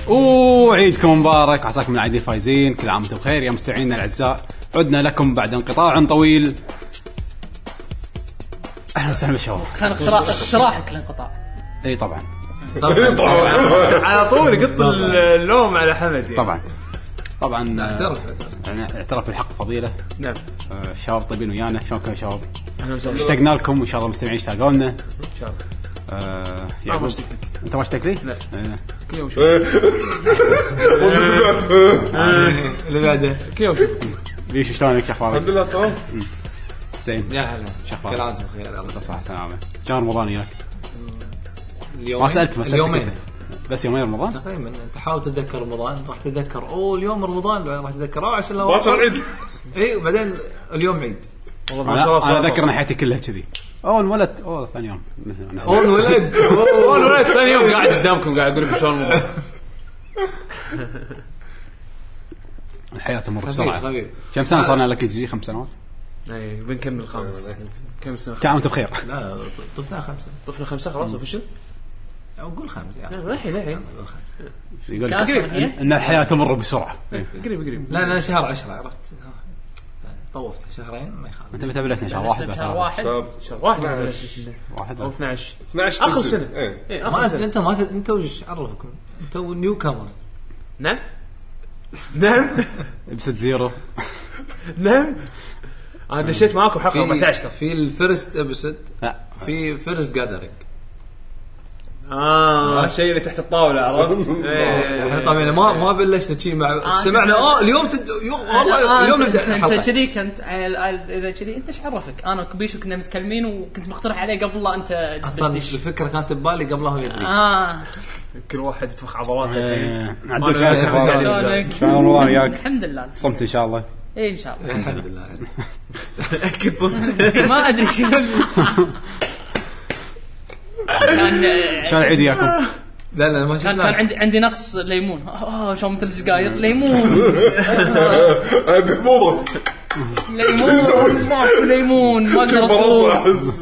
وعيدكم مبارك، عساكم من العيدين فايزين، كل عام وانتم بخير يا مستمعينا الاعزاء. عدنا لكم بعد انقطاع طويل. اهلا وسهلا بالشباب. كان اقتراحك الانقطاع. اي طبعا على طول قط اللوم على حمد يعني. طبعا اعترف بالحق فضيله. نعم. الشباب طيبين ويانا، شلونكم يا شباب؟ اشتقنا لكم وان شاء الله المستمعين يشتاقوا لنا ان شاء الله. انت ما اشتقت لي؟ لا. كل يوم اللي بعده كل يوم شوف ليش شلونك؟ اخبارك؟ الحمد لله تمام زين. يا هلا شخبارك؟ كل عام بخير. الله صحة سلامة. شهر رمضان وياك؟ اليوم ما سألت يومين بس يومين رمضان تقريبا. انت حاول تتذكر رمضان، راح تتذكر اليوم رمضان، راح تتذكر عشان لو باكر عيد. اي وبعدين اليوم عيد. والله ما شاء الله. انا اذكر حياتي كلها كذي. اول ولد ثاني يوم اول ولد ثاني يوم قاعد قدامكم قاعد اقول لكم شلون الموضوع. الحياة تمر بسرعة. كم سنة صار لك يجي؟ 5 سنوات. اي بنكمل 5. كم سنة؟ كم وانت بخير؟ لا طفنا 5 خلاص وفشل. اقول 5 يعني الحين يقول ان الحياة تمر بسرعة. قريب لا شهر 10 عرفت. طوفت شهرين ما يخالف. انت متى بلشنا؟ شهر 1 شهر 1 بلشنا 1 او 12 اخر سنة. انت وش عرفكم؟ انت نيو كامرز. نعم ابسط زيرو. نعم انا دشيت معاكم حلقة 14 في الفيرست ابسود. لا في فيرست جاذرينج. الشيء اللي تحت الطاولة عرفت. احنا طبعا ما بلشنا شيء مع سمعنا اليوم والله اليوم نبدا الحلقه. انت كذي كنت اذا كذي انت ايش عرفك؟ انا وكبيشو كنا متكلمين وكنت مقترح عليه قبل لا انت اصلا الفكره كانت ببالي قبل هو يدري. كل واحد يتفخ عضلاته. عندك شهر رمضان وياك؟ الحمد لله. صمت ان شاء الله. ايه ان شاء الله الحمد لله. اكيد صمت. ما ادري شنو شلون العيد وياكم؟ لا ما شفنا. كان عندي نقص ليمون. شو مثل سجاير ليمون. بحموضه ليمون ما اقدر اصور.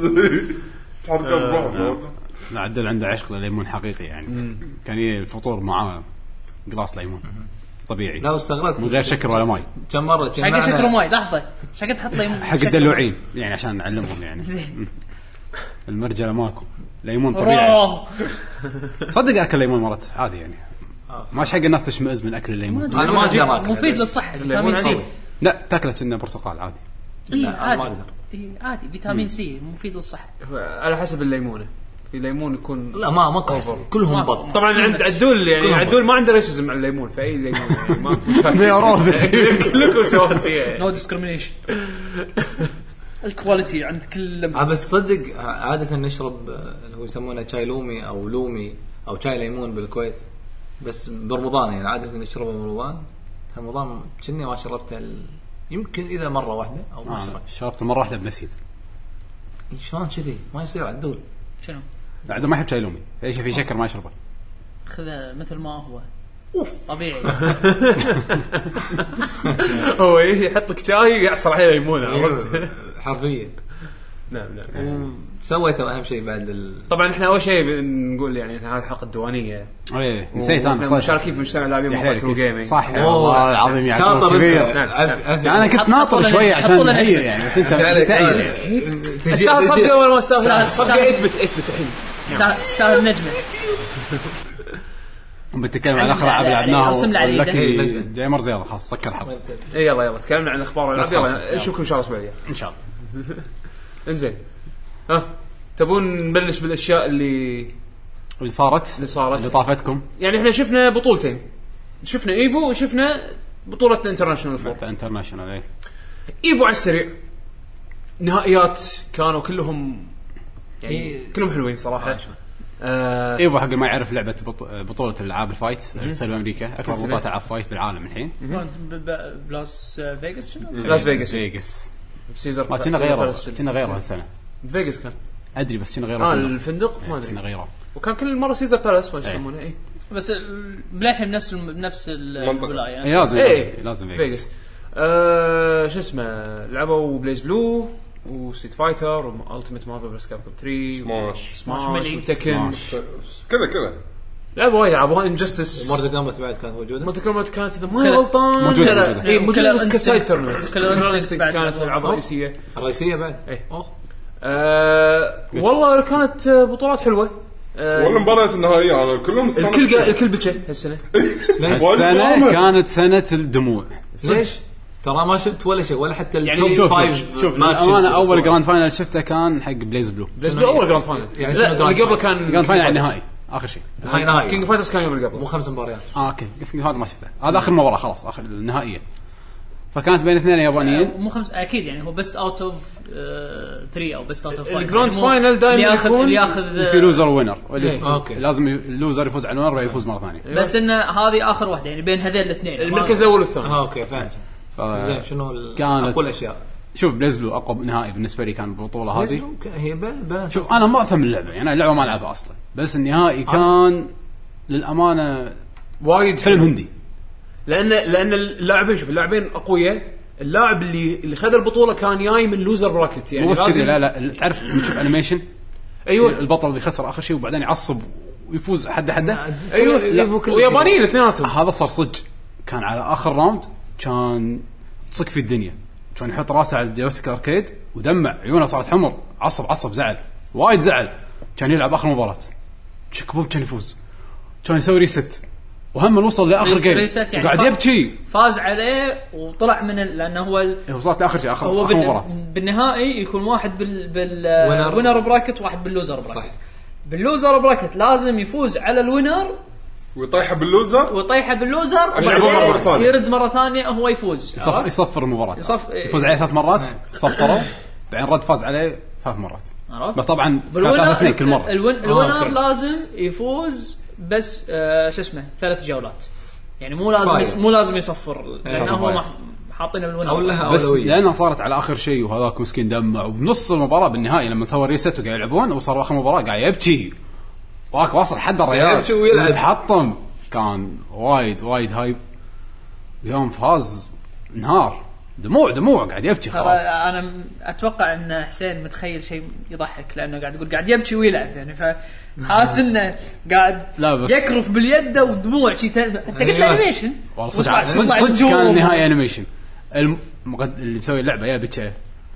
لا عدل عنده عشق لليمون حقيقي يعني. كان الفطور معاه قلاص ليمون طبيعي. لا واستغربت من غير شكر ولا ماي. كم مره حق شكر وماي. لحظه شقد تحط ليمون حق الدلوعين يعني عشان نعلمهم يعني. المرجله ماكو ليمون طبيعي. صدق اكل ليمون مرات عادي يعني. ماش حق الناس تشمئز من اكل الليمون. انا ما اقدر. مفيد للصحه. فيتامين سي. لا تاكله كأنه برتقال عادي. لا ما اقدر. عادي فيتامين سي مفيد للصحه على حسب الليمونه. في ليمون يكون لا ما كويس كلهم بط. طبعا عند عدول يعني عدول ما عنده ريسيزم على الليمون. فاي ليمون يعني ما بس كلكم سواسيه. نو ديسكريميشن. الكواليتي عند كل بس صدق عاده نشرب اللي هو يسمونه شاي لومي او لومي او شاي ليمون بالكويت بس برمضان يعني عاده نشربه برمضان. رمضان كني ما شربته يمكن اذا مره واحده او ما شربت مره واحده بنسيت. شلون كذي ما يصير عدول؟ شنو عدول ما يحب شاي لومي. ايش في شكر ما يشربه. خذه مثل ما هو طبيعي. هو يحط لك شاي يعصر عليه ليمون عرفت حرفيا. نعم سويته اهم شيء بعد طبعا احنا اول شيء نقول يعني هذه الحلقه الديوانيه. نسيت انا مشاركين في مجتمع لاعبين موبايل جيمنج. صح والله العظيم يعني كبير. انا كنت ناطر شويه عشان هي يعني بس انت مستعجل استاهل صفقه ولا ما استاهل صفقه؟ اثبت الحين استاهل نجمه. بنتكلم عن اخر العاب لعبناها لكن جيمرز. يلا خلاص سكر حلقه. يلا تكلمنا عن الاخبار والالعاب. نشوفكم ان شاء الله الاسبوع ان شاء الله. انزين تبون نبلش بالاشياء اللي صارت اللي طافتكم. يعني احنا شفنا بطولتين. شفنا ايفو وشفنا بطوله انترناشونال فور. انترناشونال ايفو على السريع نهائيات كانوا كلهم يعني كلهم حلوين صراحه. ايفو حق ما يعرف لعبه بطوله العاب الفايت اللي تصير بامريكا. اكبر بطوله العاب فايت بالعالم الحين. بلاس فيغاس لاس فيغاس سيزر. ما كنا غيره هالسنه. فيغاس كان ادري بس كنا غيره. الفندق ما ادري. كنا غيره وكان كل مره سيزر بالاس ما يسمونه. بس بلاحم نفس الولايه. لازم فيغاس. شو اسمه لعبوا بليز بلو وستريت فايتر والتيمت مارفل فيرس كابكوم 3 سماش وتكن كذا لعبوا وايد لعبوها انجستس مورتال كومبات بعد كانت موجوده. مورتال كومبات كانت اذا ما غلطان موجوده اي موجوده بس كسايد تورنمنت كانت كانت الالعاب الرئيسيه بعد والله كانت بطولات حلوه ولا مباريات النهائيه انا كلهم الكل بكى هالسنه. السنه كانت سنه الدموع. ليش ترى ما شفت ولا شيء ولا حتى يعني التوب شوف 5 انا اول جراند فاينل شفته كان حق بلايز بلو. بس اول جراند فاينل يعني اللي قبله كان جراند فاينل النهائي اخر شيء. هاي نهائي كينج فايترز كان يوم اللي قبله مو 5 مباريات. اوكي هذا ما شفته. هذا اخر مباراه خلاص اخر النهائيه. فكانت بين اثنين يابانيين مو 5 اكيد يعني هو بيست اوت اوف 3 او بيست اوت اوف 5. الجراند فاينل دائما يكون اللي ياخذ في لوزر وينر أوكي. لازم اللوزر يفوز على الوينر ويفوز مره ثانيه. بس ان هذه اخر واحده يعني بين هذين الاثنين المركز الاول والثاني. اوكي فهمت. زين شنو اقول اشياء. شوف بلايز بلو اقوى نهائي بالنسبه لي كان البطوله هذه. هي بالانس. شوف انا ما افهم اللعبه يعني اللعبه ما العبها اصلا بس النهائي كان للامانه وايد فيلم هندي. لان اللاعبين شوف اللاعبين اقوياء. اللاعب اللي خذ البطوله كان جاي من لوزر براكت يعني لازم لا تعرف تشوف انيميشن. ايوه البطل بيخسر اخر شيء وبعدين يعصب ويفوز حده ايوه ويابانيين اثنيناتهم. هذا صار صدق كان على اخر راوند كان تصك في الدنيا كان يحط راسه على الجويستيك اركيد ودمع عيونه صارت حمر عصب زعل وايد زعل كان يلعب اخر مباراه شكبوب كان يفوز كان يسوي ريست وهم وصل لاخر جيم يعني قاعد يبكي فاز عليه وطلع من لانه هو وصلت اخر شيء اخر مباراه بالنهائي يكون واحد بالوينر براكت واحد باللوزر براكت صح. باللوزر براكت لازم يفوز على الوينر ويطيحه باللوزر يرد مرة ثانية هو يفوز يصفر المباراة يفوز عليه 3 مرات صفره بعدين رد فاز عليه 3 مرات بس طبعا كان كل مرة الوينر لازم يفوز بس شو اسمه 3 جولات يعني مو لازم يصفر لأنه هو حاطين الوينر بس لأنها صارت على آخر شيء وهذاك مسكين دمع وبنص المباراة بالنهائي لما سوى ريست وقاعد يلعبون وصار آخر مباراة قاعد يبكي واك واصل حد الريال يتحطم كان وايد هايب يوم فاز نهار دموع قاعد يبكي خلاص. انا اتوقع ان حسين متخيل شيء يضحك لانه قاعد يقول قاعد يبكي ويلعب يعني فحاس انه قاعد يكرف باليد ودموع شيء انت قلت انيميشن والله صدق كان النهايه انيميشن اللي مسوي اللعبه يا بتشه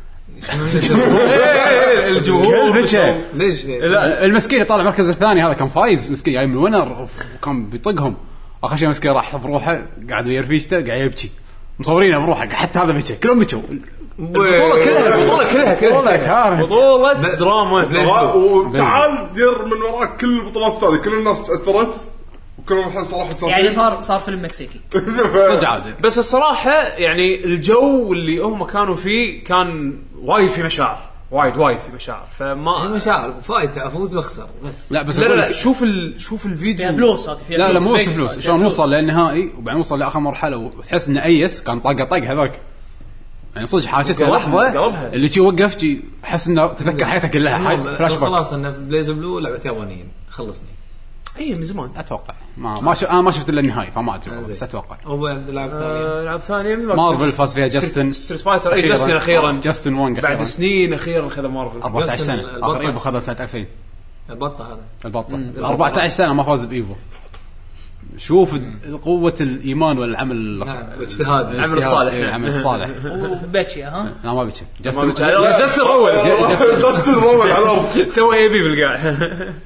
الجمهور ليش المسكين طالع المركز الثاني هذا كان فايز مسكين جاي من وينر وكان بيطقهم اخر شيء مسكين راح بروحه قاعد ويرفيشته قاعد يبكي مصورينه بروحه حتى هذا بكى كلهم بكوا البطولة كلها بطولة دراما وتعال دير من وراك كل البطولات الثانية كل الناس تأثرت وكلهم الحين صراحة يعني صار فيلم مكسيكي صدق عادي. بس الصراحة يعني الجو اللي هم كانوا فيه كان وايد في مشاعر وايد في مشاعر فما مشاعر فايت افوز واخسر بس لا شوف الفيديو فيها فلوس لا مو فلوس شلون وصل للنهائي وبعدين وصل لاخر مرحله وتحس انه ايس كان طق هذاك يعني صدق حاجته لحظه اللي شي وقف شي احس انه تذكر حياتك كلها فلاش باك خلاص انه بلايز بلو لعبه يابانيين خلصني من زمان اتوقع انا ما شفت الا النهائي فما ادري بس اتوقع هو لعب ثانيه مارفل فاز فيها جاستن ستريت فايتر جاستن اخيرا جاستن وانغ بعد سنين اخيرا خذ مارفل 14 سنه قريب خذ سنه 2000 البطه 14 سنه ما فاز بايفو شوف قوه الايمان والعمل الاجتهاد العمل الصالح وباتشي لا ما باتشي جاستن روول على الارض سوى اي بي بالقاع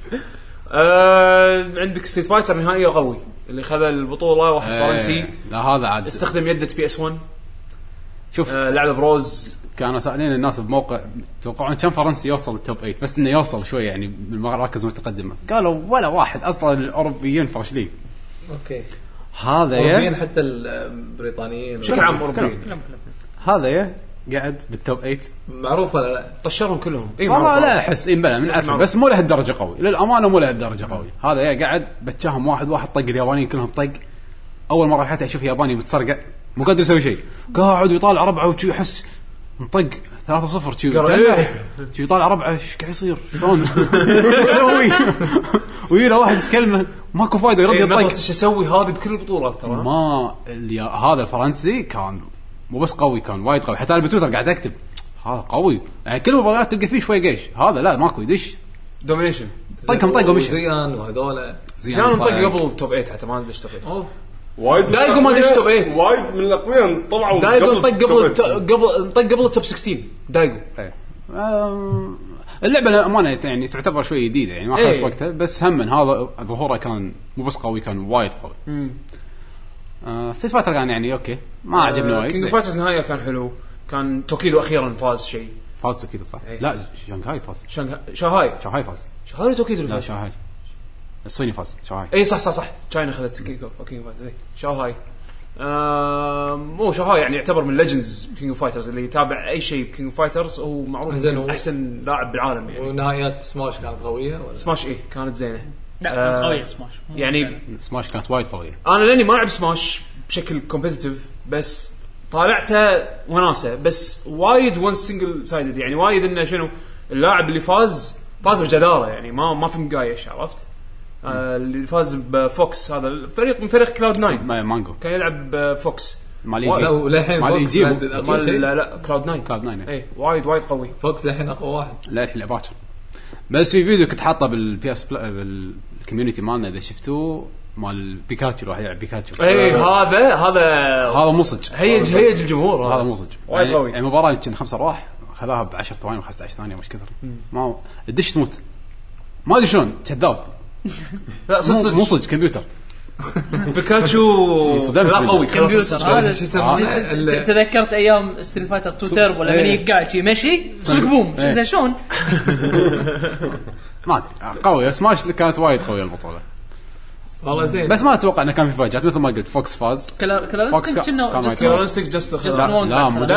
عندك ستريت فايتر نهائي قوي اللي خذ البطوله واحد فرنسي لا هذا عاد استخدم يده PS1 شوف لعبه بروز كانوا سائلين الناس بموقع توقعون كم فرنسي يوصل التوب 8 بس انه يوصل شوي يعني بالمراكز متقدمه قالوا ولا واحد اصلا الاوروبيين فاشلين اوكي هذا يا حتى البريطانيين بشكل عام اوروبيين هذا يا قاعد بالتوب 8 معروف ولا لا طشرهم كلهم والله لا احس بلا من عارف بس مو له الدرجه قوي للامانه مو له الدرجه قوي هذا يا قاعد بتشاهم واحد طق اليابانيين كلهم طق اول مره حتى اشوف ياباني بتصرقع مو قادر يسوي شيء قاعد يطالع ربعه وشي يحس مطق 3-0 شي يطالع ربعه ايش قاعد يصير شلون يسوي ويلا واحد كلمه ماكو فايده يرد يطق ايش اسوي هذه بكل البطولات ترى ما هذا الفرنسي كان مو بس قوي كان وايد قوي حتى انا بتويتر قاعد اكتب هذا قوي يعني كل مباريات تلقى فيه شوي قيش هذا لا ماكو يدش دومينيشن طقهم مش زيان وهذول زيان طق قبل التوب 8 حتى ما ادري ايش توب 8 وايد دايجو ما ادري ايش توب 8 وايد من الاقوياء طلعوا دايجو طق قبل التوب 16 دايجو اللعبه الامانه يعني تعتبر شوي جديده يعني ما اخذت وقتها بس هم من هذا ظهوره كان مو بس قوي كان وايد قوي. ستريت فايتر كان يعني اوكي ما عجبني وايد. كينج فايترز نهايه كان حلو كان توكيدو اخيرا فاز شيء فاز توكيدو صح لا شانغهاي فاز شانغهاي فاز شهاي توكيدو لا شانغهاي الصيني فاز شانغهاي اي صح تشاينا اخذت كينج فايترز شانغهاي مو شانغهاي يعني يعتبر من ليجندز كينج فايترز اللي يتابع اي شيء كينج فايترز هو معروف احسن لاعب بالعالم يعني. ونهايات سماش كانت قويه ولا سماش كانت زينه لا كانت قويه سماش يعني سماش كانت وايد قويه. انا لاني ما العب سماش بشكل كومبيتيتيف بس طالعته وناسه بس وايد وان سنجل سايدد يعني وايد انه شنو اللاعب اللي فاز بجداره يعني ما في مقايش عرفت. اللي فاز بفوكس هذا الفريق من فريق كلاود 9 مانجو كان يلعب فوكس وللحين مال يجيب لا كلاود 9 اي وايد قوي فوكس الحين اقوى واحد للحين باكر. بس في فيديو كنت حاطه بالبي اس بالكوميونتي مالنا اذا شفتوه مال بيكاتشو راح يلعب بيكاتشو اي هذا مصج هيج الجمهور هذا مصج وايد قوي يعني مباراه يمكن 5 ارواح خذاها ب 10 ثواني و15 ثانيه مش كثر ما الدش تموت ما ادري شلون كذاب لا صدق مو صدق كمبيوتر بيكاتشو لا قوي هذا تذكرت ايام ستريت فايتر 2 تيربو لما يقعد شي مشي صك بوم زين شلون ما ادري قوي سماش كانت وايد قويه البطوله والله زين بس ما اتوقع انه كان في فاجات مثل ما قلت فوكس فاز كلارستيك كنا كلارستيك جاست لا مو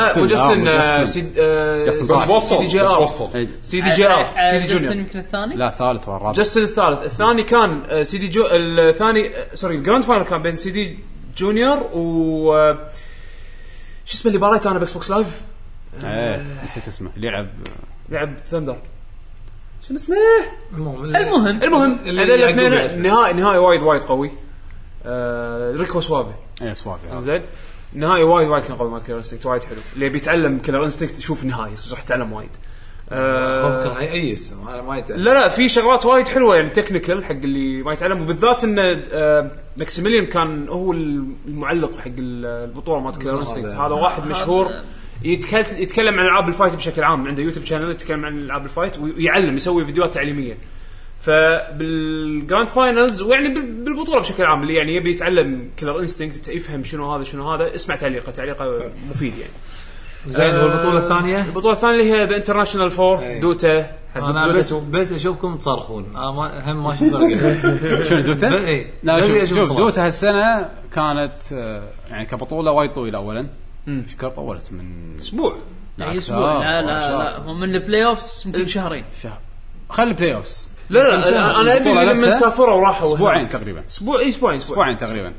سي دي جي ار جاستن يمكن الثاني لا ثالث والرابع جاستن الثاني كان سي دي جو الثاني سوري الجراند فاينل كان بين سي دي جونيور و شو اسمه اللي باريته انا باكس بوكس لايف نسيت اسمه اللي لعب ثندر شو اسمه المهم هذول الاثنين نهائي وايد قوي ريكو سوابي زين نهائي وايد كان قوي مال كيلر انستنكت وايد حلو اللي بيتعلم كيلر انستنكت يشوف نهائي راح يتعلم وايد خوف راح يأيس انا ما يتعلم لا في شغلات وايد حلوه يعني تكنيكال حق اللي ما يتعلم وبالذات ان ماكسيميليان كان هو المعلق حق البطوله مال كيلر انستنكت هذا واحد مشهور يتكلم عن العاب الفايت بشكل عام عنده يوتيوب شانل يتكلم عن العاب الفايت ويعلم يسوي فيديوهات تعليميه فبالجراند فاينلز ويعني بالبطوله بشكل عام اللي يعني يبي يتعلم كيلر انستنكت يفهم شنو هذا اسمع تعليقه مفيد يعني زين. والبطوله الثانيه اللي هي ذا انترناشونال 4 دوتا انا بس اشوفكم تصرخون هم ما شفت فرق شنو دوتا لا شوف دوتا هالسنه كانت يعني كبطوله وايد طويله اولا فكر طولت من اسبوع لا هم من البلاي اوفز يمكن شهر خلي البلاي اوفز لا انا ادري لما سافروا وراحوا اسبوعين تقريبا اسبوعين تقريبا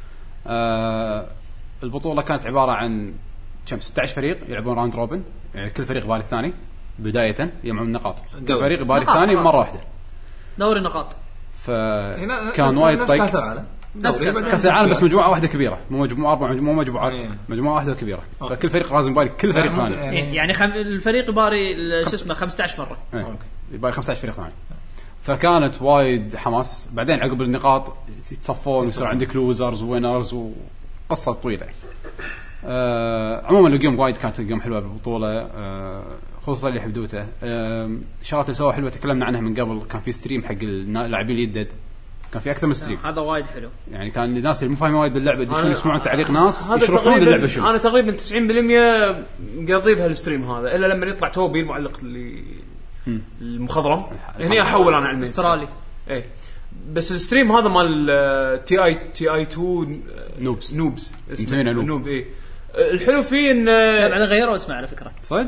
البطوله كانت عباره عن 16 فريق يلعبون راوند روبن يعني كل فريق باري الثاني بدايه يجمعون نقاط فريق باري الثاني مره واحده دوري نقاط كان وايد طيب كاس العالم بس مجموعه واحده كبيره مو مجموعه اربع مجموعات مجموعه واحده كبيره فكل فريق لازم يباري كل فريق ثاني يعني الفريق يباري شو اسمه 15 مره يباري 15 فريق ثاني فكانت وايد حماس بعدين عقب النقاط يتصفون ويصير عندك لوزرز ووينرز وقصه طويله عموما الجيم وايد كانت الجيم حلوه بالبطوله خصوصا اللي حدوته شغلات اللي سووا حلوه تكلمنا عنها من قبل كان في ستريم حق اللاعبين الجدد كان في اكثر من ستريم هذا وايد حلو يعني كان الناس اللي مو فاهمين وايد باللعبه يدشون يسمعون تعليق ناس يشرحون اللعبه شو انا تقريبا 90% قضي بهالستريم هذا الا لما يطلع توبي المعلق اللي المخضرم هنا احول انا على استرالي اي بس الستريم هذا مال تي اي 2 نوبز اسمه نوب اي الحلو فيه ان بعد غيروا اسمه على فكره صدق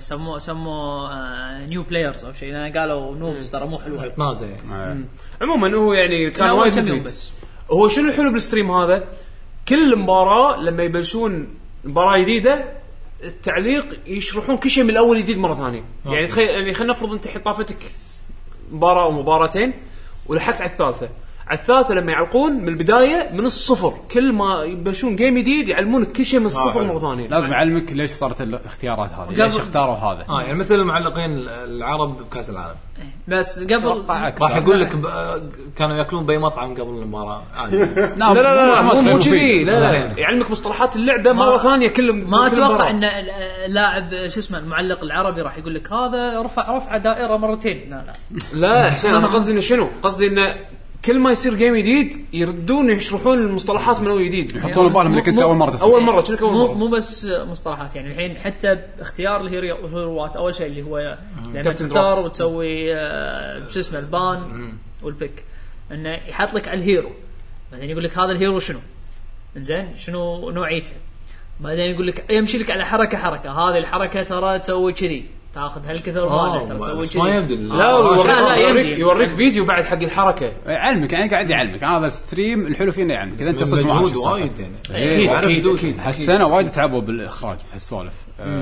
سموه نيو بلايرز او شيء لان قالوا نوبز ترى مو حلوه يتنازع عموما هو يعني كان وايد مفيد بس هو شنو الحلو بالستريم هذا كل مباراه لما يبلشون مباراه جديده التعليق يشرحون كل شيء من الاول جديد مره ثانيه يعني تخيل يعني خلينا نفرض انت طافتك مباراه او مباراتين ولحقت على الثالثه على الثالثه لما يعلقون من البدايه من الصفر، كل ما يبشون جيم جديد يعلمونك كل شيء من الصفر مره ثانيه. لازم يعلمك ليش صارت الاختيارات هذه، ليش اختاروا هذا. يعني مثل المعلقين العرب بكاس العالم، بس قبل راح يقول لك كانوا ياكلون باي مطعم قبل المباراه عادي. لا مو كذي، لا يعلمك مصطلحات اللعبه مره ثانيه. كل ما اتوقع ان اللاعب شو اسمه المعلق العربي راح يقول لك هذا رفع دائره مرتين. لا حسين، انا قصدي انه شنو، قصدي انه كل ما يصير جيم جديد يردون يشرحون المصطلحات من اول جديد، يحطون بالهم انك انت اول مره تسمع. اول مره كأنك اول مره. مو بس مصطلحات، يعني الحين حتى اختيار الهيروات اول شيء اللي هو لما تختار وتسوي شو اسمه البان والبيك، انه يحط لك على الهيرو، بعدين يقول لك هذا الهيرو شنو زين، شنو نوعيته، بعدين يقول لك يمشي لك على حركه هذه الحركه ترى تسوي كذي، تاخذ هالكثر مال ترى تسوي كذي. ما يبدو لا يوريك فيديو بعد حق الحركه، يعلمك يعني قاعد يعلمك. هذا الستريم الحلو فيه انه يعلمك اذا انت صدق مجهود وايد يعني. اكيد هالسنه وايد تعبوا بالاخراج هالسوالف.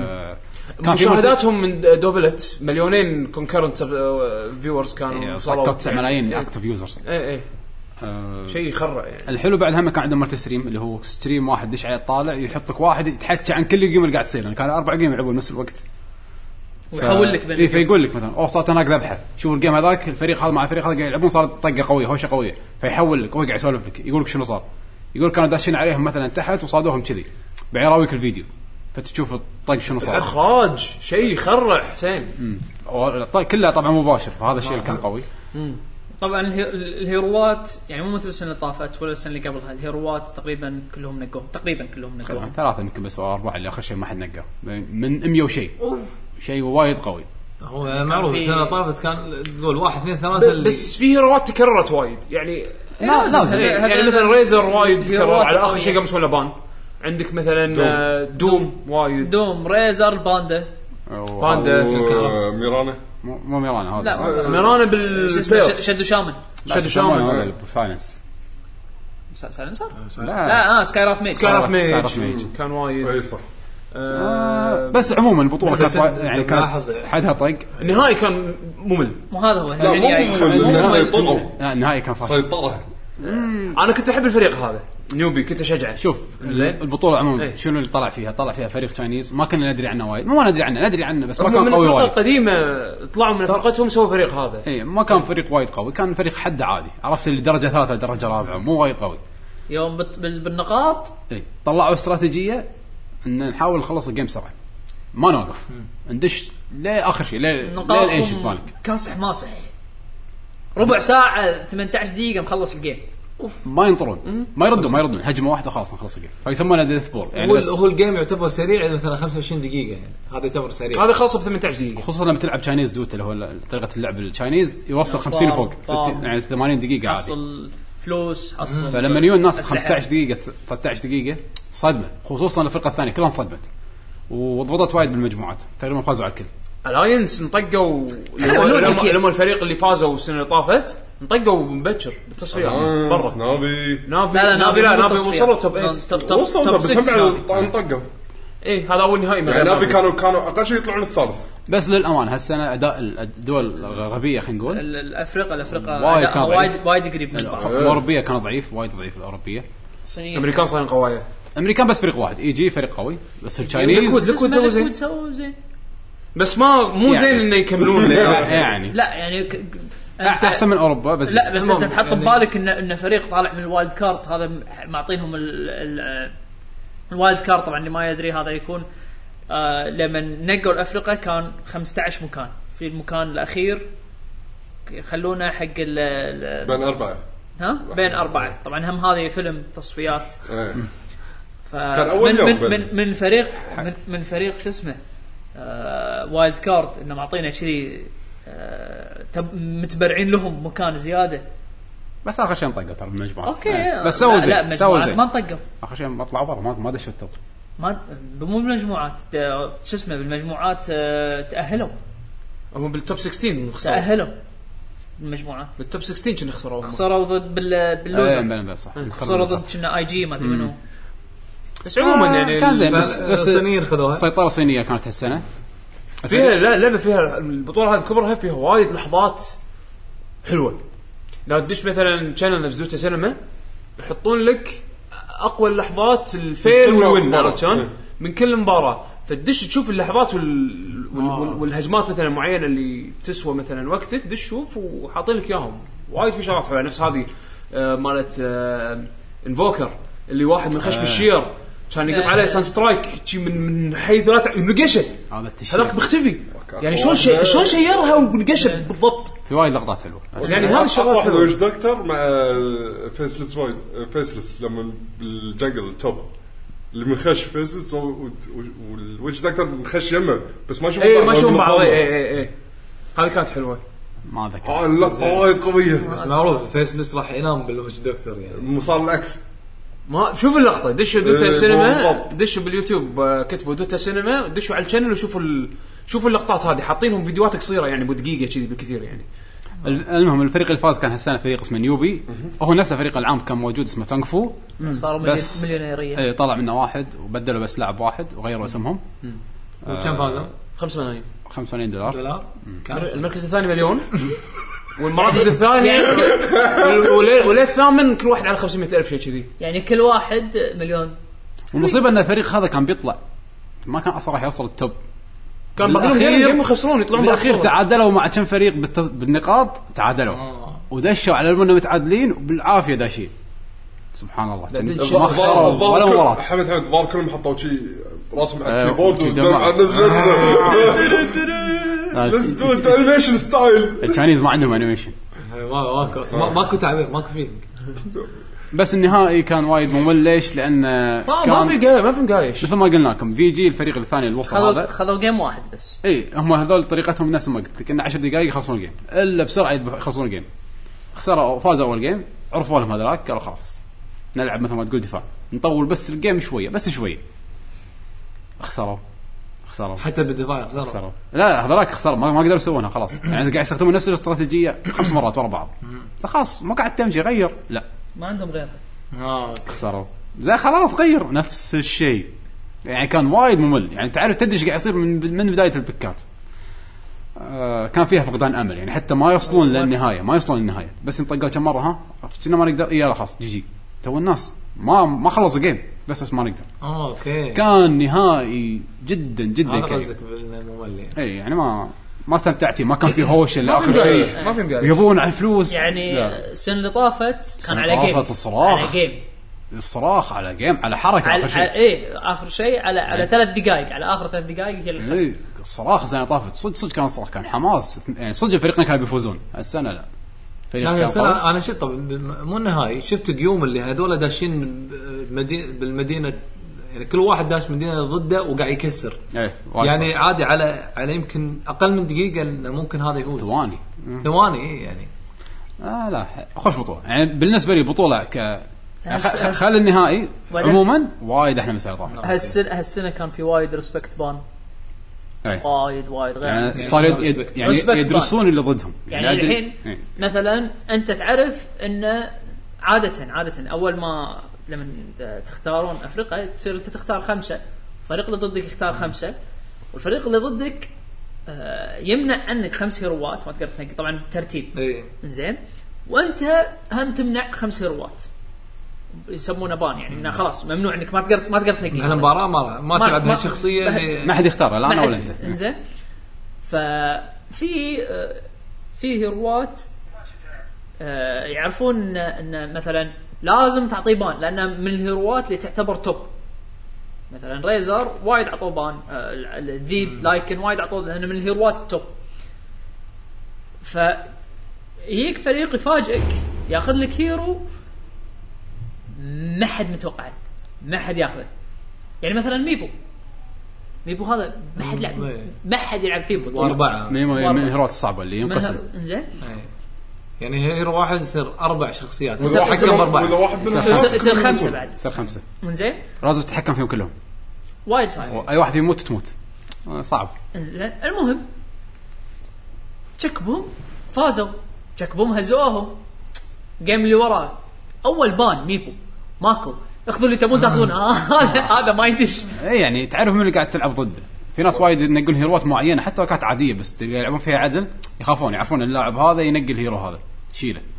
كان مشاهداتهم من دوبلت مليونين كونكرنت فيورز، كانوا صاروا 9 ملايين اكتف يوزرز. اي شيء يخرع يعني. الحلو بعد هم كان عندهم مالتي ستريم اللي هو ستريم واحد دش عليه طالع يحط لك واحد يتحكي عن كل جيم اللي قاعد تصير. كان 4 جيم يلعبون نفس الوقت ويحول لك بين فيقول لك مثلا صارت هناك ذبحه، شوف الجيم هذاك الفريق هذا مع الفريق هذا قاعد يلعبون صارت طقه قويه هوشه قويه، فيحول لك وهو قاعد يسولف لك يقول لك شنو صار، يقول كانوا داشين عليهم مثلا تحت وصادوهم كذي، بيراويك الفيديو فتشوف الطق شنو صار. اخراج شيء يخرع حسين. الطق كله طبعا مباشر، فهذا الشيء اللي كان قوي. طبعا الهيروات يعني مو مثل السنه اللي طافت ولا السنه اللي قبلها، الهيروات تقريبا كلهم نقوا، تقريبا كلهم نقوا. 3 يمكن بس 4 اللي اخر شيء ما حد نقى من 100 وشيء. شيء وايد قوي. هو معروف السنه طافت كان تقول 1 2 3 بس في هيروات تكررت وايد يعني. يعني مثلا ريزر وايد تكرر على اخر شيء قبل ولا بان. عندك مثلا دوم وايد، دوم ريزر باندا ميرانا مو ميرانا، هذا ميرانا بالبيض شدو شامان هذا سايلنس سايلنسر لا سكايراف ميج كان وايد. اي صح. بس عموما البطوله كانت يعني كانت حدها طق. النهائي كان ممل. مو هذا هو النهائي كان فاشل سيطره. انا كنت احب الفريق هذا نيوبي، كنت اشجعه. شوف البطوله عموما شنو اللي طلع فيها فريق تشاينيز ما كنا ندري عنه وايد، مو ندري عنه بس ما كان قوي وايد. القديمه طلعوا من فرقتهم سووا فريق هذا. اي ما كان فريق وايد قوي، كان فريق حد عادي، عرفت اللي درجه 3 درجه 4 مو وايد قوي. يوم بالنقاط طلعوا استراتيجيه ان نحاول نخلص الجيم بسرعه، ما نوقف ندش لاخر شيء للانشيت مالك. كاسح ماسح ربع ساعه 18 دقيقه مخلص الجيم. ما ينطرون ما يردون هجمه واحده خلاص نخلص الجيم، فيسمونه ديث بول يعني. هو الجيم يعتبر سريع مثلا 25 دقيقه يعني، هذا يعتبر سريع. هذا خلص ب 18 دقيقه، خصوصا لما تلعب تشاينيز دوت اللي هو طريقه اللعب التشاينيز يوصل 50 فوق يعني 80 دقيقه عادي. حصل فلوس حصل. فلما يجون الناس 15 دقيقه 13 دقيقه صدمه، خصوصا الفرقه الثانيه كلها صدمت وضبطت وايد بالمجموعات، تقريبا فازوا على الكل. الاينس نطقوا لما الفريق اللي فازوا السنه اللي طافت نطقوا مبكر بالتصفيات برا. نافي وصلوا توب 8 بس هم نطقوا. ايه هذا اول نهائي. يعني نافي كانوا اقل شيء يطلعون الثالث. بس للأمان هالسنة أداء الدول الغربية خلينا نقول الأفريقيا وايد قريب من بعض. الأوروبية كان ضعيف وايد ضعيف الأوروبية. الأمريكان صارين قوية. أمريكان بس فريق واحد يجي فريق قوي بس التشاينيز ليكويد سووا زين بس ما زين إنه يكملون يعني لا يعني أحسن من أوروبا بس لا بس أنت تحط ببالك إن فريق طالع من الوايلد كارت هذا معطينهم الوايلد كارت طبعا اللي ما يدري هذا يكون لما نقوا الأفريقيا كان 15 مكان في المكان الأخير يخلونه حق بين 4 بين 4 طبعا هم هذه فيلم تصفيات كان أول يوم من فريق شو اسمه وايلد كارت إنه معطينا كذي متبرعين لهم مكان زيادة بس آخر شيء نطقوا ترى بالمجموعات أوكي بس سووا زين ما نطقوا آخر شيء ما طلعوا برا ما دشوا التوب ما مو بالمجموعات شو اسمه بالمجموعات تأهلوا هم بالتوب 16 تأهلوا المجموعات بالتوب 16 كنا خسروا ضد باللوزر صح خسروا ضد كنا اي جي ما ادري منو بس عموما يعني كان زين بس الصينيين خذوها سيطرة صينية كانت هالسنة فيها لعبة فيها البطولة هذه كبرها فيها وايد لحظات حلوة لو تدش مثلا شانل نفس دوتا سينما يحطون لك اقوى اللحظات الفيل والوين عرفت شلون من كل مباراه فتدش تشوف اللحظات والهجمات مثلا معينه اللي تسوى مثلا وقتك دش شوف وحاطين لك اياهم وايد في شغلات حلوه نفس هذه مالت انفوكر اللي واحد من خشم الشير كان يقط عليه سان سترايك من حيث لا نقشه هذاك مختفي يعني شلون شيرها ونقشه بالضبط في وايد لقطات حلوه يعني هذا الشغلات واحد ويش دكتور مع فيسلس وايد فيسلس لما بالجنجل التوب اللي منخش فيسلس والويش دكتور منخش يمه بس ما شوفوا ما شوفوا بعض اي هذه كانت حلوه ما ذكر اللقطه وايد قويه معروف فيسلس راح ينام بالويش دكتور يعني صار العكس ما شوف اللقطه دشوا دوتا سينما دشوا باليوتيوب كتبوا دوتا سينما دشوا على الشانل وشوفوا شوفوا اللقطات هذه حاطينهم فيديوهات قصيره يعني بدقيقه كذي بالكثير يعني. المهم الفريق اللي فاز كان هالسنه فريق اسمه نيوبي هو نفس الفريق العام كان موجود اسمه تانغفو صاروا مليونيريه اي طلع منه واحد وبدلوا بس لاعب واحد وغيروا اسمهم وكم فازوا $5 مليون المركز الثاني مليون والمراكز الثانيه والثامن كل واحد على 500,000 شيء كذي يعني كل واحد مليون. والمصيبه ان الفريق هذا كان بيطلع ما كان اصلا راح يوصل التوب كان بالاخير يخسرون يطلعون بالاخير تعادلوا مع كم فريق بالنقاط تعادلوا ودشوا على المنه متعادلين وبالعافيه داشين سبحان الله ما خسروا ولا مباراه. حمد ضار كلهم حطوا شيء راسهم على الكيبورد ونزلت نزلت انيميشن ستايل التشاينيز ما عندهم انيميشن ماكو تعبير ماكو فيلم. بس النهائي كان وايد ممل ليش لان ما في قايش مثل ما قلنا لكم في الفريق الثاني اللي وصل هذا خذوا جيم واحد بس هم هذول طريقتهم نفس ما قلت كنا 10 دقائق يخلصون الجيم الا بسرعه يخلصون الجيم خسروا فازوا اول جيم عرفوا لهم هذاك قالوا خلاص نلعب مثل ما تقول دفاع نطول بس الجيم شويه خسروا حتى بالدفاع خسروا لا هذاك خسروا ما قدروا يسوونها خلاص يعني قاعد يستخدمون نفس الاستراتيجيه 5 مرات ورا بعض خلاص ما قاعد تمشي غير لا ما عندهم غير خسروا زي خلاص غير نفس الشيء يعني كان وايد ممل يعني تعرف تدري ايش قاعد يصير من بدايه البكات كان فيها فقدان امل يعني حتى ما يوصلون للنهايه بس انطقوا كم مره كنا ما نقدر يلا خلاص جي تو الناس ما خلص الجيم بس ما نقدر اوكي كان نهائي جدا هذا قصدك بالممل يعني ما استمتعتي ما كان في هوش الا اخر شيء ما في يبون على فلوس يعني السنه اللي طافت كان على جيم الصراخ على جيم على حركه اخر شيء على 3 دقائق على اخر 3 دقائق هي اللي خسرت الصراخ زي طافت صدق كان الصراخ كان حماس يعني صدق فريقنا كانوا بيفوزون السنه لا السنه انا شفت مو النهائي شفت قيوم اللي هذول داشين بالمدينه يعني كل واحد داش مدينه ضده وقاعد يكسر يعني عادي على يمكن اقل من دقيقه انه ممكن هذا يفوز ثواني يعني لا خوش بطوله يعني بالنسبه لي بطوله خل النهائي عموما وايد احنا مسيطرين هالسنه كان في وايد ريسبكت بان وايد غير يعني صار يعني يدرسون اللي ضدهم يعني الحين مثلا انت تعرف ان عاده اول ما لما تختارون افريقيا تصير انت تختار 5 الفريق اللي ضدك يختار 5 والفريق اللي ضدك يمنع عنك 5 هيروات ما تقدر تنقي طبعا ترتيب زين وانت هم تمنع 5 هيروات يسمونه بان يعني خلاص ممنوع انك ما تقدر تنقي المباراه ما تلعب هالشخصيه ما حد يختارها لا انا ولا انت زين ففي هيروات يعرفون ان مثلا لازم تعطي بان لان من الهيروات اللي تعتبر توب مثلا ريزر وايد عطوا بان الذيب لايكن وايد عطوا لانه من الهيروات التوب فهيك فريق يفاجئك ياخذ لك هيرو ما حد متوقع ما حد ياخذه يعني مثلا ميبو هذا ما حد يلعب فيه واربعه من الهيروات الصعبه اللي ينقسم زين يعني هيرو واحد يصير 4 شخصيات يتحكم 4 يصير 5 بعد يصير 5 زين لازم تتحكم فيهم كلهم وايد صعب اي واحد يموت تموت صعب زين المهم تشكبهم فازوا تشكبهم هزوهم جيم اللي وراه اول بان ميبو ماكو اخذوا اللي تبون تاخذون هذا ما يدش يعني تعرف من اللي قاعد تلعب ضده في ناس وايد ينقل هيروات معينه حتى كانت عاديه بس يلعبون فيها عدل يخافون يعرفون اللاعب هذا ينقل هيرو هذا شيله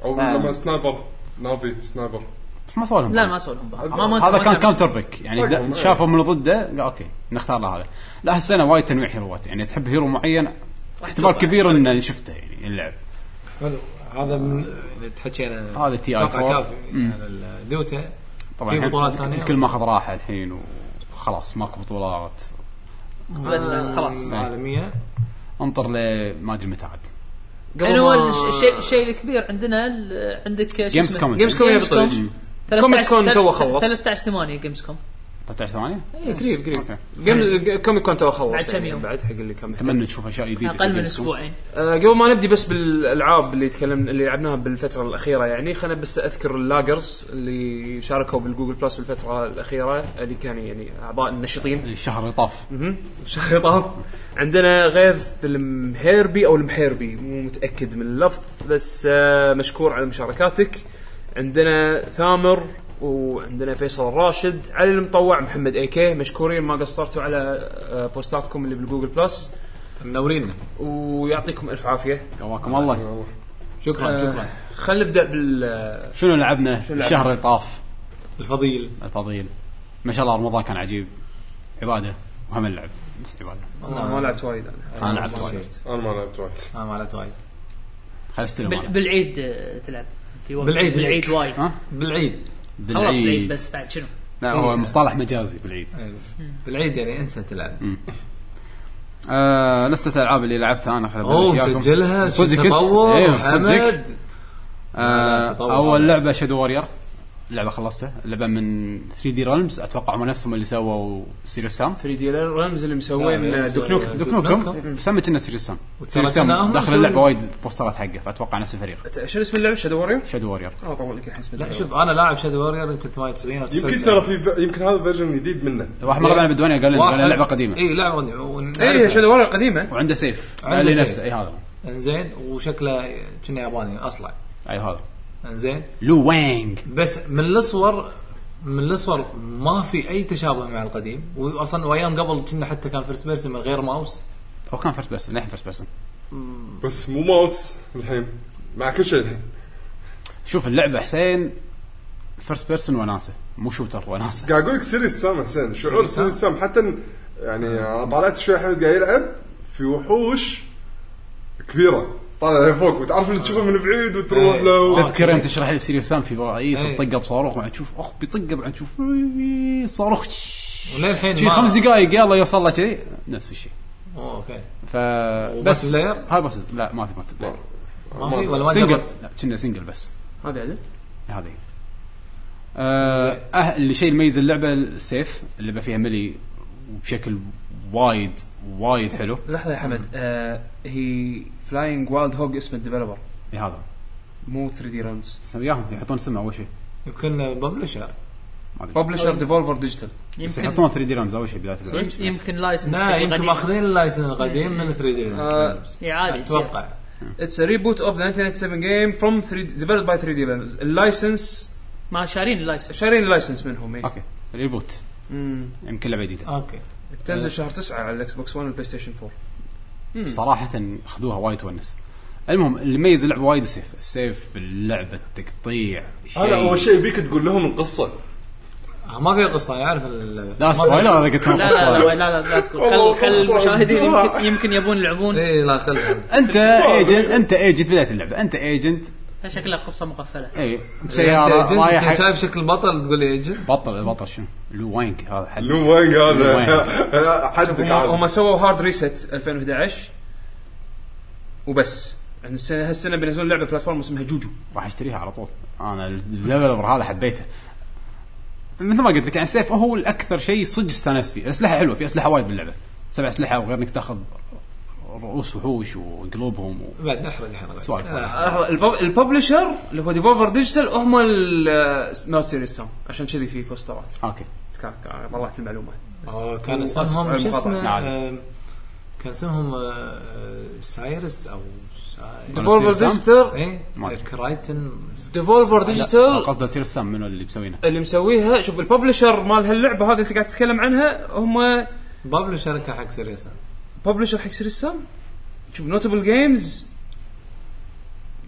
او لما سنايبر نافي سنايبر بس ما سوالهم لا ما سولهم هذا كان كاونتر بيك يعني شافوا من ضده قال اوكي نختار له هذا. لا هالسنه وايد تنويع هيروات يعني تحب هيرو معين احتمال كبير ان شفته يعني اللعب هذا من اللي تحكينا هذا تي اي 4 كافي على الدوتا. طبعا في بطولات ثانيه الكل ماخذ راحه الحين وخلاص ماكو بطولات بس خلاص عالميه انطر ل ما ادري متى عاد. يعني هو الشيء الكبير عندنا عندك جيمز كوم كوميك كون تو خلص 13/8 جيمز كوم 13/8 قريب كوميك كون تو خلص بعد كم يوم بعد حق اللي كان اتمنى نشوف اشياء جديده اقل من اسبوعين. قبل ما نبدي بس بالالعاب اللي لعبناها بالفتره الاخيره يعني خلينا بس اذكر اللاجرز اللي شاركوا بالجوجل بلس بالفتره الاخيره اللي كانوا يعني اعضاء النشطين الشهر طاف شهر طاف. عندنا غيث المهيربي او المحيربي مو متاكد من اللفظ بس مشكور على مشاركاتك. عندنا ثامر وعندنا فيصل الراشد علي المطوع محمد اي كي مشكورين ما قصرتوا على بوستاتكم اللي بالجوجل بلس منورين ويعطيكم الف عافيه قواكم الله. شكرا خلينا نبدا شنو لعبنا الشهر اللي طاف. الفضيل ما شاء الله رمضان كان عجيب عباده وهم اللعب بس عباده. ما لعبت وايد انا لعبت وايد. انا ما لعبت وايد خلصت بالعيد تلعب في وقت بالعيد وايد بالعيد خلاص العيد بس بعد شنو لا هو مصطلح مجازي بالعيد. بالعيد يعني انسى تلعب. لسه الالعاب اللي لعبتها انا مسجلها صدق تطور صدق. اول لعبه شادو وارير لعبه خلصتها اللعبه من 3 دي رالمز اتوقع هم نفسهم اللي سووا سيريوس سام 3 دي رالمز اللي مسوين دوكنوكم سمى كنا سيريوس سام داخل اللعبه وايد بوسترات حقه فاتوقع نفس الفريق. شو اسم اللعبه شادو وارير طول لك الحين. لا شوف انا لاعب شادو وارير يمكن 98 او 99 يمكن ترى في يمكن هذا فيرجن جديد منه. واحد مره انا بالدنيا قال لي لعبه قديمه اي لعبه قديمه اي شادو وارير قديمه وعنده سيف قال لي نفسه اي هذا انزين وشكله كنا ياباني اصلع اي هذا انزين لو وانغ بس من الصور ما في اي تشابه مع القديم واصلا وايام قبل كنا حتى كان فيرست بيرسون من غير ماوس او كان فيرست بيرسون الحين فيرست بيرسون بس مو ماوس الحين مع كل شيء الحين. شوف اللعبه حسين فيرست بيرسون وناسه مو شوتر وناسه. قاعد اقول لك سيريس سام حسين شعور سيريس سام حتى يعني طلعت شوي حمد قاعد يلعب في وحوش كبيره طالع فوق وتعرف اللي تشوفه من بعيد وتروح له. تذكر انت تشرح لي بسيريوس سام في رئيس الطقه بصاروخ بعد تشوف بيطقه بعد تشوف صاروخ وللحين شي 5 دقائق يلا يوصل له كذي نفس الشيء. اوكي بس هاي بس لا ما في مالتي ما في ولا سنجل لا كنا سنجل بس هذا عدل هذه اللي شيء يميز اللعبه السيف اللعبه فيها ملي بشكل وايد حلو. لحظه يا حمد هي فلاينج وايلد هوج اسم الديفلوبر هذا مو 3 دي رالمز سميهم يحطون اسمه اول شيء يمكن ببلشر ديفولفر ديجيتال يمكن يحطون 3 دي رالمز اول شيء بدايه اللعبه يمكن لايسنس لا يمكن ماخذين اللايسنس القديم من 3 دي رالمز عادي اتوقع. It's a reboot of the 1997 game from 3 developed by 3D Realms. اللايسنس ما شارين اللايسنس منهم. اوكي ريبوت يمكن لعبه جديده. اوكي تنزل شهر 9 على الاكس بوكس 1 والبلاي ستيشن 4. صراحه اخذوها وايد تونس. المهم اللي يميز اللعبه وايد السيف باللعبه تقطيع. هذا اول شيء بيك تقول لهم القصه ما في قصه يعرف لا سبويلر هذا قلت لا تقول خل المشاهدين يمكن يبون يلعبون. اي لا خل انت ايجنت بدايه اللعبه انت ايجنت شكلها قصه مقفله. اي بسياره رايح شايف شكل البطل تقول لي ايجنت بطل شنو لو وانغ هذا حد هذا حد هم سووا هارد ريست 2011 وبس. هالسنه بينزلون لعبه بلاتفورم اسمها جوجو راح اشتريها على طول. انا الليفل هذا حبيته مثل ما قلت لك يعني السيف هو الاكثر شيء صدق استانس فيه. الاسلحه حلوه في اسلحه وايد باللعبه 7 اسلحه وغير انك تاخذ رؤوس وحوش وقلوبهم بعد نحرق سوالف. الببلشر اللي هو ديفولفر ديجيتال هم النوت سيريس سام عشان كذي في بوسترات. اوكي طلعت المعلومه. كان اسمهم شو اسمه كان اسمهم سايرس او ديفولفر ديجيتال اي كرايتن ديفولفر ديجيتال قصده سيريس سام منو اللي مسوينها اللي مسويها. شوف الببلشر مال هاللعبه هذه اللي قاعد تتكلم عنها هم ببلشر حق سيريس سام ببلشر حق سيريس سام. شوف نوتبل جيمز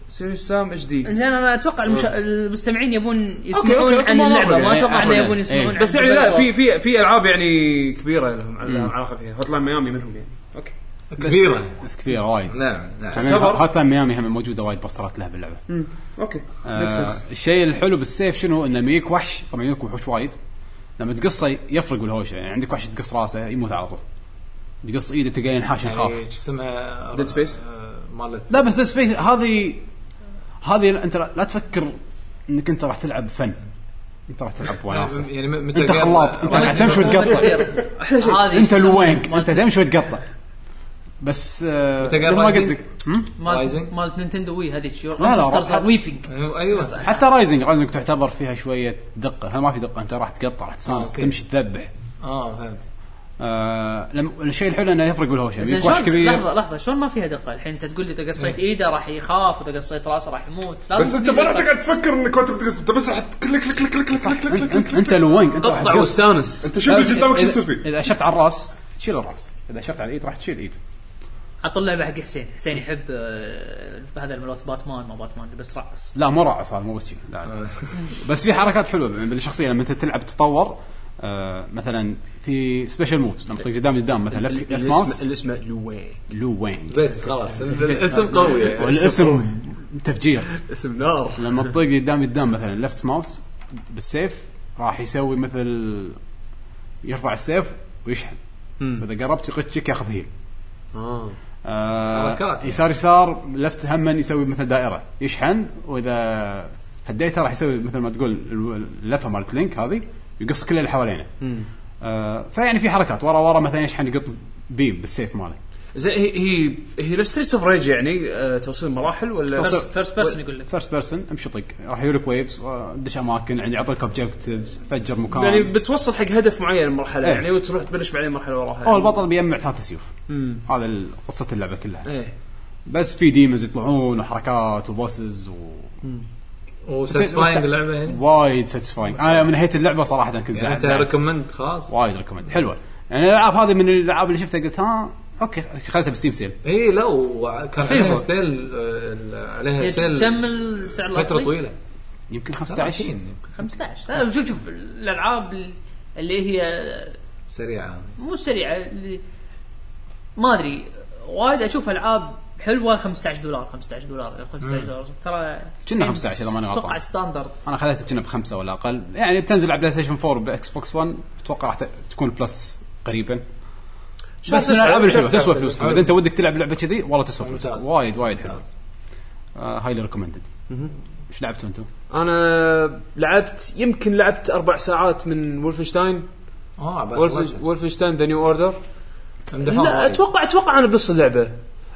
سيريس سام اتش دي. زين انا اتوقع المستمعين يبون يسمعون عن اللعبه، ما اتوقع انه يبون يسمعون بس يعني لا في العاب يعني كبيره لهم علاقه فيها. هوتلاين ميامي منهم يعني اوكي كبيره وايد. نعم هوتلاين ميامي هم موجوده وايد بصرات لها باللعبه. اوكي. الشيء الحلو بالسيف شنو انه لما يجيك وحش، طبعا يجيك وحوش وايد، لما تقصه يفرق بالهوشه. يعني عندك وحش تقص راسه يموت على طول، تقص ايده تلقاه ينحاش يخاف. ايش اسمها ديد سبيس مالت. لا بس ديد سبيس هذه انت لا تفكر انك انت راح تلعب فن، انت راح تلعب وناسه. يعني انت خلاط، انت راح تمشي وتقطع. انت لوينج، انت تمشي وتقطع. بس ما قلت لك مال نينتندو وي هذيك انسسترز ار ويبينج. ايوه حتى رايزنج تعتبر فيها شويه دقه. هل ما في دقه؟ انت راح تقطع، راح تستانس، تمشي تذبح. فهمت. الشيء الحلو انه يفرق بالهوشه. يكون كبير. لحظه شلون ما فيها دقه؟ الحين انت تقول لي اذا قصيت ايده راح يخاف، واذا قصيت راسه راح يموت. بس انت ما راح تقعد تفكر انك وانت بتقص، انت بس راح كلك. انت لوينج، انت قطع واستانس. انت شوف اللي قدامك شو يصير فيه. اذا اشرت على الراس تشيل الراس، اذا اشرت على الايد راح تشيل الايد. حط اللعبه حق حسين يحب هذا الملوث باتمان، ما باتمان بس رأس. لا مو رأس، هذا مو بس شيء. لا بس في حركات حلوه بالشخصيه لما انت تلعب تطور. مثلا في سبيشال موفز لما تطق قدام مثلا لفت ماوس اللي اسمه لوين بس خلاص الاسم قوي والاسم تفجير، اسم نار. لما تطق قدام مثلا لفت ماوس بالسيف راح يسوي مثل يرفع السيف ويشحن. اذا قربت يقتك ياخذ هيل. يسار لفت هما يسوي مثل دائره يشحن، واذا هديته راح يسوي مثل ما تقول اللفه مالت لينك هذه يقص كل اللي حوالينه. فيعني في حركات ورا مثلا يشحن يقط بيم بالسيف ماله. زي هي ستريتس اوف ريج يعني توصيل مراحل ولا فيرست بيرسون؟ يقول لك فيرست بيرسون امشي طق، راح يوريك ويفز، دش اماكن، عندي يعطيك اوبجكتيفز، فجر مكان، يعني بتوصل حق هدف معين المرحله. يعني وتروح تبلش بعدين مرحله وراها. هو البطل بيجمع 3 سيوف. هذا قصه اللعبه كلها. بس في ديمز يطلعون وحركات وبوسز وساتسفاينج اللعبه يعني وايد ساتسفاينج. انا من نهايه اللعبه صراحه كنت زعلت. انت ريكومند خاص وايد ريكومند حلوه. يعني الالعاب هذه من الالعاب اللي شفتها قلت اوكي خذيتها بستيم سيل. اي لا وكان عليها ستيل، عليها سيل كم السعر الاصلي؟ فتره طويله يمكن 15. لا شوف الالعاب اللي هي سريعه، مو سريعه، اللي ما ادري وايد اشوف العاب حلوه $15 $15 ترى كنا 15 اذا ماني غلطان. اتوقع ستاندرد انا خذيتها كنا ب5 ولا اقل. يعني بتنزل على بلاي ستيشن 4 باكس بوكس 1 اتوقع راح تكون بلس قريبا. بس من الالعاب الحلوه تسوى فلوس. اذا انت ودك تلعب لعبه كذي والله تسوى فلوس وايد حلوه. هايلي ريكومندد. ايش لعبتوا انتم؟ انا لعبت 4 ساعات من وولفنشتاين. وولفنشتاين ذا نيو اوردر. لا اتوقع انا بنص اللعبه.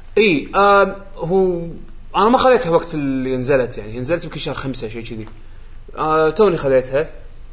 هو انا ما خليتها وقت اللي نزلت، يعني نزلت يمكن شهر 5 شيء كذي. توني خليتها.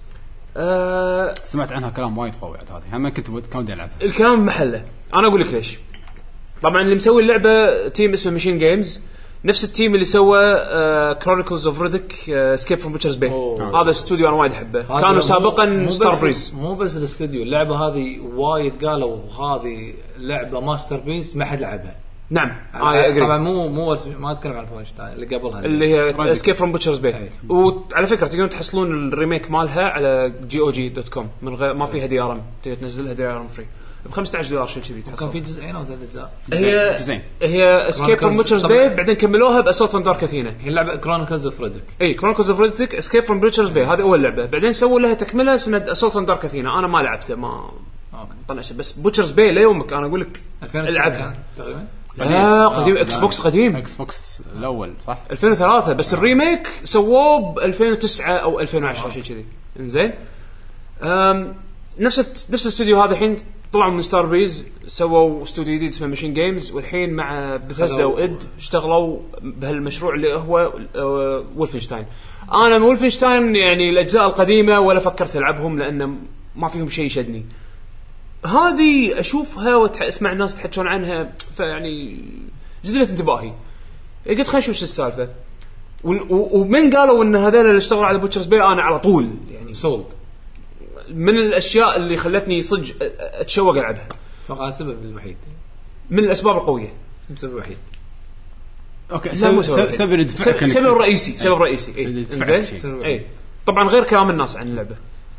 سمعت عنها كلام وايد قوي هذه. هم كنت ودي العبها. الكلام محله. انا اقول لك ليش. طبعا اللي مسوي اللعبه تيم اسمه ماشين جيمز، نفس التيم اللي سوى كرونيكلز اوف ريدك اسكيب فروم بوتشرز باي. هذا استوديو انا وايد احبه. كانوا سابقا ستار بريز. مو بس الاستوديو، اللعبه هذه وايد قالوا هذه لعبه ماستر بيس ما حد لعبها. نعم طبعا مو ما اتكلم عن فونشتاين اللي قبلها اللي هي اسكيب فروم بوتشرز باي. وعلى فكره تقدرون تحصلون الريميك مالها على GOG.com من غير ما فيها DRM، تقدر تنزلها DRM فري $15 شيء كذي. كان في جزئين او 3 اجزاء. هي اسكيب فروم بوتشرز باي بعدين كملوها باسولت اون دارك اثينا. هي اللعبه كرونيكلز اوف ريدك. كرونيكلز اوف ريدك اسكيب فروم بوتشرز باي هذه اول لعبه. بعدين سووا لها تكمله اسمها اسولت اون دارك اثينا. انا ما لعبته ما طنش. بس بوتشرز باي ليومك انا اقول لك العبها تقريبا. قديم اكس بوكس قديم. اكس بوكس الاول صح 2003. بس الريميك سووه ب 2009 او 2010 شيء كذي. انزين نفس الاستوديو هذا الحين طلعوا من ستار بريز، سووا استوديو جديد اسمه ماشين جيمز، والحين مع بثيسدا وإد اشتغلوا بهالمشروع اللي هو وولفنشتاين. انا وولفنشتاين يعني الاجزاء القديمه ولا فكرت العبهم لان ما فيهم شيء شدني. هذه اشوفها واسمع الناس تحكون عنها فيعني جذبت انتباهي. قلت خلينا نشوف ايش السالفه. ومن قالوا ان هذول اللي اشتغلوا على بوتشرز باي انا على طول يعني سولد. من الاشياء اللي خلتني صج اتشوق العبها. اتوقع السبب الوحيد من الاسباب القويه. السبب الوحيد اوكي سبب رئيسي زين اي طبعا غير كلام الناس عن اللعبه.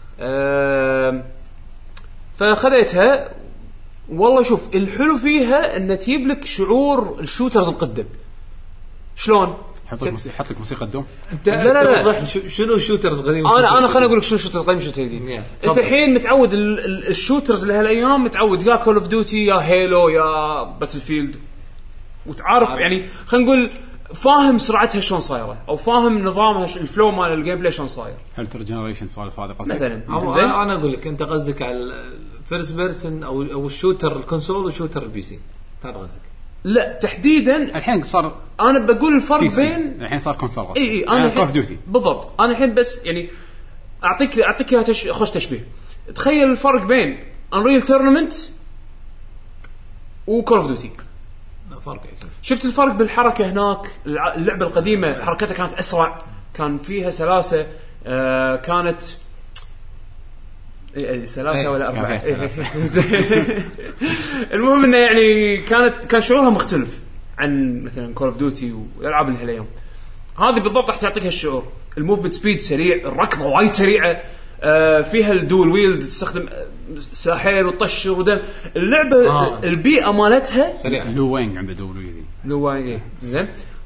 فخذيتها والله. شوف الحلو فيها ان تجيب لك شعور الشوترز القدم. شلون يحط لك موسيقى الدوم. لا شنو الشوترز قديم؟ انا خليني اقول لك شنو الشوترز قديم شو جديد. انت الحين متعود الشوترز لهالايام متعود يا كول اوف ديوتي يا هيلو يا باتل فيلد وتعرف يعني خلينا نقول فاهم سرعتها شلون صايره او فاهم نظامها الفلو مال الجيم بلاي شلون صاير. هل ثيرد جنريشن سوالف هذا قصدك مثلا؟ انا اقول لك انت قصدك على الفيرست بيرسون او الشوتر الكونسول وشوتر البي سي هذا قصدك؟ لا تحديدا الحين صار انا بقول الفرق بين الحين صار كونسول. اي انا كول اوف ديوتي بالضبط. انا الحين بس يعني اعطيك خوش تشبيه. تخيل الفرق بين انريل تورنمنت وكول اوف ديوتي. فرق شفت الفرق بالحركه هناك. اللعبه القديمه حركتها كانت اسرع كان فيها سلاسه كانت سلاسه ولا اربعه. المهم انه يعني كان شعورها مختلف عن مثلا كول اوف ديوتي والالعاب اللي هاليوم. هذه بالضبط راح تعطيك هالشعور. الموفمنت سبيد سريع الركضه وايد سريعه فيها الدول ويلد تستخدم ساحير وتطشر ودم. اللعبه البيئه مالتها سريعه. لو وينج عنده دول ويلد لو زين.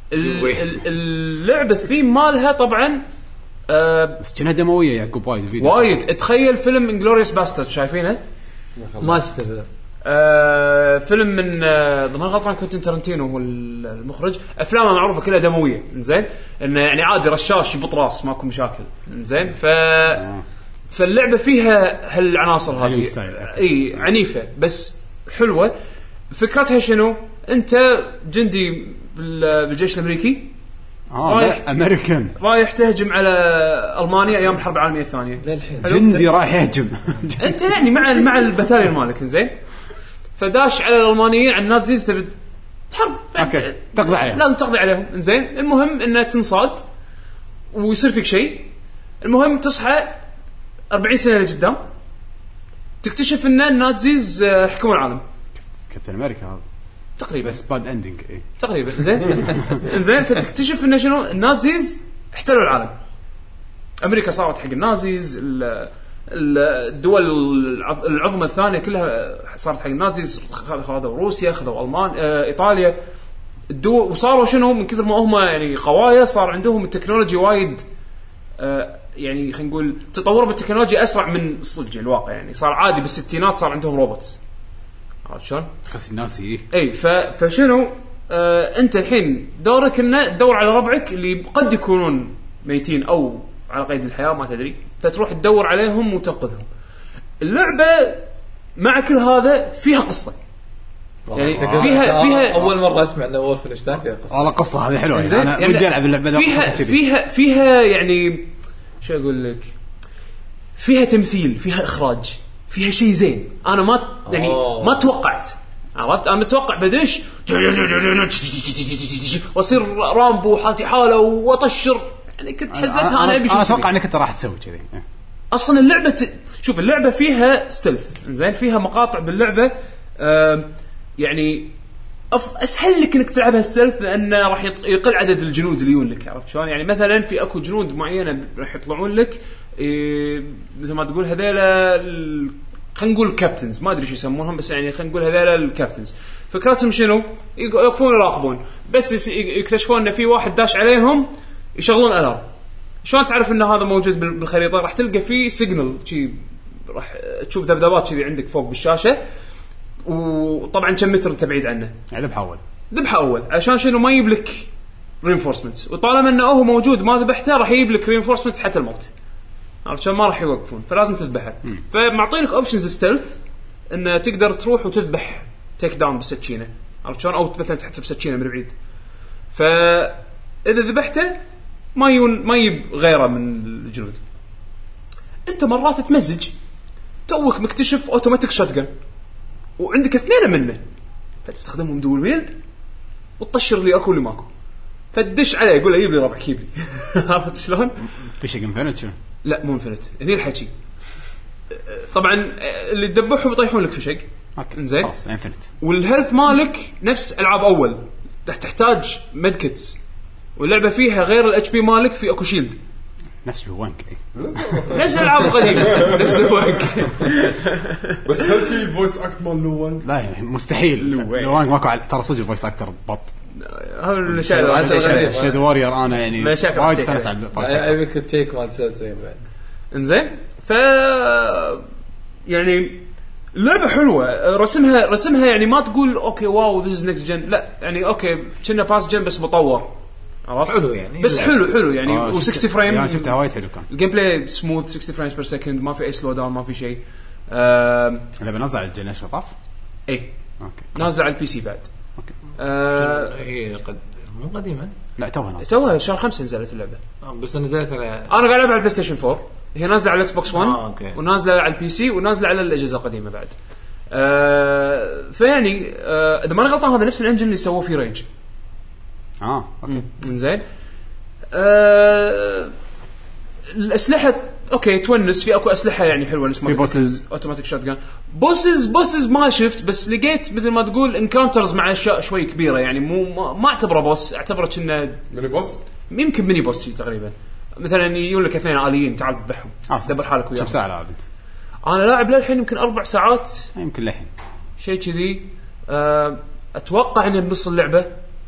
اللعبه الثيم مالها طبعا بس كانها دمويه يعقوب وايد. تخيل فيلم انجلوريوس باسترد شايفينه؟ ما شفته. فيلم من ضمن غلطان كوينتين تارانتينو هو المخرج. افلامه معروفه كلها دمويه زين انه يعني عادي رشاش يبط راس ماكو مشاكل زين. فاللعبه فيها هالعناصر هذه اي عنيفه بس حلوه. فكرتها شنو؟ انت جندي بالجيش الامريكي امريكان رايح تهجم على المانيا ايام الحرب العالميه الثانيه. جندي رايح يهجم انت يعني مع البتاليون مالك زين. فداش على الالمانيين على النازيز تبي حرب اوكي تقضي عليهم. لازم تقضي عليهم زين. المهم انه تنصاد ويصير فيك شيء. المهم تصحى 40 سنه لقدام تكتشف ان النازيز حكموا العالم. كابتن امريكا هذا تقريبا بس باد اندنج تقريبا زين. فتكتشف ان شنو النازيز احتلوا العالم. امريكا صارت حق النازيز. الدول العظمى الثانيه كلها صارت حق النازيز. خذوا روسيا خذوا ايطاليا الدول. وصاروا شنو من كثر ما هم يعني قوايا صار عندهم التكنولوجيا وايد يعني خلينا نقول تطور بالتكنولوجيا اسرع من الصج الواقع. يعني صار عادي بالستينات صار عندهم روبوتس. عرفت شلون؟ خاص الناسي اي فشنو انت الحين دورك انه تدور على ربعك اللي قد يكونون ميتين او على قيد الحياه ما تدري. فتروح تدور عليهم وتنقذهم. اللعبه مع كل هذا فيها قصه يعني فيها اول مره اسمع انه وولفنشتاين فيها قصه. والله قصه هذه حلوه. انا ودي العب اللعبه فيها يعني شو اقول لك فيها تمثيل فيها اخراج فيها شيء زين. انا ما توقعت. عرفت انا متوقع بدش واصير رامبو حالتي حاله واطشر يعني كنت حزتها. انا اتوقع انك انت راح تسوي كذي. اصلا اللعبه شوف اللعبه فيها ستيلث زين. فيها مقاطع باللعبه يعني اسهل لك انك تلعبها ستيلث لانه راح يقل عدد الجنود اللي يجون لك. عرفت شلون؟ يعني مثلا في اكو جنود معينه راح يطلعون لك مثل ما تقول هذيلا خلينا نقول كابتنز ما ادري شو يسمونهم بس يعني خلينا نقول هذيلا الكابتنز. فكرتهم شنو؟ يوقفون يراقبون بس يكتشفون ان في واحد داش عليهم يشغلون الارم. شلون تعرف ان هذا موجود بالخريطه؟ راح تلقى فيه سيجنال شي راح تشوف ذبذبات كذي عندك فوق بالشاشه. وطبعا كم متر انت بعيد عنه يعني ذبح اول عشان شنو ما يجيب لك رينفورسمنتس. وطالما انه هو موجود ما ذبحته راح يجيب لك رينفورسمنتس حتى الموت. عرفت ما راح يوقفون فلازم تذبحه. فمعطينك اوبشنز ستيلث ان تقدر تروح وتذبح تيك داون بالسكينه. عرفت شلون؟ او مثلا تحذف بسكينه من بعيد. فاذا ذبحته ما يجيب غيره من الجنود. انت مرات تمزج توك مكتشف اوتوماتيك شوتجن وعندك اثنين منه فتستخدمهم دول ويلد وتطشر لي اكو اللي ماكو. فتدش عليه يقول له جيب لي ربع كيبلي. عرفت شلون؟ فيشك انفينيت شو؟ لا مو انفينيت هني الحكي. طبعا اللي تذبحهم يطيحون لك فيشك انزين خلاص انفينيت. والهيلث مالك نفس العاب اول راح تحتاج ميدكتس، واللعبه فيها غير الاتش بي مالك في اكو شيلد نفس الوانك نفس الالعاب القديمه نفس الوانك. بس هل في فويس اكت مال لوان؟ لا يعني مستحيل لوانك ماكو ترى صدق الفويس اكتر بط. هذا الشيء شادو وارير انا يعني وايد استانس على الفويس ابيك تشيك ما تسوي بعد. انزين يعني لعبه حلوه، رسمها يعني ما تقول اوكي واو ذيس نيكست جن، لا يعني اوكي كنا باس جن بس مطور، عرفت حلو يعني بس حلو يعني و60 فريم يعني شفتها وايد حلو كان الجيم بلاي سموث 60 فريمز بير سكند، ما في اي سلو داون ما في شيء. اللعبه نازله على الجنريشن طاف اي اوكي نازله على البي سي بعد اوكي. هي مو قديمه، لا توها شهر 5 نزلت اللعبه بس نزلت انا قاعد العب على البلاي ستيشن 4، هي نازله على الاكس بوكس 1 ونازله على البي سي ونازله على الاجهزه القديمه بعد. فيعني اذا ما غلطان هذا نفس الانجن اللي سووه في رينج. اوكي زين. الاسلحه اوكي تونس، في اكو اسلحه يعني حلوه اسمها في بوسز اوتوماتيك شوت جان. بوسز ما شفت، بس لقيت مثل ما تقول انكاونترز مع اشياء شوي كبيره، يعني مو ما اعتبره بوس، اعتبره كنا ميني بوس، يمكن ميني بوس تقريبا. مثلا يقول لك اثنين آليين تعال تذبحهم دبر حالك وياهم. كم ساعه لعبت؟ انا لاعب للحين يمكن 4 ساعات يمكن للحين شيء كذي. اتوقع انه بنص اللعبه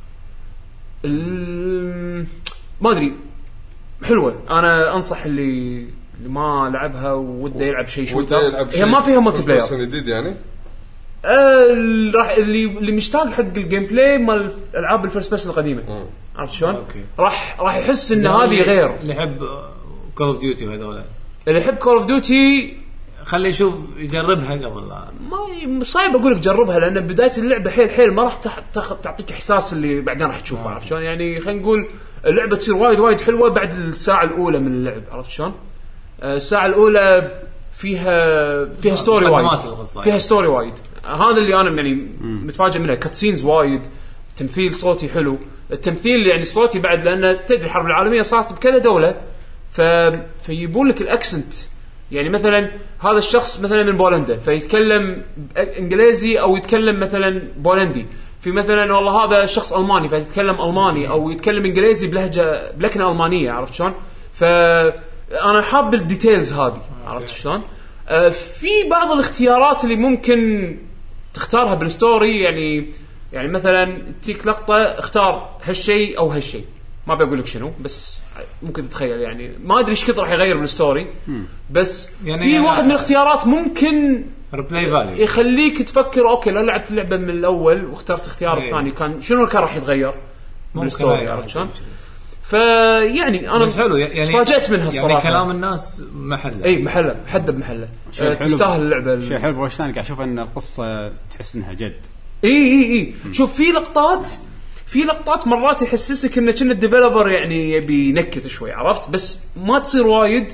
ما ادري حلوه. انا انصح اللي ما لعبها وده يلعب شيء شوتر، هي ما فيها مالتي بلاير جديد يعني. راح اللي مشتاق حق الجيم بلاي مال العاب الفيرست بيرسون القديمه، عرفت شلون؟ راح يحس ان هذه غير. اللي يحب كول اوف ديوتي وهذول، اللي يحب كول اوف ديوتي خليه يشوف يجربها قبل. ما صعب اقول لك جربها، لان بدايه اللعبه حيل ما راح تعطيك احساس اللي بعدين راح تشوفه، عرفت شلون؟ يعني خلينا نقول اللعبه تصير وايد حلوه بعد الساعه الاولى من اللعب، عرفت شلون؟ الساعه الاولى فيها ستوري وايد، فيها ستوري وايد. هذا اللي انا يعني متفاجئ منها. كاتسينز وايد، تمثيل صوتي حلو، التمثيل يعني الصوتي بعد، لان تدري الحرب العالميه صارت بكذا دوله، فيجيبون لك الاكسنت. يعني مثلا هذا الشخص مثلا من بولندا فيتكلم انجليزي او يتكلم مثلا بولندي، في مثلا والله هذا الشخص الماني فيتكلم الماني او يتكلم انجليزي بلكنه المانيه، عرفت شلون؟ فانا حاب الديتيلز هذه، عرفت شلون؟ في بعض الاختيارات اللي ممكن تختارها بالستوري، يعني مثلا تيك لقطه اختار هالشيء او هالشيء، ما بقول لك شنو، بس ممكن تتخيل يعني ما ادري ايش كثر راح يغير بالستوري، بس يعني في واحد من الاختيارات ممكن ريبلاي فاليو يخليك تفكر اوكي لو لعبت اللعبه من الاول واخترت اختيار الثاني كان شنو كان راح يتغير بالستوري، عرفت شلون؟ فيعني انا حلو يعني تفاجأت منها الصراحه. يعني كلام الناس محله، اي محله حد بمحله تستاهل اللعبه. شيء حلو بوشتاني قاعد اشوف ان القصه تحس انها جد. اي شوف في لقطات مرات يحسسك انه كنا الديفلوبر يعني يبي ينكت شوي، عرفت؟ بس ما تصير وايد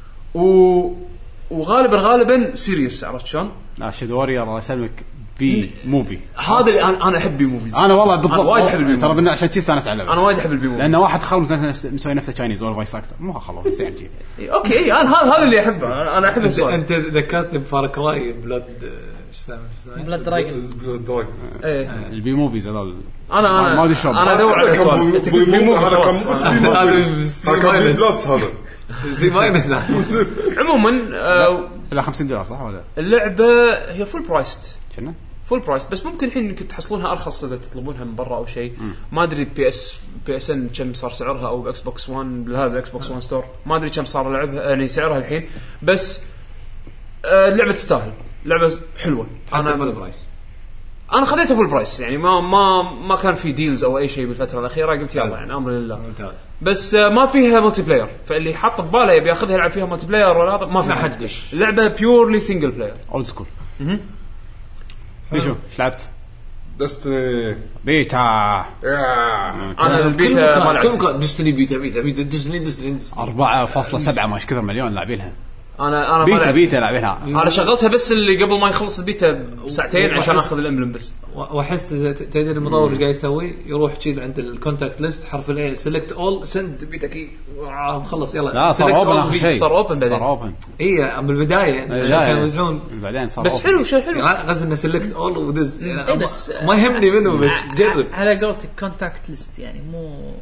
وغالبا سيريس، عرفت شلون؟ لا شادو وارير اسلمك بي موفي، هذا اللي انا احب بي موفيز. انا والله بالضبط وايد احب البي ترى عشان كذا استانس على اللعبه. انا وايد احب البي موفيز لانه واحد خلص مسوي نفسه تشاينيز ولا فايس اكتر، مو خلص يصير شيء. اوكي انا هذا اللي احبه، انا احب السؤال. انت ذكرتني بفار كراي بلاد بلاد دراجون. ايه البي موفيز هذول انا ما ادري شلون، انا ادور على سؤال. انت قلت بي موفي خلاص، هذا كان بلس، هذا زي ماينس. عموما لا $50 صح ولا؟ اللعبه هي فول برايست، كنا فول برايس، بس ممكن الحين يمكن تحصلونها ارخص اذا تطلبونها من برا او شيء. ما ادري بي اس ان كم صار سعرها، او اكس بوكس 1 بهذا الاكس بوكس 1 ستور ما ادري كم صار لعبها يعني سعرها الحين، بس اللعبه تستاهل، لعبه حلوه. انا فول برايس، انا خذيتها فول برايس، يعني ما كان في ديلز او اي شيء بالفتره الاخيره، قلت يلا يعني امر لله. ممتاز. بس ما فيها ملتي بلاير، فاللي حاط بباله يبي ياخذها يلعب فيها ملتي بلاير ولا هذا ما في حد. اللعبه بيورلي سنجل بلاير اولد سكول. بيشو ايش لعبت؟ دستني بيتا. انا البيتا ما لعبت. دستني بيتا 4.7 ما ايش كثر مليون لاعبينها. انا بيتا لاعبينها. انا شغلتها بس اللي قبل ما يخلص البيتا ساعتين عشان اخذ الامبلم بس. واحس تدري المطور ايش قاعد يسوي؟ يروح تشيل عند الكونتاكت ليست حرف الاي سيلكت اول سند بيتا كي مخلص يلا. لا صار اوبن اخر شيء. صار اوبن بعدين. صار اوبن اي بالبدايه كانوا يوزعون بعدين صار بس حلو شيء حلو. غزل انه سيلكت اول ودز يعني بس ما يهمني منه بس جرب على قولتك كونتاكت ليست يعني مو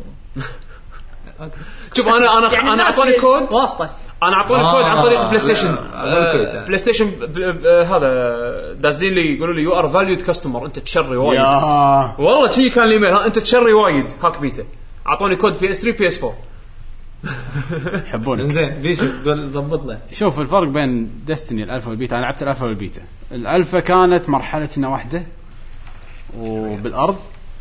شوف انا اعطوني كود واسطه. انا اعطوني كود عن طريق بلاي ستيشن. بالكويت. بلاي ستيشن هذا دازين لي يقولوا لي يو ار فاليود كاستمر انت تشري وايد. والله شيء كان لي ميل انت تشري وايد هاك بيتا. اعطوني كود PS3 PS4 يحبونك. زين ليش ضبطنا؟ شوف الفرق بين ديستني الالفا والبيتا. انا لعبت الالفا والبيتا. الالفا كانت مرحلتنا واحده وبالارض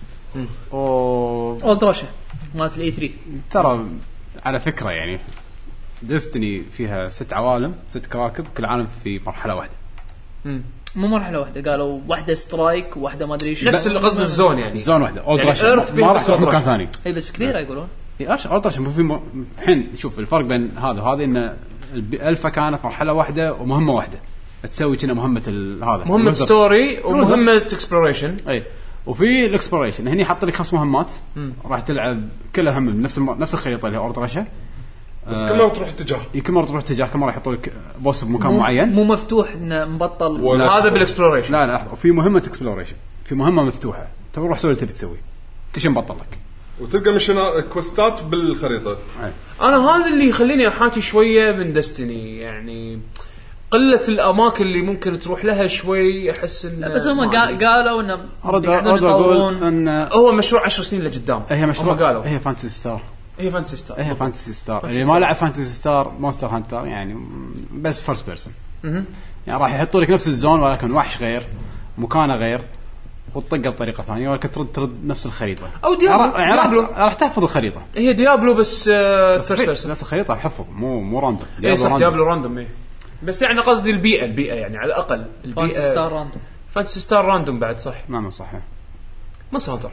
درشه مالت الاي 3. ترى على فكره يعني ديستني فيها 6 عوالم 6 كواكب كل عالم في مرحله واحده. مو مرحله واحده قالوا واحده سترايك وواحده ما ادري ايش نفس اللي قصد الزون يعني زون واحده اولد يعني رش ما راح تروح مكان ثاني. اي بس كبيره يقولون ايش اولد رش في الحين شوف الفرق بين هذا وهذا ان الالفا كانت مرحله واحده ومهمه واحده تسوي كنا مهمه هذا مهمه ستوري ومهمه اكسبلوريشن. اي وفي الاكسبلوريشن هني حط لك 5 مهمات راح تلعب كلها هم نفس الخريطه اللي اولد رش بس كل مرة تروح اتجاه. كل مرة تروح اتجاه كل مرة يحطوا لك بوس بمكان معين مو مفتوح انه مبطل. هذا بالاكسبلوريشن. لا وفي مهمة اكسبلوريشن في مهمة مفتوحة تروح سوي اللي تبي تسوي كل شيء مبطل لك وتلقى مشينا كوستات بالخريطة. انا هذا اللي يخليني احاتي شوية من دستني يعني قلة الاماكن اللي ممكن تروح لها شوي احس ان بس هم قالوا انه أرد اقول ان هو مشروع 10 سنين لقدام. هي مشروع هي فانتسي ستار. هي فانتسي ستار اللي ما لعب فانتسي ستار مونستر هانتر يعني بس فيرست بيرسون يعني راح يحطوا لك نفس الزون ولكن وحش غير مكانه غير وتطقه بطريقه ثانيه ولكن ترد نفس الخريطه او ديابلو راح تحفظ الخريطه. هي ديابلو بس فيرست بيرسون بس الخريطه حفظ مو راندوم. ديابلو راندوم بس يعني قصدي البيئه يعني على الاقل فانتسي ستار راندوم. فانتسي ستار راندوم بعد صح. نعم صح مصر هانتر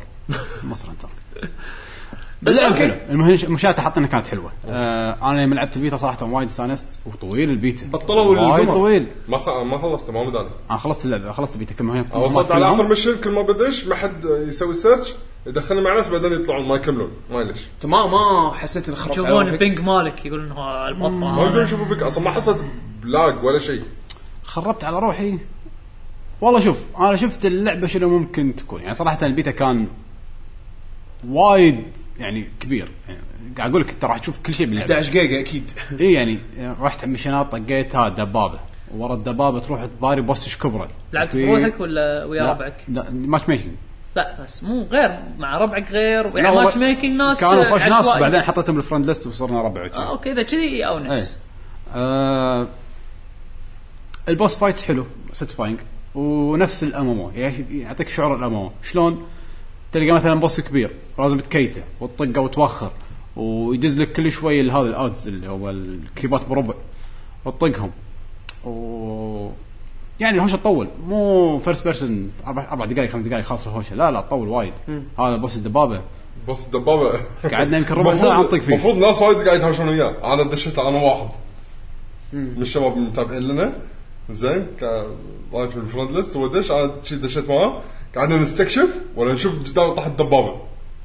بس حلو. المشاهده حطنا كانت حلوه. انا لما لعبت البيتا صراحه وايد استانست وطويل البيتا بطلوا وايد طويل. ما خلصت ما مداني. انا خلصت اللعبه خلصت البيتا كم هي وصلت على اخر مشن كل ما بدش ما حد يسوي سيرش يدخلني مع ناس بعدين يطلعون ما يكملون ما ليش. ما حسيت ان خربت يشوفون البينج مالك يقولون انه البطه ما يقدرون يشوفوا بينج اصلا ما حسيت بلاج ولا شيء. خربت على روحي والله. شوف انا شفت اللعبه شنو ممكن تكون يعني صراحه البيتا كان وايد يعني كبير يعني قاعد اقول لك انت راح تشوف كل شيء باللعبه 11 جيجا اكيد. اي يعني رحت مشينات طقيت دبابه ورا الدبابه تروح تباري بوسش كبرى. لعبت بروحك ولا ويا ربعك؟ لا ماتش ميكينج. لا بس مو غير مع ربعك غير يعني ماتش ميكينج ناس كانوا خوش ناس بعدين حطيتهم بالفرند ليست وصرنا ربع. اوكي اذا كذي او ناس البوس فايتس حلو ساتيسفاينج ونفس الامامو يعطيك شعور الامامو. شلون تلقى مثلا بوس كبير لازم تكيته وتطقه وتوخر ويدز لك كل شوي هذا الادز اللي هو الكريبات بربع وتطقهم يعني الهوشه تطول مو فيرست بيرسون 4 دقائق 5 دقائق خلاص الهوشه لا تطول وايد. هذا بوس الدبابه قعدنا يمكن ربع ساعه نطق فيه. المفروض ناس وايد قاعد يتهاوشون وياه. انا دشيت انا واحد من الشباب المتابعين لنا زين ضايف الفرند ليست ودش انا دشيت معاه قاعدين نستكشف ولا نشوف قدام طاح الدبابه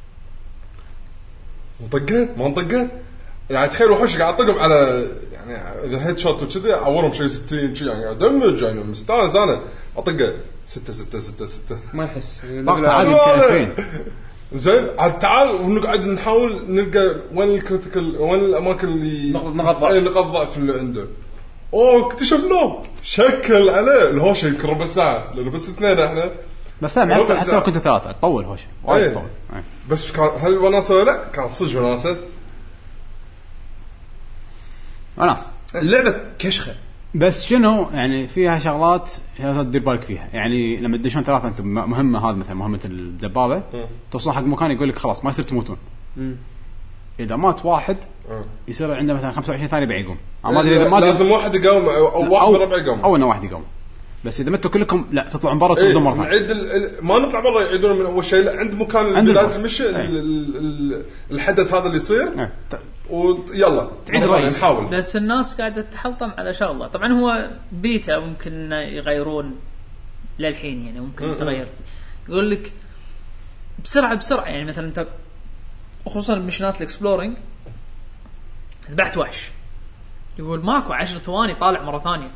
وطقت ما نطقت يعني تخيل وحش قاعد طقم على يعني اذا هيد شوت وكذا اورهم شيء 60 شيء يعني دمج يعني مستانس انا اطقه 6 ما يحس ضغط عالي 2000 زين عاد تعال ونقعد نحاول نلقى وين الكريتيكال وين الاماكن اللي نقاط ضعف اللي عنده. اكتشفناه شكل عليه الهوشه يمكن ربع ساعه لانه بس 2 احنا بس حتى لو كنت 3 تطول هوشه وايد طول. بس هل وناسه لا كان صدق وناسه اللعبه كشخه بس شنو يعني فيها شغلات تدير بالك فيها يعني لما تدشون 3 انت مهمه هذا مثلا مهمه الدبابه توصل حق مكان يقول لك خلاص ما يصير تموتون. اذا مات واحد يصير عنده مثلا 25 ثانيه بيقوم. ما ادري اذا ما لازم واحد يقوم او واحد ربع يقوم او انه واحد يقوم. بس اذا متوا كلكم لا تطلعون برا تردون مره ثانيه. ما نطلع برا يعيدون من اول شيء عند مكان بدايه المشي الحدث هذا اللي يصير ويلا تعيد الرئيس. نحاول. بس الناس قاعده تحلطم على شغله. طبعا هو بيتا ممكن يغيرون للحين يعني ممكن تغير. يقول لك بسرعه يعني مثلا انت خصوصا المشنات الاكسبلورينج ذبحت وحش يقول ماكو 10 ثواني طالع مره ثانيه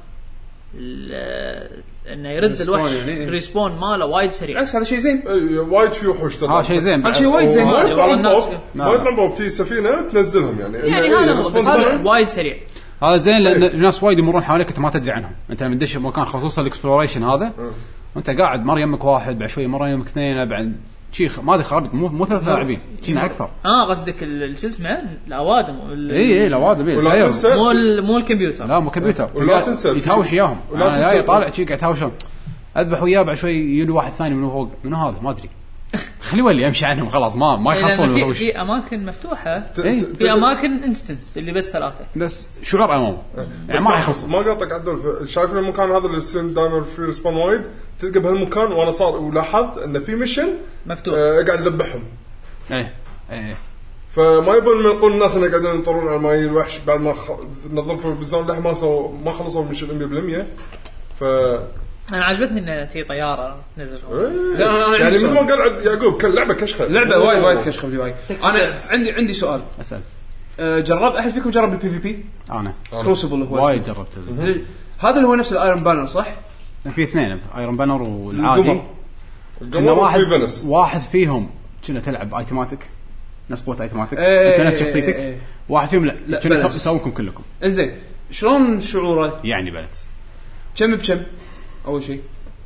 انه يرد الوحش يعني ريسبون ماله وايد سريع. بالعكس هذا شيء زين. وايد في وحوش تطلع شيء زين. هذا شيء وايد زين. ما والله الناس يطلعون بوبتي سفينه تنزلهم يعني هذا بس وايد سريع. هذا زين لان الناس وايد يمرون حواليك انت ما تدري عنهم. انت لما تدش مكان خصوصا الاكسبلوريشن هذا وانت قاعد مره يمك واحد بعد شوي مره يمك اثنين بعد شيخ ما ادري خربت مو 3 لاعبين كنا اكثر. قصدك شو اسمه الاوادم اي الاوادم مو الكمبيوتر. لا مو كمبيوتر ولا تنسى يتهاوش اياهم. ولا تنسى طالع شي قاعد يتهاوشون اذبح وياه بعد شوي يجي واحد ثاني من فوق من هذا ما ادري خليه ولي يمشي عنهم خلاص ما يحصلون الوحوش. في اماكن مفتوحه في اماكن انستنت اللي بس 3 بس شعور امامه يعني ما راح يخلص. ما قاطعك عدول شايف المكان هذا اللي السن دايمر في ريسبون وايد تلقى بهالمكان وانا صار ولاحظت انه في ميشن مفتوح قاعد ذبحهم. ايه فما يبون يقول الناس انه قاعدين ينطرون على ماي الوحش بعد ما نظفوا بالزون لح ما خلصوا الميشن 100%. انا عجبتني ان في طياره نزل يعني مثل ما قال يعقوب كل لعبه كشخه لعبه وايد كشخه في وايد. انا عندي سؤال اسال. جرب احد فيكم جرب البي في بي؟ انا كروسبل هو وايد جربته. هذا اللي هو نفس الايرون بانر صح؟ في 2 ايرون بانر والعادي. كنا واحد فيهم كنا تلعب ايتماتيك نفس قوه ايتماتيك نفس شخصيتك. واحد فيهم لا كنا يساوونكم كلكم. انزين شلون شعوره يعني بالانس كم بكم اول شيء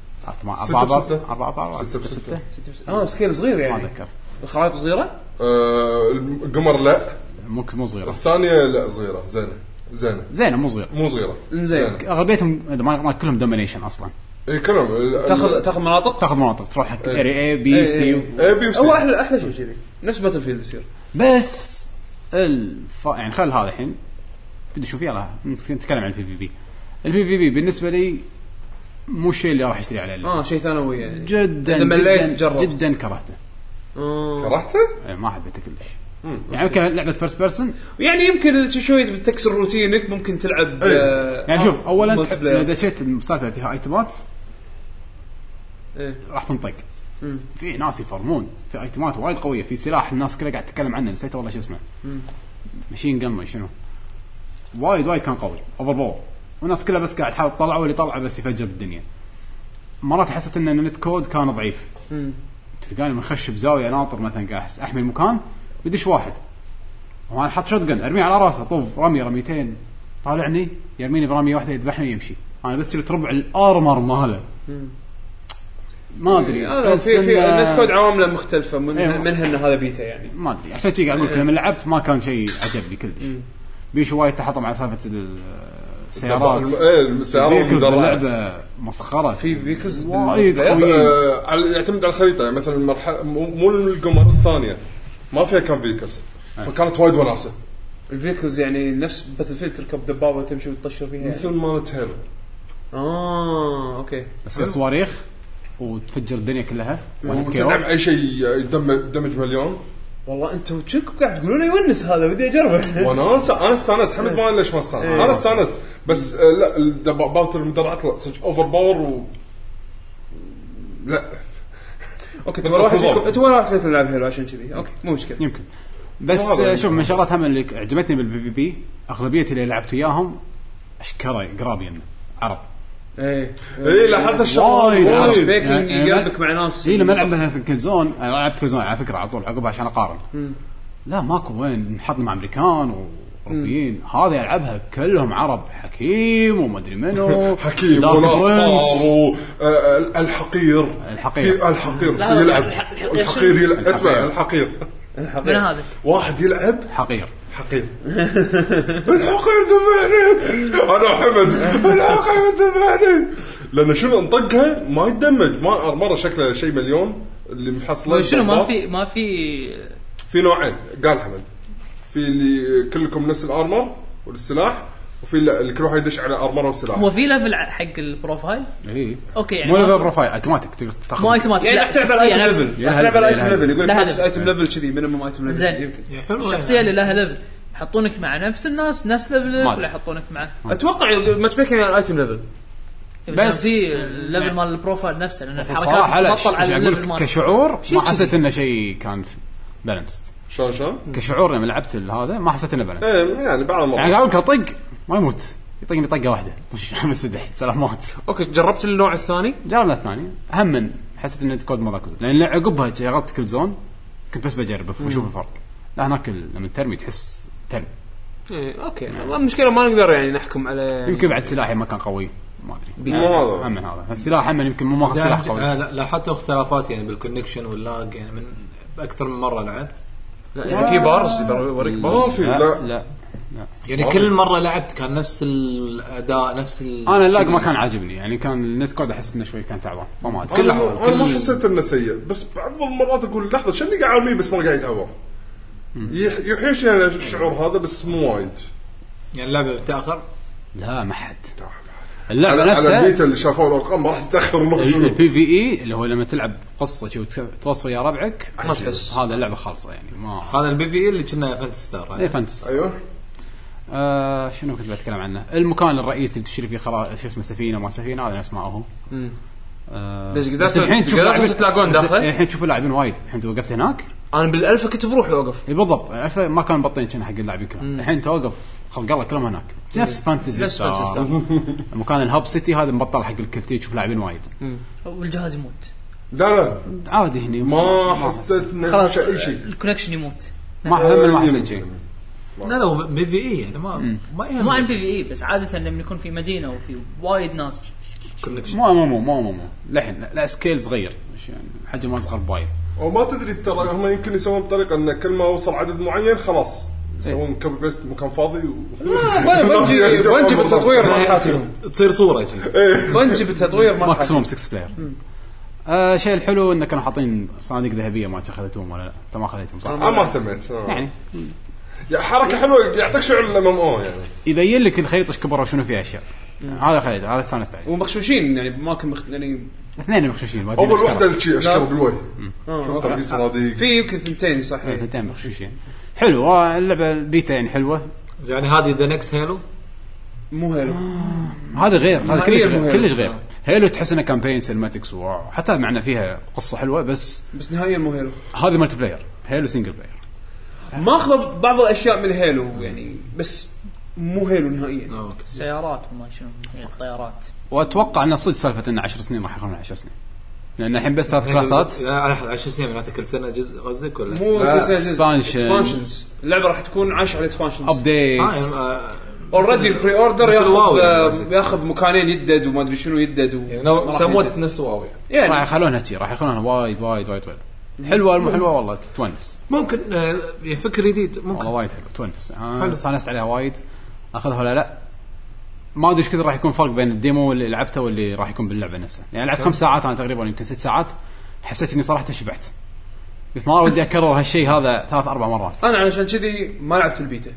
4 6 سكيل صغير يعني ما اذكر. الخرائط صغيره القمر لا مو صغيره. الثانيه لا صغيره زينه مو صغيره. انزين اغلبيتهم ما كلهم دومينيشن اصلا. اي كلهم تاخذ مناطق تروح حق اري بي سي هو احلى شيء كذي نفس باتل فيلد يصير. بس يعني خل هذا الحين بدي اشوف يلا نتكلم عن البي في بي بالنسبه لي مو الشيء اللي راح اشتري عليه. شيء ثانوي يعني جدا كرهته. ما حبيته كلش. يعني يمكن لعبه فيرست بيرسون يعني يمكن شويه بتكسر روتينك ممكن تلعب يعني شوف اولا اذا دشيت المسافه فيها ايتمات راح تنطق. في ناس يفرمون في ايتمات وايد قويه في سلاح الناس كلها قاعد تتكلم عنه نسيت والله شو اسمه ماشين جن شنو وايد كان قوي اوفر باور والناس كلها بس قاعد تحاول تطلعه واللي طلعه بس يفجر الدنيا. مرات حسيت ان النت كود كان ضعيف. تلقاني منخش بزاويه ناطر مثلا قاعد احمي المكان بدش واحد وانا حاط شوتجن ارميه على راسه طوف رميتين طالعني يرميني برميه واحده يذبحني يمشي. انا بس شلت ربع الارمر ماله ما ادري. في النت كود عوامله مختلفه منها ان هذا بيتا يعني ما ادري عشان كذا قاعد اقول لك لما لعبت ما كان شيء عجبني كلش. بيش وايد تحطم على سالفه السيارات. السيارات اللعبه مسخره في فيكلز وايد يعتمد على الخريطه يعني مثلا المرحله مو القمر الثانيه ما فيها كان فيكلز فكانت وايد وناسه. الفيكلز يعني نفس باتل فيلد تركب دبابه وتمشي وتطشر فيها مثل ما تهل. اوكي بس صواريخ وتفجر الدنيا كلها وتلعب اي شيء دمج مليون. والله انتم شكو قاعد تقولون يونس هذا بدي اجربه. وانا استانست حمد ما ليش ما استانست. انا استانست بس لا الدبابات المدرعات لا صدق اوفر باور لا اوكي انت واحد فيكم لعب هيرو عشان كذي اوكي مو مشكله يمكن بس شوف من شغلات هم اللي عجبتني بالبي في بي اغلبيه اللي لعبت وياهم اشكره قرابين عرب. ايه لاحظت الشغل سبيكينج يقلبك مع ناس. لما العب مثلا في كلزون انا لعبت كلزون على فكره على طول عقبها عشان اقارن. لا ماكو وين نحط مع امريكان واوروبيين. هذا يلعبها كلهم عرب حكيم وما ادري منو حكيم ونصار الحقير يلعب الحقير يلعب اسمع الحقير من هذا واحد يلعب حقير الحقير ذبحني انا حمد الحقير ذبحني لأن شنو انطقها ما يدمج ما مرة شكله شيء مليون اللي محصله شنو ما في نوعين قال حمد في اللي كلكم نفس الارمر والسلاح وفي اللي كل واحد يدش على ارمر والسلاح. هو في ليفل حق البروفايل اي اوكي يعني مو ليفل بروفايل اوتوماتيك تقدر تاخذ مو اوتوماتيك يعني تلعب على ايتم ليفل يقول لك ايتم ليفل كذي مينيمم ايتم ليفل زين الشخصيه اللي لها ليفل يحطونك مع نفس الناس نفس ليفلك ولا يحطونك مع اتوقع ماتش ميكنج على الايتم ليفل بس في الليفل مال البروفايل نفسه لان الحركات تبطل على الليفل كشعور ما حسيت انه شيء كان بالانسد شلون كشعور لما لعبت هذا ما حسيت انه بالانس يعني بعض المرات يعني قاعد طق ما يموت يطقني طقه واحده طش مسدح سلامات. اوكي جربت النوع الثاني؟ جربنا الثاني هم من حسيت ان كود ما ذاك لان عقبها جربت كل زون كنت بس بجرب واشوف الفرق. لا هناك لما ترمي تحس ترمي. اوكي المشكله ما نقدر يعني نحكم على يمكن بعد سلاحي ما كان قوي ما ادري هذا من هذا السلاح هم يمكن مو ماخذ سلاح قوي. لا حتى اختلافات يعني بالكونكشن واللاج يعني من اكثر من مره لعبت. لا في بارز يوريك بارز لا يعني كل مره لعبت كان نفس الاداء نفس انا اللاج ما كان عاجبني يعني كان النت كود احس انه شوي كان تعبان فما ادري. انا ما حسيت انه سيء بس بعض المرات اقول لحظه شنو قاعد ارمي بس ما قاعد يتعور يحيشني يعني الشعور هذا بس مو وايد. يعني اللعبه بتاخر؟ لا ما حد اللعبه نفسها على البيتا اللي شافوا الارقام ما راح تتاخر البي في اي اللي هو لما تلعب قصه توصل يا ربعك ما تحس هذا اللعبه خالصه يعني ما هذا البي في اي اللي كنا فانتسي ستار. اي فانتسي ايوه. شنو كنت بتكلم عنه المكان الرئيسي اللي تشتري فيه شو اسمه سفينه ما سفينه هذا اسمه بس الحين تلاقون داخله الحين تشوفوا لاعبين وايد. الحين توقفت هناك انا بالالفا كنت بروح اوقف بالضبط الالفا ما كان بطين كان حق اللاعبين كلهم. الحين توقف خلق الله كلهم هناك نفس فانتسي المكان الهاب سيتي هذا مبطل حق الكل تشوف لاعبين وايد والجهاز يموت. لا عادي هني ما حسيت انه شيء الكونكشن يموت ما حسيت شيء. لا بي في اي يعني ما عن بي في اي بس عاده لما يكون في مدينه وفي وايد ناس مو لحين لا سكيل صغير يعني حجم اصغر بايد وما تدري ترى هم يمكن يسوون بطريقه ان كل ما وصل عدد معين خلاص يسوون كوبي بيست مكان فاضي بنجي بالتطوير مالتهم تصير صوره بنجي بالتطوير ماكسيموم 6 بلاير. شيء الحلو انه كانوا حاطين صناديق ذهبيه ما اخذتهم ولا لا انت ما اخذتهم صح؟ ما اهتميت يعني حركه حلوه يعطيك شعور الام يعني يبين لك الخريطه ايش كبر وشنو فيها اشياء. هذا خليت هذا استانست عليه ومخشوشين يعني باماكن يعني اثنين مخشوشين اول وحده اللي اشكال بالوجه شفت في صناديق في يمكن ثنتين صح ثنتين مخشوشين حلو. اللعبه البيتا يعني حلوه يعني هذه ذا نكست هيلو مو هيلو هذا غير هذا كلش غير هيلو تحس انه كامبين سينماتكس وحتى معنا فيها قصه حلوه بس نهائيا مو هيلو. هذه مالتي بلاير هيلو سينجل بلاير ماخذ بعض الاشياء من هيلو يعني بس مو هيلو نهائيا. السيارات وما شنو هي الطيارات واتوقع ان صدق سالفه ان 10 سنين راح يخلون 10 سنين لان الحين بس 3 كلاسات على 10 سنين معناته كل سنه جزء غزك ولا مو اكسبانشنز اللعبه راح تكون عايشه على الاكسبانشنز ابديتس اوريدي البري اوردر ياخذ مكانين يدد وما ادري شنو يدد يعني سموت نفس واو يعني راح يخلونها شيء راح يخلونها وايد حلوه حلوه والله تونس ممكن فكر جديد ممكن والله وايد حلو تونس استانست عليها وايد اخذها ولا لا ما ادري ايش كثر راح يكون فرق بين الديمو اللي لعبته واللي راح يكون باللعبه نفسها. يعني لعبت 5 ساعات انا تقريبا يمكن 6 ساعات حسيت اني صراحه شبعت بس ما ودي اكرر هالشيء هذا 3-4 مرات. انا علشان كذي ما لعبت البيتا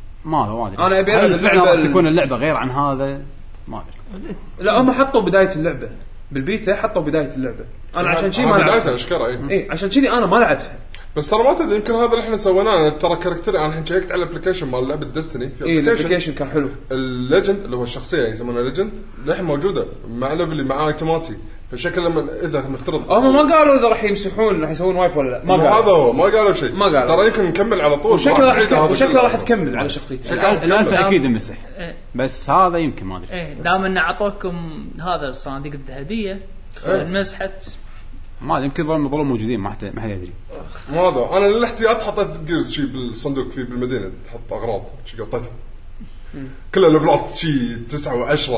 ما ادري انا ابي العب اللعبه راح تكون اللعبه غير عن هذا ما ادري. لا هم حطوا بدايه اللعبه بالبيتا حطوا بدايه اللعبه انا عشان كذي ما لعبتها اشكرها اي عشان كذي انا ما لعبتها بس ترى ما تدري يمكن هذا اللي احنا سويناه ترى كاركتر انا الحين شيكت على الابلكيشن مال لعبه ديستني في الابلكيشن كان حلو الليجند اللي هو الشخصيه يسمونها ليجند لحين موجوده مع ليفلي مع ايتماتي فشكل لما اذا نفترض هم ما قالوا اذا راح يمسحون راح يسوون وايب ولا لا ما قالوا هذا هو ما قالوا شيء ترى يمكن نكمل على طول وشكله راح تكمل على شخصيته الالفا اكيد مسح بس هذا يمكن ما ادري دام ان اعطوكم هذا الصناديق الذهبيه مسحت ما يمكن يظلوا موجودين ما حد يدري. هذا انا للاحتياط حطيت جيرز شيء بالصندوق في بالمدينه تحط اغراض شيء قطيتها كلها ليفلات شيء 9 و10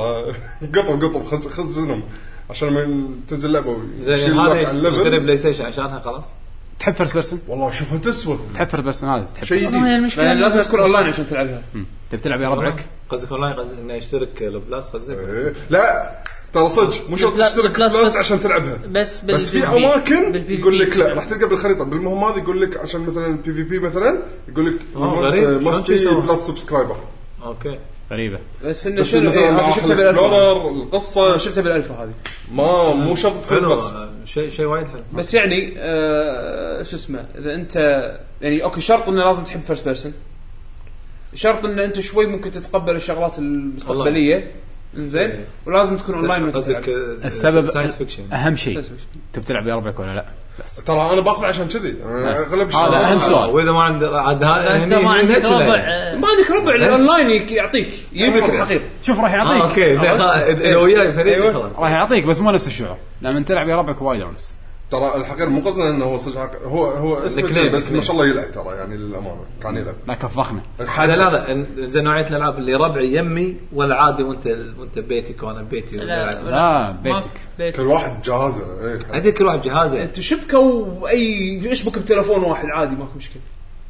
قطب خزنهم عشان ما تنزل اللعبه زين هذا اشتري بلاي ستيشن عشانها خلاص. تحب فيرست بيرسون والله شوفها تسوى تحب فيرست بيرسون هذا تحب شيء المشكله لازم تكون اونلاين عشان تلعبها تبي تلعب يا ربعك قصدك اونلاين قصدك انه يشترك بلاس قصدك لا ترى صدق مو شرط تشترك بلاس عشان تلعبها بس في اماكن يقول لك لا راح تلقى بالخريطه بالمهم هذه يقول لك عشان مثلا البي في بي مثلا يقول لك ماستي بلس سبسكرايبر اوكي غريبه بس انه شنو هذا شفته بالاكسبلورر القصه شفته بالالفا هذه مو شرط حلو بس شيء وايد حلو بس يعني شو اسمه اذا انت يعني اوكي شرط انه لازم تحب فيرست بيرسون شرط ان انت شوي ممكن تتقبل الشغلات المستقبليه زين ولازم تكون اونلاين. السبب اهم شيء انت بتلعب يا ربعك ولا لا بس. ترى انا باخذ عشان كذي اغلب هذا اهم سؤال. واذا ما عند عاد هذا انت ما عندك ربع ما عندك ربع الاونلاين يعطيك يجيب الحقيقه. شوف راح يعطيك اوكي زين لو وياي فريق خلاص راح يعطيك بس مو نفس الشعور لما تلعب يا ربعك وايد ونس. ترى الحقيقه مو قصدنا انه هو صدق هو اسمه كذا بس ما شاء الله يلعب ترى يعني للامانه كان يلعب لا كفخنا. لا زين نوعيه الالعاب اللي ربعي يمي ولا عادي وانت بيتك وانا بيتي لا بيتك كل واحد جهازه عندك كل واحد جهازه انت شبكه اي يشبك بتليفون واحد عادي ماكو مشكله.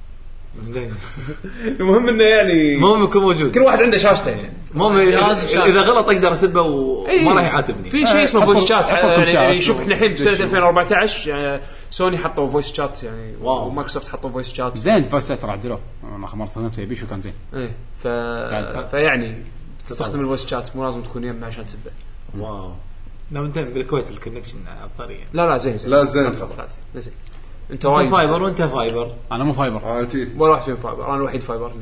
المهم انه يعني المهم يكون موجود كل واحد عنده شاشته يعني المهم اذا غلط اقدر اسبه وما راح يعاتبني. في شيء اسمه فويس شات يعني شوف احنا الحين بسنه 2014 يعني سوني حطوا فويس شات يعني ومايكروسوفت حطوا فويس شات زين فويس شات راح عدلوه ما خمر صنمته يبي شو كان زين ايه فيعني تستخدم الفويس شات مو لازم تكون يم عشان تسبه. واو لو انت بالكويت الكونكشن عبقريه. لا زين لا زين انت وايد فايبر وانت فايبر. انا مو فايبر ولا واحد فيهم فايبر انا الوحيد فايبرني.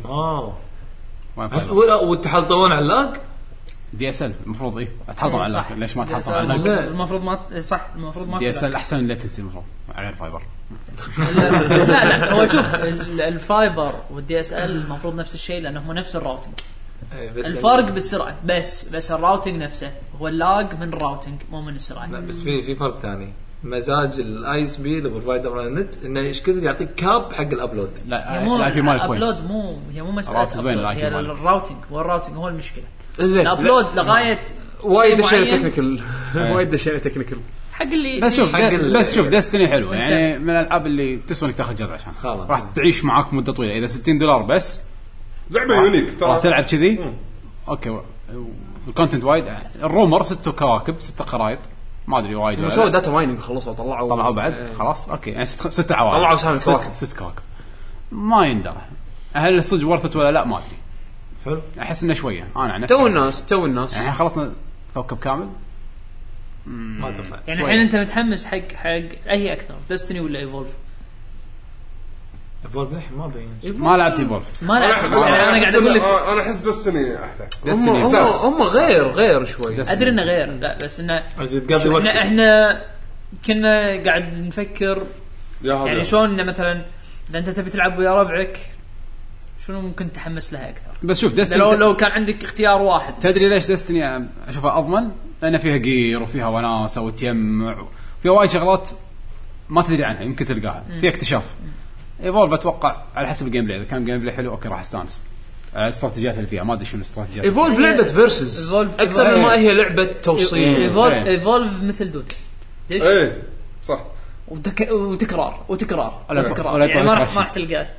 ولا وتحلطون على اللاج دي اس ال المفروض ايه تحلطون على اللاج. ليش ما تحلطون على اللاج؟ المفروض ما صح المفروض ما دي اس ال احسن الليتنسي المفروض غير فايبر. لا هو شوف الفايبر والدي اس ال المفروض نفس الشيء لانه هو نفس الراوتنج. الفرق بالسرعه بس الراوتنج نفسه هو اللاج من الراوتنج مو من السرعه. لا بس في فرق ثاني مزاج الاي اس بي البروفايدر من النت انه ايش كذا يعطيك كاب حق الابلود. لا الاي بي مالك وين؟ الابلود هي مو مساله هي الراوتنج هو المشكله. الابلود لغايه وايد اشياء تكنيكال وايد اشياء تكنيكال حق اللي بس شوف ديستني حلو يعني من الالعاب اللي تسوى انك تاخذ جزء عشان راح تعيش معاك مده طويله. اذا $60 بس لعبه يونيك ترى تلعب كذي اوكي. الكونتنت وايد الرومر 6 كواكب 6 خرائط ما ادري وايد ولا سووا داتا مايننج خلصوا طلعوا بعد خلاص اوكي يعني 6 عوالم طلعوا سهم كواكب 6 كواكب ما يندرى هل الصدق ورثت ولا لا ما ادري. حلو احس انه شويه انا عن نفسي تو الناس يعني خلصنا كوكب كامل ما تفهم يعني الحين انت متحمس حق اي اكثر ديستني ولا ايفولف؟ ايفولف ما بين ما لعبت ايفولف ما لعبت انا قاعد اقول لك انا احس ديستني احلى. ديستني هم غير شوي ادري انه غير لا بس انه وقت احنا كنا قاعد نفكر يعني شلون مثلا اذا انت تبي تلعب ويا ربعك شنو ممكن تحمس لها اكثر. بس شوف ديستني لو كان عندك اختيار واحد تدري ليش ديستني اشوفها اضمن لان فيها جير وفيها وناسه وتجمع فيها وايد شغلات ما تدري عنها يمكن تلقاها فيها اكتشاف. ايفولف اتوقع على حسب الجيم بلاي اذا كان الجيم بلاي حلو اوكي راح استانس على الاستراتيجيات اللي فيها ما ادري شنو الاستراتيجيات. ايفولف لعبه فيرسز اكثر من ما هي لعبه توصيل. ايفولف مثل دوت ايه صح وتكرار يعني ما راح تلقاه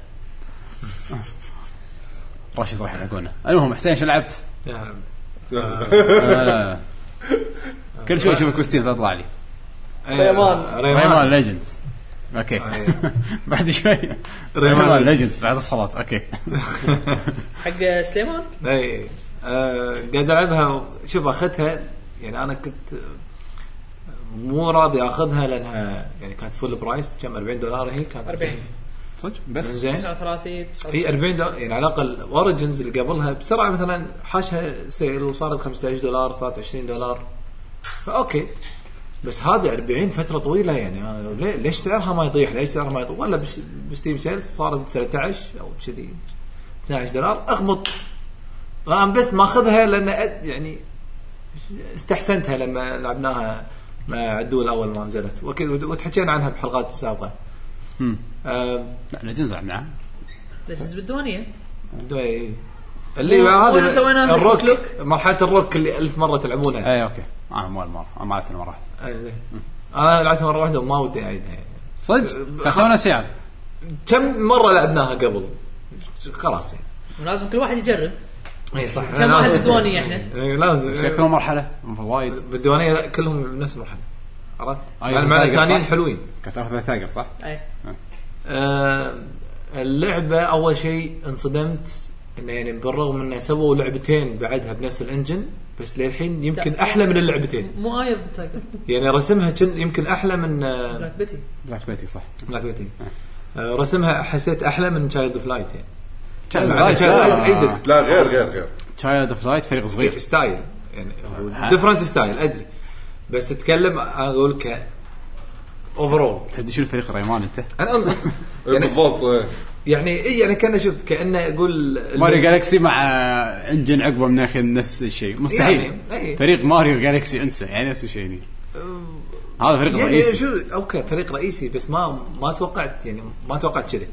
راشي صح يقولنا. المهم حسين شو لعبت؟ كل شوي اشوف كوستين تطلع لي ريمان ليجندز اوكي بعد شوي ريمان ليجندز بعد الصلاة اوكي حق سليمان اي قاعد العبها. شوف اخذتها يعني انا كنت مو راضي اخذها لانها يعني كانت فول برايس كم $40 هي كانت 40 صدق بس 39 هي $40 يعني على الاقل اوريجنز اللي قبلها بسرعه مثلا حاشها سيل وصارت $15 صارت $20 فاوكي. بس هذه 40 فتره طويله يعني انا ليش سعرها ما يطيح ليش سعرها ما يطيح ولا بستيم سيلز صارت 13 او كذي $12 اغمض انا بس ما اخذها لان يعني استحسنتها لما لعبناها مع عدول اول ما نزلت وتحكينا عنها بحلقات سابقه. لا ليجندز لعبناها ليجندز بالديوانيه اللي هذا الروك مرحله الروك اللي 1000 مره تلعبونها. اي اوكي انا مو المره ما لعبتها مره واحده. زين انا لعبتها مره واحده وما ودي اعيدها يعني. صدق كانت ساعه كم مره لعبناها قبل خلاص يعني لازم كل واحد يجرب. اي صح كم واحد بالديوانيه احنا لازم شكل مرحله وايد بالديوانيه كلهم بنفس المرحله عرفت مع الثانيين حلوين كانت تاخذ ثاقر صح. اي اللعبه اول شيء انصدمت انه يعني بالرغم انه سووا لعبتين بعدها بنفس الانجن بس للحين يمكن احلى من اللعبتين. مو اي اوف ذا تايجر يعني رسمها يمكن احلى من بلاك بيتي صح بلاك بيتي. رسمها حسيت احلى من تشايلد اوف لايت يعني لا غير تشايلد اوف لايت فريق صغير ستايل يعني ديفرنت ستايل ادري بس اتكلم اقول ك اوفرول تدري شو الفريق ريمان انت انا يعني بالضبط يعني كان اشوف كانه يقول ماريو جالكسي مع انجن عقبه من اخر نفس الشيء مستحيل يعني فريق ماريو جالكسي انسى يعني نفس الشيء يعني. هذا فريق يعني رئيسي شو اوكي فريق رئيسي بس ما توقعت يعني ما توقعت كذا.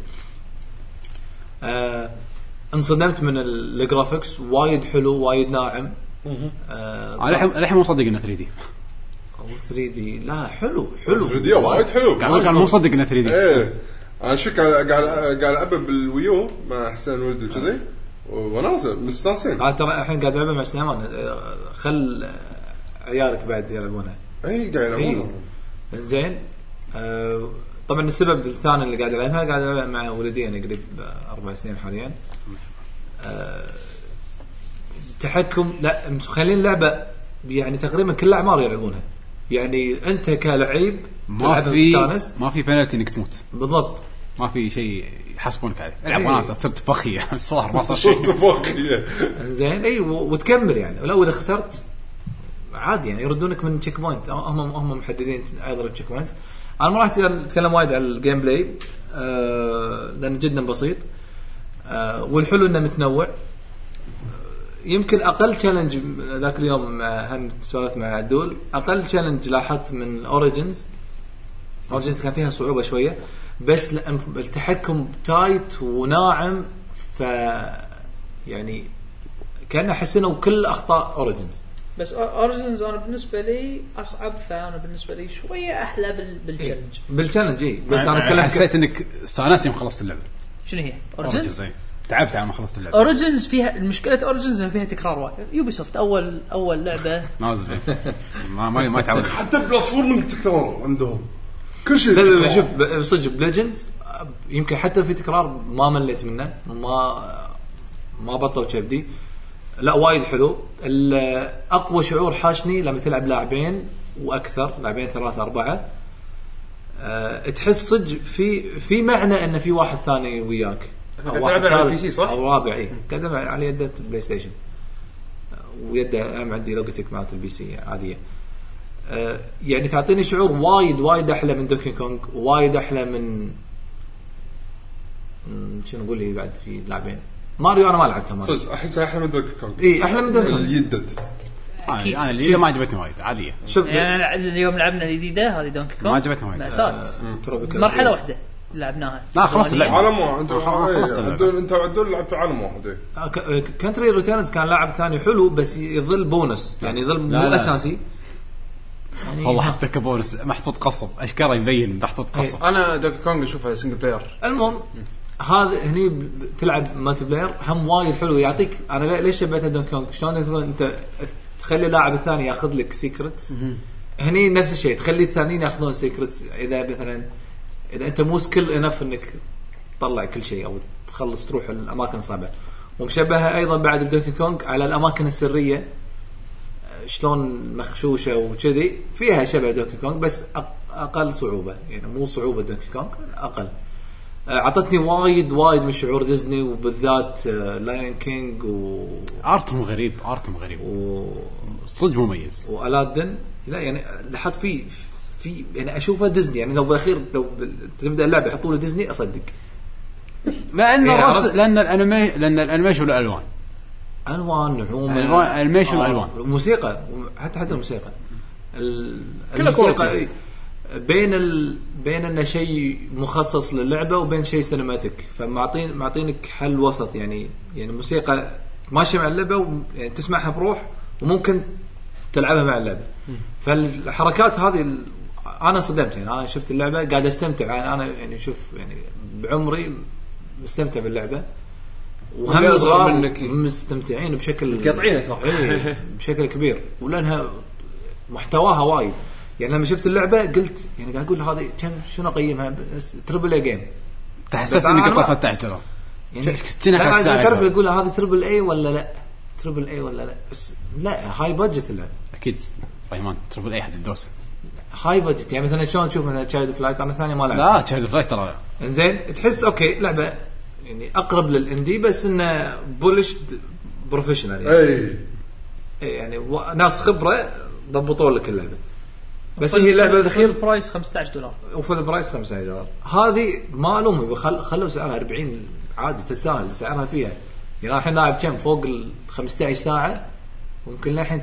انصدمت من الجرافيكس وايد حلو وايد ناعم. الحين مو مصدق انه 3D او 3D لا حلو 3D وايد حلو كان مو مصدق انه 3D ايه انا شو قاعد العب بالويو مع حسين ولدي كذي وناسه مستانسين. ترى الحين قاعد العب مع سليمان خل عيالك بعد يلعبونها اي قاعد يلعبونها زين. طبعا السبب الثاني اللي قاعد العبها قاعد العب مع ولدي انا قريب 4 سنين حاليا. تحكم لا مخلين لعبه يعني تقريبا كل الاعمار يلعبونها يعني انت كلاعب ما في بنالتي انك تموت بالضبط ما في شيء يحسبونك عليه العب وناسه صرت فخيه صار ما صار شيء صرت فخيه زين اي وتكمل يعني ولو اذا خسرت عادي يعني يردونك من تشيك بوينت هم محددين ايضا تشيك بوينت. انا ما راح اتكلم وايد على الجيم بلاي لانه جدا بسيط والحلو انه متنوع. يمكن اقل تشالنج ذاك اليوم هم سولفت مع عدول اقل تشالنج لاحظت من اوريجينز كان فيها صعوبه شويه بس التحكم تايت وناعم ف يعني كأنه حسنوا كل اخطاء اوريجينز. بس اوريجينز انا بالنسبه لي اصعب فانا بالنسبه لي شويه احلى بالتشالنج اي بس انا حسيت انك استانست يوم خلصت اللعبه. شنو هي اوريجينز؟ تعبت على ما خلصت اللعبه. اوريجينز فيها المشكله اوريجينز فيها تكرار وايد. يوبي سوفت اول لعبه نازل ما تعود حتى بلاتفورمينج تكرار عندهم كل شيء. لا شوف صدق بليجندز يمكن حتى في تكرار ما مليت منه ما بطلوا كبدي لا وايد حلو. اقوى شعور حاشني لما تلعب لاعبين واكثر لاعبين 3 4 تحس صدق في معنى ان في واحد ثاني وياك قاعد على البي سي صح او رابع اي قاعد على يد بلاي ستيشن ويده عندي لوجيتك مالت البي سي عاديه. يعني تعطيني شعور وايد احلى من دوكي كونغ وايد احلى من شنو نقول لي بعد في لاعبين ماريو انا ما لعبتها ماريو صدق احسها احلى من دوكي كونغ. اي احلى من دوكي اليدد انا اللي ما عجبتني وايد عاديه. شوف يعني اليوم لعبنا الجديده هذه دونكي كونغ ما عجبتني وايد مأساة مرحله واحده لعبناها. لا خلص اللعبه عالم واحد انت عدول لعبت عالم واحد. كانتري روتينز كان لاعب ثاني حلو بس يظل بونس يعني يظل مو اساسي يعني والله حتى كبونس محطوط قصب اشكره يبين محطوط قصب. انا دوكي كونغ اشوفها سنجل بلاير. المهم هذا هني تلعب مالتي بلاير هم وايد حلو يعطيك. انا ليش شبيتها دوكي كونغ شلون انت تخلي اللاعب الثاني ياخذ لك سيكريتس هني نفس الشيء تخلي الثانيين ياخذون سيكريتس اذا مثلا اذا انت مو سكيل انف انك تطلع كل شيء او تخلص تروح الاماكن الصعبه. ومشبهه ايضا بعد بدوكي كونغ على الاماكن السريه شلون مخشوشه وكذي فيها شبه دوكي كونغ بس اقل صعوبه يعني مو صعوبه دوكي كونغ اقل. عطتني وايد من شعور ديزني وبالذات لاين كينج ارتهم غريب صدق مميز. والادن لا يعني لاحظت في يعني اشوفها ديزني يعني لو بالاخير لو تبدا اللعبه يحطوا له ديزني اصدق مع انه لان الانيميشن الالوان نعومه الانيميشن الالوان موسيقى حتى الموسيقى الموسيقى بين انه شيء مخصص للعبه وبين شيء سينماتيك فمعطينك حل وسط يعني موسيقى ماشيه مع اللعبه يعني تسمعها بروح وممكن تلعبها مع اللعبه. فالحركات هذه انا صدمت يعني انا شفت اللعبه قاعد استمتع يعني انا يعني شوف يعني بعمري مستمتع باللعبه وهم صغار منك مستمتعين بشكل قاطعين اتوقع بشكل كبير ولانها محتواها وايد يعني لما شفت اللعبه قلت يعني قاعد اقول هذه شنو اقيمها تربل اي جيم تحسس انك قطعت تحت يعني كنا تعرف اقول هذه تربل اي ولا لا بس لا هاي بادجت اللعبه اكيد ريمان تربل اي حد الدوسه هاي بادجت يعني مثلا شلون تشوف مثلا تشايلد فلايت انا ثاني ما لعبت لا تشايلد فلايت ترى زين تحس اوكي لعبه يعني اقرب للاندي بس انه بولشد بروفيشنال يعني ناس خبره ضبطوا لك اللعبه. بس هي اللعبه الاخير برايس $15 وفي البرايس $15. هذه ما لهم خلوا سعرها 40 عادي تسهل سعرها فيها. يعني الحين لاعب كم فوق ال 15 ساعه ممكن الحين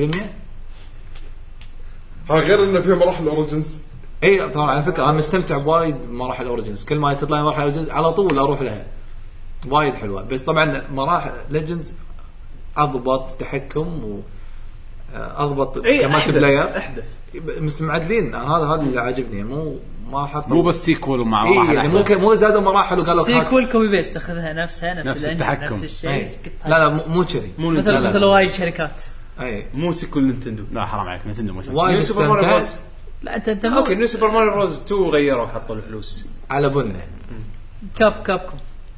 30%. غير انه فيها مراحل اوريجنز. اي طبعا على فكره انا مستمتع وايد بمراحل اوريجنز. كل ما تطلع مراحل اوريجنز على طول اروح لها وايد حلوه. بس طبعا مراحل ليجندز اضبط تحكم واضبط كمالتي بلاير احدث بس معدلين. هذا اللي عاجبني ما حطوا مو بس سيكول ومع مراحل يعني مو زادوا مراحل وقالوا سيكول كوبي بيست تاخذها نفس التحكم نفس الشيء. لا مو كذي مثل وايد شركات اي مو سيكول نينتندو. لا حرام عليك نينتندو مو وايد استمتع. لا انت اوكي نيو سوبر ماريو روز 2 غيروا حطوا الفلوس على بنه كابكم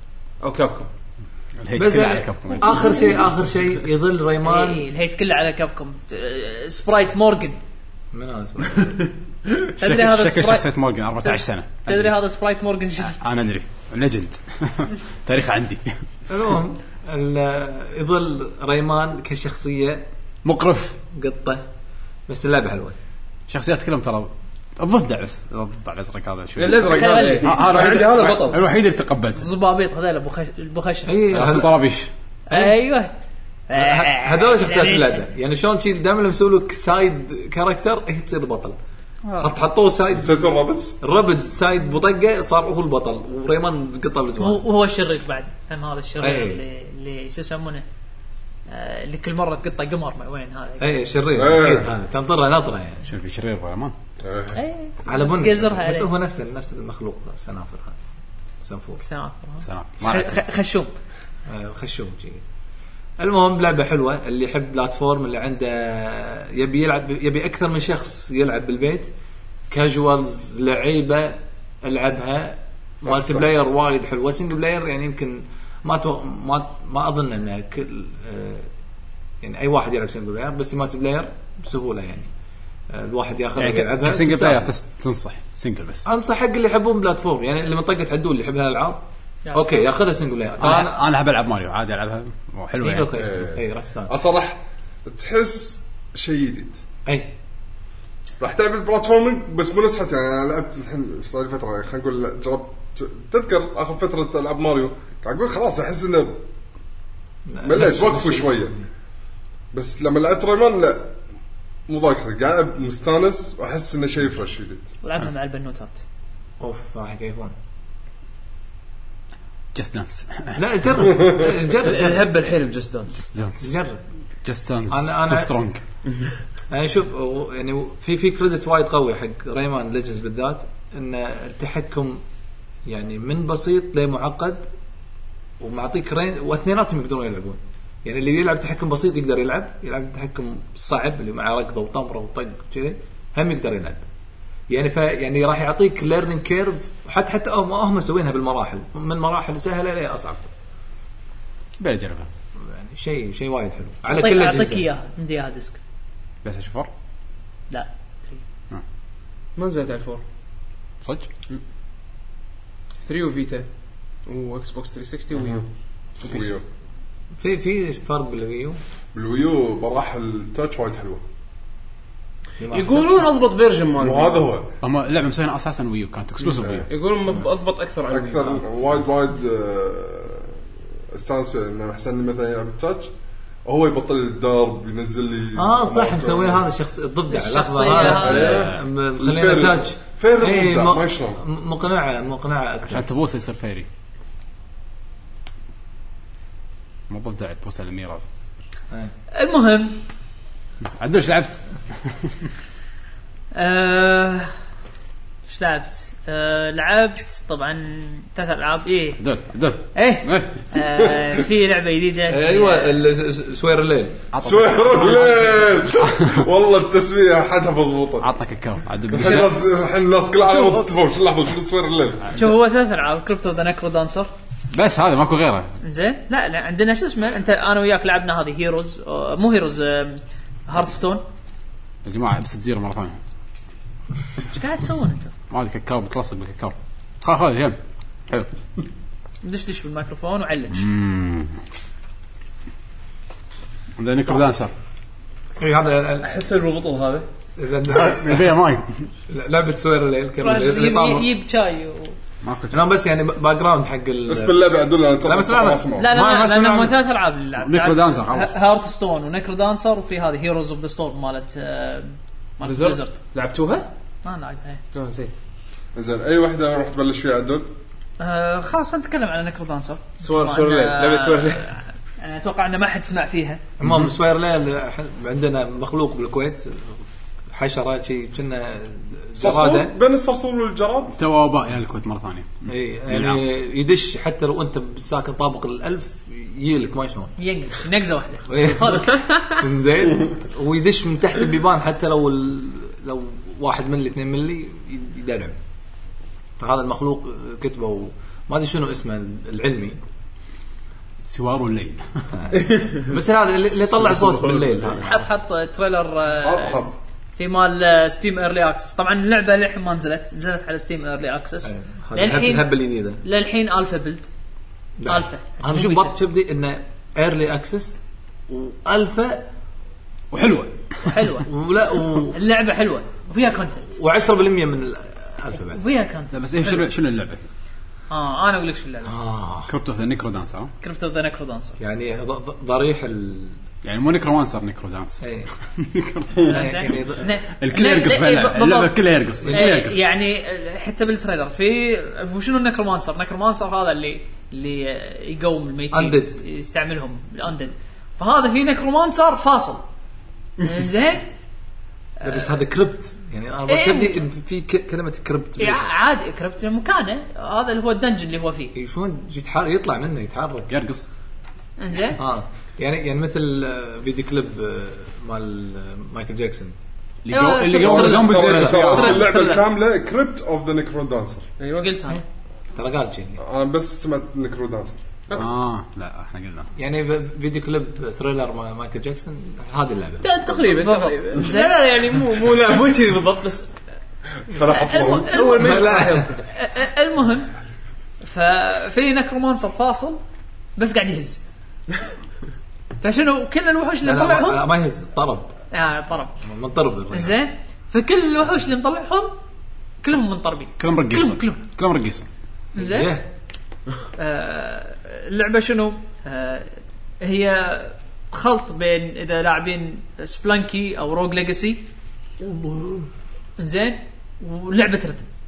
بس اخر شيء يظل ريمان. الهيت كله على كابكم. سبرايت مورغان من هذا تدري هذا شخصية مورغان 14 سنة. تدري هذا سبرايت مورغان انا ادري ليجند تاريخ عندي. المهم يظل ريمان كشخصية مقرف قطة بس اللعبة حلوة. شخصيات كلهم ترى الضفدع بس الضفدع الازرق هذا شوي الازرق هذا البطل الوحيد اللي تقبل. الزبابيط هذول ابو خشب اي طرابيش ايوه هذول شخصيات اللعبة. يعني شلون شيء دائما مسوي لك سايد كاركتر تصير بطل. حطوه سايد الرابد سايد بطقه صار هو البطل وريمان قطه الزمان وهو الشرير بعد هم هذا الشرير اللي يسمونه اللي كل مره تقطع قمر ما وين هذا اي شرير اكيد هذا تنطره نطره يعني شوف في شرير ريمان على بن بس هو نفس المخلوق سنافر هذا سنفور خشوم جي. المهم لعبة حلوة. اللي يحب بلاتفورم اللي عنده يبي يلعب يبي أكثر من شخص يلعب بالبيت كاجوالز لعيبة ألعبها. مالتي بلاير وايد حلوة. سينجل بلاير يعني يمكن ما أظن إنه كل يعني أي واحد يلعب سينجل بلاير بس مالتي بلاير بسهولة يعني الواحد ياخذ يعني يلعبها سينجل بلاير. تنصح سينجل بس أنصح حق اللي يحبون بلاتفورم يعني اللي منطقة عدول اللي يحب هالألعاب اوكي ياخذها سنجل بلاير. انا احب العب ماريو عادي العبها حلوه يعني. اوكي اي رستان اصرح تحس شيء جديد. اي راح تلعب البلاتفورمينج بس مو نسحت يعني. انا لعبت الحين صار لي فتره خلينا نقول جربت تذكر اخر فتره العب ماريو قاعد اقول خلاص احس انه مليت وقفه شويه. بس لما لعبت ريمان لا مو ذاكر قاعد مستانس واحس انه شيء فريش جديد. لعبنا مع البنوتات اوف راح يكيفون. جست دانس لا جرب الهبه الحين جست دانس جرب جست دانس انا سترونج. يعني شوف يعني في كريدت وايد قوي حق ريمان ليجندز بالذات ان التحكم يعني من بسيط لمعقد ومعطيك رين واثنيناتهم يقدرون يلعبون. يعني اللي يلعب تحكم بسيط يقدر يلعب تحكم صعب اللي مع ركضه وطمره وطق كذا هم يقدر يلعب. يعني يعني راح يعطيك ليرنينج كيرف حتى هم مسوينها بالمراحل من مراحل سهله الى اصعب. بجربها يعني شيء وايد حلو على كل الاجهزه. اعطيك اياها عندي اياها ديسك بس اشوفه لا 3 ما نزلت على 4 صدق 3 وفيتا واكس بوكس 360 ويو. في فرق بالويو مراحل تاتش وايد حلوه يقولون اضبط فيرجن مال وهذا هو اما اللعبه مسوينها اساسا ويو كانت اكسكلوسيف ويو. يقولون اضبط اكثر وايد استانس انه احسن مثلا يلعب التاتش هو يبطل الدرب ينزل لي صح مسوين هذا الشخص الضفدع الاخضر هذا مخلينا تاج فيري ما يشرب مقنعه اكثر عشان تبوسه يصير فيري مو ضفدع تبوسه الاميره. المهم عدلش لعبت ايش لعبت؟ لعبت طبعا 3 ألعاب. دول في لعبه جديده ايوه سوير الليل والله التسميه حدها مضبوطه. عطك الكاو الحين الناس كلها على وقت تفهم شو لحظه شو سوير الليل. شوف هو 3 ألعاب كريبتو ذا نكرو دانسر بس هذا ماكو غيره. زين لا عندنا شو اسمه انت انا وياك لعبنا هذه هيروز مو هيروز هارتستون يا جماعه بس تزيرو مره ثانيه. ايش قاعد تسوون انتم؟ ما ادري كاكاو بتلصق بالكاكاو خلاص يم حلو دش بالميكروفون وعلج. زي نيكرو دانسر. اي هذا احس بالبطل هذا فيها ماي لعبه سوير الليل يجيب شاي انا بس يعني باك جراوند حق اسم اللعبه عدل انا لا بس لا لأن ثلاث العاب اللي لعب نيكرو دانسر خلاص هارت ستون ونيكرو دانسر وفي هذه هيروز اوف ذا ستورم مالت بليزرد. لعبتوها؟ ما لعبتها. زين اي وحده راح تبلش فيها عدل؟ خلاص نتكلم على نيكرو دانسر. سوير لعبه سوير ليل انا اتوقع ان ما حد سمع فيها. المهم سوير ليل عندنا مخلوق بالكويت حشره شيء كنا جراده بين الصرصور والجراد توابع يا الكويت مره ثانيه. اي يعني يدش حتى لو انت ساكن طابق ال1000 يجيلك ما شلون ينقز نقزه واحده زين ويدش من تحت البيبان حتى لو 1 ملي 2 ملي يدلع. فهذا المخلوق كتبه ما ادري شنو اسمه العلمي سوار الليل بس هذا اللي طلع صوت بالليل. حط تريلر في مال ستيم ايرلي اكسس. طبعا اللعبه للحين ما نزلت على ستيم ايرلي اكسس للحين الهبه الجديده للحين الفا بيلد الفا. انا شوف بتبدي انه ايرلي اكسس والفا وحلوه ولا اللعبه حلوه وفيها كونتنت و10% من الالفا بعد وفيها كونتنت. بس شنو اللعبه؟ انا اقول لك شو اللعبه. كريبتو ذا نيكرو دانسر. كريبتو ذا نيكرو دانسر يعني ضريح يعني مو نيكرومانسر نيكرو دانس. يعني الكل يرقص اللعبه كلها يرقص يعني حتى بالتريلر في وشنو نيكرومانسر هذا اللي يقوم الميتين يستعملهم الاندد. فهذا في نيكرومانسر فاصل زين بس هذا كريبت يعني انا تبدي في كلمه كريبت عادي كريبت مكانه هذا اللي هو الدنجن اللي هو فيه شلون يطلع منه يتحرك يرقص انزين يعني مثل فيديو كليب مال مايكل جاكسون اللي قبل زومبي اللعبه الكامله كريبت اوف ذا نيكرو دانسر. ايوه قلت انا ترى قال شيء انا بس سمعت نيكرو دانسر. لا احنا قلنا يعني فيديو كليب ثريلر مال مايكل جاكسون هذه اللعبه تقريبا لا يعني مو لا مو شيء بالضبط بس اول ما المهم ففي نيكرومانسر فاصل بس قاعد يهز فشنو كل الوحوش اللي مطلعهم ما يهز طرب من طرب زين فكل الوحوش اللي مطلعهم كلهم منطربين كلهم رقيصين زين اللعبه شنو هي خلط بين اذا لاعبين سبلانكي او روج ليجاسي زين ولعبه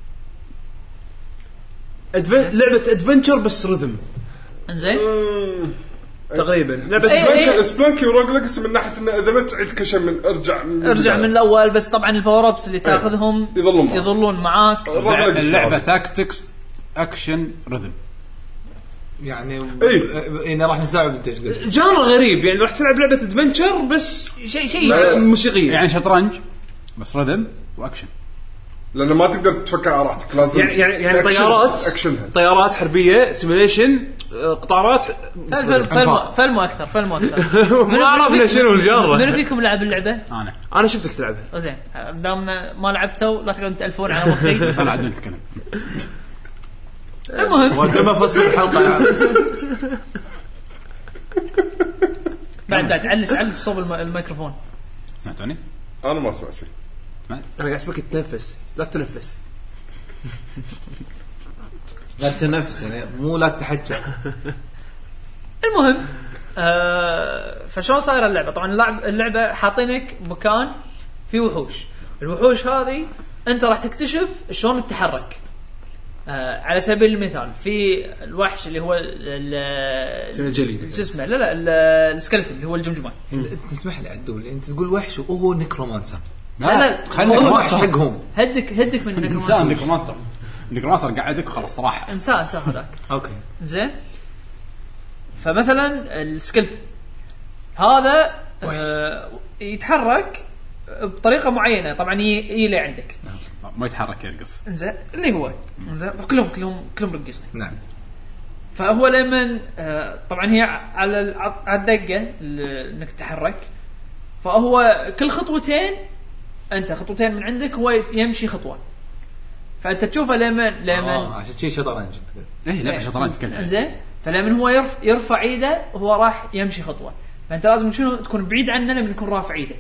رتم لعبه ادفنتشر بس رذم زين تقريبا لعبه سبلانكي وروج ليجاسي من ناحيه ان اذا ما تعيد كل شيء من ارجع من الاول بس طبعا الباور ابس اللي تاخذهم يظلون معاك. اللعبه تاكتكس اكشن رذم يعني إيه راح نساعد انت ايش قلت جانر غريب يعني راح تلعب لعبه ادفنتشر بس شيء موسيقيه يعني شطرنج بس رذم واكشن لانه ما تقدر تفكر على راحتك لازم يعني طيارات حربيه سيميليشن قطارات فيلم اكثر ما عرفنا شنو الجانر. من فيكم لعب اللعبه؟ انا شفتك تلعبها زين دام ما لعبتوا لا تقدرون تالفون على وقتي بس انا عاد نتكلم. المهم وكما فصل الحلقه يعني بعد علش صوب الميكروفون. سمعتوني؟ انا ما سمعت شيء. انا قاعد اسمعك تتنفس لا تتنفس لا تتنفس يعني مو لا تحكي. المهم فشون صايره اللعبه؟ طبعا اللعبه حاطينك مكان فيه وحوش. الوحوش هذه انت راح تكتشف شلون تتحرك. على سبيل المثال في الوحش اللي هو اسمه لا السكلتن اللي هو الجمجمه. تسمح لي عدول انت تقول وحش وهو نيكرومانسر. لا خليك حقهم هدك من نيكرومانسر قاعدك خلاص صراحه انسان هذاك اوكي زين. فمثلا السكلتن هذا يتحرك بطريقه معينه طبعا يلي عندك ما يتحرك يرقص انزين اللي هو انزين كلهم رقصين. نعم. فهو لمن طبعا هي على الدقه انك تتحرك فهو كل خطوتين انت خطوتين من عندك هو يمشي خطوه. فانت تشوفه لما عشان شيء شطرنج ايه لعبه شطرنج كذا زين. فلما هو يرفع ايده وهو راح يمشي خطوه، فانت لازم شنو تكون بعيد عنه لما يكون رافع ايده.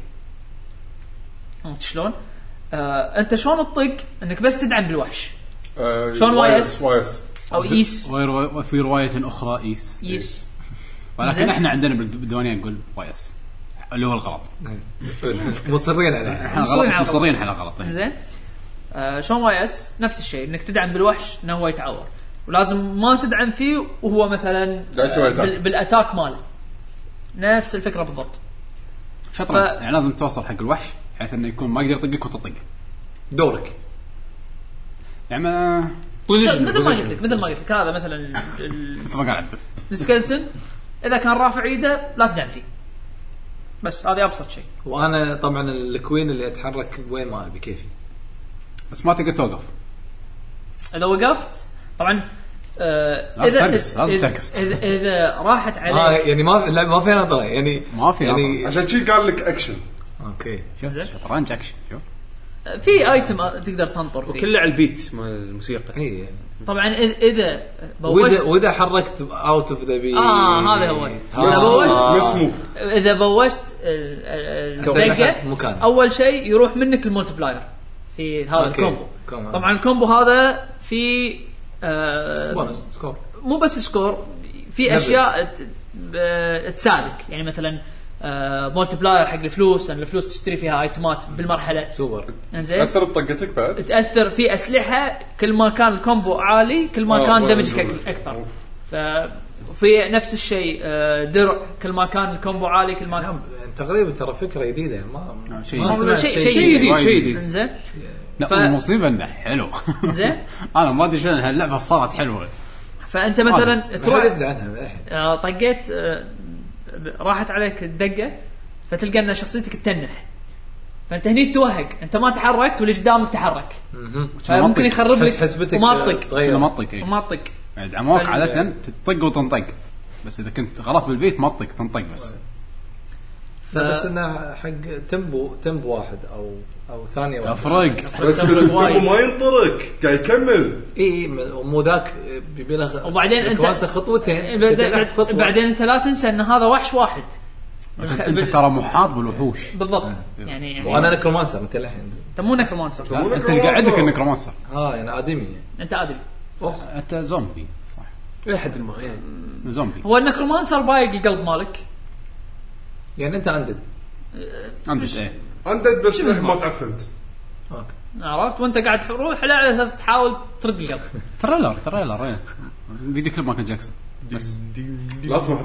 فهمت شلون؟ انت شلون تطق انك بس تدعم بالوحش شلون وايس او ايس وفي روايه اخرى ايس ولكن احنا عندنا بالديوانيه نقول وايس اللي هو الغلط. مصرين عليه مصرين على غلط. زين. شلون وايس نفس الشيء انك تدعم بالوحش انه هو يتعور، ولازم ما تدعم فيه وهو مثلا بالاتاك ماله. نفس الفكره بالضبط. شطرنج يعني لازم توصل حق الوحش حيث انه يكون ما يقدر يطقك وتطق دورك. يعني مثل ما قلت لك هذا مثلا السكيلتون اذا كان رافع ايده لا تدعم فيه، بس هذا ابسط شيء. وانا طبعا الكوين اللي اتحرك وين ما ابي كيفي، بس ما تقدر توقف. اذا وقفت طبعا لازم تركز اذا راحت عليك يعني ما اللعبه ما فيها نظره يعني ما في يعني عشان شيء قال لك اكشن. اوكي شطرنج اكشن. شوف في ايتم تقدر تنطر فيه وكله على البيت مال الموسيقى. هي طبعا اذا بوشت واذا حركت اوت اوف ذا بي هذا هو. اذا بوشت اذا بوشت الدقه اول شيء يروح منك المولتبلاير في هذا الكومبو. طبعا الكومبو هذا في بونس سكور، مو بس سكور، في اشياء تساعدك يعني مثلا مولتبلاير حق الفلوس، لان الفلوس تشتري فيها ايتمات بالمرحله. سوبر. انزين تاثر بطاقتك بعد، تاثر في اسلحه كل ما كان الكومبو عالي كل ما كان دمجك اكثر. ففي نفس الشيء درع كل ما كان الكومبو عالي كل ما كان تقريبا ترى فكره جديده ما شيء جديد. انزين لا المصيبه انه حلو. زين انا ما ادري شلون هاللعبه صارت حلوه. فانت مثلا تروح عنها طقيت راحت عليك الدقه فتلقى ان شخصيتك تتنح، فانت هني توهق، انت ما تحركت واللي قدامك تحرك، فممكن يخرب لك وما تطق وما تطق. يعني دعموك عاده تطق وتنطق، بس اذا كنت غلط بالبيت ما تطق تنطق بس. بس انه حق تمبو واحد او ثانيه تفرق بس التمبو ما ينطرك قاعد يكمل. اي مو ذاك بيبلغ وبعدين انت خطوتين بعدين انت لا تنسى ان هذا وحش واحد. انت ترى محاط بالوحوش بالضبط. يعني وانا نكرومانسر انت الحين انت مو نكرومانسر، انت اللي قاعدك النكرومانسر. يعني ادمي انت ادمي انت زومبي صح الى حد ما يعني زومبي. هو النكرومانسر بايق القلب مالك يعني انت عندد عندد بس ما تعفنت. اوكي عرفت، وانت قاعد تروح على اساس تحاول ترد القلب. تريلر فيديو كليب مايكل جاكسون بس لا تسمح.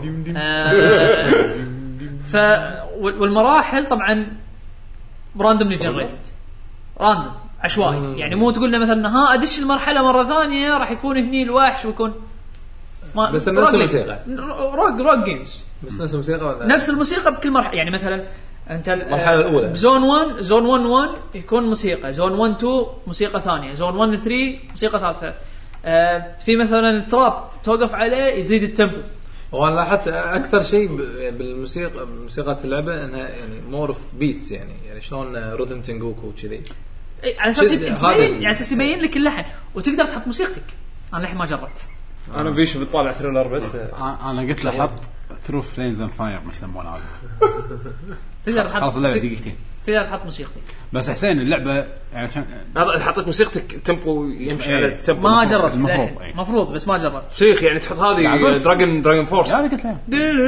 والمراحل طبعا راندوملي جنريتد، راندوم عشوائي. يعني مو تقول لنا مثلا ادش المرحله مره ثانيه راح يكون هني الوحش ويكون بس نفس الموسيقى روك جيمز، بس نفس الموسيقى ولا نفس الموسيقى بكل مرحله. يعني مثلا انت المرحله الاولى بزون 1 يكون موسيقى، زون 1 2 موسيقى ثانيه، زون 1 3 موسيقى ثالثه. في مثلا التراب توقف عليه يزيد التيمبو. وانا لاحظت اكثر شيء بالموسيقى موسيقى اللعبه انها يعني مور اوف بيتس، يعني شلون رhythm تنجوكو وكذي، على اساس يبين على اساس يبين لك اللحن وتقدر تحط موسيقتك. انا لحين ما جربت. انا فيش بتطالع ثريلر بس انا قلت له حط ثرو فليمز اند فاير مش يسمونه هذا. تقدر تحط خلاص اللعبه دقيقتين تقدر تحط موسيقتك. بس حسين اللعبه عشان هذا حطيت موسيقتك تمبو يمشي على التمبو. ما جربت المفروض بس ما جربت. شيخ يعني تحط هذه دراجون فورس. هذا قلت له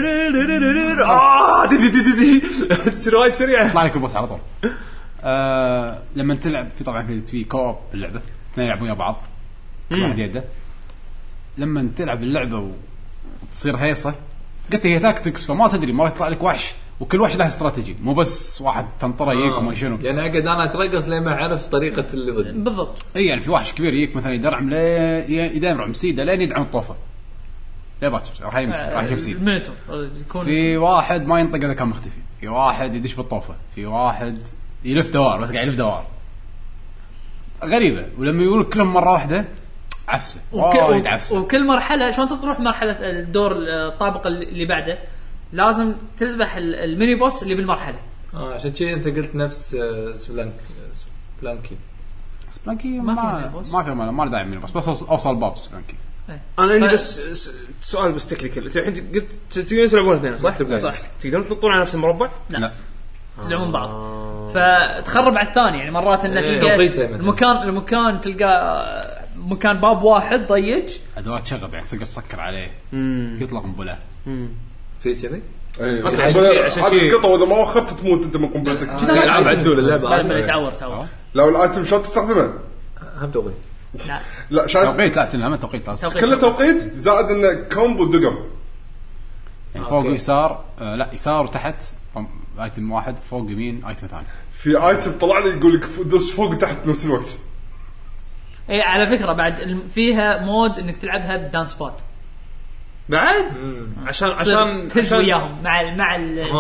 سرعه سريعه طلع لك البوس على طول. لما تلعب في طبعا في كوب باللعبه اثنين يلعبون ويا بعض واحد يده. لما تلعب اللعبه وتصير هيصه قلت هي تاكتكس فما تدري ما يطلع لك وحش وكل وحش له استراتيجي مو بس واحد تنطره يجيك وما شنو. يعني اقعد انا اترقص لين ما اعرف طريقه اللي ضد بالضبط. اي يعني في وحش كبير يجيك مثلا يدرعم يدرعم سيده لين يدعم الطوفه لا باكر راح يمشي راح يمشي. في واحد ما ينطق اذا كان مختفي، في واحد يدش بالطوفه، في واحد يلف دوار بس قاعد يلف دوار غريبه. ولما يقول كلهم مره واحده عفسه وايد عفسه. وكل مرحله شلون تروح مرحله الدور الطابق اللي بعده لازم تذبح الميني بوس اللي بالمرحله. عشان كذا انت قلت نفس سبلانكي سبلانكي ما فيها boss. ما له داعي من البوس بس اوصل الباب سبلانكي. انا عندي بس سؤال بس تكنيكال. انت الحين قلت تقدرون تلعبون اثنين صح؟ صح. تقدرون تنطون على نفس المربع؟ لا تدعمون بعض فتخرب على الثاني يعني مرات انك تلقى المكان تلقى مكان باب واحد ضيق ادوات شغب يعني تقدر تسكر عليه يطلق قنبله في كذي اي هذه القطه اذا ما وخرت تموت انت من قنبلتك عدول اللعبه لا تعور لو الايتم شلون تستخدمه هم توقيت لا شايف توقيت لا تنهم توقيت لازم كله توقيت زائد انه كومبو دقم يعني فوق يسار لا يسار وتحت ايتم واحد فوق يمين ايتم ثاني في ايتم طلع لي يقول لك دوس فوق وتحت بنفس الوقت. اي على فكره بعد فيها مود انك تلعبها بدانس باد بعد عشان تهز وياهم مع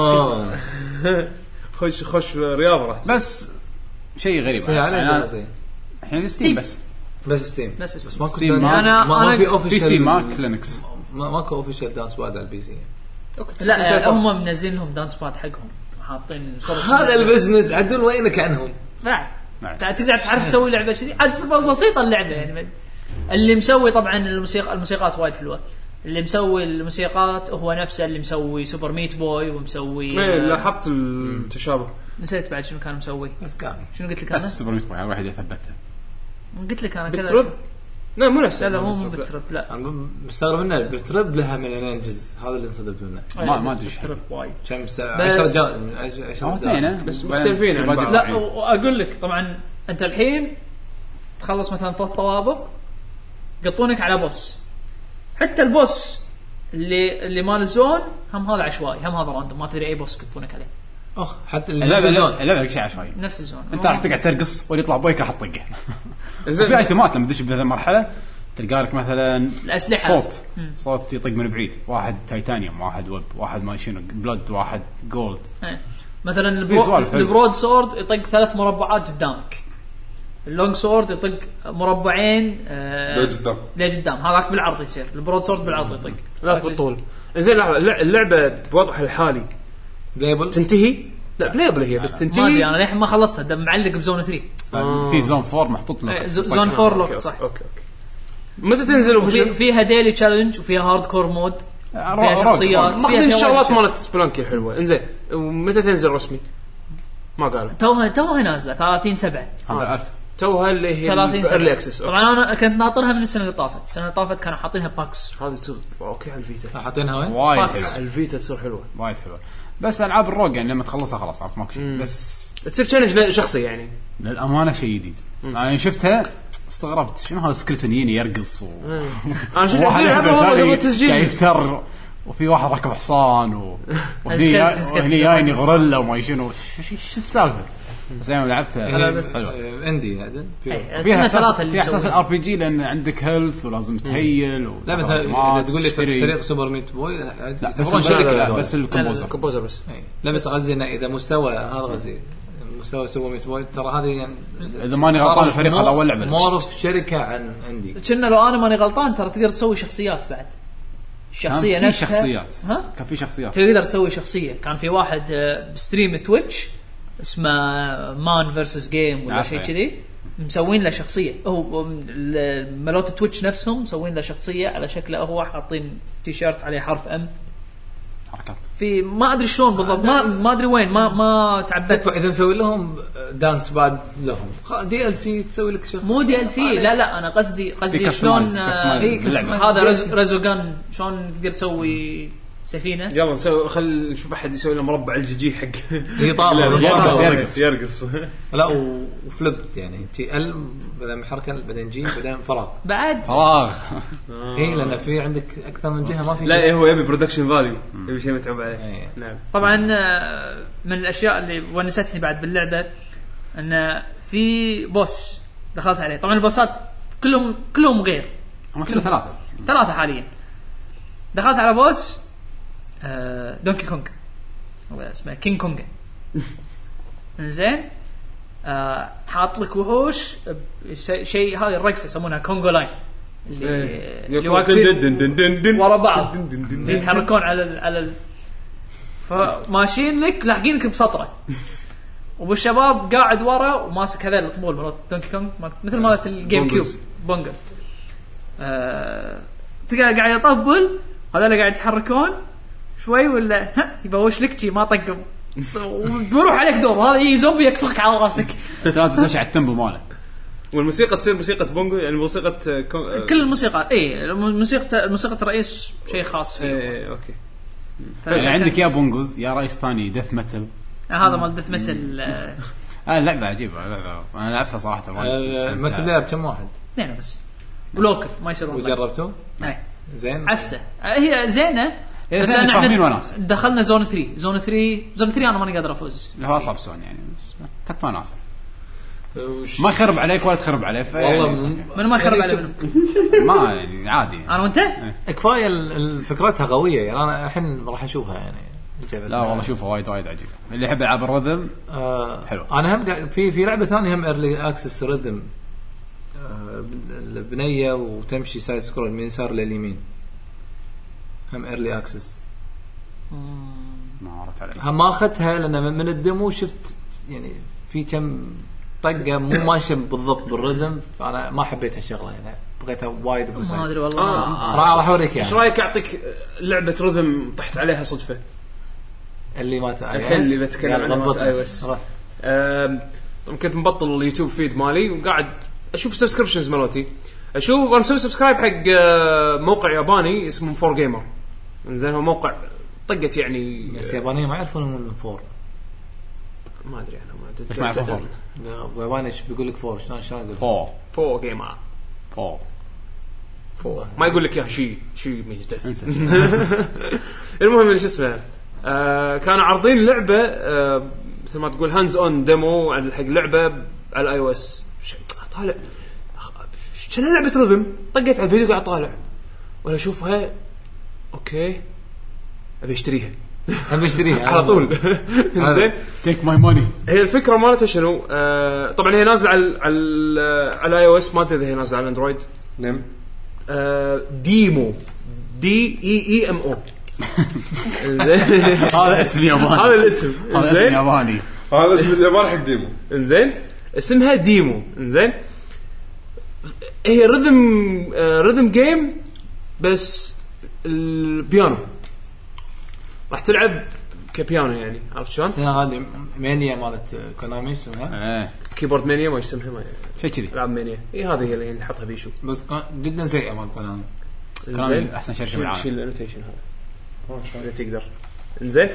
خش رياضه راح بس شيء غريب الحين ستيم بس ستيم ما ستيم انا في سي ماك لينكس ماكو اوفيشال دانس باد على البي سي. لا هم منزلين لهم دانس باد حقهم حاطين صوره هذا البزنس عدل وينك عنهم بعد تقدر تعرف تسوي لعبه شذي عاد بسيطه اللعبه يعني اللي مسوي طبعا الموسيقات وايد حلوه اللي مسوي الموسيقات هو نفسه اللي مسوي سوبر ميت بوي ومسوي لاحظت التشابه. نسيت بعد شنو كان مسوي بس كان شنو قلت لك انا سوبر ميت بوي واحد يثبتها قلت لك انا كذا لا مو نفسه لا مو بترب لا انا مستغرب منه بترب لها مليونين جزء هذا اللي انصدمت منه ما ادري بترب وايد كم 10 بس مختلفين لا اقول لك طبعا انت الحين تخلص مثلا 3 طوابق يقطونك على بوس حتى البوس اللي مال الزون هم هذا عشوائي هم هذا راندوم ما تدري اي بوس يقطونك عليه حتى اللعبه شيء عشوائي نفس الزون انت راح تقعد ترقص ويطلع بويك راح تطقه في ايتمات لما تدش بهذه المرحله تلقى لك مثلا الاسلحه صوت يطق من بعيد واحد تايتانيوم واحد ويب واحد ما شنو بلود واحد جولد مثلا البرود سورد يطق 3 مربعات قدامك اللونج سورد يطق مربعين لقدام هذاك بالعرض يصير البرود سورد بالعرض يطق لا بالطول. زين اللعبه بوضعها الحالي بلايبل تنتهي لا بلايبل هي بس تنتهي ما ادري انا للحين ما خلصتها دم معلق بزون 3 في زون 4 محطوط لك زون 4 لوك صح اوكي متى تنزل فيها ديلي تشالنج وفيها هارد كور مود فيها شخصيات ماخذين الشغلات مالت سبلانكي الحلوه. انزين ومتى تنزل رسمي ما قالوا توها نازله 30/7 هذا 1000 توها اللي هي الايرلي اكسس. طبعا انا كنت ناطرها من السنه اللي طافت كانوا حاطينها باكس هذه تصير اوكي على الفيتا حاطينها وين وايد الفيتا تصير حلوه وايد حلوه بس العاب الروج يعني لما تخلصها خلاص عرفت ماكو شيء بس تصير تشالنج شخصي يعني للامانه شيء جديد. انا شفتها استغربت شنو هذا سكرتونيين يرقص انا شفت واحد تسجيل يفتر وفي واحد ركب حصان وهني جايني غوريلا وما شنو شو السالفه بس انا لعبتها حلوه عندي عدل فيها في اساس الار بي جي لان عندك هيلث ولازم تهيل لا مثلا تقول لي فريق سوبر ميت بوي بس الكومبوزر بس لا بس قصدي اذا مستوى هذا قصدي مستوى سوبر ميت بوي ترى هذه يعني اذا ماني غلطان الفريق هذا اول لعبه معروف شركه عن عندي كنا لو انا ماني غلطان ترى تقدر تسوي شخصيات بعد الشخصيه نفسها شخصيات كان في شخصيات تقدر تسوي شخصيه. كان في واحد بستريم تويتش اسمه مان فيرسس جيم ولا شيء كذي مسوين له شخصيه هو ملوت تويتش نفسهم مسوين له شخصيه على شكله هو حاطين تيشيرت عليه حرف ام حركات في ما ادري شلون بالضبط ما ادري وين ما تعبت اذا مسوي لهم دانس بعد لهم دي ال سي تسوي لك شخصيه مو دي ال سي لا انا قصدي شلون هذا رزوغان شلون تقدر تسوي سفينه يلا نسوي خل نشوف احد يسوي لنا مربع الجي حق يرقص لا وفلبت يعني تي ال بدل حركه بعدين جي بعدين فراغ اي لان في عندك اكثر من جهه ما في لا هو يبي برودكشن فاليو يبي شيء متعوب عليه. نعم طبعا من الاشياء اللي ونستني بعد باللعبه ان في بوس دخلت عليه. طبعا البوسات كلهم غير هم كلهم 3 حاليا. دخلت على بوس دونكي كونغ هو اسمه كينج كونغ زين حاط لك وحوش شيء هذه الرقصه يسمونها كونغو لاين اللي واقفين ورا بعض يتحركون على فماشيين لك لاحقينك بسطره والشباب قاعد ورا وماسك هذا الطبول مالت دونكي كونغ مثل مالت الجيم كيوب بونجز. تلقى قاعد يطبل هذا اللي قاعد يتحركون شوي ولا يبوش لك شي ما طقم وبروح عليك دور هذا يجي زومبي يكفخك على راسك. انت لازم تمشي على التمبو ماله. والموسيقى تصير موسيقى بونجو يعني موسيقى كل الموسيقى موسيقى الرئيس شيء خاص فيه. اوكي يعني عندك يا بونجوز يا رئيس ثاني ديث ميتل. هذا مال ديث ميتل. اللعبه عجيبه انا لعبتها صراحه متل بلاير كم واحد؟ اثنين بس ولوكل ما يصيرون. وجربتوه؟ اي زين عفسه هي زينه بس انا دخلنا زون 3 انا ماني قادر افوز. هو اصعب زون يعني كنت وناسه ما يخرب عليك ولا تخرب عليه والله من ما يخرب عليه ما يعني عادي انا وانت كفايه فكرتها قويه يعني انا الحين راح اشوفها يعني. لا والله شوفها وايد عجيبه اللي يحب يلعب الرذم حلو. انا هم في لعبه ثانيه هم ايرلي اكسس رذم البنيه وتمشي سايد سكرول من يسار لليمين هم ايرلي اكسس ما عرفت عليها هم ما اخذتها لان من الديمو شفت يعني في كم طقه مو ماشيه بالضبط بالرذم فانا ما حبيت هالشغله يعني بغيتها وايد بس ما ادري والله. راح اوريك ايش رايك اعطيك لعبه رذم طحت عليها صدفه اللي ما الحين اللي بتكلم عنها اي او اس. كنت مبطل اليوتيوب فيد مالي وقاعد اشوف سبسكريبشنز مالتي اشوف انا مسوي سبسكرايب حق موقع ياباني اسمه فور جيمر. انزين هو موقع طقت يعني بس يابانيه ما يعرفون من فور ما ادري انا ما ايش معنى فور ياباني ايش بيقول لك فور شلون يقول فور جيمر فور ما يقول لك يا شيء ميزته. المهم ايش اسمه كانوا عارضين لعبه مثل ما تقول هاندز اون ديمو عن حق لعبه على الاي او اس. طالع شنو لعبه رذم طقيت على الفيديو قاعد طالع ولا اشوفها اوكي ابي اشتريها على طول. زين تيك ماي ماني. هي الفكره مالتها شنو طبعا هي نازله على اي او اس ما ادري اذا هي نازله على اندرويد. نعم ديمو DEEMO هذا اسم ياباني هذا الاسم ياباني هذا اسم الياباني حق ديمو. انزين اسمها ديمو. انزين هي رhythm جيم بس البيانو راح تلعب كبيانو يعني عرفت شلون؟ هذه مانيا مالت كونامي اسمها كيبورد مانيا ما يسمها شيء كذي العاب مانيا. هذه هي اللي نحطها بيشو بس جدا سيئه مال كونامي. كونامي احسن شركه بالعالم. شيل الانوتيشن هذا ما تقدر. انزين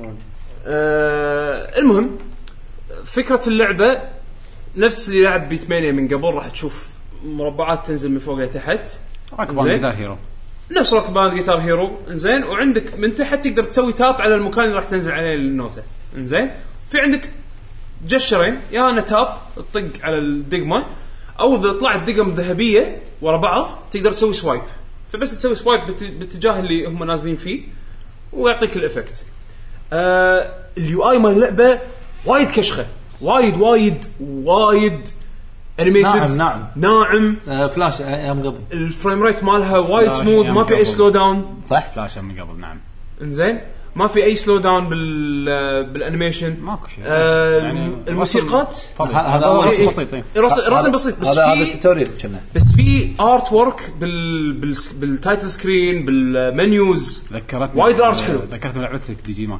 المهم فكره اللعبه نفس اللي لعب بيت مانيا من قبل. راح تشوف مربعات تنزل من فوق لتحت راكبان جيتار هيرو نفس راكبان جيتار هيرو. انزين وعندك من تحت تقدر تسوي تاب على المكان اللي راح تنزل عليه النوتة. انزين في عندك جشرين يا انا تاب تطق على الدقمه او اذا طلعت دقم ذهبيه ورا بعض تقدر تسوي سوايب. فبس تسوي سوايب باتجاه اللي هم نازلين فيه ويعطيك الافكت. اليو اي مال اللعبه وايد كشخه وايد انيميتد ناعم فلاش ايام قبل. الفريم ريت مالها وايد سموث ما في اي سلو داون. صح فلاش من قبل نعم. انزين ما في اي سلو داون بالانيميشن ماكو شيء يعني الموسيقات هذا رسم بسيط رسم بسيط بس هذا التوتوريال كنا بس في ارت وورك بالتايتل سكرين بالمنيوز ذكرتني وايد ارت حلو. ذكرتني لعبتك دي جي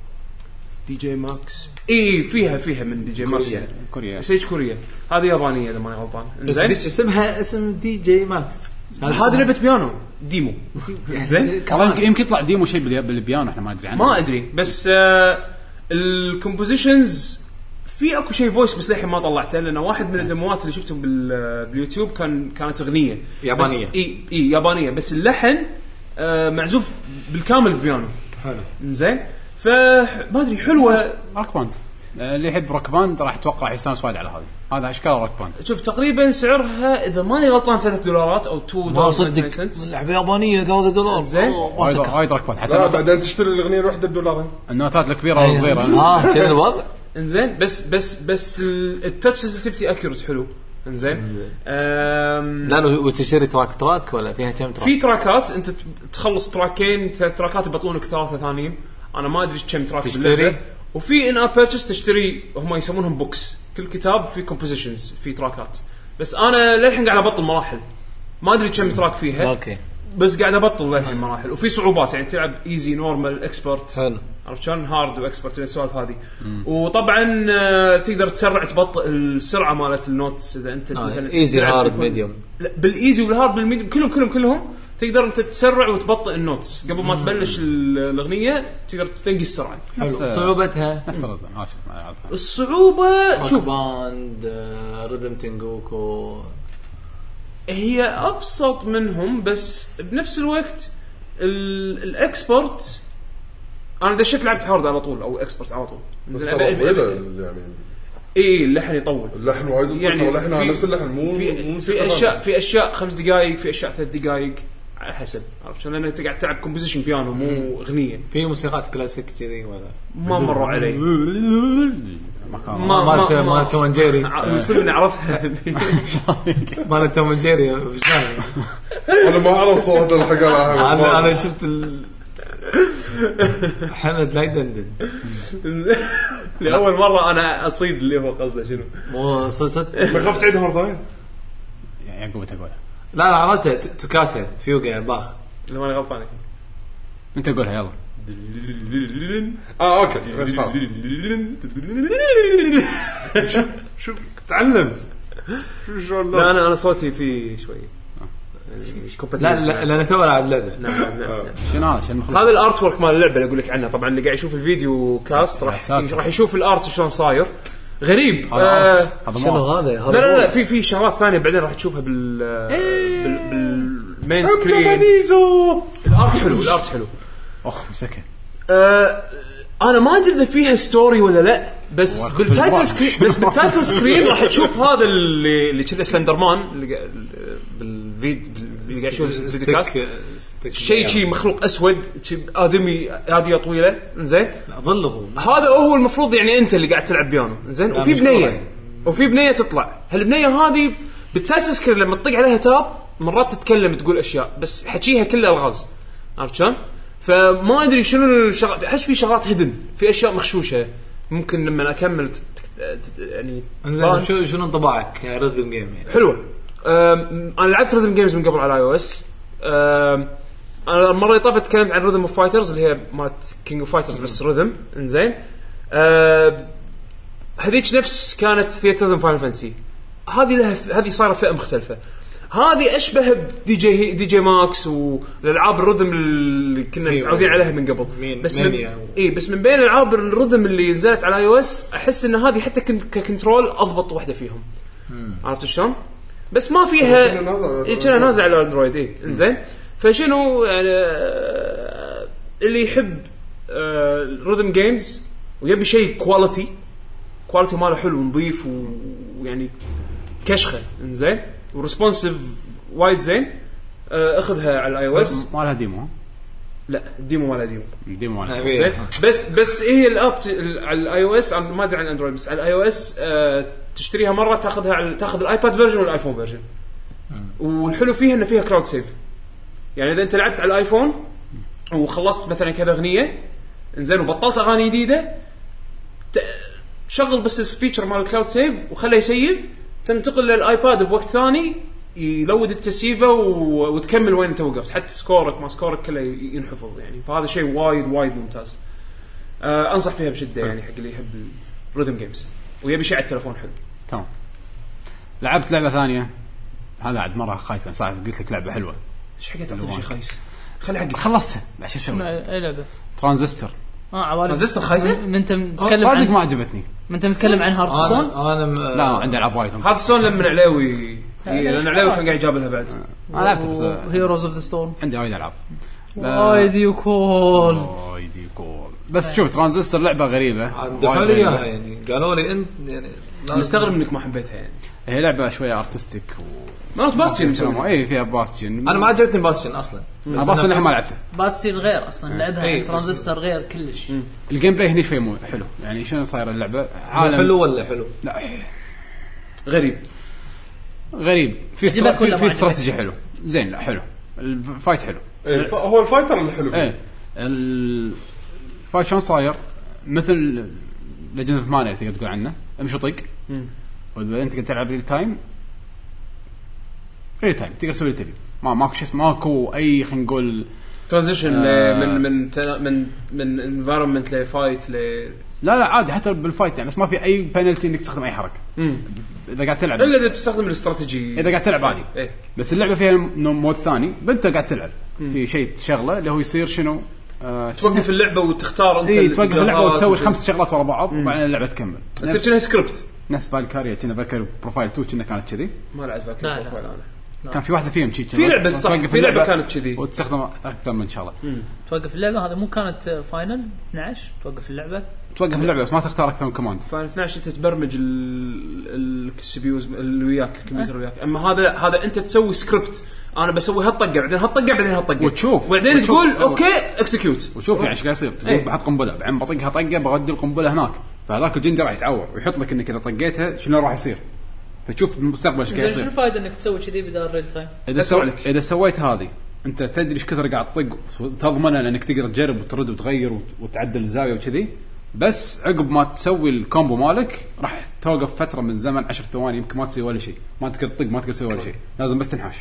ماكس اي فيها من دي جي ماكس يعني كوريا سيج كوريا هذه يابانيه اذا ماني غلطان. زين اسمها اسم دي جي ماكس هذه لعبه بيانو ديمو. زين يمكن يطلع ديمو شيء بالبيانو احنا ما ادري عنه ما ادري بس الكومبوزيشنز في اكو شيء فويس بس للحين ما طلعته لانه واحد من الديموات اللي شفتهم باليوتيوب كانت اغنيه يابانيه اي يابانيه بس اللحن معزوف بالكامل بيانو. حلو. زين فما ادري حلوه. روك باند اللي يحب روك باند راح اتوقع يستانس وايد على هذا اشكال روك باند. شوف تقريبا سعرها اذا ماني غلطان $3 او $2 لعبه يابانيه $3. زين وايد روك باند حتى لا بعدين تشتري الاغنيه الواحده $1. النوتات الكبيره والصغيره شنو الوضع. انزين بس التاتش سنسيتيفيتي اكيوريت حلو. انزين لا وتشتري تراك ولا فيها كم تراك؟ في تراكات انت تخلص تراكين 3 تراكات يبطلونك 3 ثانيين. انا ما ادري كم تراك تشتري وفي ان اب بيرتشيز تشتري، هم يسمونهم بوكس، كل كتاب فيه كومبوزيشنز، فيه تراكات. بس انا للحين قاعد ابطل مراحل، ما ادري كم تراك فيها. اوكي بس قاعد ابطل للحين مراحل، وفي صعوبات يعني تلعب ايزي نورمال اكسبرت، حلو. عرفت شلون؟ هارد واكسبرت والسوالف هذه. وطبعا تقدر تسرع تبطئ السرعه مالت النوتس اذا انت ايزي هارد ميديوم. بالايزي والهارد بالميديوم كلهم تقدر انت تسرع وتبطئ النوتس قبل ما تبلش الاغنيه، تقدر تنقي السرعه. صعوبتها نفس الصعوبه شوف باند ريدم تنجوكو هي ابسط منهم، بس بنفس الوقت الاكسبرت انا دشيت لعبت هارد على طول او اكسبرت على طول. بس يعني اي اللحن يطول، اللحن وايد يعني اللحن نفس اللحن مو في اشياء 5 دقائق، في اشياء 3 دقائق على حسب، عرفت شلون؟ لانك تقعد تلعب كومبوزيشن بيانو مو اغنيه. في موسيقات كلاسيك كذي ولا ما مروا علي؟ ما توم جيري مسلمني عرفتها. ما توم جيري انا ما اعرف صوت الحلقه. انا شفت حمد لا يدندن لأول مرة أنا أصيد اللي هو قصده شنو. مو صوت ما خفت تعيدها مرة ثانية. يعقوب تقولها. لا عرفتها توكاتا فيوغا باخ. إذا ماني غلطان أنت قولها يلا. أوكي بس شوف تعلم. لا أنا صوتي فيه شوي. لا تو العب لعبه. شنو هذا الارت ورك مال اللعبه اللي اقول لك عنها. طبعا اللي قاعد يشوف الفيديو كاست راح يشوف الارت شلون صاير غريب. هذا هذا لا في شغلات ثانيه بعدين راح تشوفها بالمين سكرين. الارت حلو اخ مسكن. انا ما ادري اذا فيها ستوري ولا لا، بس بالتايتل سكرين راح تشوف هذا اللي كذا سلندرمان اللي بالفيديو اللي قاعد يشوف الفيديوكاست، شيء مخلوق اسود ادمي هاديه طويله زين ظله. هذا هو المفروض يعني انت اللي قاعد تلعب بيانو زين. وفي بنيه تطلع. هالبنيه هذه بالتايتل سكرين لما تطق عليها تاب مرات تتكلم تقول اشياء بس حكيها كلها الغاز، عرفت شلون؟ فما ادري شنو الشغلات. احس في شغلات هدن، في اشياء مخشوشه ممكن لما اكمل يعني. شنو انطباعك ريذم جيم يعني؟ حلوه. انا لعبت ريذم جيمز من قبل على اي او اس. انا المره اللي طافت تكلمت عن ريذم اوف فايترز اللي هي مالت كينج اوف فايترز بس ريذم انزين. هذيك نفس كانت ثياتر ريذم فاينل فانسي. هذه صايره فئه مختلفه. هذه اشبه بدي جي ماكس والالعاب الرذم اللي كنا متعودين عليها من قبل. بس من بين العاب الرذم اللي نزلت على اي او اس احس ان هذه حتى ككنترول اضبط واحده فيهم. عرفت شلون؟ بس ما فيها كنا نازل على الاندرويد انزين. فشنو يعني اللي يحب الرذم جيمز ويبي شيء كواليتي ماله حلو ونظيف ويعني كشخه انزين وريسبونسيف وايد زين، اخذها على الاي او اس. ما لها ديمو؟ لا الديمو ما لها ديمو زين. بس هي الاب على الاي او اس انا ما ادري عن اندرويد، بس على الاي او اس تشتريها مره تاخذ الايباد فيرجن والايفون فيرجن. والحلو فيها ان فيها كلاود سيف، يعني اذا انت لعبت على الايفون وخلصت مثلا كذا اغنيه انزين وبطلت اغاني جديده شغل بس الفيتشر مال الكلاود سيف وخليه يسيف، تنتقل للايباد بوقت ثاني يلود التسييفه وتكمل وين انت وقفت، حتى سكورك ما سكورك كله ينحفظ يعني. فهذا شيء وايد ممتاز. انصح فيها بشده يعني حق اللي يحب الريذم جيمز ويبي شيء على التلفون حلو. تمام. لعبت لعبه ثانيه هذا عاد مره خايسه صح. قلت لك لعبه حلوه ايش حقت تعطيني شيء خايس؟ خلي حقي خلصتها بعد شو اسوي؟ اي لعبه ترانزستور. ترانزستور خايسه. من انت متكلم عن ما عجبتني. من انت متكلم عن هارتستون. لا عندي العاب وايد. هارتستون لما علاوي لان علاوي كان قاعد يجاب لها بعد. ما لعبت بس هيروز اوف ذا ستورم عندي وايد العاب. وايد يكول بس شوف ترانزستور لعبه غريبه يعني قالوا لي انت يعني مستغرب انك ما حبيتها يعني. هي لعبه شويه ارتستيك ما باستيون مسوي اي فيها باستيون. انا ما عجبتني باستيون اصلا. باستيون الحين ما لعبته. باستيون غير اصلا لعبها ترانزستور غير كلش. الجيم بلاي هني شوي مو حلو يعني. شنو صاير اللعبه عالم حلو ولا حلو؟ لا غريب في استراتيجي حلو زين. لا حلو الفايت حلو. هو الفايتر اللي حلو فيه. الفايت شلون صاير مثل ليجند اوف مانيا تقدر تقول عنه امشي طق واذا انت قاعد تلعب ريل تايم تقدر تسوي اللي تبي ماكو شيء ماكو اي خلينا نقول ترانزيشن من انفايرمنت لفايت لا عادي حتى بالفايت يعني بس ما في اي بينالتي انك تستخدم اي حركه اذا قاعد تلعب الا اذا تستخدم الاستراتيجي اذا قاعد تلعب عادي إيه؟ بس اللعبه فيها مود ثاني بنت قاعد تلعب في شيء شغله اللي هو يصير شنو توقف اللعبه وتختار انت توقف اللعبه وتسوي 5 شغلات ورا بعض وبعدين اللعبه تكمل يصير كأنها سكريبت نفس فالكاريا كنا فالكاريا بروفايل 2 كنا كانت كذي ما لعبت فالكاريا بروفايل انا كان في واحده فيهم شيء في لعبه صح في لعبه كانت كذي وتستخدم اكثر من شغله توقف اللعبه هذا مو كانت فاينل 12 توقف اللعبه بس ما تختار اكثر من كوماند فاينل 12 انت تبرمج السي بي يو اللي وياك الكمبيوتر وياك اما هذا انت تسوي سكريبت انا بسوي هالطقه بعدين هالطقه وتشوف وبعدين تقول اوكي اكسكيوت وشوف يعني ايش قاعد يصير تقول بحط قنبله بعدين بطقها طقه بغدي القنبله هناك فهذاك الجندي راح يتعور ويحط لك انك اذا طقيتها شنو راح يصير فتشوف بالمستقبل ايش قاعد يصير. شنو الفائده انك تسوي كذي بدال ريل تايم اذا سويت هذه انت تدري ايش كثر قاعد تطق وتضمنها لانك تقدر تجرب وترد وتغير وتعدل الزاويه وكذي بس عقب ما تسوي الكومبو مالك راح توقف فتره من الزمن 10 ثواني يمكن ما تسوي ولا شيء ما تقدر تطق ما تقدر تسوي ولا شيء لازم بس تنحاش.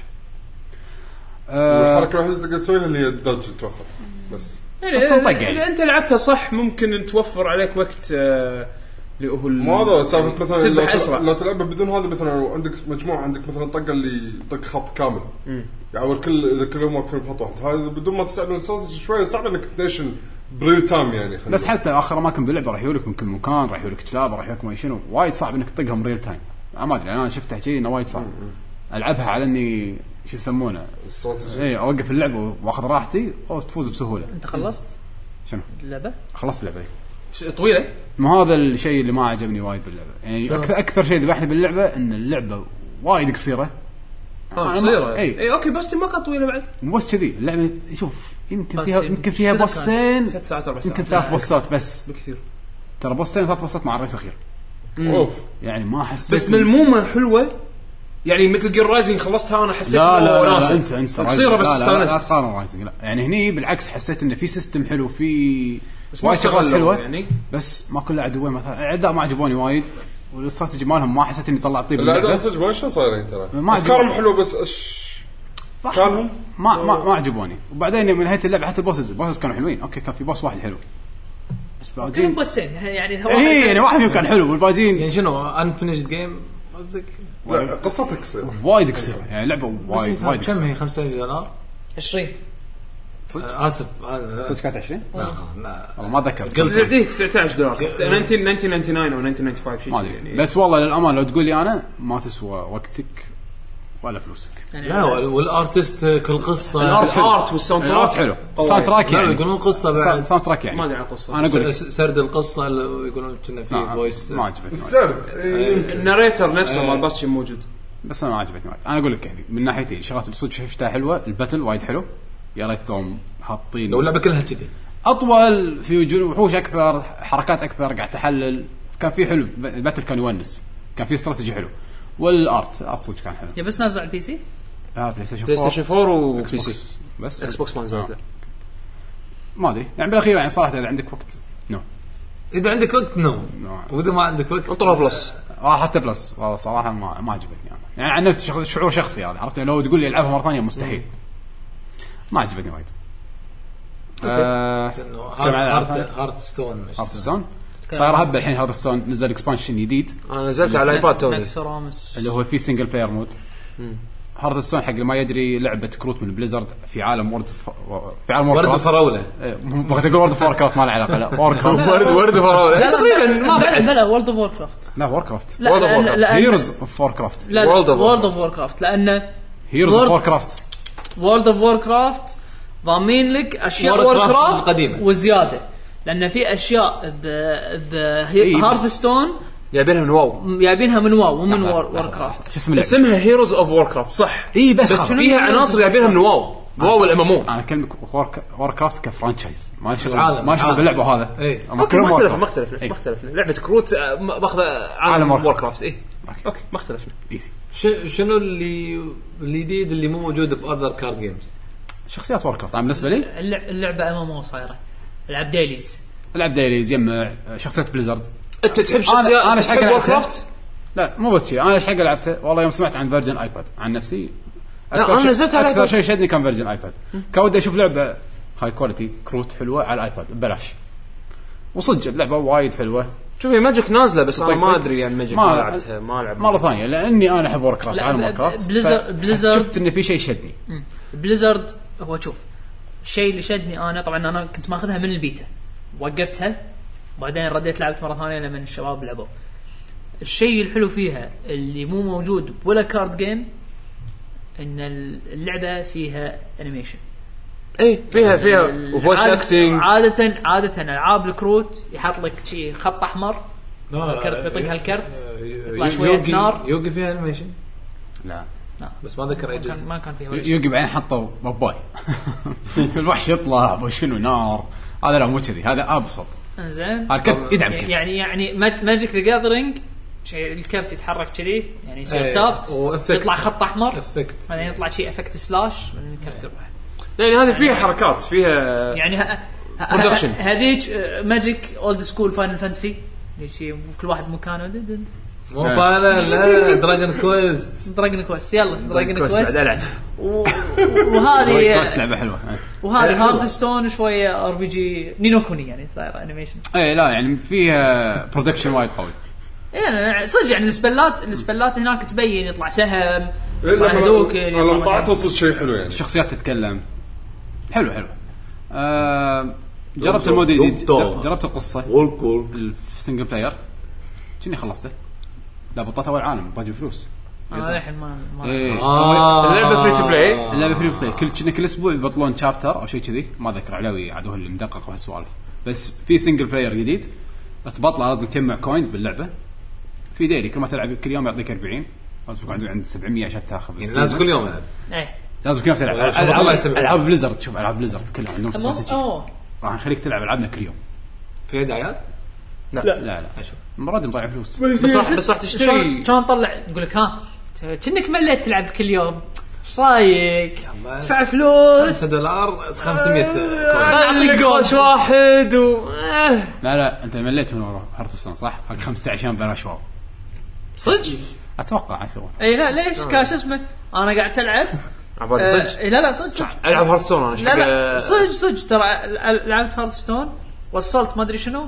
الحركه الوحيده اللي تقدر تسويها اللي هي الدوج توفر بس يعني اذا انت لعبتها صح ممكن توفر عليك وقت اللي هو ما هذا سالفه مثلا لو تلعبها بدون هذا مثلا عندك مجموعه عندك مثلا طقه اللي طق خط كامل يعني اذا كلهم واقفين بخط واحد هذا بدون ما تستعمل الاستراتيجي شويه صعب انك تنشن بريل تايم يعني بس حتى اخر اماكن باللعبه راح يقول لك من كل مكان راح يقول لك كلاب راح يحكم شنو وايد صعب انك تطقهم ريل تايم ما ادري انا شفتها شيء انه وايد صعب العبها على اني شو يسمونه اي اوقف اللعبه واخذ راحتي او تفوز بسهوله. انت خلصت شنو اللعبه؟ خلصت اللعبه طويله ما هذا الشيء اللي ما عجبني وايد باللعبه يعني اكثر شيء ذبحني باللعبه ان اللعبه وايد قصيره قصيره اي اوكي بس ما كانت طويله بعد مو بس كذي اللعبه شوف يمكن فيها بوسين 3 ساعات 4 ساعات يمكن 3 بوسات بس بكثير ترى بوسين 3 بوسات مع الرئيس اخير اوف يعني ما حسيت بس ملمومه حلوه يعني مثل جير رايزنج خلصتها وانا حسيت لا انسى قصيره بس لا تقارن رايزنج لا يعني هني بالعكس حسيت انه في سيستم حلو في وايد شغلات حلوه يعني بس ما كل عدوين مثلا الاعداء ما عجبوني وايد والاستراتيجي مالهم ما حسيت اني طلع طيب لا صدق ما شلون صايرين ترى افكارهم حلوه بس كانوا ما عجبوني وبعدين من نهايه اللعبه حتى البوسز كانوا حلوين اوكي كان في بوس واحد حلو بس باجين بوسين يعني يعني واحد فيهم كان حلو والباجين يعني شنو انفينيشد جيم قصدك لا قصتك قصيره وايد قصيره يعني لعبه وايد كم هي $5 20 اسف صدق كانت 20 لا والله ما ذكر $19 1999 او 1995 شيء يعني بس والله للأمان لو تقول لي انا ما تسوى وقتك ولا فلوسك يعني لا والارتست كل قصه الارت والساوند تراك حلو ساوند تراك يعني يقولون قصه بعد ساوند تراك يعني ما ادري عن القصه انا اقول سرد القصه يقولون كنا في فويس ما عجبتني السرد الناريتر نفسه مال بس موجود بس انا ما عجبتني وايد انا اقول لك يعني من ناحيتي الشغلات اللي صدق شفتها حلوه الباتل وايد حلو يا ريتهم حاطين لو اللعبه كلها كذي اطول في وحوش اكثر حركات اكثر قاعد تحلل كان في حلو الباتل كان يونس كان في استراتيجي حلو والارت صدق كان حلو يا بس نازل على البي سي بلاي ستيشن 4 وبي سي بس اكس بوكس ما نزلته ما ادري يعني بالاخير يعني صراحه اذا عندك وقت اذا عندك وقت واذا ما عندك وقت انطر بلس حتى بلس والله صراحه ما عجبتني يعني عن نفسي شعور شخصي هذا عرفت لو تقول لي العبها مره ثانيه مستحيل ما عجبتني وايد هارت ستون صار هبه الحين هذا السون نزل اكسبانشن جديد انا نزلت على الايباد توني اللي هو في سنجل بلاير مود هارد ستون حق اللي ما يدري لعبه كروت من بليزرد في عالم ورد فراوله بغيت اقول وورد فوركرافت ما له علاقه لا ورد فراوله لا تقريبا ما بعد لا وورد اوف ووركرافت لا ووركرافت لا هيروز اوف ووركرافت لا وورد اوف ووركرافت لان هيروز اوف ووركرافت وورد اوف ووركرافت ضامين لك اشياء ووركرافت قديمه وزياده لان في اشياء بهارد ستون جايبينها من واو ومن ووركرافت اسمها هيروز اوف ووركرافت صح بس فيها عناصر جايبينها من واو الامامو انا اكلمك ووركرافت كفرانشايز ما شغل باللعبه هذا مختلف لعبه كروت باخذ عالم ووركرافت اوكي ما اختلفنا شنو اللي الجديد اللي مو موجود باذر كارد جيمز شخصيات ووركرافت بالنسبه لي اللعبه امامو صايره العب ديليز يجمع شخصيات بليزرد انت تحب شخصيات انا تحب ووركرافت؟ لا مو بس شيء، انا ايش حق لعبته والله يوم سمعت عن فيرجن ايباد عن نفسي انا نزلت على اكثر شيء شدني كان فيرجن ايباد. كودي اشوف لعبه هاي كواليتي كروت حلوه على الايباد ببلاش، وصدق اللعبه وايد حلوه. شوفي ماجيك نازله بس انا ما ادري يعني ماجيك ما لعبتها ما لعب مره ثانيه لاني انا احب ووركرافت عالم ووركرافت. بليزرد شفت ان في شيء شدني. بليزرد هو شوف الشيء اللي شدني انا طبعا انا كنت ماخذها من البيتا وقفتها وبعدين رديت لعبت مره ثانيه لما الشباب لعبوا. الشيء الحلو فيها اللي مو موجود ولا كارد جيم ان اللعبه فيها انيميشن. اي فيها وفويس اكتنج. عاده العاب الكروت يحط لك شيء خط احمر كرت بيعطيك هالكرت يطلع شويه نار. يوقي فيها انيميشن؟ لا بس ما ذكر اي جزء. ما كان فيها يوقي بعدين حطوا باباي الوحش يطلع وشنو نار. هذا لا مو كذي، هذا ابسط. زين الكرت يدعم كرت يعني ماجيك ذا جاذرينج الكرت يتحرك كذي يعني يصير تابت يطلع خط احمر بعدين يطلع شيء افكت سلاش من الكرت يروح. يعني هذه فيها حركات فيها يعني هذيك ماجيك اولد سكول فاينل فانتسي شيء كل واحد مكانه. مو فاينل لا دراجون كويست يلا دراجون كويست وهذه كويست لعبه حلوه. وهذه هارد ستون شويه ار بي جي نينو كوني يعني صاير انيميشن. اي لا يعني فيها برودكشن وايد قوي. يعني صدق يعني السبلات هناك تبين يطلع سهم هذوك انا طلعت وصل شيء حلو يعني الشخصيات تتكلم حلو جربت المود الجديد جربت القصه السنجل بلاير كني خلصته لا بطلت اول عالم باجي فلوس الحين ما اللعبه فري تو بلاي. اللعبه فري تو بلاي كل اسبوع يبطلون شابتر او شيء كذي ما ذكر علوي عاد هو اللي مدقق بهالسوالف. بس في سنجل بلاير جديد تبطل لازم تجمع كوينز باللعبه في ديلي كل ما تلعب كل يوم يعطيك 40 لازم يكون عند 700 عشان تاخذ يعني لازم كل يوم العب لازم كل يوم تلعب العاب بليزرد. شوف العاب بليزرد كلها عندهم استراتيجي راح نخليك تلعب العابنا كل يوم. في دعايات؟ لا مرات مضيع فلوس بس راح تشتري شلون نطلع نقول لك ها كأنك مليت تلعب كل يوم ايش رايك تدفع فلوس $5 500 خليك خوش واحد لا انت مليت من هارثستون صح حق 15 بلاش واو صدق اتوقع اسوي اي لا ليش كاش اسمه انا قاعد تلعب عبالي صدق لا صدق العب هارثستون انا لا صدق ترى لعبت هارثستون وصلت ما ادري شنو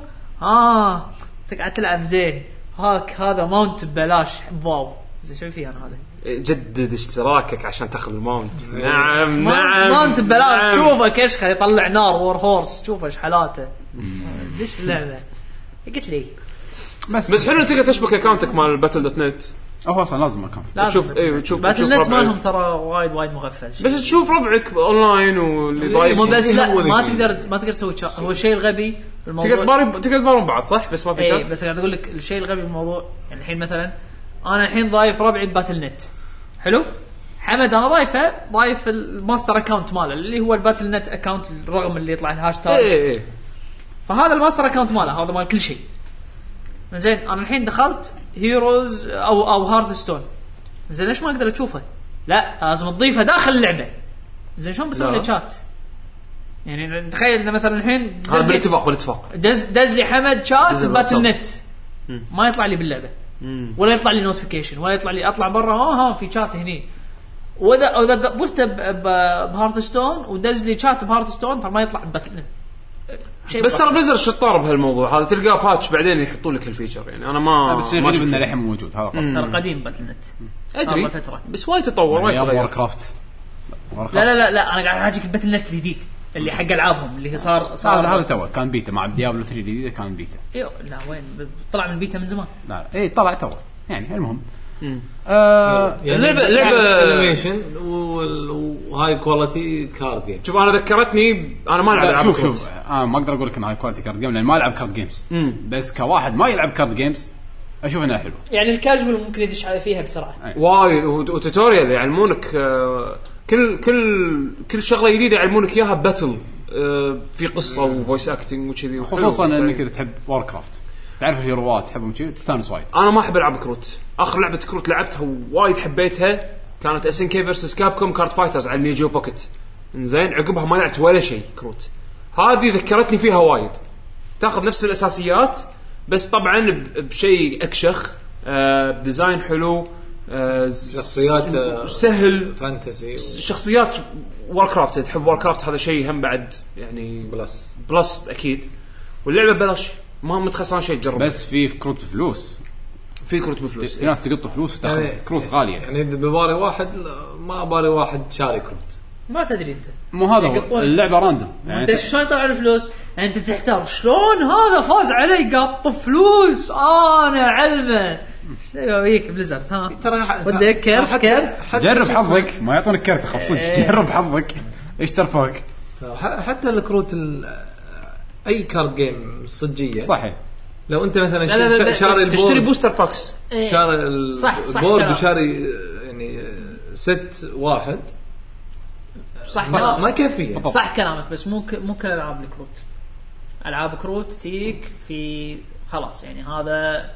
تقعد تلعب زين هذا ماونت ببلاش واو زين شو فيه انا هذا جدد اشتراكك عشان تاخذ الماونت. نعم ماونت ببلاش شوفه كشخه يطلع نار وور هورس شوفه ايش حالاته ليش اللعبه قلت لي بس حلو تقدر تشبك اكاونتك مال باتل.نت هو اصلا لازم اكاونت تشوف باتل.نت مالهم ترى وايد مغفل بس تشوف ربعك اونلاين واللي ضايف بس لا ما تقدر تسوي هو الشيء الغبي بالموضوع تقدر تبارون بعض صح بس ما في شات. بس قاعد اقول لك الشيء الغبي بالموضوع يعني الحين مثلا انا الحين ضايف ربعي بباتل.نت حلو حمد انا ضايف الماستر اكاونت ماله اللي هو الباتل.نت اكاونت الرقم اللي يطلع الهاشتاج فهذا الماستر اكاونت ماله هذا مال كل شيء زين. انا الحين دخلت هيروز او هارثستون زين ليش ما اقدر اشوفه لا لازم تضيفها داخل اللعبه زين شلون بسوي له شات يعني تخيل ان مثلا الحين بالاتفاق دز لي حمد شات باتل.نت ما يطلع لي باللعبه ولا يطلع لي نوتيفيكيشن ولا يطلع لي اطلع برا في شات هني واذا ضفته بهارثستون ودز لي شات بهارثستون ترى ما يطلع باتل.نت. بس ترى بليزر شطار بهالموضوع هذا تلقاه باتش بعدين يحطون لك الفيتشر يعني انا ما بس غريب انه الحين موجود هذا ترى قديم باتل.نت ادري بس وايد تطور وايد تغير ووركرافت لا انا قاعد احاجيك باتل.نت الجديد اللي حق العابهم اللي صار هذا تو كان بيتا مع ديابلو 3 جديده كان بيتا لا وين طلع من بيتا من زمان لا طلع تو يعني المهم لعبه انيميشن وهاي كواليتي كارد جيم. شوف انا ذكرتني انا ما العب شوف ما اقدر اقول لك انه هاي كواليتي كارد جيم لان ما العب كارد جيمز بس كواحد ما يلعب كارد جيمز اشوف انها حلو يعني الكاجوال ممكن يدش فيها بسرعه وايد وتوتوريال يعلمونك كل شغله جديده يعلمونك اياها باتل في قصه وفويس اكتنج وكذي خصوصا انك تحب ووركرافت تعرف الهيروات تحبهم كذي تستانس وايد. انا ما احب العب كروت اخر لعبه كروت لعبتها وايد حبيتها كانت SNK فيرسس كابكوم كارت فايترز على النيو بوكيت انزين عقبها ما لعبت ولا شيء كروت هذه ذكرتني فيها وايد تاخذ نفس الاساسيات بس طبعا بشيء اكشخ، بديزاين حلو، شخصيات سهل فانتسي شخصيات واركرافت. تحب واركرافت هذا شيء هم بعد يعني بلس اكيد. واللعبه ببلاش ما متخسران شيء تجرب. بس في كروت بفلوس، في كروت بفلوس، في ناس تقط فلوس وتاخذ يعني كروت غاليه. يعني بباري واحد ما باري واحد شاري كروت. ما تدري انت مو هذا يقطون. اللعبه راندوم انت شلون يطلع الفلوس؟ يعني انت تحتار شلون هذا فاز علي قاط فلوس انا علمه شيء ويك بليزرد. ها ترى ودك كرت جرب حظك، ما يعطونك كرت خفصك. جرب حظك ايش ترفعك. حتى الكروت اي كارد جيم صجيه صحيح. لو انت مثلا لا شاري البورد تشتري بوستر باكس، شاري البورد صح وشاري يعني ست واحد صح ما يكفي. صح كلامك، بس مو كالعاب الكروت. العاب كروت تيك في خلاص يعني هذا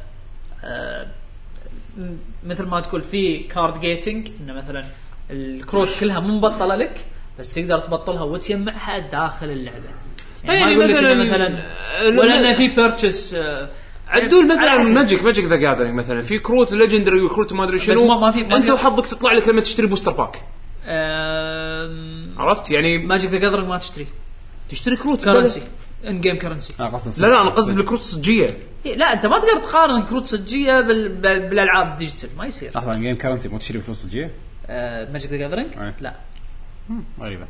مثل ما تقول في كارد جيتنج، انه مثلا الكروت كلها مو مبطله لك بس تقدر تبطلها وتجمعها داخل اللعبه. يعني ما مثلا ولا انه في بيرتشيس عدول مثلا ماجيك ذا جاذرينج مثلا في كروت ليجندري وكروت ما ادري شنو، ما في انت وحظك تطلع لك لما تشتري بوستر باك. عرفت يعني ماجيك ذا جاذرينج ما تشتري كروت كرنسي ان جيم كرنسي. لا انا قصدي بالكروت الصجيه. لا انت ما تقدر تقارن كروت صجيه بالالعاب ديجيتال، ما يصير. لحظه جيم كرنسي مو تشتري فلوس صجيه. ماجيك ذا جاذرينج لا غريبه.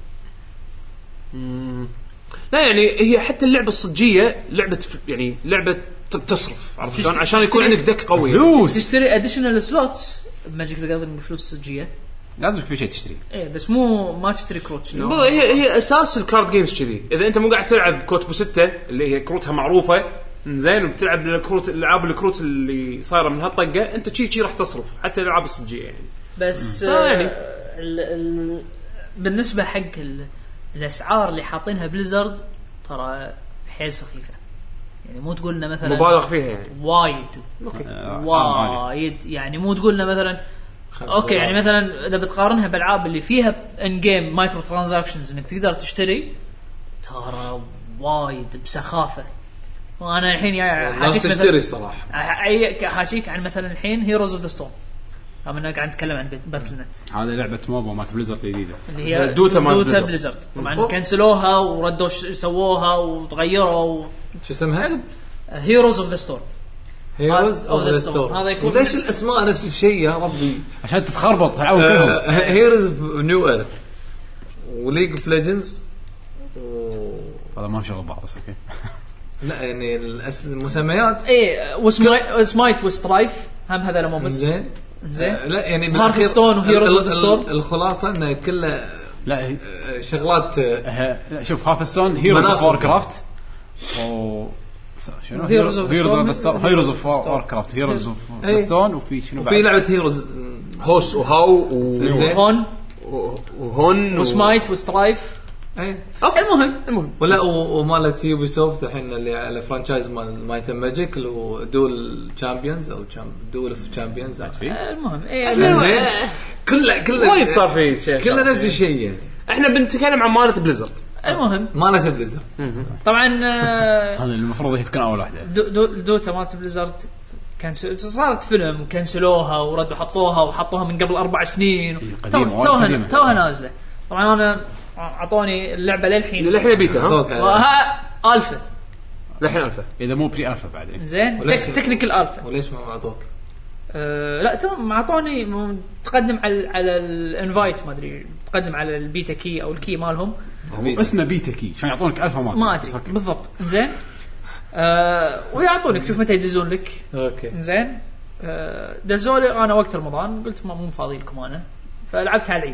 لا يعني هي حتى اللعبه الصجيه لعبه يعني لعبه تصرف، عرفت شلون؟ عشان يكون عندك دك قوي فلوس تشتري اديشنال سلوتس ماجيك ذا جاذرينج بفلوس صجيه. لازم في شيء تشتري. بس مو ما تشتري كروت. هي اساس الكارد جيمز كذي. اذا انت مو قاعد تلعب كروت بستة اللي هي كروتها معروفه زين وبتلعب الكروت الالعاب الكروت اللي صايره من هالطقه، انت شيء راح تصرف حتى الالعاب الصجيه يعني. بس يعني بالنسبه حق الاسعار اللي حاطينها بليزرد ترى حيل سخيفه. يعني مو تقولنا مثلا مبالغ فيها يعني وايد وايد يعني مو تقولنا مثلا اوكي يعني مثلا اذا بتقارنها بالالعاب اللي فيها ان جيم مايكرو ترانزاكشنز انك تقدر تشتري ترى وايد بسخافه. وانا الحين حاشيك تشتري صراحه حاشيك عن مثلا الحين هيروز اوف ذا ستورم، طبعا قاعد نتكلم عن باتل نت. هذه لعبه موبا مالت بليزرد الجديده اللي هي دوتا بليزرد. طبعا كنسلوها وردوا سووها وتغيروا شو اسمها هيروز اوف ذا ستورم. هيروز اوف ذا ستورم. هذا يكون ليش الاسماء نفس الشيء يا ربي عشان تتخربط تلعبوا كلهم. هيروز نيو ايرث وليج اوف ليجندز هذا ما شغل بعض بس اوكي. لا يعني المسميات وسمايت وسترايف هم هذا مو بس زين لا يعني بالستون وهيروز اوف ذا ستورم الخلاصه انه كله لا شغلات. لا شوف هارثستون هيروز اوف واركرافت شنو هيروز اوف ذا ستورم هيروز اوف واركرافت هيروز اوف ذا ستون وفي شنو في لعبه هيروز هوس وهاو وهون وسمايت وسترايف. اوكي المهم ولا ومالت يوبي سوفت الحين اللي على فرانشايز مال مايت ماجيك اللي هو دول تشامبيونز او دول اوف تشامبيونز. المهم كله وايد صار في كله نفس الشيء يعني. احنا بنتكلم عن مالت بليزرد. المهم مالت بليزرد طبعا هذا المفروض هي تكون اول واحده. دوتا مالت بليزرد كان صارت فيلم وكنسلوها وردوا حطوها من قبل 4 سنين توها نازله. طبعا انا اعطوني اللعبه للحين بيتا وها الفا للحين الفا اذا مو بري الفا بعدين زين تكنيكال الفا. وليش ما اعطوك؟ لا تو اعطوني تقدم على الانفايت ما ادري تقدم على البيتا كي او الكي مالهم اسمه بيتا كي شلون يعطونك الفا ما ادري بالضبط. زين ويعطونك شوف متى يدزون لك. اوكي زين دزولي انا وقت رمضان قلت مو فاضي لكم انا فلعبتها العيد.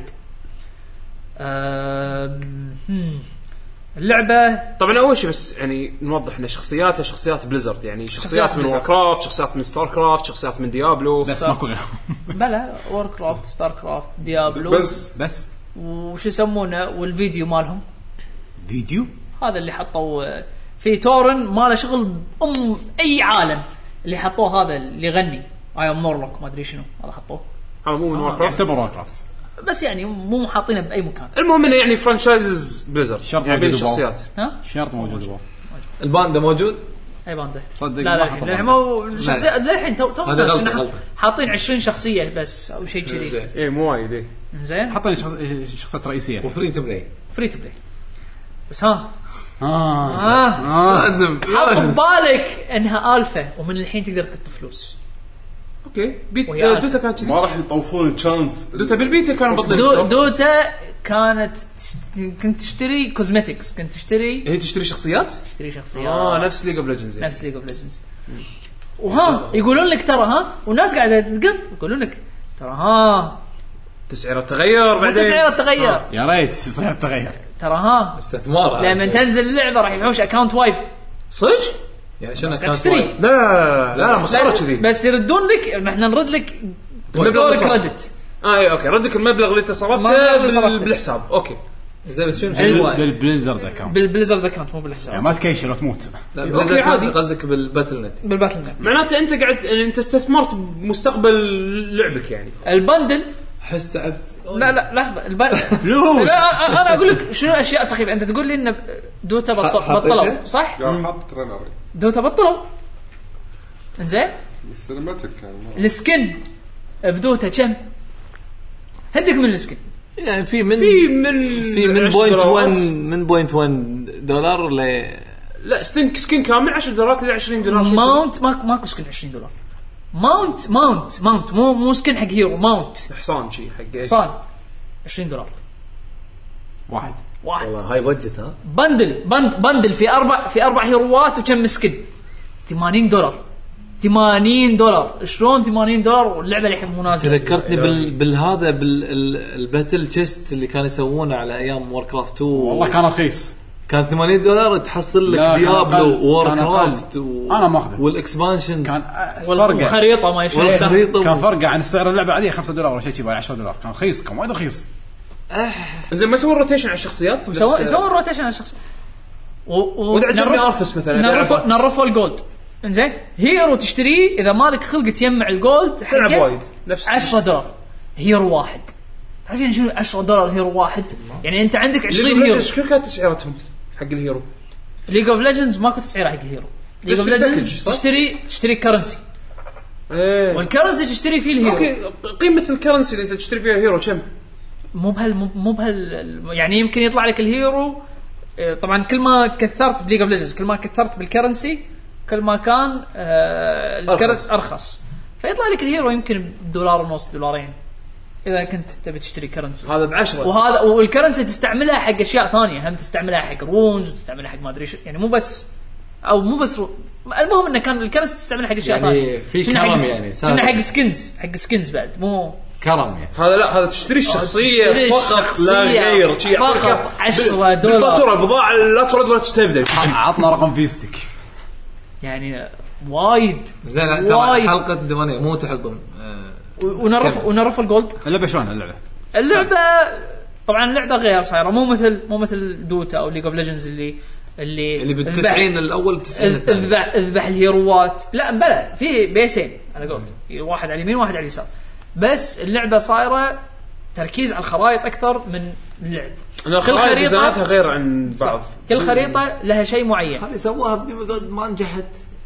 اللعبة طبعا أول شيء بس يعني نوضح إن شخصياتها شخصيات بليزرد يعني شخصيات من واركرافت شخصيات من ستار كرافت شخصيات من ديابلو بس ما كلهم بلا واركرافت ستار كرافت ديابلو بس وش يسمونه والفيديو مالهم فيديو هذا اللي حطوا في تورن ما له شغل أي عالم اللي حطوه هذا اللي يغني آيام مورلوك ما أدري شنو هذا حطوه هذا مو من واركرافت يعتبر واركرافت بس يعني مو حاطينه باي مكان. المهم انه يعني فرانشايزز بليزرد شرط يعني موجود الشخصيات شرط موجود الباندا موجود اي باندا صدق لا لا مو شخصيه للحين تو حاطين 20 شخصيه بس او شيء كذي اي مو وايد زين حاطين شخصيات رئيسيه وفري تو بلاي بس ها لازم حط بالك انها الفا ومن الحين تقدر تحط فلوس. اوكي دوتا كانت ما راح يطوفون الشانس. دوتا بالبيتا كانوا بطل دوتا كانت كنت تشتري كوزمتكس كنت تشتري هي تشتري شخصيات نفس ليج اوف ليجندز نفس ليج اوف ليجندز وها يقولون لك ترى ها والناس قاعده تقط يقولون لك ترى ها تسعيره تغير بعدين تسعيره تغير يا ريت يصير تغير ترى ها استثمار لما تنزل اللعبه راح يحوش اكاونت وايب صدق يعني شنو تشتري لا مسخره كذي بس يردون لك احنا نرد لك المبلغ كريدت اوكي ردك المبلغ اللي تصرفته بالحساب اوكي زين بس شنو بالبليزرد اكاونت بالبليزرد اكاونت مو بالحساب يعني ما تكيش لو تموت لا عادي قصدك بالباتل نت معناته انت قاعد انت استثمرت بمستقبل لعبك يعني البندل حس تعبت لا لحظه لا انا اقول لك شنو اشياء سخيفه انت تقول لي ان دوتا بطلوا صح حاط ترينر دوتا بطلوا انزين السينماتيك السكن بدوتا كم هديك من السكن يعني في من بوينت 1 دولار لا سكين كامل $10 ل $20 ماونت ماكو سكن $20 ماونت مو سكن حق هيرو ماونت حصان شيء حق حصان $20 واحد والله هاي بادجت ها بندل في اربع هيروات وكم سكن $80 شلون $80 واللعبه اللي يحب مناسبه تذكرتني بالهذا بالباتل تشيست اللي كانوا يسوونه على ايام ووركرافت 2 والله كان رخيص كان $80 تحصل لك ديابلو ووركرافت انا ماخذه والاكسبانشن كان فرقه خريطه ما يشوف كان فرقه عن السعر اللعبه عاديه $5 ولا شيء كذا $10 كان رخيص كان وايد رخيص زين ما يسوون روتيشن على الشخصيات يسوون روتيشن على الشخص ونعجبني ارفس مثلا نرفوا الجولد انزين هيرو تشتريه اذا مالك خلق تجمع الجولد تلعب وايد نفس $10 هيرو واحد تعرفين شنو $10 هيرو واحد يعني انت عندك 20 هيرو شو كانت تسعيرتهم حق الهيرو ليج اوف ليجندز ماكو تسعيره حق الهيرو ليج اوف ليجندز تشتري كرنسي والكرنسي تشتري فيه الهيرو اوكي قيمه الكرنسي اللي انت تشتري فيها هيرو كم مو بهال يعني يمكن يطلع لك الهيرو طبعا كل ما كثرت بليج اوف ليجندز كل ما كثرت بالكرنسي كل ما كان الكرنسي ارخص فيطلع لك الهيرو يمكن $1.50 $2 اذا كنت تبي تشتري كرنسي هذا ب10 وهذا والكرنسي تستعملها حق اشياء ثانيه هم تستعملها حق رونز وتستعملها حق ما ادري شو يعني مو بس المهم انه كان الكرنسي تستعملها حق اشياء ثانيه يعني في كرم يعني كنا حق سكنز بعد مو كرم يعني هذا لا هذا تشتري الشخصيه فقط لا غير شيء فقط $10 بالفاتوره البضاعه لا ترد ولا تستبدل عطنا رقم فيستك يعني وايد زين ترى حلقه ديوانيه مو تحضن ونرف الجولد اللعبه شلون اللعبه طبعا اللعبه غير صايره مو مثل دوتا او ليج اوف ليجندز اللي بالتسعين الاول 90 اذبح الهيروات لا بلا في بيسين على قولت واحد على اليمين واحد على اليسار بس اللعبه صايره تركيز على الخرائط اكثر من اللعب كل خريطه غير عن بعض كل خريطه لها شيء معين هذه سووها بديمي جود ما نجحت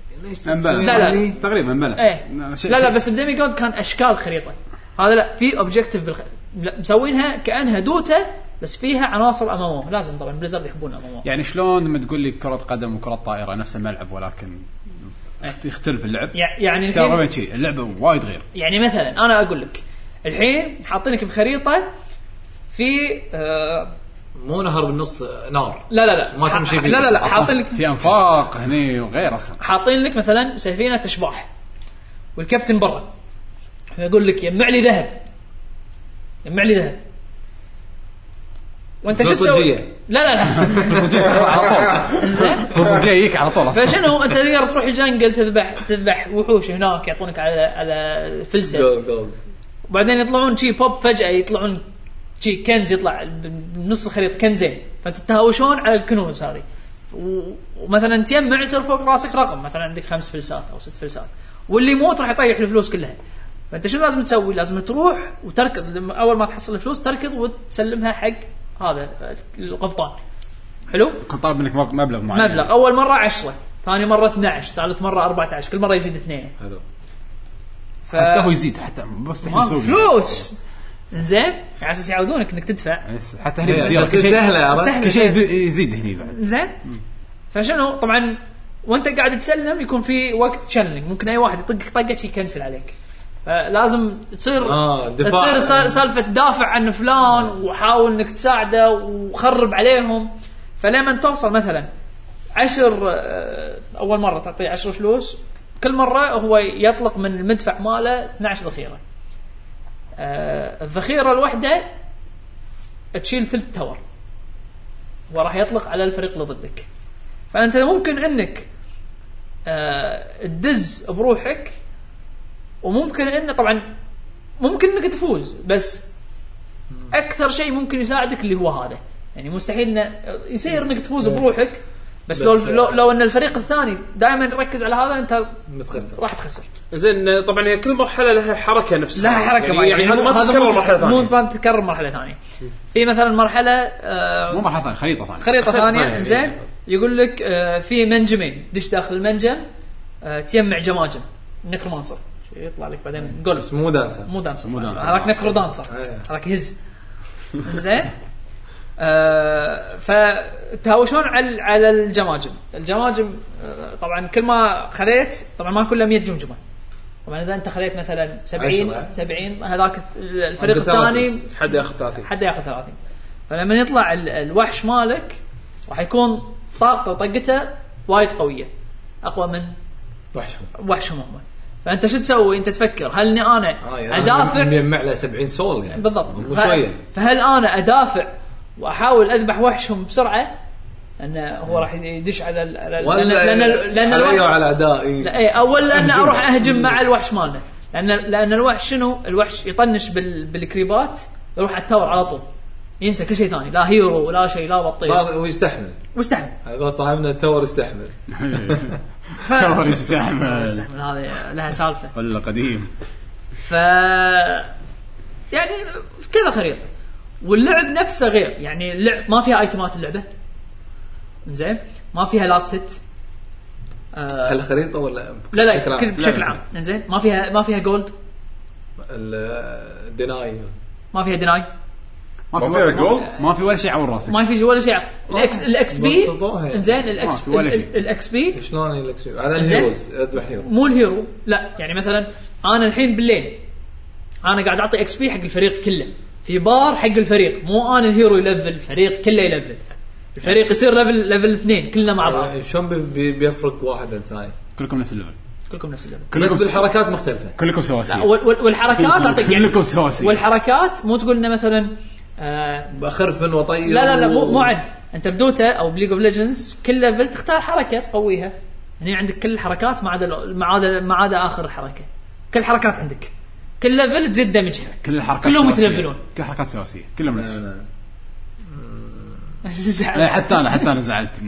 لا تقريبا ايه. لا بس الديمي جود كان اشكال خريطه هذا لا في اوبجكتيف مسوينها كانها دوتا بس فيها عناصر امامه لازم طبعا بليزرد يحبون امامه يعني شلون لما تقول لي كره قدم وكره طائره نفس الملعب ولكن يختلف اللعب يعني ترى شيء اللعبه وايد غير يعني مثلا انا اقول لك الحين حاطينك بخريطه في مو نهر بالنص نار لا ما تمشي فيه لا حاطين لك في انفاق هني وغير اصلا حاطين لك مثلا سفينه تشباح والكابتن برا يقول لك يجمع لي ذهب وانت شو تسوي لا صدق يجيك على طول اصلا فشنو انت تقدر تروح الجنجل تذبح وحوش هناك يعطونك على فلسه وبعدين يطلعون شي بوب فجاه يطلعون شي كنز يطلع بنص الخريطه كنزين فتتهاوشون على الكنوز هذه ومثلا تجمع يصير فوق راسك رقم مثلا عندك 5 فلسات او 6 فلسات واللي يموت راح يطيح الفلوس كلها فانت شو لازم تسوي لازم تروح وتركض اول ما تحصل الفلوس تركض وتسلمها حق هذا القبطان حلو كنت طالب منك مبلغ معين مبلغ اول مره 10 ثاني مره 12 ثالث مره 14 كل مره يزيد 2 حلو حتى هو يزيد حتى بس احنا نسوق فلوس زين على اساس يعودونك انك تدفع حتى هني بديره سهله كل شيء يزيد هني بعد زين. فشنو طبعا وانت قاعد تسلم يكون في وقت تشالنج ممكن اي واحد يطقك طقه يكنسل عليك فلازم تصير سالفه تدافع عن فلان وحاول انك تساعده وخرب عليهم. فلما توصل مثلا 10 اول مره تعطيه 10 فلوس كل مره هو يطلق من المدفع ماله 12 ذخيره. الذخيره الواحده تشيل ثلث تاور وراح يطلق على الفريق اللي ضدك. فانت ممكن انك تدز بروحك وممكن انه طبعا ممكن انك تفوز بس اكثر شيء ممكن يساعدك اللي هو هذا يعني مستحيل انه يصير انك تفوز بروحك بس لو ان الفريق الثاني دائما يركز على هذا انت متخسر راح تخسر. زين طبعا هي كل مرحله لها حركه نفسها لها حركه يعني هذا ما تتكرر مرحله ثانيه مو تتكرر مرحله ثانيه في مثلا مرحله مو مرحله ثانيه خريطه ثانيه زين يقول لك في منجمين دش داخل المنجم تجمع جماجم نكرومانسر يطلع لك بعدين جولف مو دانسر هذاك نكرو دانسر هذاك هز زين. فتهاوشون على الجماجم طبعا كل ما خذيت طبعا ما كلها 100 جمجمه طبعا اذا انت خذيت مثلا 70 هذاك الفريق الثاني حد ياخذ 30 فلما يطلع الوحش مالك راح يكون طاقته وطقته وايد قويه اقوى من وحشهم هم. فانت شو تسوي انت تفكر هل اني انا ادافع مجمع له 70 سول يعني بالضبط فهل انا ادافع واحاول اذبح وحشهم بسرعه انه هو راح يدش على لان الوحش على اعدائي لا اولا ان اروح اهجم مع الوحش مالنا لان الوحش شنو الوحش يطنش بالكريبات يروح على التاور على طول ينسى كل شيء ثاني لا هيرو ولا شيء لا بطيء ويستحمل هذا صاحبنا التاور يستحمل تاور يستحمل هذه لها سالفه ولا قديم. يعني كذا خريطه واللعب نفسه غير يعني اللعب ما فيها ايتمات اللعبه زين ما فيها لاست هيت الخريطه ولا لا بشكل عام زين ما فيها جولد الديناي ما فيها ديناي ما فيها جولد ما في ولا شيء على راسك ما في ولا شيء الاكس بي زين الاكس بي شلون الاكس بي على الهيروز اذبح هيرو مو الهيرو لا يعني مثلا انا الحين بالليل انا قاعد اعطي اكس بي حق الفريق كله في بار حق الفريق مو انا الهيرو يلفل الفريق كله يلفل الفريق يصير ليفل 2 كلنا مع بعض. شلون بيفرق واحد عن الثاني كلكم نفس الليفل بس بالحركات مختلفه كلكم سواسيه والحركات اعطيك يعني كلكم سواسيه والحركات مو تقول لنا مثلا بخرفن وطير لا مو عد انت بدوته او بليج اوف ليجندز كل ليفل تختار حركه تقويها هنا عندك كل الحركات ما عدا اخر حركه كل حركات عندك كل ليفل تزيد دمجها كل الحركات كلهم يتلفلون كل حركات سواسيه كلهم نفس لا حتى انا زعلت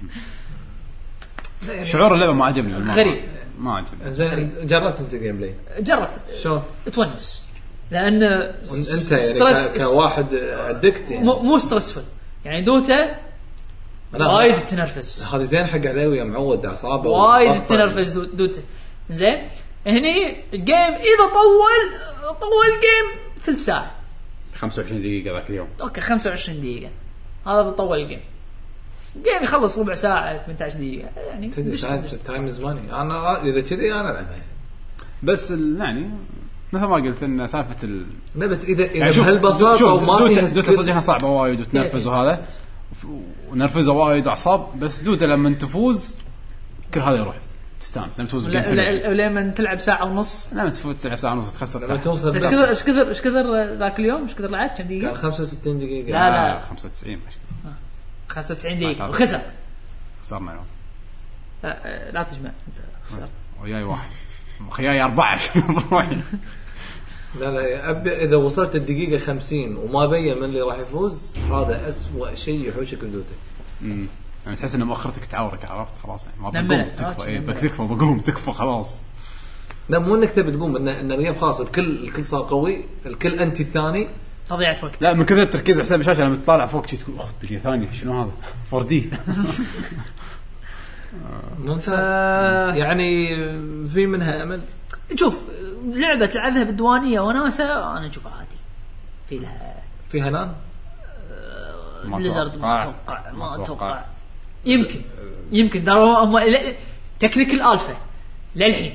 شعور اللعبه ما عجبني غريب ما عجبني. زين جربت انت جيم بلاي جربت شو تونس لان انت يعني كواحد ادكت يعني مو ستريسفل يعني دوتا وايد تنرفز هذا زين حق علاوي معود اعصابه وايد تنرفز دوتا زين هني الجيم اذا طول جيم ثلث ساعه 25 دقيقه ذاك اليوم اوكي 25 دقيقه هذا طول الجيم يخلص ربع ساعه 18 دقيقه يعني تايم از ماني انا اذا كذي انا العبها بس يعني مثل ما قلت ان سالفه لا بس اذا يعني بهالبساطه وما فيها دوتا صدقها صعبه وايد وتنرفز وهذا ونرفزه وايد اعصاب بس دوتا لما تفوز كل هذا يروح تستانس لما تفوز لما تلعب ساعه ونص لما تلعب ساعه ونص تخسر لما توصل ايش كثر ذاك اليوم ايش كثر لعبت كم دقيقه كان 65 دقيقه لا 95 95 دقيقه وخسر خسرنا اليوم لا تجمع انت خسرت وياي واحد وخياي 4 روحي لا اذا وصلت الدقيقه 50 وما بين من اللي راح يفوز هذا أسوأ شيء يحوشك الدوتا يعني تحس ان مؤخرتك تعورك عرفت خلاص يعني ما بقوم تكفى بكفى بقوم تكفى خلاص لا مو انك تبي تقوم ان اليوم خلاص الكل صار قوي الكل انت الثاني تضيعة وقت لا من كذا التركيز حساب الشاشه لما تطالع فوق تقول اخ دقيقه ثانيه شنو هذا 4D ممتاز. يعني في منها امل. شوف لعبه تلعبها بالديوانيه وناسه انا اشوفها عادي. فيها نان بليزرد ما اتوقع يمكن ترى هم تكنيكال الفا للحين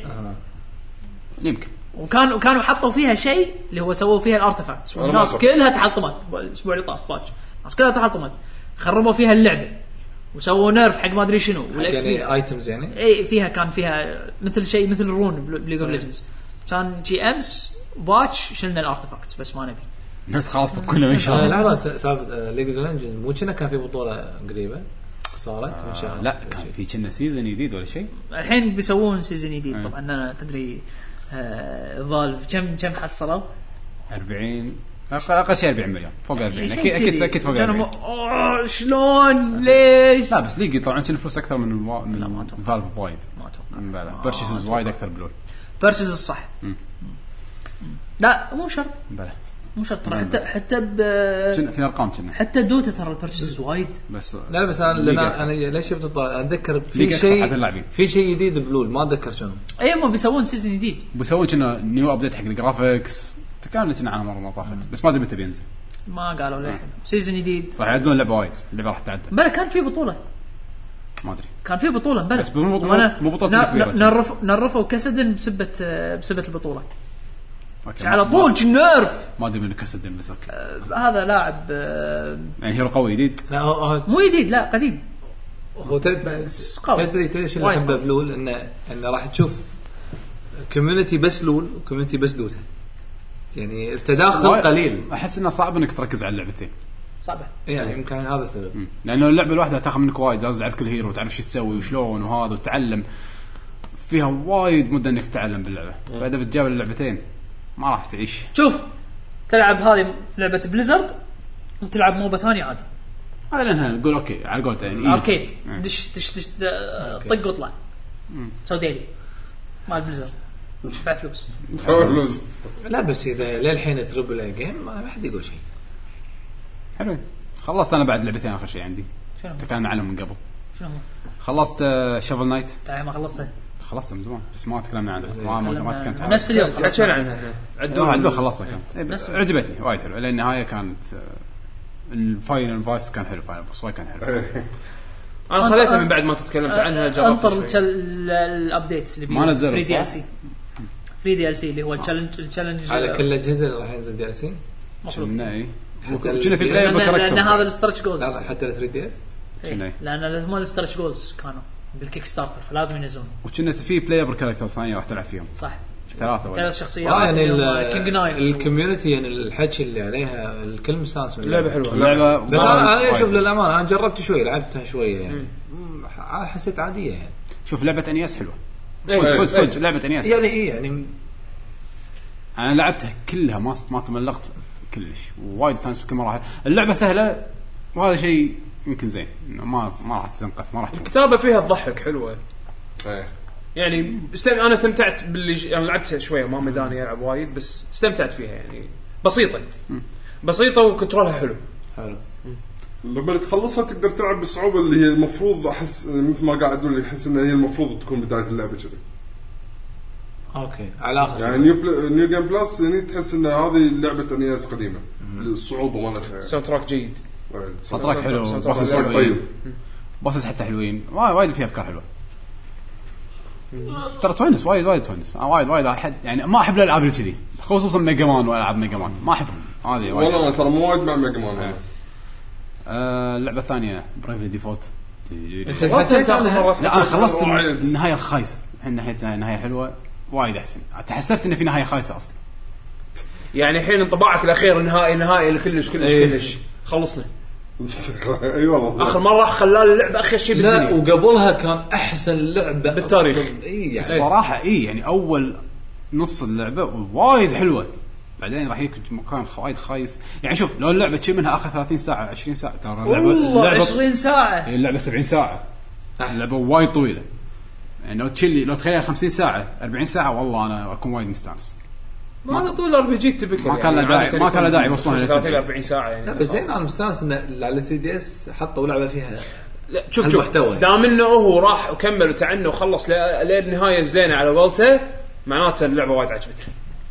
يمكن وكانوا حطوا فيها شيء اللي هو سووا فيها الارتفاكتس والناس كلها تحطمت الاسبوع اللي طاف باتش الناس كلها تحطمت خربوا فيها اللعبه وسووا نيرف حق ما ادري شنو والاكس يعني ايتمز يعني اي فيها كان فيها مثل شيء مثل الرون بليج اوف ليجندز كان جي امس باتش شلنا الارتفاكتس بس ما نبي بس خلاص كلنا ان شاء الله. لا سالفه ليج اوف ليجندز مو كنا كان في بطوله قريبه صارت ان شاء الله. لا كان في كنا سيزون جديد ولا شيء الحين بيسوون سيزون جديد طبعا انا تدري فالف كم حصلوا 40 اقل شيء 40 مليون فوق 40 اكيد فوق 40 شلون ليش لا بس ليجي طبعا كان فلوس اكثر من فالف وايد ما اتوقع بيرشيسز وايد اكثر بلول بيرشيسز الصح لا مو شرط بلى مو شرط حتى في ارقام كنا حتى دوتا ترى البيرشيسز وايد بس لا بس انا ليش شفت اتذكر في شيء جديد بلول ما اتذكر شنو ما بيسوون سيزون جديد بيسوون كنا نيو ابديت حق الجرافيكس تكلمنا عنه مره ما طافت بس ما ادري متى بينزل ما قالوا ليه سيزون جديد راح يعدون لعبه وايد اللعبه راح تعدل بلا كان في بطوله ما ادري كان في بطوله بلا بس مو بطوله نرفوا كسدن بسبه البطوله على طول نيرف ما ادري من كسدن بس اوكي هذا لاعب يعني هيرو قوي جديد لا مو جديد لا قديم هو تدري ايش اللي احبه بلول انه راح تشوف كوميونتي بس لول وكوميونتي بس دوتا يعني التداخل قليل احس انه صعب انك تركز على اللعبتين صعبه يعني يمكن هذا السبب لانه اللعبه الواحده تاخذ منك وايد لازم تعرف كل هيرو وتعرف شو تسوي وشلون وهذا وتتعلم فيها وايد مده انك تتعلم باللعبه فاذا بتجاوب اللعبتين ما راح تعيش شوف تلعب هذه لعبه بليزرد وتلعب موبا ثاني عادي هذا لانها نقول اوكي على قولته يعني اركيد دش طق واطلع سو ديلي مال بليزرد دفع فلوس لا بس اذا للحين تربل اي جيم ما حد يقول شيء حلو خلصت انا بعد لعبتين اخر شيء عندي تكلمنا عنهم من قبل شنو خلصت شافل نايت ما خلصت من زمان بس ما تكلمنا عنها ما تكلمت نفس اليوم حكينا عنها عدوا خلصنا كان عجبتني وايد حلو لان النهايه كانت الفاينل فايس كان حلو فاينل بس وايد كان حلو انا خذيتها من بعد ما تتكلمت عنها جربت انطر الابديتس اللي ما نزلوا فري دي ال سي اللي هو التشالنج على كل الاجهزه اللي راح ينزل دي ال سي كنا كنا في بلاي لان هذا الستريتش جولز لا حتى 3 دي اس لان مال الستريتش جولز كانوا بالكيك ستارتر فلازم ينزلون وكنا في بلايبل كاركترز ثانيه راح تلعب فيهم صح ثلاث شخصيات يعني كينج ناين الكوميونتي يعني الحكي اللي عليها الكل مستانس من اللعبه حلوه اللعبه بس انا اشوف للامانه انا جربت شوي لعبتها شويه يعني حسيت عاديه يعني شوف لعبه انياس حلوه صدق لعبه انياس يعني انا لعبتها كلها ما تملقت كلش وايد ساينس كل مره اللعبه سهله وهذا شيء يمكن زين ما راح تنقف ما راح الكتابه فيها تضحك حلوه يعني انا استمتعت باللي انا لعبتها شويه ما ميداني العب وايد بس استمتعت فيها يعني بسيطه وكنترولها حلو لما تخلصها تقدر تلعب بالصعوبه اللي هي المفروض احس مثل ما قاعد اقول احس ان هي المفروض تكون بدايه اللعبه كذا اوكي على اخر يعني نيو جيم بلس يعني تحس ان هذه لعبه انياس قديمه الصعوبه مالتها ساوند تراك جيد ساوند تراك حلو بس طيب بس حتى حلوين وايد فيها افكار حلوه ترى توينس وايد توينس وايد احد يعني ما احب الالعاب اللي كذي خصوصا ميجا مان والعاب ميجا مان ما احبهم هذه والله انا ترى مو وايد مع ميجا مان اللعبه الثانيه برايفلي ديفولت خلصت النهايه الخايسه نهايه حلوه وايد احسن تحسفت ان في نهايه خايسه اصلا يعني الحين انطباعك الاخير النهائي كلش خلصنا اي والله اخر مره خلال اللعبه اخر شيء بالدنيا وقبلها كان احسن لعبه بالتاريخ يعني الصراحه يعني اول نص اللعبه وايد حلوه بعدين راح يكون مكان وايد خايس يعني شوف لو اللعبه تشي منها اخر 30 ساعه 20 ساعه ترى اللعبه 20 ساعه اللعبه 70 ساعه اللعبه وايد طويله يعني لو تخيلها 50 ساعه 40 ساعه والله انا اكون وايد مستانس ما طول ار بي جي تبكر ما كان له داعي وصلنا ل 30 40 ساعه يعني بس زين انا مستانس ان على 3 دي اس حطوا لعبه فيها لا شوف المحتوى. دام انه هو راح وكمل وتعنى وخلص للنهايه الزينه على قولته معناته اللعبه وايد عجبته.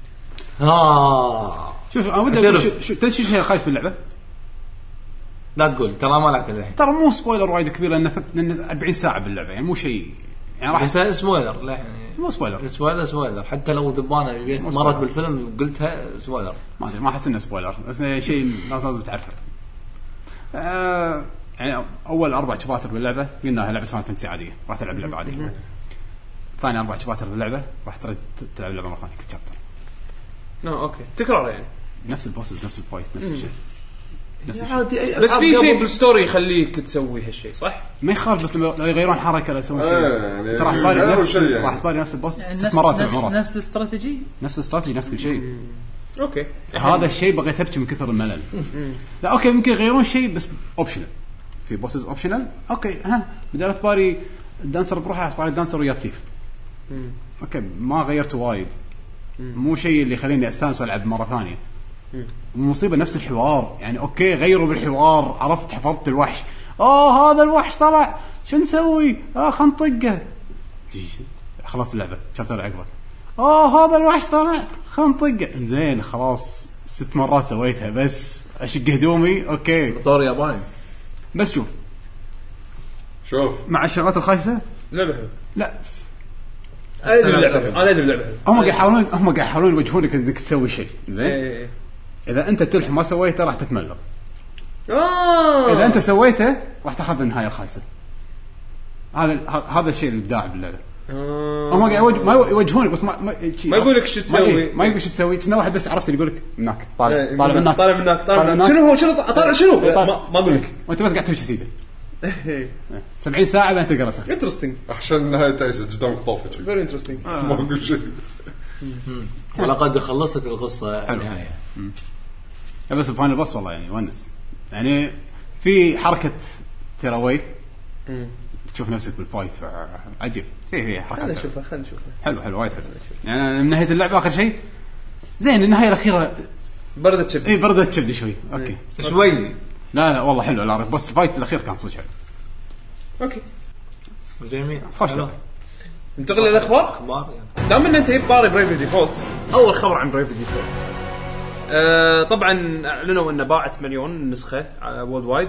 شوف انا بدي اقول شو شيء خايس باللعبه. لا تقول ترى ما لعبت الحين، ترى مو سبويلر وايد كبير لان 40 ساعه باللعبه يعني مو شيء يعني راح بس سبويلر. لا يعني مو سبويلر سبويلر حتى لو ذبانه مرت بالفيلم وقلتها سبويلر ما ادري ما احس انه سبويلر بس شيء الناس لازم تعرفه. يعني اول 4 شباتر باللعبه قلنا لعبه فان فانتسي عاديه راح تلعب لعبه عاديه. ثاني 4 شباتر باللعبه راح ترد تلعب لعبه مره ثانيه كل شابتر. اوكي تكرار يعني نفس البوسز نفس الفايت نفس الشيء بس في شيء بالستوري يخليك تسوي هالشيء صح؟ ما يخالف بس لو يغيرون حركه لا يسوون شيء يعني راح تبالي نفس راح تبالي نفس البوس يعني 6 مرات 7 مرات نفس الاستراتيجي نفس كل شيء. اوكي هذا الشيء بغيت ابكي من كثر الملل. لا اوكي ممكن يغيرون شيء بس اوبشنال في بوسز اوبشنال. اوكي ها بدال تباري الدانسر بروحه تباري الدانسر ويا الثيف. اوكي ما غيرت وايد مو شيء اللي يخليني استانس والعب مره ثانيه. المصيبه نفس الحوار يعني اوكي غيروا بالحوار عرفت حفظت الوحش هذا الوحش طلع شو نسوي خنطقه خلاص اللعبه شابتر عقبه هذا الوحش طلع خنطقه زين خلاص 6 مرات سويتها بس اشق هدومي اوكي طور ياباني. بس شوف مع الشغلات الخايسه لعبه حلوه. لا انا ادري اللعبه هم قاعد يحاولون يوجهونك انك تسوي شيء زين. اذا انت تلح ما سويته راح تتملق. اذا انت سويته راح تاخذ النهايه الخايسه. هذا الشيء الابداع باللعبه. هم قاعد ما يوجهونك بس ما يقول لك شو تسوي ما يقول شو تسوي كنا واحد بس عرفت اللي يقول لك منك طالع منك شنو اطالع شنو ما اقول لك وانت بس قاعد تمشي سيده 70 ساعه بعدين تقرا رسم انترستينج عشان النهايه تعيس قدامك طافت فيري انترستينج ما اقول شيء. ولقد خلصت القصه النهايه بس الفاينل بس والله يعني ونس يعني في حركه تراوي تشوف نفسك بالفايت عجيب في حركات خلينا نشوفها حلو وايد حلو يعني من نهايه اللعبه اخر شيء زين النهايه الاخيره بردت شبدي بردت شبدي شوي اوكي شوي لا والله حلو لا بس الفايت الاخير كان صدق حلو اوكي جميل خوش ننتقل للاخبار يعني. دام ان انت باري بريف ديفولت اول خبر عن بريف ديفولت طبعا اعلنوا انه باعت 1,000,000 نسخه وورلد وايد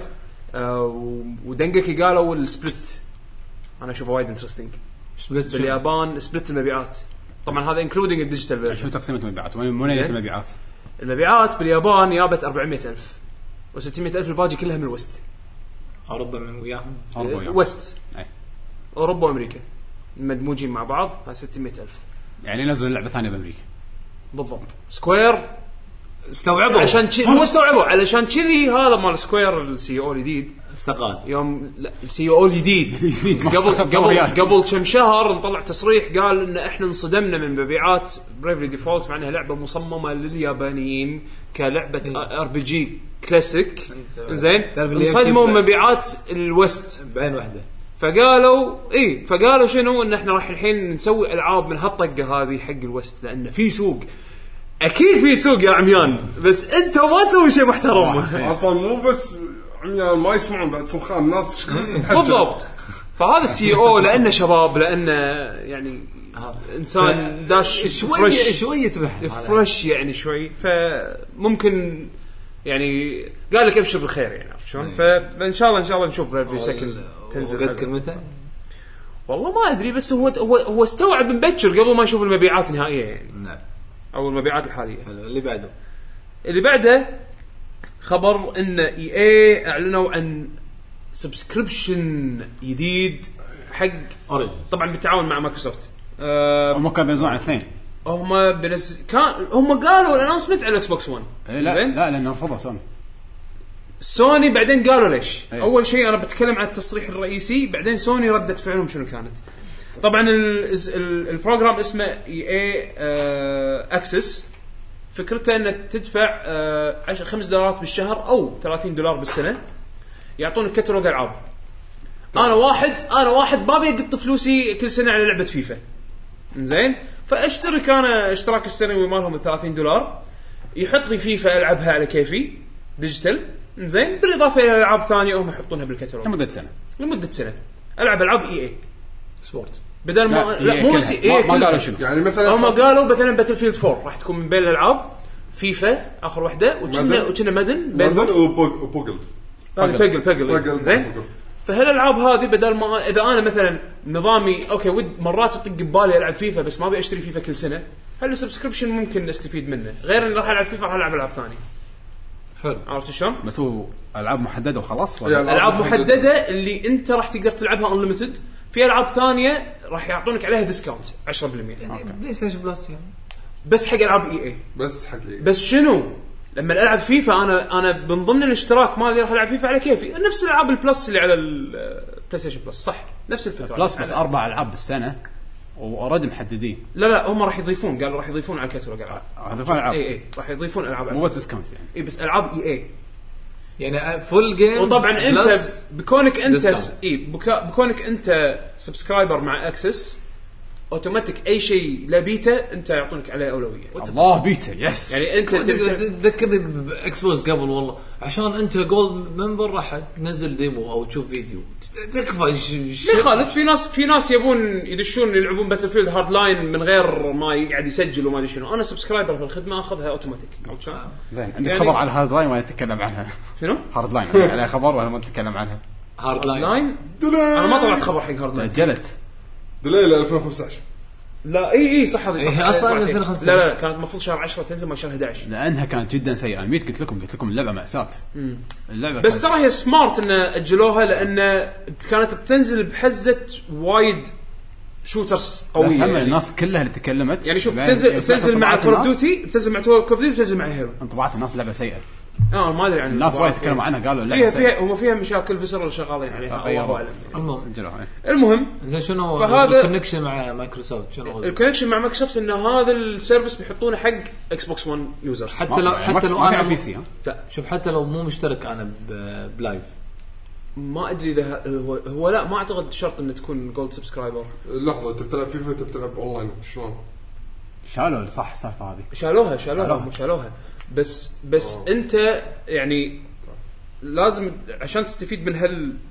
ودنجكي قالوا السبلت انا اشوفه وايد انترستينج سبلت باليابان سبلت المبيعات طبعا هذا انكلودينج الديجيتال فيرجن شو تقسيمه المبيعات مو نهايه المبيعات باليابان جابت 400,000 و600,000 الباقي كلها من الوست اوروبا من وياهم وست اوروبا وامريكا مدموجين مع بعض 600,000 يعني نزلوا لعبه ثانيه بامريكا بالضبط سكوير استوعبوا عشان مو استوعبوا علشان كذي هذا مال سكوير السي او الجديد استقال يوم السي او الجديد قبل كم شهر نطلع تصريح قال ان احنا انصدمنا من مبيعات بريفلي ديفولت مع انها لعبه مصممه لليابانيين كلعبه ار بي جي كلاسيك زين انصدموا مبيعات الوست بعين واحده فقالوا شنو ان احنا راح الحين نسوي العاب من هالطقه هذه حق الوست لان في سوق اكيد في سوق يا عميان بس انت ما تسوي شيء محترم اصلا مو بس عميان ما يسمعون بعد سمخان الناس بالضبط فهذا السي او لانه شباب لانه يعني انسان داش شويه فريش يعني شوي فممكن يعني قال لك ابشر بالخير يعني عرفت شلون فان شاء الله نشوف بريفي سكند تنزل قد كلمته والله ما ادري بس هو استوعب مبكر قبل ما يشوف المبيعات النهائيه يعني نعم او المبيعات الحاليه. اللي بعده خبر ان اي اعلنوا عن سبسكريبشن جديد حق اوريجن طبعا بالتعاون مع مايكروسوفت. هم كانوا بينزلون على الاثنين هم قالوا الانونسمنت على الاكس بوكس 1 لا لانه رفضوا سوني بعدين قالوا ليش. اول شيء انا بتكلم عن التصريح الرئيسي بعدين سوني ردت فعلهم شنو كانت. طبعا البروجرام اسمه EA Access فكرته انك تدفع $5 بالشهر او $30 بالسنه يعطونك كتالوج العاب. انا واحد ما بيقط فلوسي كل سنه على لعبه فيفا زين فاشترك انا اشتراك السنوي مالهم $30 يحط لي فيفا العبها على كيفي ديجيتال زين بالاضافه الى العاب ثانيه هم يحطونها بالكتالوج لمده سنه العب العاب اي سبورت بدل ما لا مو بس ما قالوا شنو يعني مثلا هم قالوا مثلا باتل فيلد 4 راح تكون من بين الالعاب فيفا اخر واحده وكنا مدن بينهم وبوجل هذه بيجل زين. فهالالعاب هذه بدل ما اذا انا مثلا نظامي اوكي مرات يطق ببالي العب فيفا بس ما ابي اشتري فيفا كل سنه، هل السبسكريبشن ممكن استفيد منه غير اني راح العب فيفا راح العب العاب ثانيه. حلو عرفت شلون؟ بس هو العاب محدده وخلاص العاب محدده اللي انت راح تقدر تلعبها انليمتد. في العاب ثانيه راح يعطونك عليها ديسكاونت 10% يعني بلاي ستيشن بلس يعني بس حق العاب اي بس حق إيه. بس شنو لما العب فيفا انا من ضمن الاشتراك مالي راح العب فيفا على كيفي نفس العاب البلس اللي على البلاي ستيشن بلس صح نفس الفكره بلس بس 4 العاب بالسنه واوريدي محددين. لا هم راح يضيفون قالوا راح يضيفون على الكاتالوج العاب يضيفون العاب اي راح يضيفون العاب مو ديسكاونت يعني اي بس العاب اي يعني فول جيم. وطبعا انت بكونك انت بكونك انت سبسكرايبر مع اكسس اوتوماتيك اي شيء لا بيتا انت يعطونك عليه اولويه. الله بيتا يس يعني انت تذكرني باكسبوز قبل والله عشان انت جولد ممبر راح تنزل ديمو او تشوف فيديو تكفى يخالف. في ناس يبون يدشون يلعبون باتل فيلد هارد لاين من غير ما يقعد يسجل وما ادري شنو. انا سبسكرايبر في الخدمه اخذها اوتوماتيك. زين عندك يعني خبر على هارد لاين ولا تتكلم عنها؟ شنو هارد لاين على خبر ولا ما تتكلم عنها؟ هارد لاين انا ما طلعت خبر حق هارد لاين تاجلت دليل 2015 لا اي صح هذه صح اصلا 2015 لا كانت المفروض شهر 10 تنزل ما شهر 11 لانها كانت جدا سيئه. انا قلت لكم اللعبه مأساة. اللعبه بس ترى هي سمارت ان اجلوها لان كانت بتنزل بحزه وايد شوترز قويه يعني الناس كلها اللي تكلمت يعني شوف بتنزل مع كول اوف ديوتي بتنزل مع كول اوف ديوتي بتنزل مع هيرو. انطباعات الناس لعبه سيئه ما ادري عن الناس وايد تكلموا عنها قالوا اللعبه فيها هم فيها مشاكل فيسر شغالين عليها الله اعلم. المهم زين شنو الكونكشن مع مايكروسوفت شنو الكونكشن مع مايكروسوفت ان هذا السيرفيس بيحطونه حق اكس بوكس 1 يوزر حتى لو انا بي سي. لا شوف حتى لو مو مشترك انا بلايف ما ادري اذا هو لا ما اعتقد شرط ان تكون جولد سبسكرايبر. لحظه انت بتلعب فيفا انت بتلعب اونلاين شلون شالوا صح السالفه هذه شالوها بس انت يعني لازم عشان تستفيد من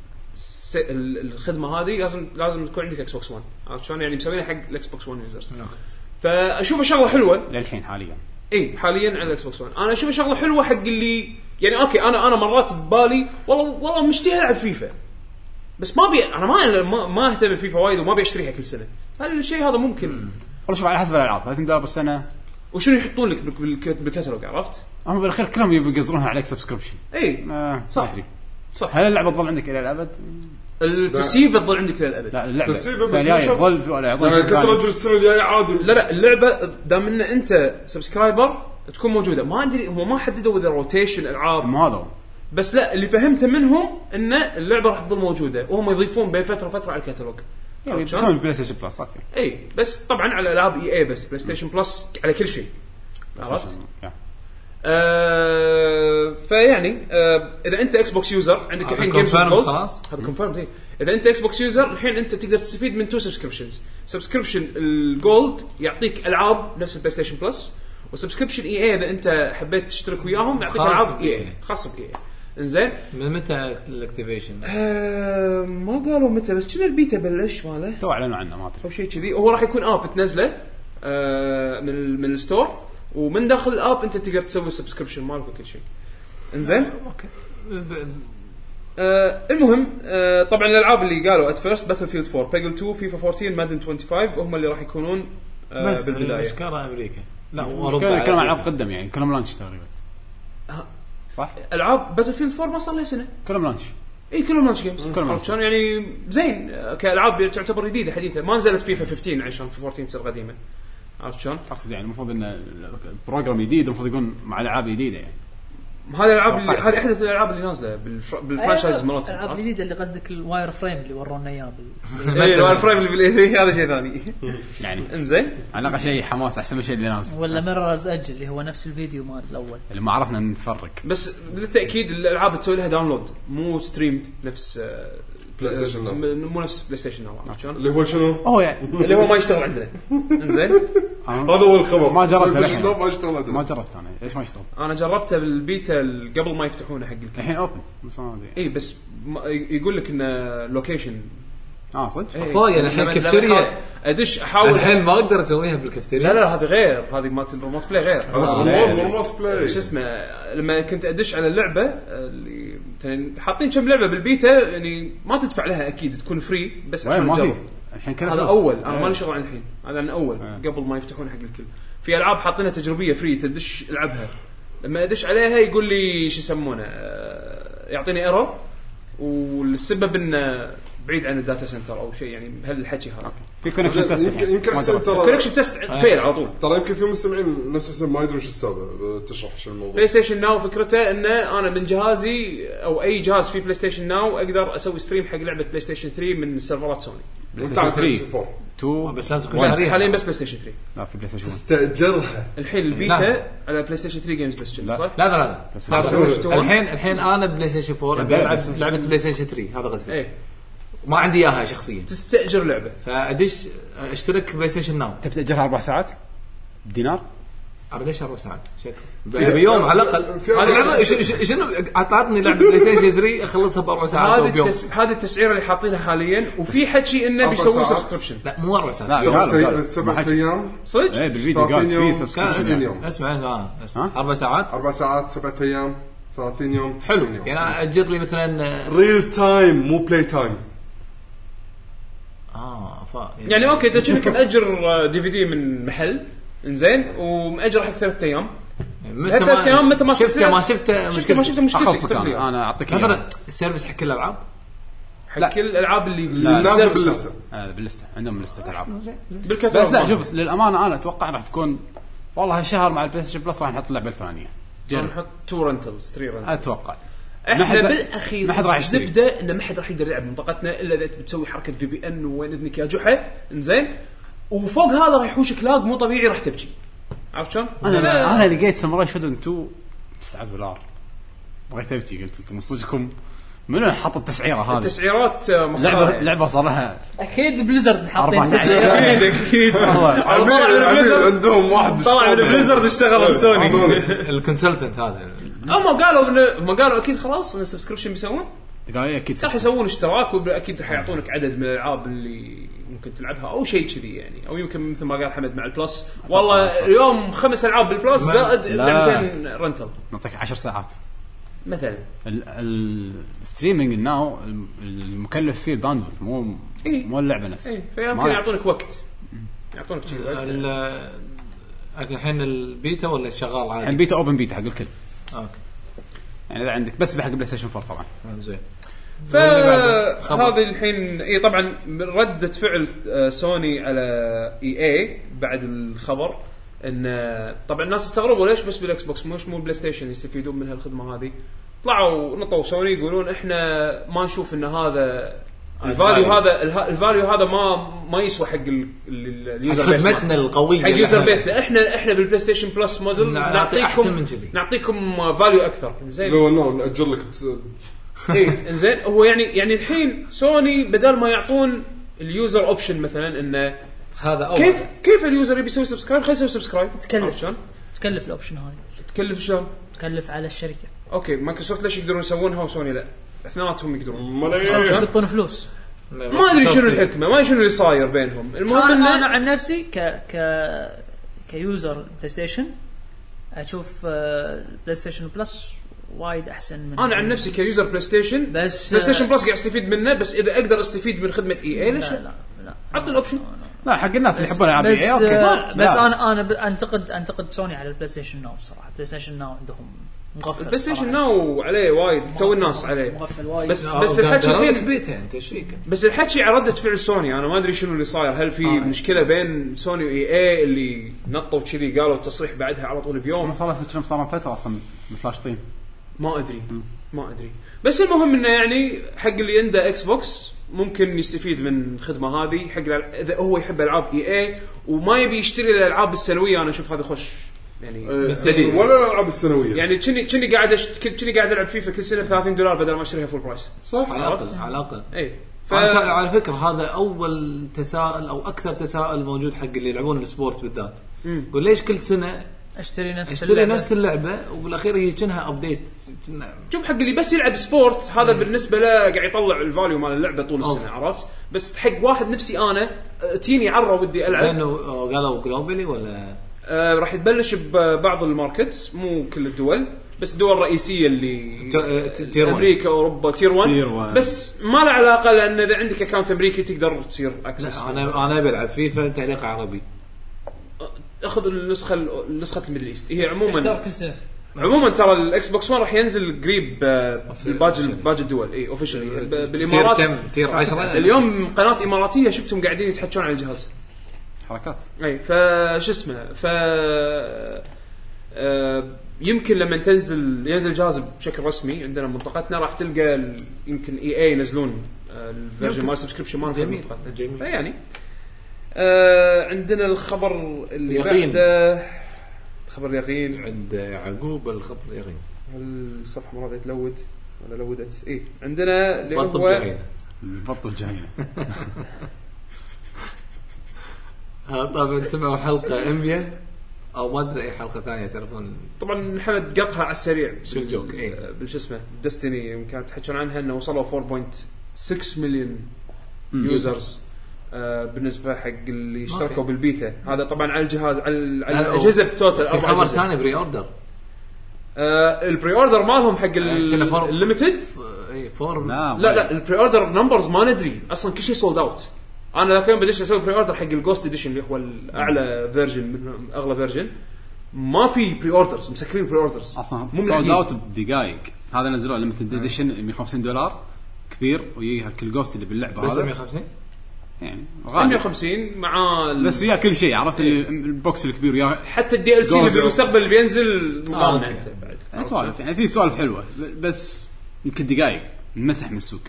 الخدمه هذه لازم تكون عندك اكس بوكس 1 عشان يعني مسوينها حق الاكس بوكس 1 يوزرز. فاشوفها شغله حلوه للحين حاليا حاليا على الاكس بوكس 1 انا اشوفها شغله حلوه حق اللي يعني اوكي انا مرات ببالي والله مشتهي العب فيفا بس ما بي انا ما اهتم بالفيفا وايد وما بيشتريها كل سنه. هل الشيء هذا ممكن والله شوف على حسب الالعاب $30 بالسنه وشنو يحطون لك بالكاتالوج عرفت هم بالاخير كلهم يبي يقصرونها عليك سبسكريبشن. صح هل اللعبه تظل عندك الى الابد؟ التسييف تظل عندك الى الابد. لا اللعبه تظل ولا يعطونك كترجل السنه الجايه عادي. لا اللعبه دام ان انت سبسكرايبر تكون موجوده. ما ادري هم ما حددوا اذا روتيشن العاب ما هذا بس لا اللي فهمته منهم ان اللعبه راح تظل موجوده وهم يضيفون بين فتره على الكاتالوج يعني يسوون بلاي ستيشن بلس صح. بس طبعا على العاب اي بس بلاي ستيشن بلس على كل شيء عرفت. فيعني اذا انت اكس بوكس يوزر عندك الحين جيمز خلاص هذا كونفيرم. اذا انت اكس بوكس يوزر الحين انت تقدر تستفيد من 2 سبسكريبشنز. سبسكريبشن الجولد يعطيك العاب نفس البلاي ستيشن بلس وسبسكريبشن اي اذا انت حبيت تشترك وياهم يعطيك العاب اي خاصه باي. انزين من متى الاكتيفيشن ما قالوا متى بس كنا البيتا بلش ماله تو اعلنوا عنه ما ادري او شيء كذي. هو راح يكون اب تنزله من الستور ومن داخل الاب انت تقدر تسوي سبسكريبشن مالك وكل شيء. انزين اوكي. المهم طبعا الالعاب اللي قالوا ات فيرست باتل فيلد 4 بيجل 2 فيفا 14 مادن 25 هم اللي راح يكونون بالبدايه اشكال امريكا لا اوروبا كلام العاب قدم يعني كلام لانش تقريبا صح. العاب باتل فيلد 4 ما صار له سنه كلام لانش كلهم لانش جيمز عشان يعني زين كالعاب تعتبر جديده حديثه ما نزلت فيفا 15 عشان في 14 تصير قديمه عرفت شلون. اقصد يعني المفروض ان البروجرام جديد المفروض يكون مع العاب جديده يعني هذه الالعاب هذه احدث الالعاب اللي نازله بالفرانشايز مالته. الالعاب الجديده اللي قصدك الواير فريم اللي ورونا اياه الواير فريم اللي بالاي هذا شيء ثاني يعني انزين على الاقل شيء حماس احسن من الشيء اللي نازل ولا ميررز ايدج اللي هو نفس الفيديو مال الاول اللي ما عرفنا نفرق. بس بالتاكيد الالعاب تسوي لها داونلود مو ستريمد نفس بلاي ستيشن مو نفس بلاي ستيشن عرفت شلون اللي هو شنو يعني اللي هو ما يشتغل عندنا انزين هذا هو الخبر. ما جربت PlayStation الحين. Now ما اشتغل. ما جربت انا ليش ما اشتغل انا جربته بالبيتا قبل ما يفتحونه حق الكل. الحين اوبن بس ما ادري اي بس يقول لك انه لوكيشن صدق أخوي، أنا الحين كافتيريا. ادش احاول الحين ما اقدر اسويها بالكافتيريا. لا هذه غير، هذه مالت الريموت بلاي غير. ريموت بلاي شو اسمه لما كنت ادش على اللعبه اللي حاطين كم لعبه بالبيتا يعني ما تدفع لها اكيد تكون فري بس عشان تجرب. الحين كان هذا اول انا مالي شغل عن الحين، هذا عن اول قبل ما يفتحون حق الكل. في العاب حاطينها تجربيه فري تدش العبها، لما ادش عليها يقول لي شو يسمونه يعطيني ايرور، والسبب انه بعيد عن الداتا سنتر او شيء يعني هالحكي هذا. في كونكشن تيست يمكن كونكشن تيست فيل على طول. ترى يمكن في مستمعين نفس السنة ما يدرون شو السالفه. تشرح شو الموضوع. بلاي ستيشن ناو فكرته انه انا من جهازي او اي جهاز في بلاي ستيشن ناو اقدر اسوي ستريم حق لعبه بلاي ستيشن 3 من سيرفرات سوني. بلاي ستيشن 3 2 بس لازم تكون شاريها حاليا بس بلاي ستيشن 3. لا في بلاي ستيشن تستاجرها الحين البيتا على بلاي ستيشن 3 جيمز بس صح؟ لا الحين انا بلاي ستيشن 4 ابي العب لعبه بلاي ستيشن 3 هذا قصدي. ايه ما عندي اياها شخصيا، تستاجر لعبه فادش اشترك بلاي ستيشن ناو. تبي تاجرها 4 ساعات بدينار؟ ليش 4 ساعات بيوم على الاقل؟ شنو اعطتني لعبه بلاي ستيشن 3 اخلصها ب4 ساعات او بيوم؟ هذه التسعيره اللي حاطينها حاليا، وفي حكي انه بيسوون سبسكريبشن. لا مو 4 ساعات، لا 7 ايام صدق. ايه بالفيديو قال في سبسكريبشن. اسمع 4 ساعات 4 ساعات 7 ايام 30 يوم 90 يوم. يعني اجر لي مثلا ريل تايم مو بلاي تايم. يعني اوكي انت كأنك مأجر دي في دي من محل انزين ومأجر حق 3 ايام. متى ما شفته مشكلتك انا اعطيك مثلا السيرفيس حق الالعاب حق كل الالعاب اللي باللسته باللسته عندهم لسته العاب بالكثره. بس لا شوف للامانه انا اتوقع راح تكون والله هالشهر مع البلاي ستيشن بلس راح نحط اللعبه الفلانيه نحط 2 رنتلز 3 رنتلز اتوقع. احنا بالاخير ما حد راح يشتري. الزبده ان ما حد راح يقدر يلعب منطقتنا الا اذا بتسوي حركه في بي ان وين اذنك يا جحا انزين، وفوق هذا راح يحوشك لاج مو طبيعي راح تبكي. عرفت شلون؟ انا لقيت ساموراي شودن 2 $9 بغيت ابكي قلت انتم صدقكم منو حط التسعيره هذه؟ التسعيرات لعبه صار لها اكيد بليزرد حاطين اكيد عندهم واحد طلع من بليزرد اشتغل سوني الكونسلتنت هذا. ما قالوا اكيد خلاص ان السبسكريبشن بيسوون. قال اكيد راح يسوون اشتراك واكيد راح يعطونك عدد من الالعاب اللي ممكن تلعبها او شيء كذي يعني، او يمكن مثل ما قال حمد مع البلس والله اليوم 5 العاب بالبلس زائد لعبتين رنتل نعطيك 10 ساعات مثلا. الستريمينج ناو المكلف فيه الباندوث مو اللعبه نفسها. فيمكن يعطونك وقت يعطونك شيء وقت. الحين البيتا ولا شغال عادي؟ الحين بيتا اوبن بيتا حق الكل. اوكي يعني اذا عندك بس بحق بلاي ستيشن 4 طبعا زين. فهذه الحين اي طبعا ردة فعل سوني على اي بعد الخبر ان طبعا الناس استغربوا ليش بس بالاكس بوكس مو بلاي ستيشن يستفيدون من هالخدمه هذه. طلعوا نطوا سوني يقولون احنا ما نشوف ان هذا الفاليو هذا ما يسوى حق اليوزر بيس خدمتنا القويه حق اليوزر بيس. احنا بالبلاي ستيشن بلس موديل نعطيكم فاليو اكثر. زين لو ناجر لك اي زين. هو يعني الحين سوني بدل ما يعطون اليوزر اوبشن مثلا انه هذا أول كيف اليوزر يبي يسوي سبسكرايب خليه يسوي سبسكرايب. تكلف الاوبشن هذه تكلف شلون؟ تكلف على الشركه. اوكي مايكروسوفت ليش يقدرون يسوونها وسوني لا؟ اثنيناتهم يقدرون. يحطون فلوس. ما ادري شنو الحكمه، ما ادري شنو اللي صاير بينهم. المهم انا عن نفسي كيوزر بلاي ستيشن اشوف بلاي ستيشن بلس وايد احسن من. انا عن نفسي كيوزر بلاي ستيشن بس بلاي ستيشن بلس قاعد استفيد منه، بس اذا اقدر استفيد من خدمه اي ليش لا عطوا الاوبشن. لا حق الناس اللي يحبون العاب اي اوكي بس انا انتقد سوني على البلاي ستيشن ناو الصراحه. بلاي ستيشن ناو عندهم مغفل. البلاي ستيشن ناو عليه وايد تو الناس عليه بس الحكي الحين بيته انت ايش فيك؟ بس الحكي على رده فعل سوني. انا ما ادري شنو اللي صاير. هل في مشكله بين سوني واي اللي نطوا كذي قالوا التصريح بعدها على طول بيوم؟ صار فتره اصلا فلاشطين ما ادري بس المهم انه يعني حق اللي عنده اكس بوكس ممكن يستفيد من الخدمه هذه. حق اذا هو يحب العاب اي وما يبي يشتري الالعاب السنويه انا اشوف هذا خوش يعني ولا الالعاب السنويه. يعني كني قاعد العب فيفا كل سنه $30 بدل ما اشتريها فول برايس صح على الاقل اي على فكره هذا اول تساؤل او اكثر تساؤل موجود حق اللي يلعبون السبورت بالذات. قول ليش كل سنه اشتري نفس اللعبه وبالاخير هي كأنها ابديت. شوف حق اللي بس يلعب سبورت هذا بالنسبه له قاعد يطلع الفاليو مال اللعبه طول السنه عرفت. بس حق واحد نفسي انا تيني عره ودي العب لانه قالوا جلوبالي ولا راح يتبلش ببعض الماركتس مو كل الدول بس الدول الرئيسيه اللي امريكا اوروبا تير 1 بس ما له علاقه لان اذا عندك اكونت امريكي تقدر تصير اكسس. انا بلعب فيفا تعليق عربي اخذ النسخه الميدل ايست. هي عموما ترى الاكس بوكس 1 راح ينزل قريب باقي الدول اي اوفيشلي بالامارات تير 10. اليوم قناه اماراتيه شفتهم قاعدين يتحكون عن الجهاز حركات اي فش اسمه يمكن لما ينزل جهاز بشكل رسمي عندنا منطقتنا راح تلقى يمكن اي ينزلون الفيرجن مال سبسكريبشن مال منطقتنا يعني عندنا الخبر اللي بعده خبر اليقين عند يعقوب. الخبر اليقين الصفحه مرات تلود ولا لودت ايه عندنا اللي هو البط الجاية طبعا سمعوا حلقه امبيا او ما ادري اي حلقه ثانيه تعرفون طبعا محمد قطها على السريع شو الجوك بالش اسمه دستني كانت تحكون عنها انه وصلوا 4.6 مليون يوزرز بالنسبه حق اللي اشتركوا بالبيتا. هذا طبعا على الجهاز على الاجهزه بتوتال 4 خبر ثاني بري اوردر البري اوردر مالهم حق الليميتد اي فور لا البري اوردر نمبرز ما ندري اصلا كل شيء سولد اوت. انا لكن بديش اسوي بري اوردر حق الجوست اديشن اللي هو الاعلى فيرجن من اغلى فيرجن ما في بري اوردرز مسكرين بري اوردرز اصلا سولد اوت بدقائق. هذا نزلوه ليميتد اديشن $150 كبير ويجيها كل جوست اللي باللعبه بس هذا 150 يعني 150 مع بس ويا كل شيء عرفت البوكس الكبير ويا حتى الدي ال سي اللي بالمستقبل اللي بينزل ضامن انت بعد سوالف يعني في سوالف حلوه بس يمكن دقائق مسح من السوق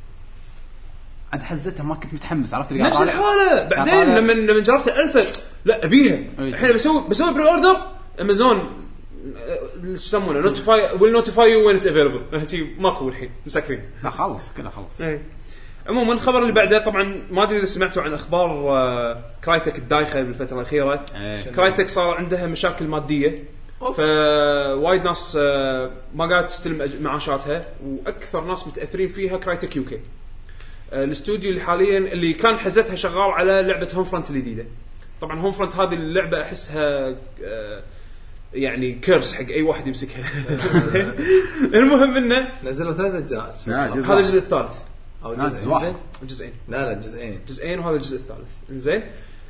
عاد حزتها ما كنت متحمس عرفت اللي نفس الحاله بعدين لما جربت الالفا لا ابيها الحين بسوي بري اوردر امازون يسمونه نوتيفاي وين اتس افيلبل ماكو الحين مسكرين لا خلص كله خلص. عموما الخبر اللي بعده طبعا ما ادري اذا سمعتوا عن اخبار كرايتك الدايخه بالفتره الاخيره. كرايتك صار عندها مشاكل ماديه فوايد ناس ما قاعد تستلم معاشاتها واكثر ناس متاثرين فيها كرايتك يوكي الاستوديو اللي حاليا اللي كان حزتها شغال على لعبه هوم فرونت الجديده. طبعا هوم فرونت هذه اللعبه احسها يعني كيرس حق اي واحد يمسكها. المهم انه نزلوا 3 اجزاء هذا الجزء الثالث او جزئين لا جزئين وهذا الجزء الثالث. انزين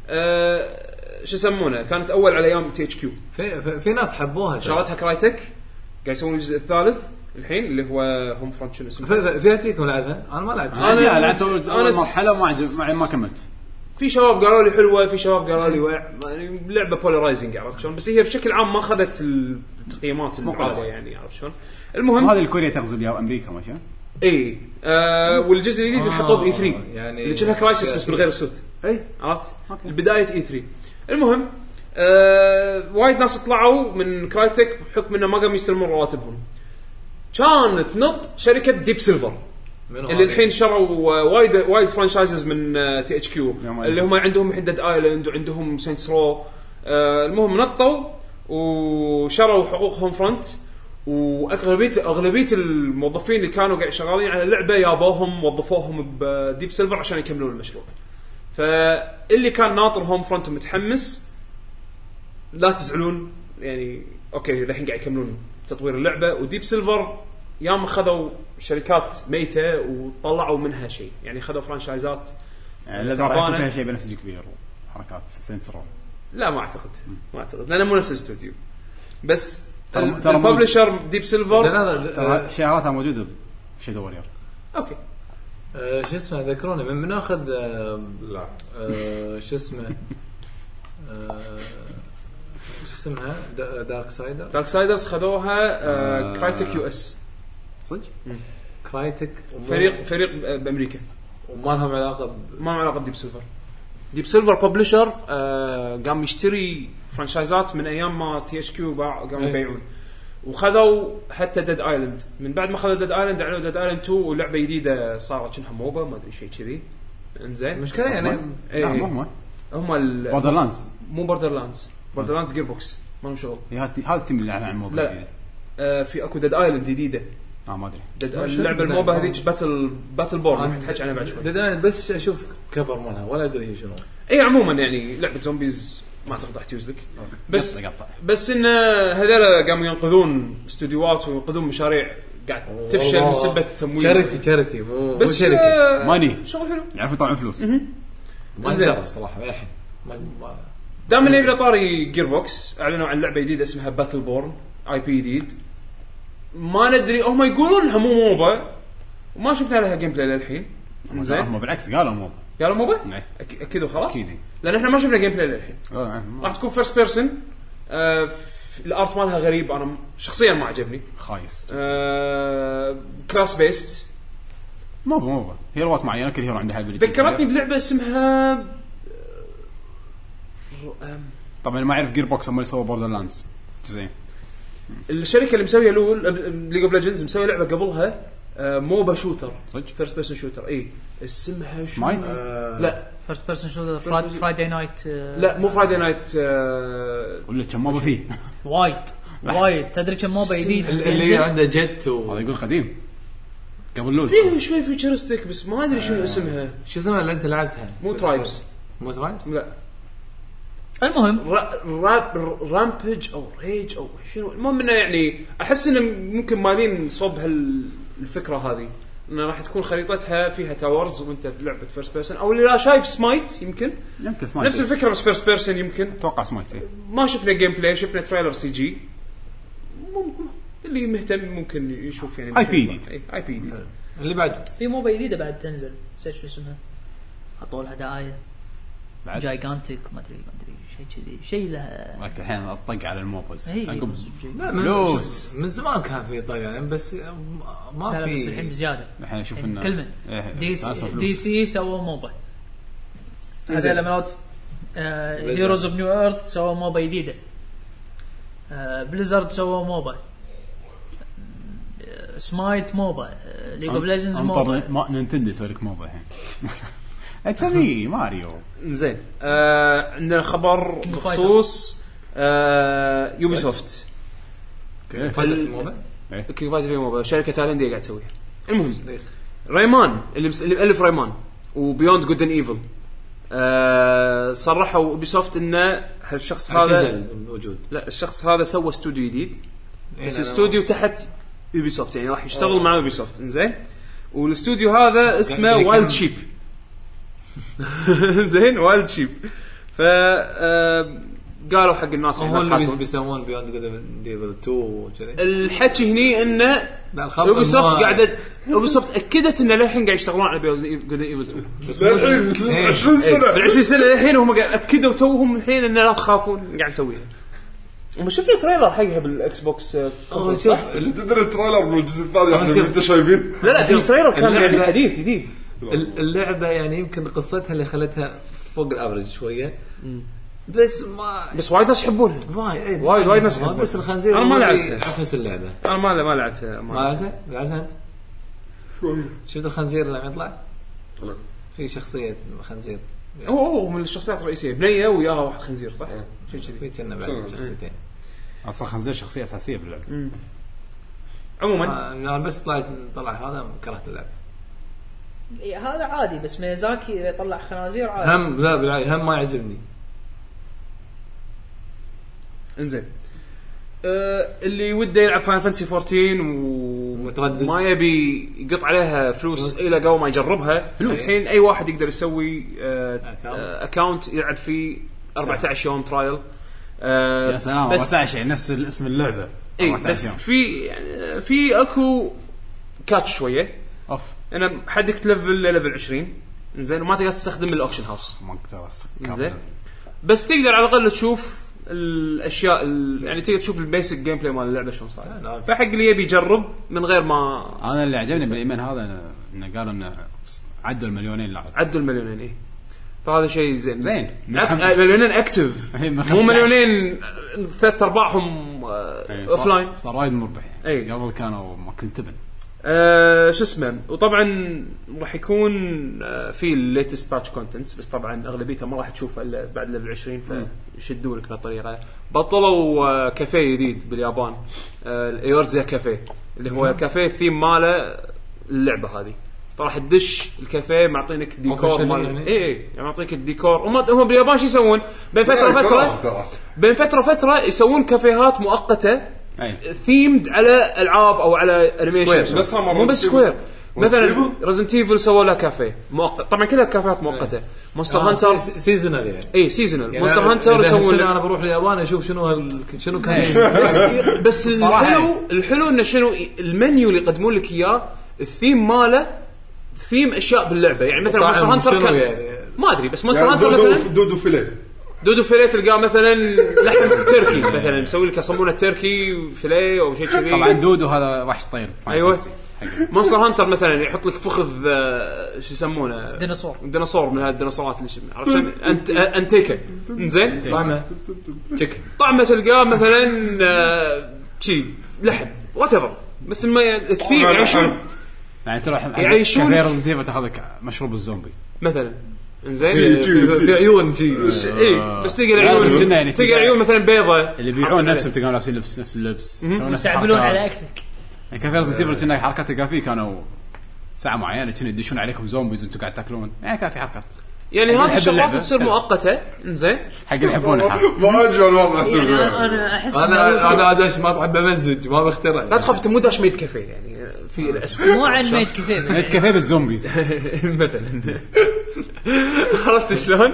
شو يسمونه كانت اول على ايام تي اتش كيو في ناس حبوها شغلتها كرايتك قاعد يسوون الجزء الثالث الحين اللي هو هوم فرونت شنو اسمه فيها تيكم لعبها انا ما لعبت انا لعبت مرحله ما كملت. في شباب قالوا لي حلوه في شباب قالوا لي يعني لعبه بولارايزنج عرفت شلون بس هي بشكل عام ما اخذت التقييمات العاليه يعني عرفت شلون. المهم هذه الكوريا تغزو بها وامريكا ماشي اي والجزء الجديد اللي حطوه باي 3 يعني اللي كانها كرايسيس بس من غير الصوت اي عرفت البدايه اي 3. المهم وايد ناس طلعوا من كرايتك بحكم انه ما قاموا يستلمون رواتبهم. كانت نط شركه ديب سيلفر اللي الحين شروا وايد فرانشايزز من تي اتش كيو اللي هم عندهم ديد ايلاند وعندهم ساينتس رو. المهم نطوا وشروا حقوق هوم فرونت واغلبيه الموظفين اللي كانوا قاعد شغالين على اللعبه يابوهم وظفوهم بديب سيلفر عشان يكملون المشروع. فاللي كان ناطر هوم فرونت ومتحمس لا تزعلون يعني اوكي الحين قاعد يكملون تطوير اللعبه. وديب سيلفر ياما خذوا شركات ميته وطلعوا منها شيء يعني خذوا فرانشايزات لا تعرفون فيها شيء بنفسجي كبير وحركات سنسرو لا ما اعتقد لانه مو نفس الاستوديو بس الببلشر ديب سيلفر ترى شيءاتها موجوده بشادو وورير. اوكي شو اسمه ذكروني من بناخذ لا شو اسمه اسمها دارك سايدرز خذوها كرايتك يو اس صدق كرايتك فريق بامريكا وما لهم علاقه بديب سيلفر. ديب سيلفر ببلشر قام يشتري فرانشايزات من ايام ما تي اتش كيو قاموا يبيعون وخذوا حتى ديد ايلاند. من بعد ما خذوا ديد ايلاند اعلنوا ديد ايلاند 2 ولعبه جديده صارت كأنها موبا ما ادري شيء كذي. انزين مشكله يعني هم بوردرلاندز مو بوردرلاندز بوردرلاندز جير بوكس ما له شغل. هذا التيم اللي اعلن عن الموضوع. لا في اكو ديد ايلاند جديده. ما ادري اللعبه الموبا هذيك باتل بورد راح تحكي عنها بعد شوي. ديد ايلاند بس اشوف كفر مالها ولا ادري هي شنو. اي عموما يعني لعبه زومبيز ما اعتقد راح تيوز لك. قطع. بس ان هذول قاموا ينقذون استوديوهات وينقذون مشاريع قاعد تفشل من سبه تمويل شاريتي مو بس شركه ماني شغل حلو يعرفوا يطلعون فلوس. ما ادري الصراحه الحين دام اللي يبي طاري جير بوكس اعلنوا عن لعبه جديده اسمها باتل بورن اي بي جديد ما ندري هم يقولون انها مو موبا وما شفنا لها جيم بلاي للحين. زين هم بالعكس قالوا موبا اكيد وخلاص لان احنا ما شفنا جيم بلاي للحين. راح تكون فيرست بيرسون. الارت مالها غريب انا شخصيا ما عجبني خايس. كلاس بيست موبا هيروات معينه كل هيرو عنده هابيلتي. ذكرتني بلعبه اسمها طبعا ما اعرف جير بوكس هم اللي سووا بوردرلاندز زين. الشركه اللي مسويه ليج اوف ليجندز مسويه لعبه قبلها موبا شوتر فيرست بيرسون شوتر. اي اسمها شو لا فيرست بيرسون شوتر فرايداي نايت. لا مو فرايداي نايت ولا كم موبا فيه وايد تدري كم موبا جديد اللي عنده جت هذا يقول قديم قبل لول فيه شوي فيوتشرستيك بس ما ادري شنو اسمها. شو اسمها اللي انت لعبتها؟ مو ترايبس لا المهم رامبج او ريج او شنو. المهم انه يعني احس انه ممكن مالين صوب هالفكره هذه انه راح تكون خريطتها فيها تاورز وانت لعبه فيرست بيرسون او اللي لا شايف سمايت يمكن سمايت نفس الفكره بس فيرست بيرسون يمكن اتوقع سمايت. ما شفنا جيم بلاي شفنا تريلر سي جي اللي مهتم ممكن يشوف يعني اي بي جديد. اللي بعد في موبا جديده بعد تنزل نسيت شو اسمها حطوا لها دعايه جايجانتيك ما ادري شيء كذي شيء له وقت الحين اطق على الموباز عقب فلوس من زمان كان في طيب بس ما في بس الحين بزياده. الحين اشوف انه كلمه دي سي سووا موبا هذا لمنوت هيروز اوف نيو ايرث سووا موبا جديده. بليزرد سووا موبا سمايت موبا ليج اوف ليجندز موبا ما نينتندو يسوي لك موبا الحين اتسمي ماريو. زين عندنا خبر بخصوص يوبي سوفت كيف في موبا كيف في موبا شركه تايلانديه قاعد تسويها. المهم ريمان اللي مؤلف ريمان وبيوند جود اند ايفل صرحوا يوبي سوفت انه هالشخص هذا موجود. لا الشخص هذا سوى استوديو جديد بس استوديو تحت يوبي سوفت يعني راح يشتغل مع يوبي سوفت. زين والاستوديو هذا اسمه وايلد شيب. زين وايلد شيب قالوا حق الناس هو اللي بيسوون بيوند ديفل 2 وكذا. الحكي هني انه يوبي سوفت قاعده يوبي سوفت اكدت انه للحين قاعد يشتغلون على بيوند ديفل 2 بس الحين 20 سنه 20 سنه الحين هم اكدوا توهم الحين انه لا تخافون قاعد نسويها. وما شفنا تريلر حقها بالاكس بوكس. شوف تدري التريلر بالجزء الثاني احنا انت شايفين لا في تريلر كان يعني حديث جديد. اللعبه يعني يمكن قصتها اللي خلتها فوق الافرج شويه بس وايد ناس يحبونها وايد ناس يحبونها. بس الخنزير انا ما لعبتها عفس اللعبه انا ما لعبتها لعبتها انت شفت الخنزير لما يطلع في شخصيه خنزير هو من الشخصيات الرئيسيه بنيه وياها واحد خنزير صح شيء في كنا بعد شخصيتين اصلا خنزير شخصيه اساسيه باللعبه. عموما انا بس طلع هذا كرهت اللعبه. هذا عادي بس ميزاكي اذا يطلع خنازير عادي هم لا بالعكس هم ما يعجبني. انزين اللي وده يلعب فاين فانتسي 14 ومتردد ما يبي يقط عليها فلوس الى قبل ما يجربها الحين اي واحد يقدر يسوي اكاونت يلعب فيه 14 يوم ترايل. يا سلام 14 نفس اسم اللعبه. اي بس في اكو كاتش شويه اوف انا حدك ليفل 20 زين وما تقدر تستخدم الاوكشن هاوس ما اقدر زين بس تقدر على الاقل تشوف الاشياء يعني تقدر تشوف البيسك جيم بلاي مال اللعبه شلون صار. فحق اللي يبي يجرب من غير ما انا اللي عجبني بالايمان هذا انه قالوا انه عدوا المليونين لاعب عدوا المليونين ايه فهذا شيء زين مليونين اكتف مو مليونين 3/4 اوفلاين صار وايد مربح قبل كانوا ما كنت تبن شو اسمه. وطبعا راح يكون في الليتست باتش كونتنتس، بس طبعا اغلبيتها ما راح تشوفها الا بعد ليفل 20 فيشدوا لك بهالطريقه. بطلوا كافيه جديد باليابان، الايورزيا كافيه، اللي هو كافيه ثيم ماله اللعبه هذه. راح تدش الكافيه معطينك ديكور مال يعني؟ اي معطيك الديكور. هم باليابان شو يسوون بين فتره فتره يسوون كافيهات مؤقته ثيمد على العاب او على انيميشن، مو بس سكوير. مثلا ريزنت ايفل سووا لها كافيه مؤقت، طبعا كلها كافيهات مؤقته. مونستر هانتر سيزونال يعني اي سيزونال. مونستر هانتر يسوون لك انا بروح اليابان اشوف شنو كان بس الحلو انه شنو المنيو اللي يقدمون لك اياه الثيم ماله ثيم اشياء باللعبه. يعني مثلا مونستر هانتر كان يعني ما ادري، بس مونستر هانتر مثلا دودو فيليه تلقاه مثلا لحم تركي مثلا يسوي لك يصمونه تركي فيليه او شيء كذي. طبعا دودو هذا وحش طير. ايوه مونستر هانتر مثلا يحط لك فخذ شو يسمونه ديناصور من هالديناصورات اللي عرفت انتيكا زين طعمه تلقاه مثلا شيء لحم واتفر، بس الثيم يعيشون يعني تروح يعيشون كافيه تاخذك مشروب الزومبي مثلا انزين في عيون شيء اي بس تلقى العيون يعني تلقى عيون مثلا بيضة اللي بيبيعون نفسهم تلقاهم لابسين نفس اللبس يستعملون على اكلك. يعني كافيه ريزنت ايفل كنا حركات الكافيه كانوا ساعه معينه كانوا يدشون عليكم زومبيز وانتم قاعد تاكلون. يعني كافي حركات يعني هذه الشغلات تصير مؤقته انزين حق اللي يحبونها. ما اجي الوضع انا احس انا ادش ما احب امزج ما بخترع. لا تخاف انت مو داش ميد كافيه يعني في الاسود مو عن ميد كافيه بس ميد كافيه بالزومبيز مثلا عرفت شلون.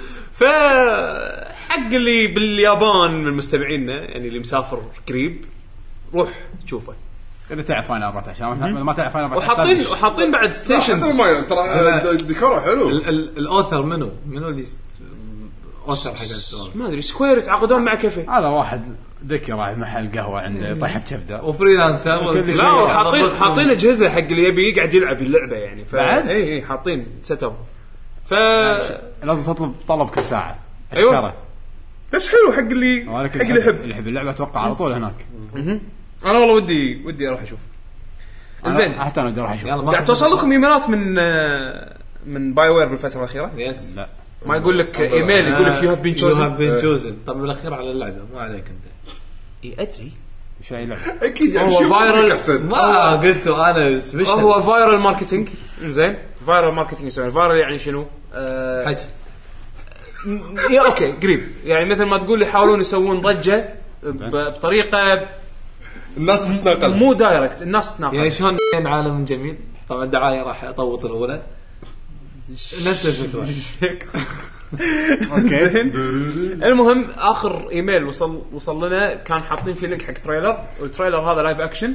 فحق اللي باليابان من مستمعينا يعني اللي مسافر قريب روح تشوفه اذا تعرف انا 14 عشان ما تعرف انا 14 وحاطين بعد ستيشنز ترى ديكور حلو. الاوثر منو اللي اوثر حق السؤال ما ادري سكوير يتعاقدون مع كافيه. هذا واحد ذكي راح محل قهوه عنده يطيح بكبده وفريلانسر لا حاطين اجهزه حق اللي يبي يقعد يلعب اللعبه يعني اي حاطين سيت اب لازم تطلب طلب كل ساعه أيوة. اشكره بس حلو حق اللي يحب اللعبه اتوقع على طول هناك. انا والله ودي اروح اشوف. زين حتى انا اروح اشوف. قاعد توصل لكم ايميلات من باي وير بالفتره الاخيره؟ لا ما يقول لك ايميل يقول لك يو هاف بين تشوزن. طب بالاخير على اللعبه مو عليك انت. ادري ايش هي اللعبه اكيد هو فايرال ما قلته انا سبيشال. هو فايرال ماركتينج. زين فايرال ماركتينج يسوي فايرال يعني شنو حج يا اوكي قريب يعني مثل ما تقول يحاولون يسوون ضجه بطريقه الناس تتناقل مو دايركت الناس تتناقل يعني شلون عالم جميل. طبعا الدعايه راح اطوط الاولى نفس الفكره. اوكي المهم اخر ايميل وصل لنا كان حاطين فيه لينك حق تريلر والتريلر هذا لايف اكشن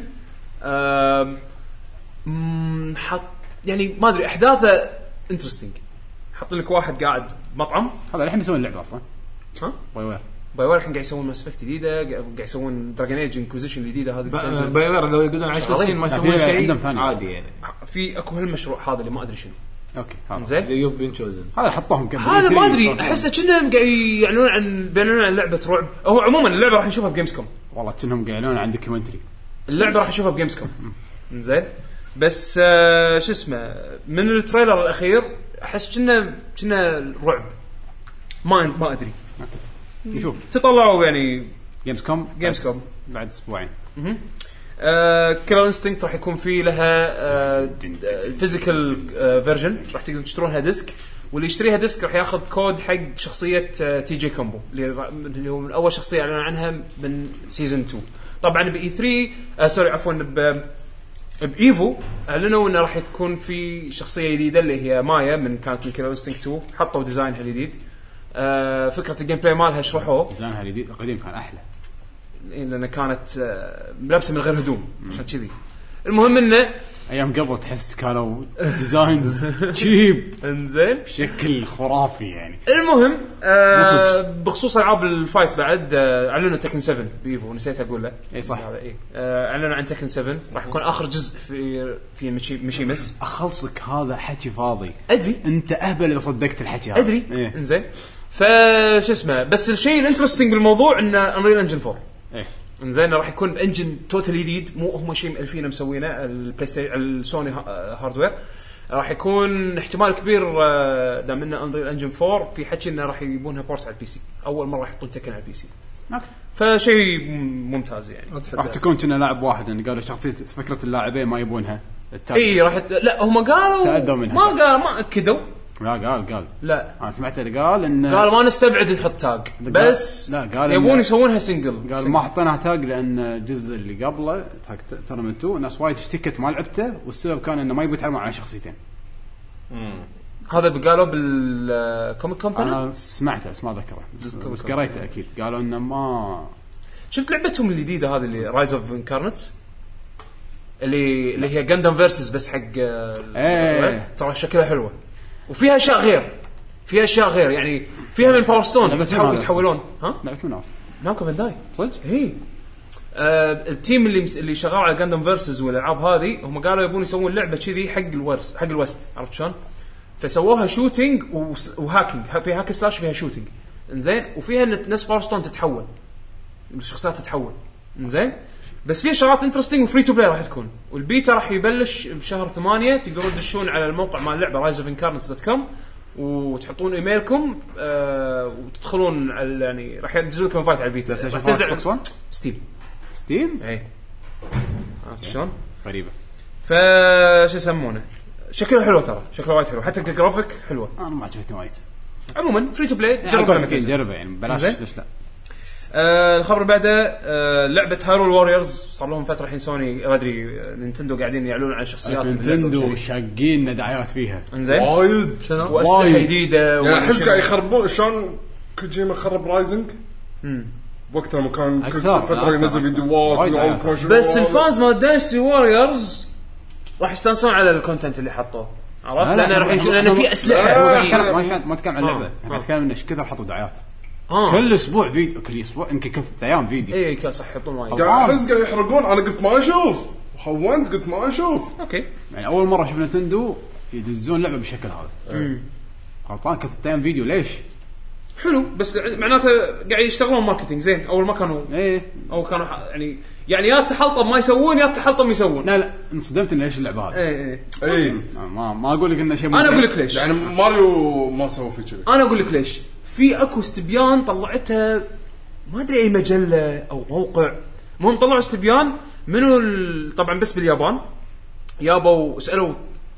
حط يعني ما ادري احداثه انترستينج. حاطين لك واحد قاعد مطعم هذا الحين يسوون اللعبه اصلا ها باي وير الحين قاعد يسوون ماس افكت جديده قاعد يسوون دراجون ايج انكوزيشن جديده. هذه باي وير لو يقولون 10 سنين ما يسوون شيء عادي يعني. في اكو هالمشروع هذا اللي ما ادري شنو. اوكي زين يوف بين تشوزن هذا حطهم قبل هذا ما ادري احسه كأنهم قاعد بيعلنون عن لعبه رعب. هو عموما اللعبه راح نشوفها بجيمز كوم. والله كأنهم قاعد يعلنون عن دوكيومنتري. اللعبه راح نشوفها بجيمز كوم. زين بس شو اسمه من التريلر الاخير احس كنا رعب ما ادري نشوف تطلعوا يعني جيمز كوم بعد اسبوعين. كيلر انستينكت راح يكون فيه لها الفيزيكال فيرجن راح تقدرون تشترونها ديسك واللي يشتريها ديسك راح ياخذ كود حق شخصيه تي جي كومبو اللي هو من اول شخصيه اعلنوا عنها من سيزن 2. طبعا باي 3 سوري عفوا بايفو اعلنوا انه راح يكون في شخصيه جديده اللي هي مايا كانت من كيلر انستينكت 2. حطوا ديزاينها الجديد فكره الجيم بلاي مالها شرحوه. ديزاينها الجديد القديم كان احلى لأنها كانت لابسه من غير هدوم عشان كذي. المهم انه ايام قبل تحس كانوا ديزاينز تشيب انزين بشكل خرافي يعني. المهم بخصوص العاب الفايت بعد اعلنوا تكن 7 بيفو نسيت اقول له. اي صح اعلنوا عن تكن 7 راح يكون اخر جزء في مشيمس. اخلصك هذا حكي فاضي ادري انت اهبل اذا صدقت الحكي هذا ادري انزين فش اسمه بس الشيء الانترستينج بالموضوع انه انريل انجن 4 ايه انزين راح يكون بانجن توتال جديد، مو هم شيء مألفينه مسوينه البلاي ستيشن السوني هاردوير. راح يكون احتمال كبير دام انه انريل انجن 4 في حكي انه راح يبونها بورت على البي سي، اول مره راح يحطون تكن على البي سي. فشيء ممتاز يعني. راح تكون كنا لاعب واحد يعني قالوا شخصيه فكره اللاعبين ما يبونها اي راح لا هم قالوا ما اكدوا. لا قال لا انا سمعت اللي قال انه قال ما نستبعد نحط تاج بس لا قال يبون يسوونها سنجل. قال ما حطيناها تاج لان الجزء اللي قبله تاج تورنمنت 2 الناس وايد اشتكت ما لعبته والسبب كان انه ما يبي يتعامل مع شخصيتين. هذا قالوا بالكوميك كومباني انا سمعته بس ما ذكره بس قريته اكيد قالوا انه ما شفت لعبتهم الجديده هذه اللي رايز اوف انكارنتس اللي هي جاندام فيرسز بس حق ترى شكلها حلوه وفيها اشياء غير يعني فيها من باور ستون يتحولون. لعبت منها اصلا نامكو بانداي صدق هي التيم اللي شغال على جاندام فيرسز والالعاب هذه هم قالوا يبون يسوون لعبه كذي حق الوست عرفت شلون فسووها شوتينج وهاكينج في هاك سلاش فيها شوتينج انزين وفيها ناس باور ستون تتحول الشخصيات تتحول انزين بس في شغلات انترستينج وفري تو بلاي راح تكون والبيتا راح يبلش بشهر 8 تقدرون تدشون على الموقع مال اللعبه riseofincarnates.com وتحطون ايميلكم وتدخلون على يعني راح ينزل لكم فايت على البيتا بس تنزل ستيم اي شلون غريبه فش يسمونه شكله حلو ترى شكله وايد حلو حتى الجرافيك حلوه انا ما عجبتني وايد عموما فري تو بلاي جربه يعني بلاش ليش لا. الخبر بعده لعبه هايرول واريورز صار لهم فتره الحين سوني ما ادري نينتندو قاعدين يعلنون عن شخصيات نينتندو شاقين دعايات فيها انزين وايد شنو واسلحه جديده يعني احس قاعد يخربون شلون كوجيما خرب رايزنج وقتها مكان كل فتره ينزل فيديوهات بس الفانز مال داينستي واريورز راح يستانسون على الكونتنت اللي حطوه عرفت لان في اسلحه ما تكلم عن اللعبه احنا نتكلم انه ايش كثر حطوا دعايات كل اسبوع فيديو كل اسبوع يمكن كل 3 ايام فيديو اي صح يحطون وايد قاعد احس قاعد يحرقون انا قلت ما اشوف خونت قلت ما اشوف اوكي يعني اول مره شفنا نينتندو يدزون لعبه بالشكل هذا غلطان كل 3 ايام فيديو ليش حلو بس معناته قاعد يشتغلون ماركتينج زين اول ما كانوا او كانوا يعني يا تحلطم ما يسوون يا تحلطم يسوون لا انصدمت ان ليش اللعبه هذه اي ما اقول لك انه شيء انا اقول لك ليش يعني ماريو ما سووا فيه كذا انا اقول لك ليش في اكو استبيان طلعتها ما ادري اي مجله او موقع المهم طلعوا استبيان منو طبعا بس باليابان يابوا سالوا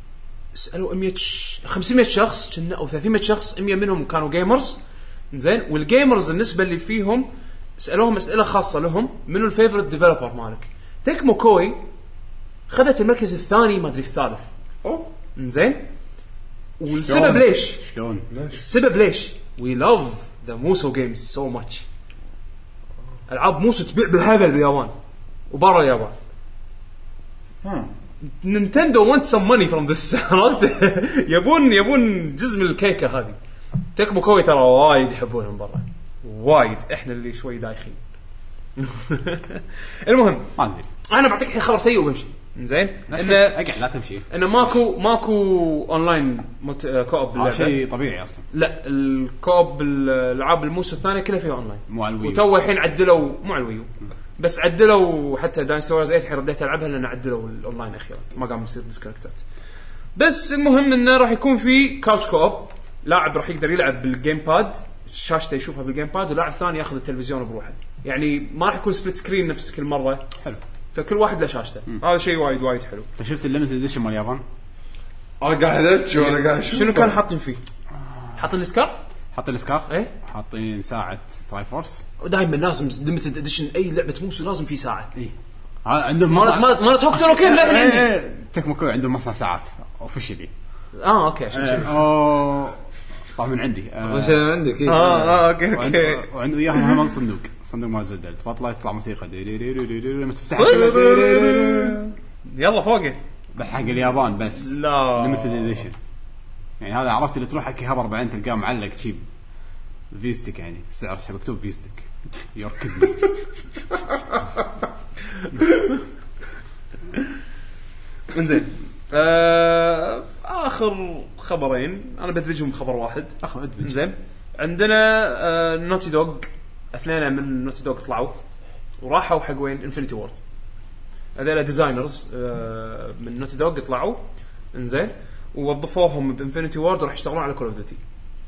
500 شخص كنا او 300 شخص 100 منهم كانوا جيمرز زين والجيمرز النسبه اللي فيهم سالوهم اسئله خاصه لهم منو الفيفورت ديفلوبر مالك تكمو كوي خذت المركز الثاني ما ادري الثالث زين والسبب ليش شلون السبب ليش we love the Muso games so much العاب موسو تبيع بالهبل باليابان وبرا اليابان نينتندو want some money from this يبون جزء من الكيكه هذه تكمو كوي ترى وايد يحبونهم برا وايد احنا اللي شوي دايخين المهم ما ادري انا بعطيك الحين خبر سيء وبمشي زين انه اقعد لا تمشي انه ماكو اونلاين كوب باللعبه شيء طبيعي اصلا لا الكوب بالالعاب الموسو الثانيه كلها فيها اونلاين مو على الويو وتو الحين عدلوا مو على الويو بس عدلوا حتى داينستي وارز 8 الحين رديت العبها لان عدلوا الاونلاين اخيرا ما قام يصير ديسكونكتات بس المهم انه راح يكون في كاوتش كوب لاعب راح يقدر يلعب بالجيم باد شاشته يشوفها بالجيم باد ولاعب ثاني ياخذ التلفزيون بروحه يعني ما راح يكون سبليت سكرين نفس كل مره حلو فكل واحد له شاشته هذا شيء وايد حلو انت شفت الليمتد اديشن مال اليابان قاعد اتشو ولا قاعد شنو كان حاطين فيه حاطين السكارف حاطين السكارف ايه حاطين ساعه تراي فورس دائما لازم ليمتد اديشن اي لعبه موسو لازم فيه ساعه اي عندهم ما توكتون كيف لا تكمو كوي عندهم مصنع ساعات اوفيشلي اوكي عشان طبعا من عندي عندك اوكي وعنده اياهم هم صندوق ما زلدل تبطل يطلع موسيقى لما تفتح يلا فوقه بحق اليابان بس لا ليمتد اديشن يعني هذا عرفت اللي تروح حق هبر بعدين تلقاه معلق تشيب فيستك يعني السعر مكتوب فيستك يركض انزين اخر خبرين انا بدرجهم خبر واحد زين عندنا نوتي دوغ اثنين من نوتي دوغ طلعوا وراحوا حق وين انفينيتي وورد. هذول ديزاينرز من نوتي دوغ طلعوا انزين ووظفوهم بانفينيتي وورد وراح يشتغلون على كول اوف ديوتي.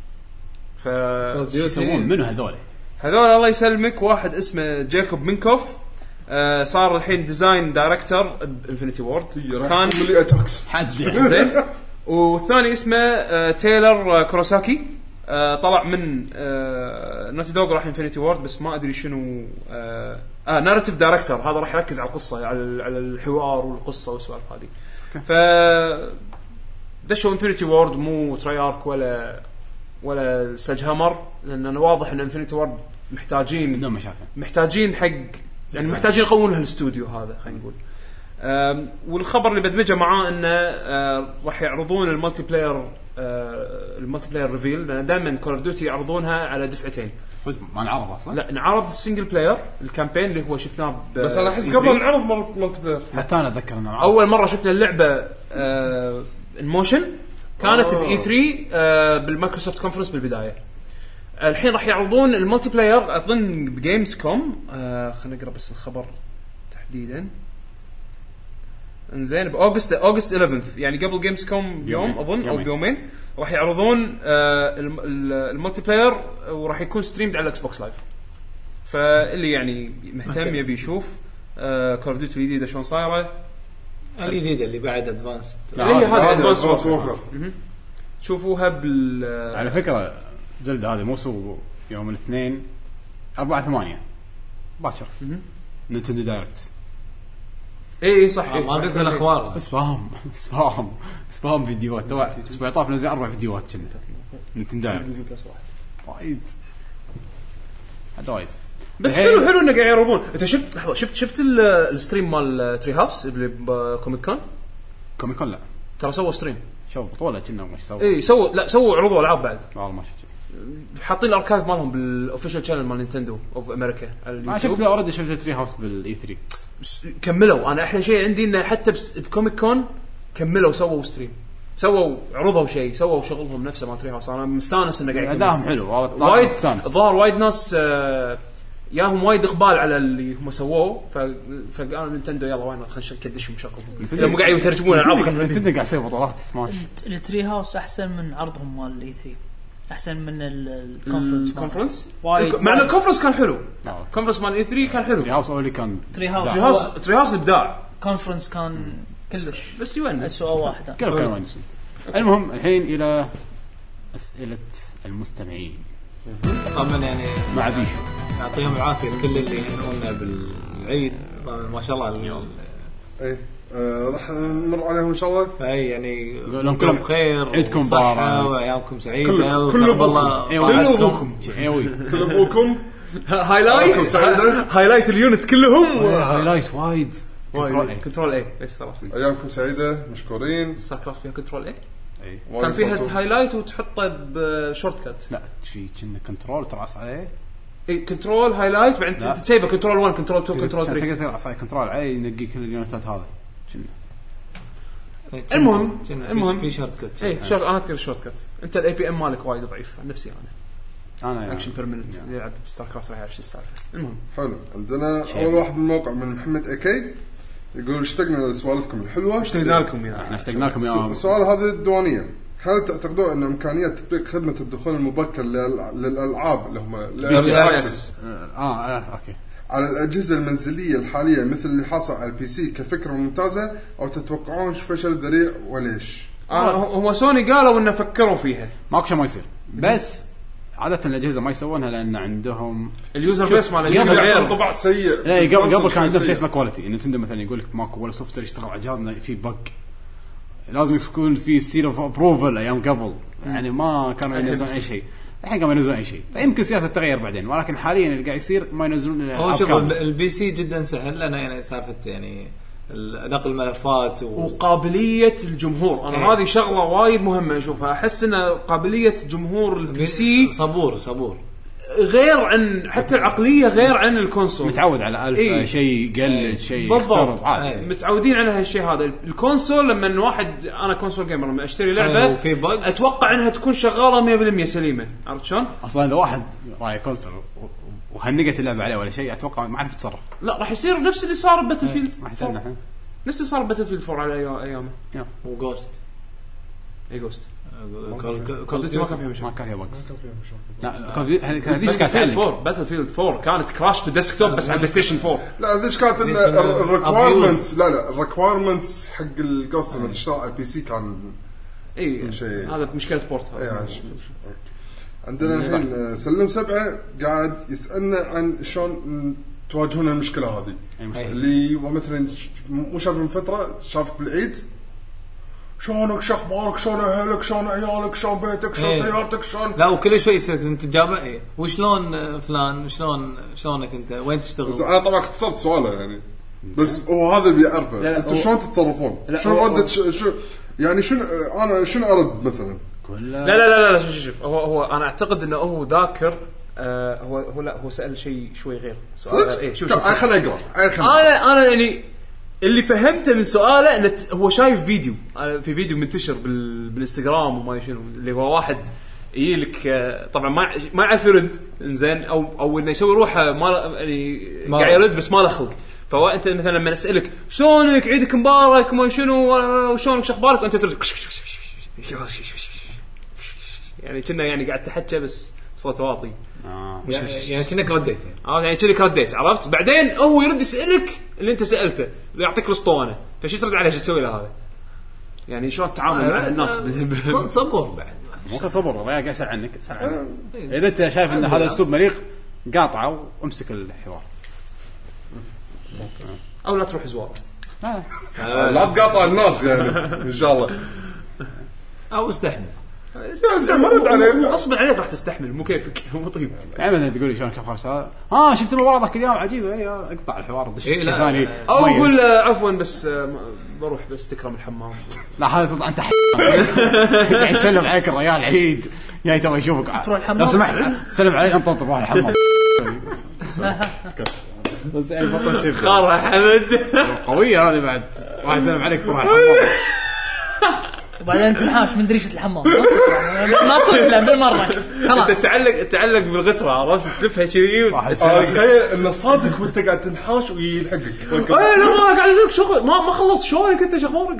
يسمون منو هذول الله يسلمك واحد اسمه جاكوب مينكوف صار الحين ديزاين دايركتور بانفينيتي وورد كان ملي اتاكس حد زين. والثاني اسمه تايلر كوروساكي طلع من نوتي دوغ راح انفينيتي وورد بس ما ادري شنو ناريتيف دايركتور. هذا راح يركز على القصه على الحوار والقصه والسوالف هذه. ف دشوا انفينيتي وورد مو تريارك ولا سلج هامر لان واضح ان انفينيتي وورد محتاجين حق يعني محتاجين يقوون هالاستوديو هذا خلينا نقول. والخبر اللي بدمجه معاه انه راح يعرضون المالتي بلاير ريفيل لان دائما كول اوف ديوتي يعرضونها على دفعتين. ما نعرض اصلا لا نعرض السنجل بلاير الكامبين اللي هو شفناه بس انا احس قبل نعرض مالتي بلاير. حتى انا اتذكر انه اول مره شفنا اللعبه الموشن كانت باي 3 بالمايكروسوفت كونفرنس بالبدايه. الحين راح يعرضون المالتي بلاير اظن بجيمز كوم. خلينا نقرا بس الخبر تحديدا. انزين باوغست 11 يعني قبل جيمز كوم بيوم اظن او بيومين راح يعرضون المالتي بلاير وراح يكون ستريمد على الاكس بوكس لايف. فاللي يعني مهتم يبي يشوف كول اوف ديوتي الجديده شلون صايره الجديده اللي بعد ادفانس اللي هي هذا ادفانس ووركر شوفوها على فكره زلدة هذه مو سوق يوم الاثنين 4/8 باكر نينتندو دايركت. اي صح ما قلت الاخبار اسبام فيديوهات تو اسبوع طاف نزل 4 فيديوهات كنا نينتندو دايركت وايد هذا وايد بس حلو انه قاعد يعرضون. انت شفت لحظه شفت الستريم مال تري هاوس اللي بكوميك كون لا ترى سووا ستريم شو بطوله كنا وش سووا اي سووا عروض العاب بعد والله ما شفت حاطين الاركايف مالهم بالاوفيشال شانل مال نينتندو اوف امريكا على اليوتيوب. ما شفت اوريدي شفت تري هاوس بالاي 3 كملوا. انا احلى شيء عندي انه حتى بكوميك كون كملوا سووا ستريم سووا عروضهم شيء سووا شغلهم نفسه ما تري هاوس. انا مستانس انه قاعد اداهم حلو وايد ظهر وايد ناس ياهم وايد اقبال على اللي هم سووه. فقالوا نينتندو يلا وين ما تخش كدشهم شغلهم هم قاعد يترجمون العاب نينتندو قاعد يسوي بطولات سماش. التري هاوس احسن من عرضهم مال الاي 3 احسن من الكونفرنس وايد. مع الكونفرنس كان حلو كونفرنس مال اي 3 كان حلو. تري هاوس اولي كان تري هاوس ابداع. كونفرنس كان كلش بس يونس السؤال واحد كانوا المهم الحين الى اسئله المستمعين. طبعا يعني مع بيشو يعطيهم العافيه لكل اللي يهنونا بالعيد ما شاء الله اليوم. اي راح نمر عليهم ان شاء الله. فاي يعني لهم كلهم بخير عيدكم صحه وايامكم سعيده كل الله ابوكم كل ابوكم هايلايت اليونت كلهم هايلايت وايد كنترول اي بس خلاص ايامكم سعيده مشكورين. ساكراف فيها كنترول اي اي كان فيها هايلايت وتحطه بشورت كات. لا شيء كنا كنترول ترعص عليه اي كنترول هايلايت بعدين تسيبه كنترول 1 كنترول 2 كنترول 3 تقدر ترعص عليه كنترول عليه ينقي كل اليونتات هذا كنا. المهم في شورت كات. اي شورت انا اذكر الشورت كات. انت الاي بي ام مالك وايد ضعيف عن نفسي انا اكشن بيرمننت يلعب ستار كرافت راح يعرف السالفه. المهم حلو عندنا اول واحد من الموقع من محمد اكي يقول اشتقنا لسوالفكم الحلوه. اشتقنا لكم يا احنا اشتقنا لكم يا السؤال هذا الديوانيه هل تعتقدون ان امكانيه تطبيق خدمه الدخول المبكر للالعاب اللي هم الاكسس اوكي على الاجهزه المنزليه الحاليه مثل اللي حاصل على البي سي كفكره ممتازه او تتوقعون فشل ذريع وليش؟ هو سوني قالوا انه فكروا فيها ماكو شيء ما يصير بس عادة الأجهزة ما يسوونها لأن عندهم اليوزر بيس مال الأجهزة غير طبع سيء. لا قبل كان عندهم شيء اسمه كواليتي. نينتندو مثلا يقول لك ماكو ولا سوفت وير يشتغل على جهازنا في بق لازم يكون في سيل اوف ابروفل ايام قبل يعني ما كانوا ينزلون اي شيء. الحين قاموا ينزلون اي شيء فيمكن سياسة تغير بعدين ولكن حاليا اللي قاعد يصير ما ينزلون. هو شوف البي سي جدا سهل لنا يعني سالفة يعني نقل ملفات وقابلية الجمهور. أنا هذه شغلة وايد مهمة أشوفها. أحس إن قابلية جمهور البي سي صبور غير عن حتى العقلية غير عن الكونسول. متعود على ألف شيء قل شيء بالضبط متعودين على هالشيء هذا. الكونسول لما واحد أنا كونسول جيمر لما أشتري لعبة أتوقع إنها تكون شغالة 100% سليمة. عرفت شلون؟ أصلاً إذا واحد راعي كونسول وهنقت اللعبه عليه ولا شيء اتوقع ما عرف يتصرف. لا راح يصير نفس اللي صار بباتل فيلد، ما يحتاجنا الحين. نفس اللي صار بباتل فيلد 4 على ايامه. وغوست اي جوست كول ما كان فيها مشاكل. ما كان فيها بقص. لا هذيش كانت عليك. باتل فيلد 4 كانت كراش تو ديسكتوب بس على البلاي ستيشن 4. لا هذيش كانت الريكوايرمنتس. لا الريكوايرمنتس حق القصه لما تشتغل على البي سي كان اي هذا مشكله بورت هذا. عندنا الحين سلم 7 قاعد يسالنا عن شلون تواجهون المشكله هذه اللي مثلا مو شاف من فتره شافك بالعيد شلونك شخبارك شلون اهلك شلون عيالك شلون بيتك شلون سيارتك شلون. لا وكل شوي يسالك انت تجاوبه وشلون فلان شلونك انت وين تشتغل. انا طبعا اختصرت سؤاله يعني بس هو هذا اللي بيعرفه انتم شلون تتصرفون شلون ردت شو يعني شنو ارد مثلا. لا شوف هو انا اعتقد انه هو ذاكر هو سأل شيء شوي غير سؤال. ايه شوف خليني اقرا انا يعني اللي فهمته من سؤاله انه هو شايف فيديو في فيديو منتشر بالانستغرام وما شنو اللي هو واحد يجيلك طبعا ما يعرف يرد انزين او انه يسوي روحه ما يعني قاعد يرد بس ما له خلق. فهو انت مثلا لما اسالك شلونك عيدك مبارك وما شنو وشلونك شخبارك وانت ترد يعني كنا يعني قاعد تحكي بس صوت واطي يعني كأنك رديت يعني كأنك رديت عرفت. بعدين هو يرد يسألك اللي انت سألته يعطيك الاسطوانة فشي ترد عليه شو تسوي له هذا يعني شلون التعامل مع الناس. صبر بعد مو كصبر والله قاعد اسال عنك اذا انت شايف ان هذا الاسلوب مليق قاطعه وامسك الحوار او لا تروح زوار لا تقاطع الناس يعني ان شاء الله او استحمل اصبر عليك راح تستحمل مو كيفك مو طيب يعني تقول لي شلون كفر شفت المباراه ذاك اليوم عجيبه اقطع الحوار دش شيء ثاني او اقول عفوا بس بروح بس تكرم الحمام. لا هذا طبعا انت قاعد يسلم عليك الرجال عيد جاي تبغى يشوفك لو سمحت سلم علي انطر روح الحمام بس اي بطل شيء خار حمد قويه هذه بعد واحد سلم عليك تروح الحمام وبعدين تنحاش من دريشة الحمام لا تطلع بالمرة خلاص تعلق بالغترة عرفت تلفها كذي تخيل انه صادق وانت قاعد تنحاش ويلحقك اي لا ما قاعد اسوي شغل ما خلصت شلونك انت شخبارك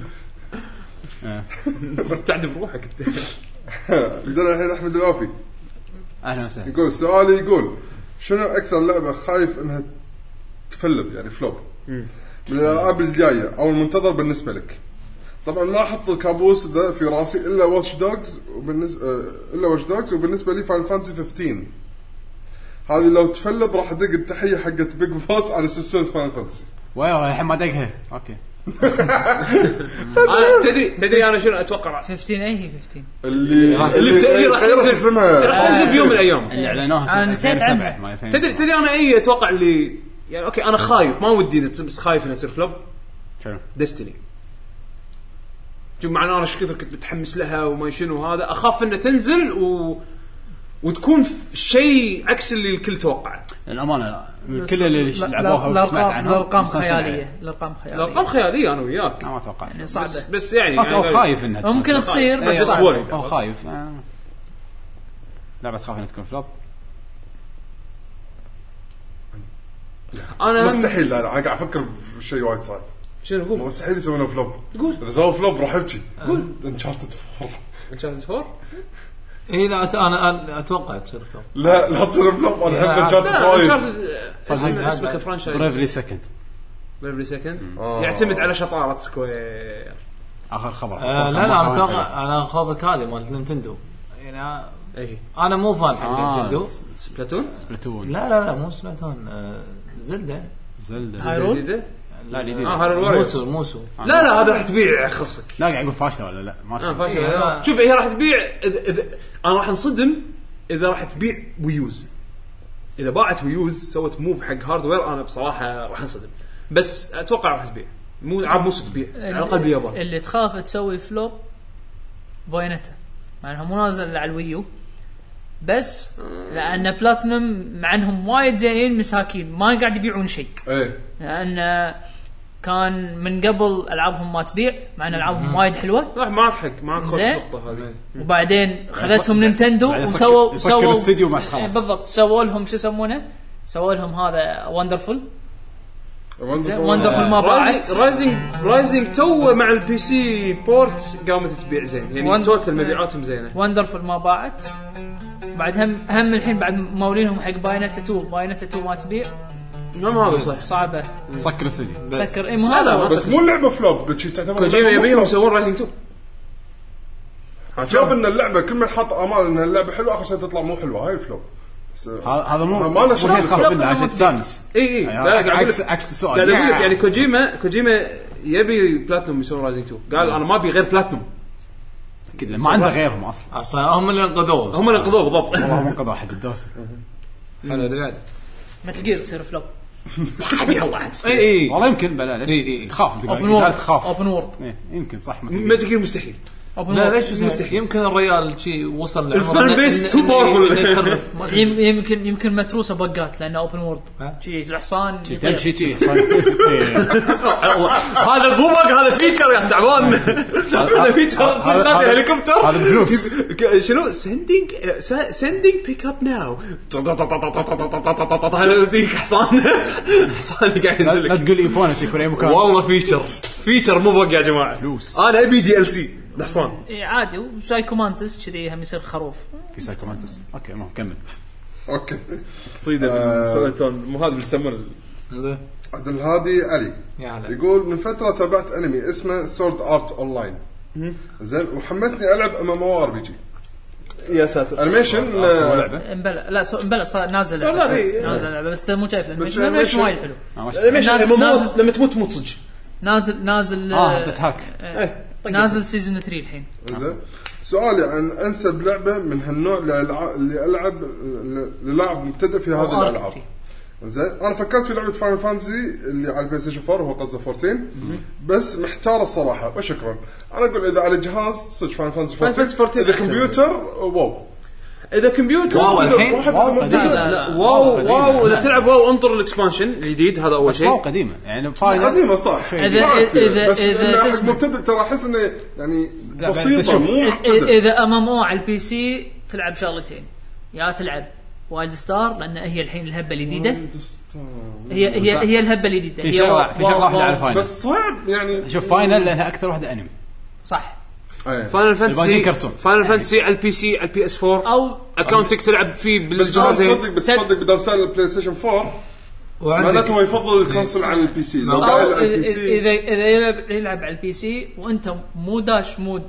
تستعد بروحك انت. عندنا الحين احمد الوافي اهلا وسهلا يقول سؤالي يقول شنو اكثر لعبة خايف انها تفلب يعني فلوب من الالعاب الجاية او المنتظر بالنسبة لك. طبعا ما احط الكابوس ذا في راسي الا واتش دوجز وبالنسبه لي فاينل فانتسي 15 هذه لو تفلب راح ادق التحيه حقت بيج بوس على سلسله فاينل فانتسي. واو الحين ما دقها اوكي. انا تدري انا شنو اتوقع 15 اي هي 15 اللي راح تنزل في يوم من الايام اللي اعلنوها انا نسيت عنها. تدري انا اي اتوقع اللي يعني اوكي انا خايف ما ودي بس خايف انه يصير فلوب شنو ديستني. معناه انا كثر كنت متحمس لها وما شنو هذا اخاف انها تنزل وتكون شيء عكس اللي الكل توقعه. الامانه كل اللي لعبوها وسمعت عنها الارقام خياليه انا وياك ما اتوقع يعني صعبه بس يعني خايف انها ممكن تصير بس صعبه او خايف لعبه تخاف انها تكون فلوب. انا مستحيل لا قاعد افكر بشيء وايد صعب. شنو اقول مستحيل يسوونه فلوب. قول اذا سووا فلوب راح ابكي. قول انشارتد 4 اي لا انا اتوقع تصير فلوب. لا تصير فلوب. انا احب انشارتد وايد. اسمك فرانشايز بريفلي سكند يعتمد على شطاره سكوير. اخر خبر لا انا اتوقع انا خوفك هذه مال نينتندو يعني انا مو فان حق نينتندو. سبلاتون لا مو سبلاتون زلدة هايرول لا جديد موسو لا هذا راح تبيع خصك. لا قاعد اقول فاشله ولا لا ما فاشله. شوف هي راح تبيع إذا انا راح انصدم اذا راح تبيع ويوز. اذا باعت ويوز سوت موف حق هاردوير انا بصراحه راح انصدم بس اتوقع راح تبيع مو عاب موسو تبيع على الاقل باليابان. اللي تخاف تسوي فلوب بايونيتا مع انها مو نازل على الويو بس لان بلاتينوم مع انهم وايد زينين مساكين ما قاعد يبيعون شيء ايه لان كان من قبل العابهم ما تبيع مع ان العابهم وايد حلوه. لا معك حق معك نقطه هذه. وبعدين خذتهم نينتندو وسووا استوديو بس خلاص بالضبط سووا لهم شو يسمونه سووا لهم هذا وندرفول ما باعت. رايزنج تو مع البي سي بورت قامت تبيع زين يعني توتال مبيعاتهم زينه. وندرفول ما باعت بعد هم الحين بعد مولينهم حق باينتا 2 ما تبيع. ما هذا صح صعبه سكر الاستوديو سكر اي هذا بس مو اللعبه فلوب تعتبر كوجيما يبيهم يسوون رايزنج 2 فلوب ان اللعبه كل ما حط امال ان اللعبه حلوه اخر شيء تطلع مو حلوه. هاي الفلوب هذا مو ما له شغل خلف عشان تسانس اي عكس السؤال قاعد اقول لك يعني كوجيما يبي بلاتنوم يسوي رايزنج 2 قال انا ما ابي غير بلاتنوم كذا ما عنده غيرهم اصلا هم اللي انقذوه بالضبط والله ما انقذوا احد الدوس حلو ده مثل جير تصير فلوب عادي والله اي والله يمكن بلا ليش تخاف تخاف اوبن وورد يمكن صح ما تقول مستحيل لا ليش مستحيل يمكن الريال شيء وصل الفان بيس تو باورفل يمكن متروسه بقات لانه اوبن وورد شيء الحصان تمشي شيء حصان هذا مو بق هذا فيتشر يا تعبان هذا فيتشر هذا هليكوبتر هذا بفلوس شنو سندينج بيك اب ناو هذا حصان قاعد ينزل لا تقول ايفونتي في اي مكان والله فيتشر مو بق يا جماعه فلوس انا ابي دي ال سي الحصان عادي وسايكومانتس كذي هم يصير خروف في سايكومانتس اوكي ما كمل اوكي تصيده سويتون مو هذا اللي يسمونه عبد الهادي علي يقول من فتره تابعت انمي اسمه سورد ارت اونلاين زين وحمسني العب MMORPG يا ساتر انيميشن امبلا صار نازل لعبه بس مو شايف الانيميشن وايد حلو لما تموت صدق نازل تتهاك نازل سيزون 3 الحين. زين سؤالي عن انسب لعبه من هالنوع اللي العب للاعب مبتدئ في هذه الالعاب. زين انا فكرت في لعبه فاينل فانتسي اللي على البلاي ستيشن 4 هو قصده 14 بس محتار الصراحه وشكرا. انا اقول اذا على جهاز صدق فاينل فانتسي 14 اذا كمبيوتر واو اذا كمبيوتر الحين واو اذا تلعب واو انطر الاكسبانشن الجديد هذا اول شيء. واو قديمه يعني فاينل قديمه صح اذا مبتدئ ترى احس انه يعني بسيطه مو اذا MMO على البي سي تلعب شغلتين يا تلعب وايلد ستار لان هي الحين الهبه الجديده هي الهبه الجديده في شغله واحده على فاينل بس صعب يعني شوف فاينل لانها اكثر واحده انمي صح. فاينل فانتسي على البي سي على البي اس 4 او اكونتك تلعب فيه بالجهازين. بس صدق بدل سال البلاي ستيشن 4 معناته هو يفضل الكونسول على البي سي. لو قال على البي سي اذا يلعب على البي سي وانت مو داش مود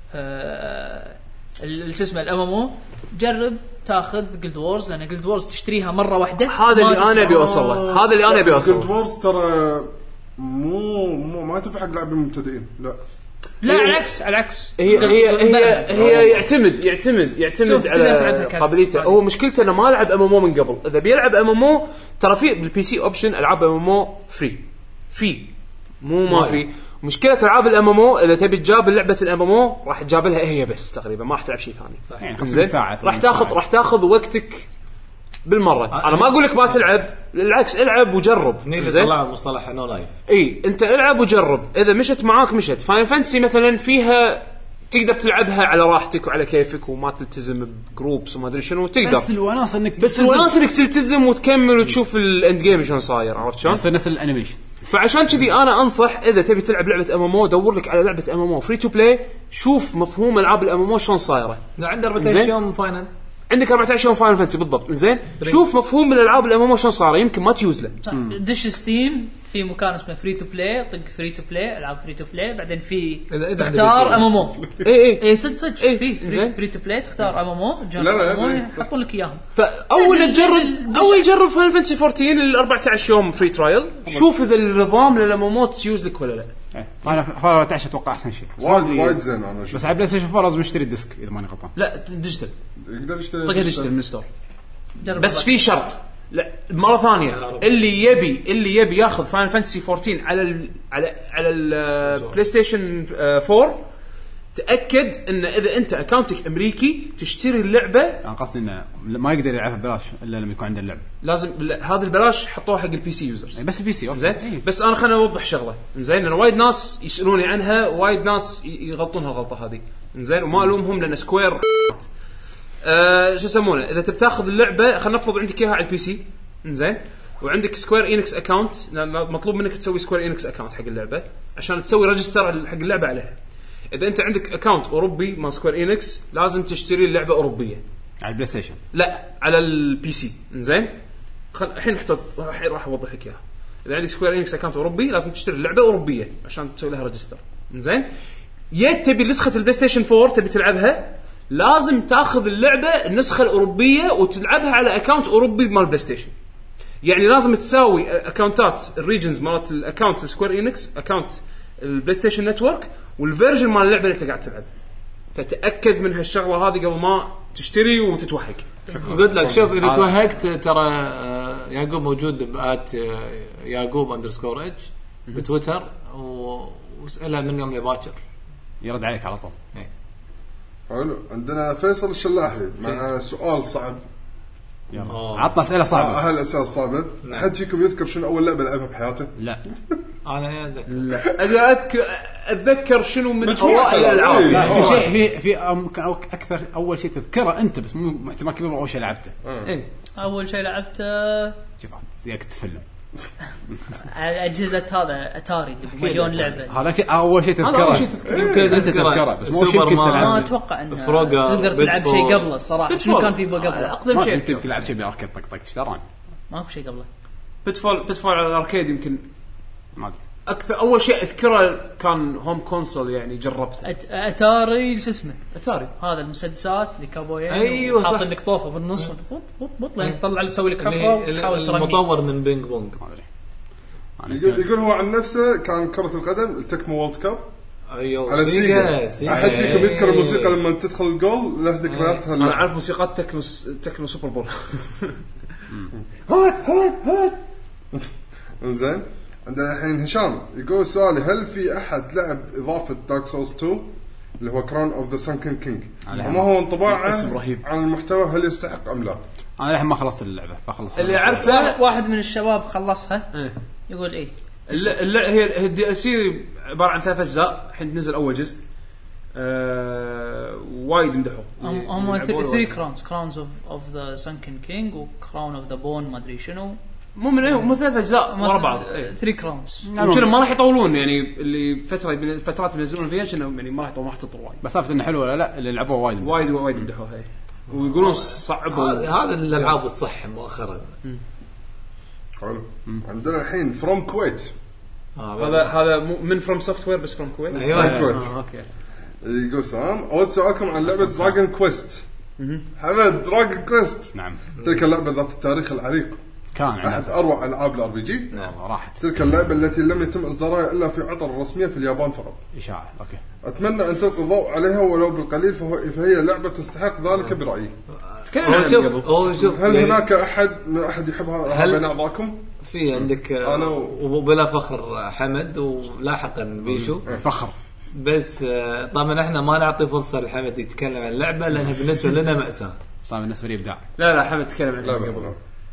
اسمه الامامو جرب تاخذ جلد وورز لان جلد وورز تشتريها مره واحده. هذا اللي انا ابي اوصل له جلد وورز ترى ما تنفع حق لاعبين مبتدئين لا العكس هي يعتمد على قابليته. هو مشكلته انه ما لعب MMO من قبل. اذا بيلعب MMO ترى في بالبي سي اوبشن العاب MMO فري مو ما في. مشكله العاب الMMO اذا تبي تجاب لعبه الMMO راح تجاب لها هي بس تقريبا ما راح تلعب شيء ثاني يعني راح تاخذ وقتك بالمره. انا ما اقول لك ما تلعب بالعكس العب وجرب. زين طلع مصطلح نو لايف انت العب وجرب اذا مشت معاك مشت. فاينل فانتسي مثلا فيها تقدر تلعبها على راحتك وعلى كيفك وما تلتزم بجروبس وما ادري شنو تقدر بس الوناس انك تلتزم وتكمل وتشوف الاند جيم شلون صاير. عرفت شلون يصير نفس الانيميشن. فعشان كذي انا انصح اذا تبي تلعب لعبه MMO دور لك على لعبه MMO فري تو بلاي. شوف مفهوم العاب الMMO شلون صايره. عنده 14 يوم فاينل عندك 14 يوم فاينل فانتسي بالضبط. زين شوف مفهوم من الالعاب الامامو شلون صار يمكن ما تيوز له. دش ستيم في مكان اسمه فري تو بلاي طق فري تو بلاي العاب فري تو بلاي بعدين في تختار امامو اي صدق في فري تو بلاي تختار امامو يحطون لك اياهم. اول جرب فاينل فانتسي 14 ال 14 يوم فري ترايل شوف اذا النظام للامامو تيوز لك ولا لا. فانا 14 اتوقع احسن شيء وايد زين. انا بس على بلاي ستيشن 4 لازم اشتري الديسك اذا ماني غلطان. لا ديجيتال يقدر يشتري طقه ديجيتال من ستور بس في شرط. لا مره ثانيه اللي يبي ياخذ فاينل فانتسي 14 على البلاي ستيشن 4 تاكد ان اذا انت اكونتك امريكي تشتري اللعبه. انا قصدي انه ما يقدر يلعبها ببلاش الا لما يكون عنده اللعبه. لازم هذا البلاش حطوه حق البي سي يوزرز بس البي سي زين. بس انا خليني اوضح شغله زين. انا وايد ناس يسالوني عنها وايد ناس يغلطون هالغلطه هذه زين وما الومهم لان سكوير شو يسمونه. اذا تبي تاخذ اللعبه خلينا نفرض عندك اياها على البي سي زين وعندك سكوير إينكس اكاونت مطلوب منك تسوي سكوير إينكس اكاونت حق اللعبه عشان تسوي ريجستر حق اللعبه عليها. اذا انت عندك اكاونت اوروبي مع سكوير إينكس لازم تشتري اللعبه اوروبيه على البلاي ستيشن لا على البي سي زين. الحين راح اوضح لك اياها. اذا عندك سكوير إينكس اكاونت اوروبي لازم تشتري اللعبه اوروبيه عشان تسوي لها ريجستر زين. تبي نسخه البلاي ستيشن 4 تبي تلعبها لازم تاخذ اللعبه النسخه الاوروبيه وتلعبها على اكاونت اوروبي مال البلاي ستيشن. يعني لازم تساوي اكاونتات الريجنز مالت الاكاونت سكوير إينكس اكاونت البلاي ستيشن نتورك والفيرجن مال اللعبه اللي انت قاعد تلعب. فتاكد من هالشغله هذه قبل ما تشتري وتتوهق. قلت لك شوف اذا توهقت ترى يعقوب موجود بات يعقوب_اتش بتويتر واساله من يوم لباكر يرد عليك على طول. حلو. عندنا فيصل الشلاحي مع سؤال صعب. يلا عطنا اسئله صعبه. الاسئله صعبه. حد فيكم يذكر شنو اول لعبه لعبها بحياته؟ لا انا لا اتذكر شنو من اوائل الالعاب. لا في شيء في اكثر اول شيء تذكره انت بس مو احتمال كبير اول شيء لعبته. ايه اول شيء لعبته شوف زيك تفلم على اجهزه هذا اتاري اللي بمليون لعبه. هذا اول شيء تذكره يمكن انت تذكره بس مو شيء كنت ما اتوقع انه تقدر تلعب شيء قبله الصراحه. شو كان في قبل اقدم شيء يمكن لعب شيء باركيد طق اشتران ماكو شيء قبله. بيتفول على الاركيد يمكن ما ادري. اكثر اول شيء اذكره كان هوم كونسول يعني جربته اتاري شو اسمه اتاري هذا المسدسات اللي كابوين ايوه حاط لك طوفه بالنص وتطط لين تطلع يسوي لك حفره وتحاول ترمي. المطور من بينج بونج ما ادري. يقول هو عن نفسه كان كرة القدم التكمو وورلد كاب ايوه على سيجا. احد فيكم يذكر الموسيقى لما تدخل الجول له ذكرياتها؟ انا اعرف موسيقى تكنو سوبر بول. هات زين. عندنا الحين هشام يقول سؤالي هل في احد لعب اضافه دارك سولز 2 اللي هو كراون اوف ذا سانكن كينج وما هو انطباعه عن المحتوى هل يستحق ام لا؟ انا الحين ما خلصت اللعبه فخلص اللي عارفه واحد من الشباب خلصها يقول ايه هي الدي ال سي عباره عن 3 اجزاء. الحين نزل اول جزء وايد مدحوا هم 3 كراونز اوف ذا سانكن كينج وكراون اوف ذا بون ما ادري شنو مو من ايه مو 3 اجزاء ورا بعض 3 كراونز وكنا ما راح يطولون يعني اللي فترات ينزلون فيها كنا يعني ما راح تطول وايد. بس عرفت انه حلو ولا لا اللي لعبوه وايد مدحوها ويقولون صعبوا هذا الالعاب الصح مؤخرا. حلو. عندنا الحين فروم كويت هذا من فروم سوفت وير بس فروم كويت. ايوه اوكي. يقول سلام اود سؤالكم عن لعبه دراجون كويست. حمد دراجون كويست نعم تلك اللعبه ذات التاريخ العريق كان احد اروع العاب الار بي جي. راحت تلك اللعبه التي لم يتم اصدارها الا في عطر رسميه في اليابان فقط. اشاعه. اوكي اتمنى ان تلقي الضوء عليها ولو بالقليل فهي لعبه تستحق ذلك برايي. هل هناك احد يحبها بين اعضائكم؟ في عندك انا وبلا فخر حمد ولاحقا بيشو فخر بس طبعا احنا ما نعطي فرصه لحمد يتكلم عن اللعبه لانها بالنسبه لنا مأساة. صار بالنسبه لي ابداع. لا حمد تكلم عن اللعبه قبل.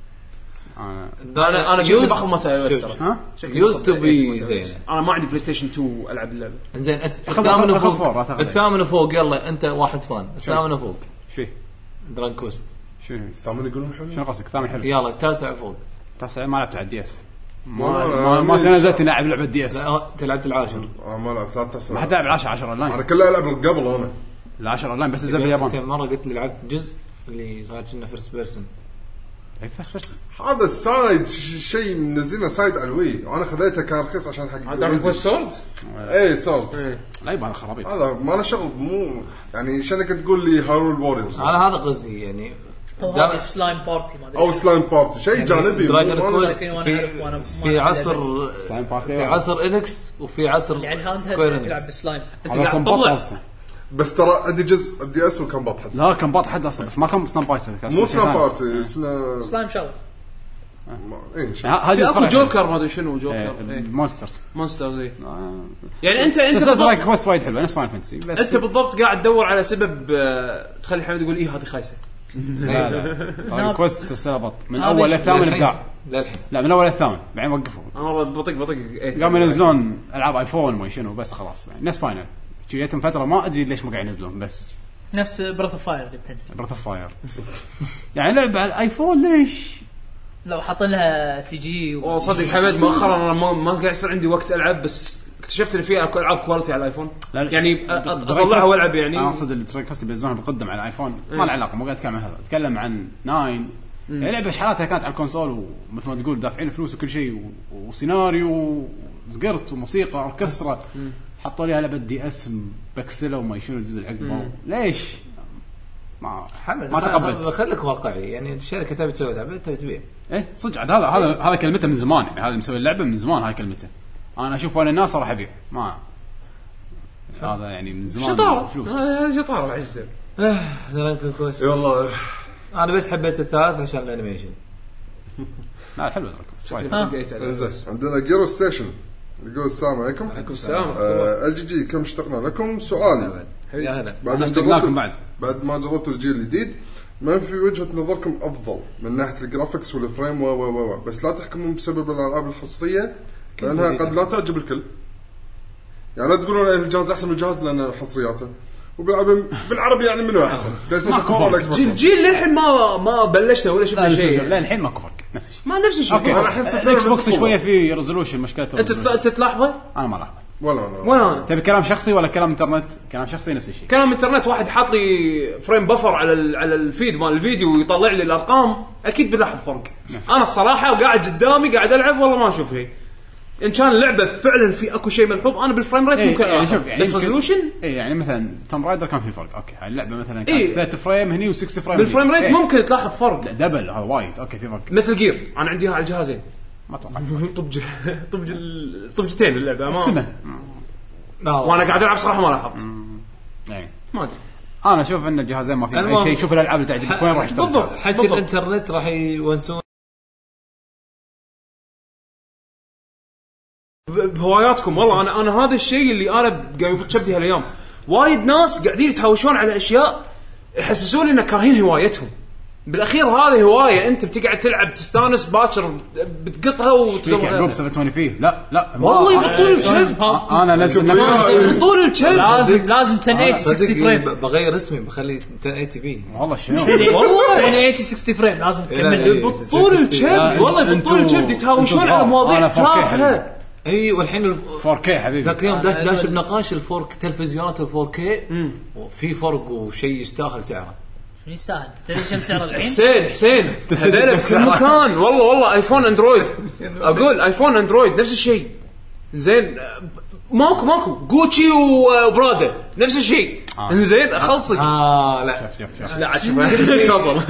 انا شكلي بخل ما تاي ها يوزد تو بي زين. انا ما عندي بلاي ستيشن 2 العب اللعبه زين. الثامن وفوق يلا انت واحد فان الثامن وفوق شو دراجون كويست شو الثامن يقولون حلو. شنو قصدك ثامن حلو؟ يلا التاسع فوق. التاسع ما لعبت على الدي اس ما تنازلت العب لعبه دي اس. تلعب العاشر ما لعب 13 ما حد لعب 10 اونلاين. انا كله العب قبل انا ال10 اونلاين بس نزل باليابان. مره قلت لي لعبت جزء اللي صار كنا فيرست بيرسون. اي فيرست بيرسون هذا السايد شيء منزلنا سايد على الوي وانا خذيته كان رخيص عشان حق دارك سورد. اي سورد لا يبغى خرابيط هذا ما له شغل مو يعني شنك تقول لي هارول ووريرز. انا هذا قصدي يعني هذا سلايم بارتي ما ادري او سلايم بارتي شيء يعني جانبي. دراجون كويست في عصر في عصر انكس وفي عصر يعني سكوير تلعب بسلايم. انت قاعد تطلع بس ترى عندي جزء الدي اس وكان بطحد. لا كان بطحد اصلا بس ما كان سناب بايت. مو سناب بايت اسمه سلايم شاور. هذه اكو جوكر ما ادري شنو جوكر مونسترز يعني انت دراجون كويست وايد حلوه نفس فاينل فانتسي بس انت بالضبط قاعد تدور على سبب تخلي حمد يقول هذه خايسه. لا دراجون كويست سلسله بط من اول للثامن ابداع. لا من اول للثامن بعدين وقفوا انا بطق قاموا ينزلون العاب ايفون ما شنو بس خلاص يعني نفس فاينل جيتهم فتره ما ادري ليش ما قاعد ينزلون بس نفس بريث اوف فاير اللي بتنزل بريث اوف فاير يعني لعبه على الايفون ليش لو حاطين لها سي جي صدق حمد مؤخرا انا ما قاعد يصير عندي وقت العب بس اكتشفت ان في العاب كواليتي على الايفون يعني اطلعها والعب يعني انا اقصد اللي تريكاست بيزون بقدم على الايفون ما له علاقه مو قاعد اتكلم عن هذا اتكلم عن 9 لعبه شحالاتها كانت على الكونسول ومثل ما تقول دافعين فلوس وكل شيء وسيناريو زقرت وموسيقى اوركسترا حطوا لها لعبه دي اس بكسله وما يشيلوا الجزء العقبه ليش ما تقبلت خليك واقعي يعني الشركه تبي تسوي لعبه تبي تبيع ايه صدق هذا كلمته من زمان يعني هذا مسوي اللعبه من زمان هاي كلمته انا اشوف وين الناس راح ابيع ما هذا يعني من زمان شطاره فلوس شطاره عجزه دراجون كويست والله انا بس حبيت الثالث عشان الانيميشن لا حلو زين عندنا جيرو ستيشن يقول السلام عليكم. عليكم السلام. LGG كم اشتقنا لكم. سؤالي يا هلا بعد ما جربتوا الجيل الجديد ما في وجهة نظركم أفضل من ناحية الجرافيكس والفريم بس لا تحكمون بسبب الألعاب الحصرية لأنها قد لا تعجب الكل يعني لا تقولون الجهاز أحسن من الجهاز لأن حصرياته بالعربي يعني منو أحسن الجيل للحين ما بلشنا ولا شفنا شيء للحين ماكو فرق نفس الشيء ما نفس الشيء أنا أحس الإكس بوكس شوية في ريزولوشن مشكلته أنت تلاحظه أنا ما لاحظه ولا تبي كلام شخصي ولا كلام انترنت كلام شخصي نفس الشيء كلام انترنت واحد حاط لي فريم بفر على الفيد مال الفيديو ويطلع لي الارقام اكيد بلاحظ فرق انا الصراحه وقاعد قدامي قاعد العب والله ما اشوف شيء ان كان اللعبه فعلا في اكو شيء ملحوظ انا بالفريم ريت ممكن يعني شوف يعني بس ريزولوشن يعني مثلا توم رايدر كان في فرق اوكي اللعبه مثلا كانت 30 فريم هني و60 فريم بالفريم ريت ممكن تلاحظ فرق دبل هذا وايد اوكي في فرق مثل جير انا عنديها على الجهازين ما اتوقع طبجتين اللعبه ما وانا قاعد العب صراحه ما لاحظت ما ادري انا اشوف ان الجهازين ما في اي شيء شوف الالعاب اللي تعجبك وين راح تشتغل بالضبط حكي الانترنت راح يونسون بهواياتكم والله انا هذا الشيء اللي انا قاعد بشبدي هالايام وايد ناس قاعدين يتهاوشون على اشياء يحسسوني ان كارهين هوايتهم بالاخير هذه هوايه انت بتقعد تلعب تستانس باكر بتقطها وتدور على 720 بي لا والله يبطل الكلب انا نزل يبطل الكلب لازم 1080 60 فريم بغير اسمي بخلي 1080 بي والله شنو والله 1080 60 فريم لازم تكمل يبطل الكلب والله يبطل الكلب يتهاوشون على مواضيع تافهه اي والحين 4K حبيبي ذاك اليوم داش بنقاش ال4K تلفزيونات ال4K وفي فرق وشيء يستاهل سعره شو يستاهل تدري كم سعر الحين حسين هذول في مكان والله ايفون اندرويد اقول ايفون اندرويد نفس الشيء زين ماكو جوتشي وبرادا نفس الشيء زين خلصك لا شوف لا تفضل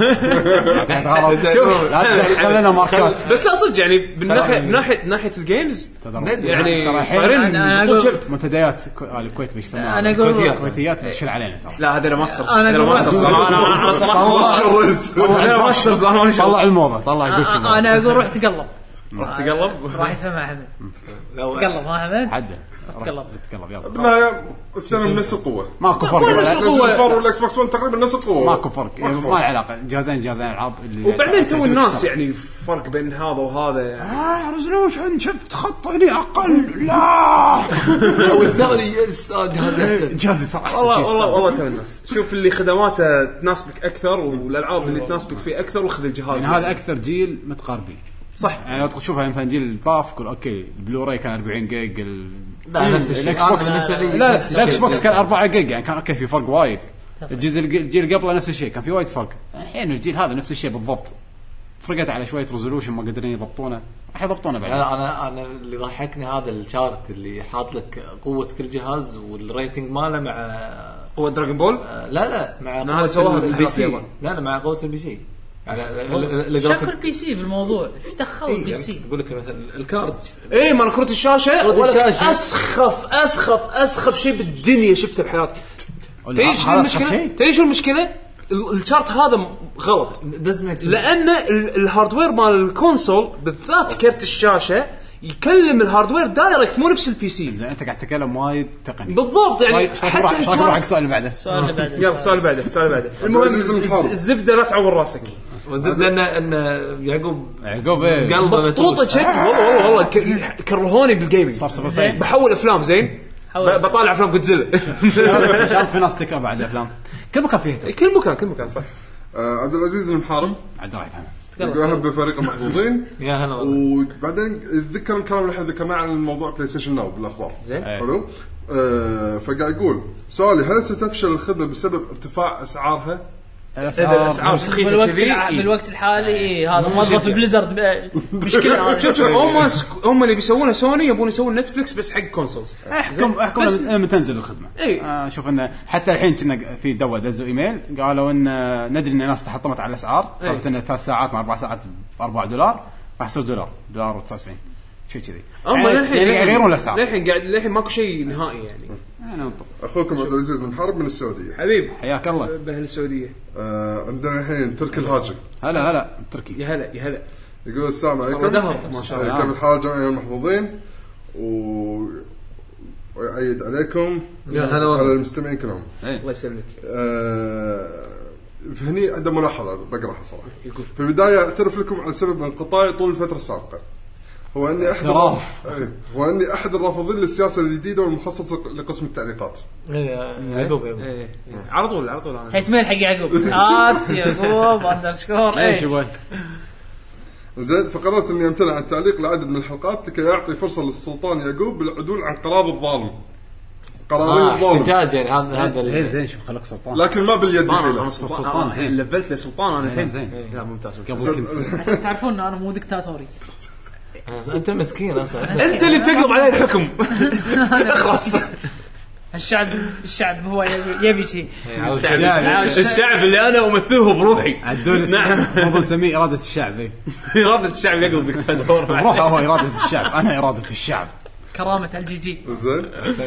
لا خلينا ماركات بس لا صدق يعني ناحيه الجيمز يعني صايرين منتديات الكويت بيش يسمونها انا اقول الكويتيات بتشيل علينا ترى لا هذا ماسترز انا صراحه انا ماسترز انا طلع الموضه طلع جوتشي انا اقول روح تقلب راح يفهم حمد تقلب ما حمد حده تقلب يلا بالنهايه الثاني نفس القوه ماكو فرق الفار والاكس بوكس 1 تقريبا نفس القوه ماكو فرق ما علاقه جهازين العاب وبعدين تو الناس يعني فرق بين هذا وهذا يعني ريزولوشن شفت خط هنا اقل لا والثاني جهاز احسن جهازي صح والله تو الناس شوف اللي خدماته تناسبك اكثر والالعاب اللي تناسبك فيه اكثر وخذ الجهاز يعني هذا اكثر جيل متقاربين صح يعني لو تشوفها مثلا جيل طاف كل اوكي البلوراي كان 40 جيج لا نفس الشيء الاكس بوكس لا الاكس بوكس كان 4 جيج يعني كان اوكي في فرق وايد الجيل قبله نفس الشيء كان في وايد فرق الحين الجيل هذا نفس الشيء بالضبط فرقت على شويه ريزولوشن ما قادرين يضبطونه راح يضبطونه بعد انا اللي ضحكني هذا الشارت اللي حاط لك قوه كل جهاز والريتنج ماله مع قوه دراغون بول لا مع هذا سواها بالبي سي لا مع قوه البي سي يعني شكل البي سي بالموضوع ايش دخل البي سي اقول لك مثلا الكارد اي ما كروت الشاشه اسخف شيء بالدنيا شفته بحياتي تدري شو المشكله الشارت هذا غلط لان الهاردوير مال الكونسول بالذات كرت الشاشه يكلم الهاردوير دايركت مو نفس البي سي. زين انت قاعد تتكلم وايد تقني بالضبط يعني حتى نروح حق السؤال اللي بعده. يلا السؤال اللي بعده المهم الزبده لا تعور راسك. والزبده ان يعقوب قلبه مطوطه شد والله كرهوني بالجيمنج. صار بحول افلام زين بطالع افلام جودزيلا. شارت في ناس تكره بعد افلام كل مكان فيه كل مكان صح. عبد العزيز المحارب عبد الرحمن يقول بفريق المحظوظين يا هلا. وبعدين ذكر الكلام اللي احنا ذكرناه عن الموضوع بلاي ستيشن ناو بالاخبار زين حلو. فقاعد يقول سؤالي هل ستفشل الخدمه بسبب ارتفاع اسعارها؟ الاسعار سخيفه كذي بالوقت الحالي هذا موظف بليزرد مشكله. شوف هم اللي بيسوونه سوني يبون يسوون نتفليكس بس حق كونسولز. احكم لما تنزل الخدمه. شوف انه حتى الحين كنا في دزوا ايميل قالوا ان ندري ان الناس تحطمت على الاسعار صارت ان 3 ساعات مع 4 ساعات $4 راح يصير $1.99 شيء كذي. يعني يغيرون الاسعار للحين ماكو شيء نهائي يعني. اخوكم عبد العزيز من حرب من السعوديه. حبيب حياك الله باهل السعوديه. عندنا الحين تركي الهاجم. هلا تركي يا هلا يقول السلام عليكم ما شاء الله. كيف الحال جميع المحظوظين ويعيد عليكم على المستمعين كلهم. الله يسلمك. فهني عنده ملاحظه بقراها صراحه. في البدايه اعترف لكم على سبب انقطاعي طول الفتره السابقه هو اني احد الرافضين للسياسه الجديده والمخصصه لقسم التعليقات. يعقوب على طول انا هيتميل حق يعقوب يعقوب _ ايش يبغى. زين فقررت اني امتنع عن التعليق لعدد من الحلقات لكي يعطي فرصه للسلطان يعقوب بالعدول عن قرار الظالم. قرار الظالم احتجاج يعني هذا زين شوف خلق سلطان لكن ما باليد حيله. سلطان زين لفلت لسلطان انا الحين زين. لا ممتاز اساس تعرفون انا مو دكتاتوري. انت مسكين اصلا انت اللي بتقلب عليه الحكم. اخلص الشعب هو يبي شيء. الشعب اللي انا امثله بروحي. نعم مو نسميه اراده الشعب. اراده الشعب يقلب دكتاتور. روح هو اراده الشعب انا اراده الشعب كرامه الجي زين.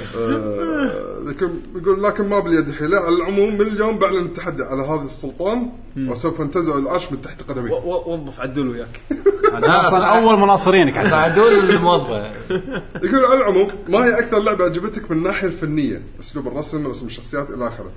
لكن ما باليد حيله. على العموم من اليوم بعلن التحدي على هذا السلطان وسوف انتزع العرش من تحت قدمي. وظف عدول وياك. انا اصلا اول مناصرينك عدول الموظفه. يقول على العموم ما هي اكثر لعبه عجبتك من الناحيه الفنيه اسلوب الرسم رسم الشخصيات الى اخره.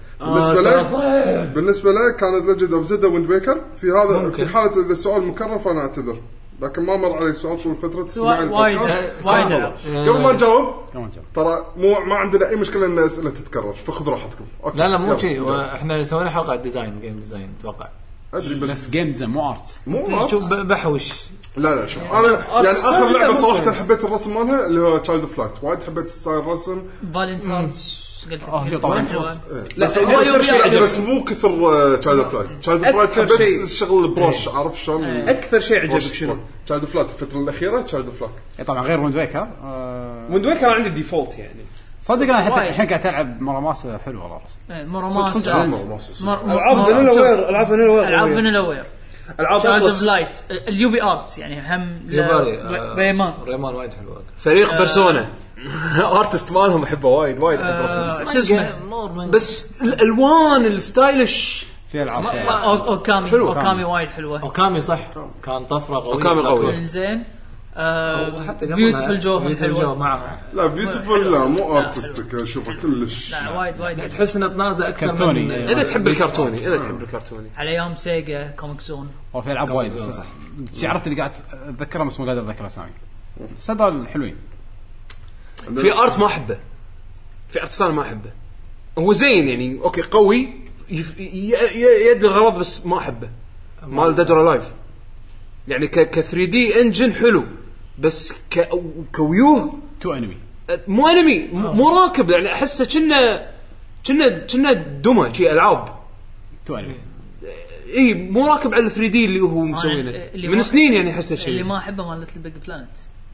بالنسبه لي كانت ليجند اوف زلدا ويند بيكر. في حاله اذا السؤال مكرر فانا اعتذر لكن ما مر علي سؤال طول فترة تسمع البودكاست. قبل ما نجاوب ترى ما عندنا أي مشكلة إن الأسئلة تتكرر فخذ راحتكم. لا مو شيء إحنا سوينا حلقة على الديزاين جيم ديزاين أتوقع. أدري بس جيم ديزاين مو آرت. شوف بحوش. لا شوف أنا يعني آخر لعبة صراحة حبيت الرسم مالها اللي هو تشايلد اوف لايت وايد حبيت ستايل الرسم. فالنت هارتس قلت طبعا لا بس مو كثر تشايلد اوف لايت. تشايلد اوف لايت حبيت الشغل البروش عارف شلون. اكثر شيء عجبك شنو؟ تشايلد اوف لايت الفتره الاخيره تشايلد اوف لايت طبعا غير ويند ويكر. ويند ويكر عندي ديفولت يعني صدق انا حتى الحين قاعد العب مراماس حلوه والله رسم مراماس العاب فانيلا وير العاب اوف لايت اليوبي ارتس يعني هم ريمان وايد حلو. فريق بيرسونا ارتست مالهم احبه وايد احب رسم شو اسمه بس الالوان الستايلش في العاب اوكامي وايد حلوه. اوكامي صح كان طفره قويه. اوكامي قويه زين. حتى بيوتيفل جو حلوه معها. لا بيوتيفل لا مو ارتستيك اشوفه كلش. لا وايد تحس انه تنازع اكثر كرتوني. اذا تحب الكرتوني على ايام سيجا كوميك زون وفي العاب وايد صح. عرفت اللي قاعد اتذكرها بس مو قادر اتذكر اسامي. سبال حلوين. في ارت ما احبه. في ارت ستايل ما احبه. هو زين يعني اوكي قوي يد الغرض بس ما احبه. مال ديدر لايف يعني ك 3 دي انجن حلو بس كويوه تو انمي مو انمي مو راكب يعني احسه كنا دمى شيء العاب تو انمي. اي مو راكب على 3 دي اللي هو مسوينه من سنين يعني احسه شيء اللي ما احبه مال ليتل بيج بلانت.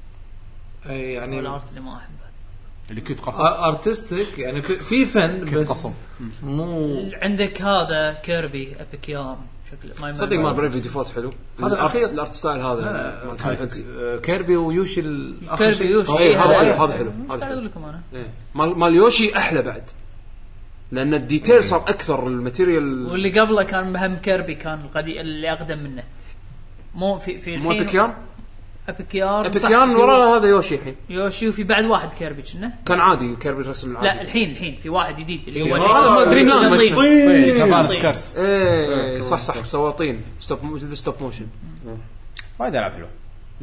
اي يعني الارت اللي ما احبه اللي كنت قصم ارتستيك يعني في فن بس قصم. مو عندك هذا كيربي ابيك يام شكله صدق ما بريفي ديفولت حلو. هذا الاخير الارت ستايل هذا مال فانسي كيربي ويوشي كيربي يوشي هذا حلو. هذا اقول لكم انا مال يوشي احلى بعد لان الديتيل صار اكثر الماتيريال. واللي قبله كان مهم كيربي كان القديم اللي اقدم منه مو في مو الحين ابيكيان ورا هذا يوشي الحين يوشي وفي بعد واحد كيربي كنا كان عادي كيربي رسم العادي. لا الحين في واحد جديد اللي هو هذا دريم لاند سكارس ايه صح سواطين ستوب موشن وايد العاب حلوه.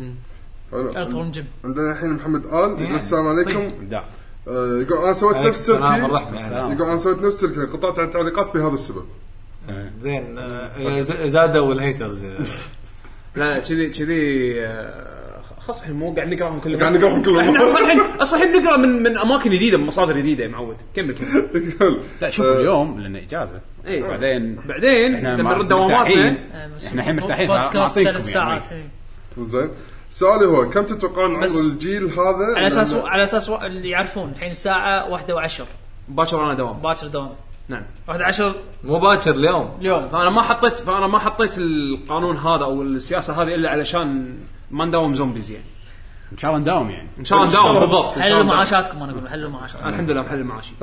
الترون جيم. عندنا الحين محمد قال السلام عليكم. ابداع. يقول انا سويت نفس تركي. يقول انا سويت نفس تركي قطعت عن التعليقات بهذا السبب. زين زادوا الهيترز. لا كذي خلاص احنا مو قاعد نقراهم كلهم. احنا اصلا نقرا من اماكن جديده من مصادر جديده معود. كمل لا شوف اليوم لان اجازه ايه. بعدين لما نرد دواماتنا احنا الحين مرتاحين نعطيكم ساعات. زين سؤالي هو كم تتوقعون عمر الجيل هذا على اساس اللي يعرفون الحين الساعه 1:10 باكر انا دوام نعم 1:10 مو باكر اليوم. فانا ما حطيت القانون هذا او السياسه هذه الا علشان ما نداوم زومبيز يعني. ان شاء الله نداوم يعني ان شاء الله نداوم بالضبط. حلوا معاشاتكم. انا اقول حلوا معاشاتكم. الحمد لله محل معاشي.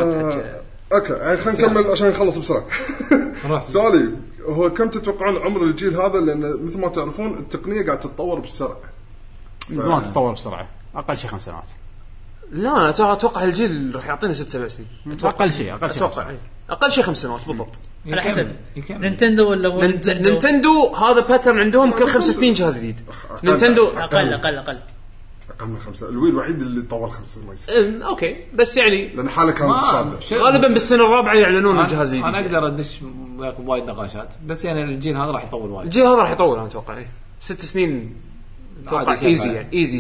اوكي خلينا نكمل عشان نخلص بسرعه. سؤالي هو كم تتوقعون عمر الجيل هذا لان مثل ما تعرفون التقنيه قاعده تتطور بسرعه. زمان تتطور بسرعه اقل شيء 5 سنوات. لا انا اتوقع الجيل راح يعطينا 6-7 سنين. اقل شيء اقل شيء 5 سنوات بالضبط. على حسب نينتندو ولا نينتندو هذا باترن عندهم كل 5 سنين جهاز جديد. نينتندو اقل من 5. الوي الوحيد اللي طور 5 ما يصير. اوكي بس يعني لان حاله كانت شاذه غالبا بالسنه الرابعه يعلنون الجهاز الجديد. انا اقدر ادش وايد نقاشات بس يعني الجيل هذا راح يطول وايد. الجيل هذا راح يطول انا اتوقع 6 سنين اتوقع ايزي يعني ايزي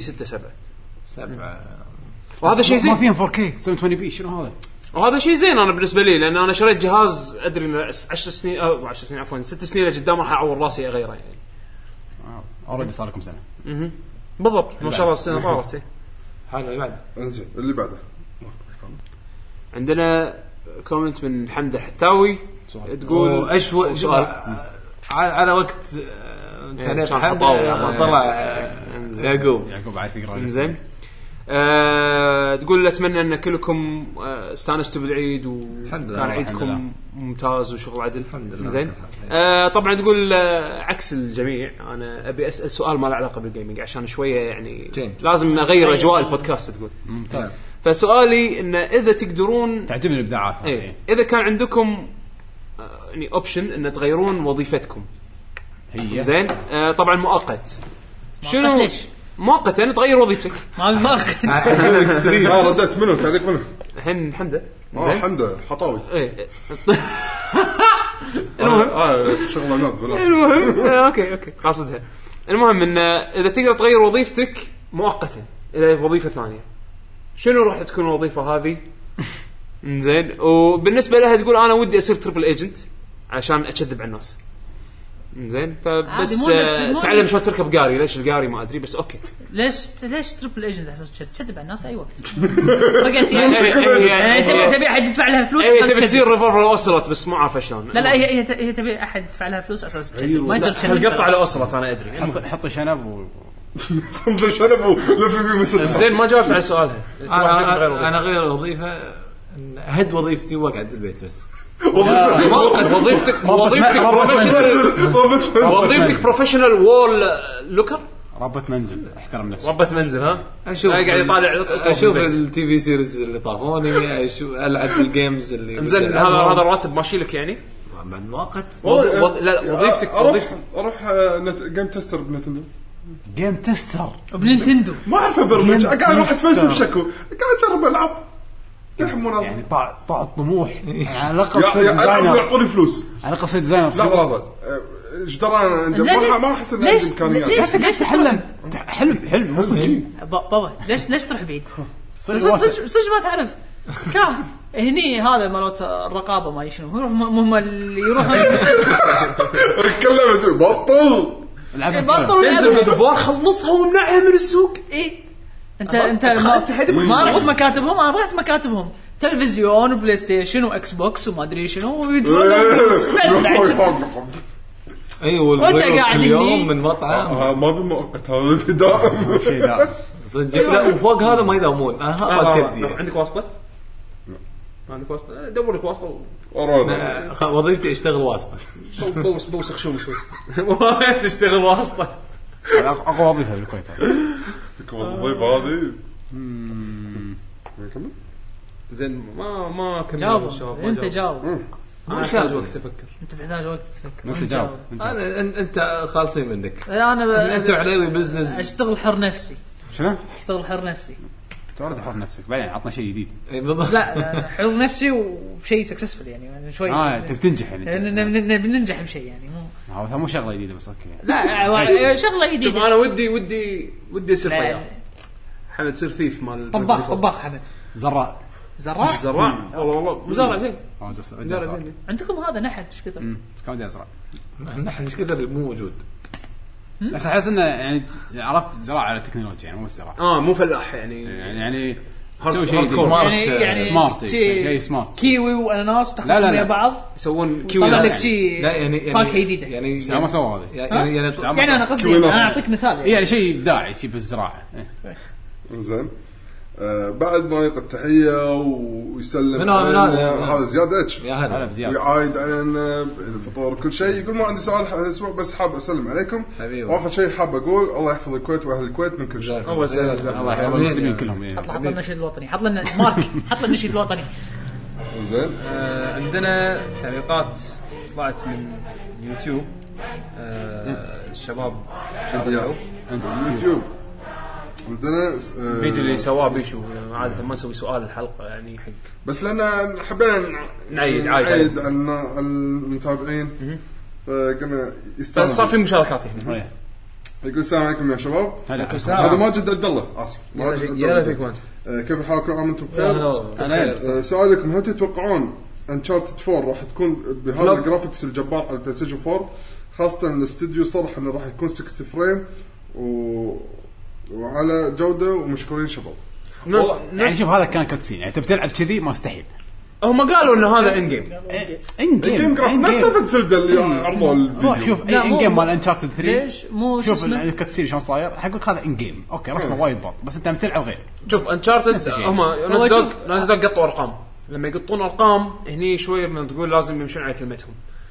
7 وهذا شيء زين. ما فيهم 4K 720 بي شنو هذا؟ وهذا شيء زين انا بالنسبه لي لان انا شريت جهاز ادري 10 سنين او 10 سنين عفوا 6 سنين لقدام راح اعور راسي اغيره يعني. اوريدي صار لكم سنه. بالضبط ما شاء الله السنه طارت. حلو اللي بعده. انزين اللي بعده عندنا كومنت من حمد الحتاوي تقول ايش سؤال على وقت تعليق حمد طلع يعقوب عارف يقرا. زين تقول اتمنى ان كلكم استانستوا بالعيد وكان عيدكم ممتاز وشغل عدل. زين طبعا تقول عكس الجميع انا ابي اسال سؤال ما له علاقه بالجيمنج عشان شويه يعني لازم اغير اجواء البودكاست. تقول ممتاز. فسؤالي ان اذا تقدرون تعجبني الابداعات اذا كان عندكم يعني اوبشن ان تغيرون وظيفتكم هي زين طبعا مؤقت شنو مؤقت يعني تغير وظيفتك ما مؤقت. ردت منه تعليق منه الحين حمده. حمده حطاوي المهم شغله ناد المهم اوكي قاصدها. المهم ان اذا تقدر تغير وظيفتك مؤقتا الى وظيفه ثانيه شنو راح تكون الوظيفه هذه؟ زين وبالنسبه لها تقول انا ودي اصير تربل ايجنت عشان اكذب على الناس. زين فبس تعلم شلون تركب قاري. ليش القاري ما ادري بس اوكي. ليش تربل ايجنت اساس تكذب على الناس اي وقت رجعت يعني تبي احد يدفع لها فلوس تبي تصير ريفولفر اوسلوت بس ما عارفه شلون. لا هي تبي احد يدفع لها فلوس اساس تكذب ما يصير تكذب. قطع على اوسلوت انا ادري حط شنب زين ما جاوبت على سؤالها. انا غير وظيفه هد وظيفتي واقعد البيت بس وظيفتك بروفيشنال وول لوكر ربة منزل. احترم نفسك. ربة منزل ها قاعد يطالع اشوف التي في سيريز اللي طافوني اشوف العب الجيمز اللي انزين هذا راتب ماشي لك يعني بعد مؤقت. لا وظيفتك اروح جيم تيستر بنتندو. جيم تيستر بنتندو ما اعرف ابرمج قاعد اروح اتفلسف شكو قاعد اجرب العب يعني طاع الطموح على الاقل يعطوني فلوس على الاقل ديزاينر. لا ايش درى انا ما احس ان عندي امكانيات. ليش تحلم حلم مصدق بابا ليش تروح بعيد صدق ما تعرف كان هني هذا مالوت الرقابه ما يشنو هم اللي يروحون اتكلم بطل تنزل بدفار خلصها ومنعها من السوق. انت ما رحت مكاتبهم. انا رحت مكاتبهم تلفزيون وبلاي ستيشن واكس بوكس وما ادري شنو ويدفعون بس ايوه اليوم من مطعم ما بمؤقت هذا دائم شيء دائم صدق. لا وفوق هذا ما يداومون. عندك واسطه ما عندك واسطه دور لك واسطه وظيفتي اشتغل واسطه. بوس خشوم شوي تشتغل واسطه. اقوى وظيفه بالكويت هذه. الوظيفه هذه زين ما كمل جاوب الشباب. انت جاوب. انا احتاج وقت افكر. انت تحتاج وقت تفكر. انت جاوب. انا انت خالصين منك. انا انت عليوي بزنس. اشتغل حر نفسي. شنو؟ اشتغل حر نفسي. تورد حر نفسك بعدين عطنا شيء جديد. لا حر نفسي وشيء سكسسفul يعني شوي. تبي تنجح يعني. بننجح بشيء يعني مو شغله جديده بس اوكي. لا شغله جديده. انا ودي يصير طيار. حمد تصير ثيف مال طباخ حمد. زراع والله مزارع زين. زين عندكم هذا نحل ايش كثر؟ كم بدي ازرع؟ نحن ايش كثر مو موجود. بس احس انه يعني عرفت زراعه على التكنولوجيا يعني مو زراعه. مو فلاح يعني تسوي شيء سمارت يعني سمارت شيء سمارت. كيوي واناناس تحطهم ويا بعض يسوون كيوي طلع لك ناس. شيء فاكهه جديده. يعني ما سووا هذا يعني انا قصدي انا اعطيك مثال يعني شيء ابداعي شيء بالزراعه. زين بعد ما يقطع تحيه ويسلم هذا زياد اتش يا هلا بزياد ويعايد علينا الفطور وكل شيء. يقول ما عندي سؤال اسبوع بس حاب اسلم عليكم. واخر شيء حاب اقول الله يحفظ الكويت واهل الكويت من كل شيء. الله يحفظ المسلمين كلهم. حط لنا النشيد الوطني. حط لنا مارك. حط لنا النشيد الوطني. زين عندنا تعليقات طلعت من يوتيوب. الشباب شاركوا يوتيوب. عندنا فيديو اللي سواه بيشو. عادة ما نسوي سؤال الحلقة يعني حق بس لأن حبينا نعيد عن المتابعين فقلنا يستاهل. صار في مشاركات هنا. يقول السلام عليكم يا شباب. هذا ماجد عبد الله اسف يلا فيك ماجد. كيف حالكم؟ عام وانتم بخير. سؤالكم هل تتوقعون انشارتد 4 راح تكون بهذا الجرافيكس الجبار على البلاي ستيشن 4 خاصة الاستوديو صرح انه راح يكون 60 فريم وعلى جودة ومشكورين شباب. يعني شوف هذا كان كاتسين يعني تبي تلعب كذي ما استحيل. هم قالوا ان هذا ان جيم نفس الزلدة اللي عرضوا الفيديو. شوف اي ان جيم مال انشارتد 3 ليش مو شوف الكاتسين شلون صاير حقولك هذا ان جيم اوكي رسمه وايد بط بس انت بتلعب غير. شوف انشارتد هم ناس دوغ قطوا ارقام. لما يقطون ارقام هني شويه من تقول لازم يمشون على كلمتهم.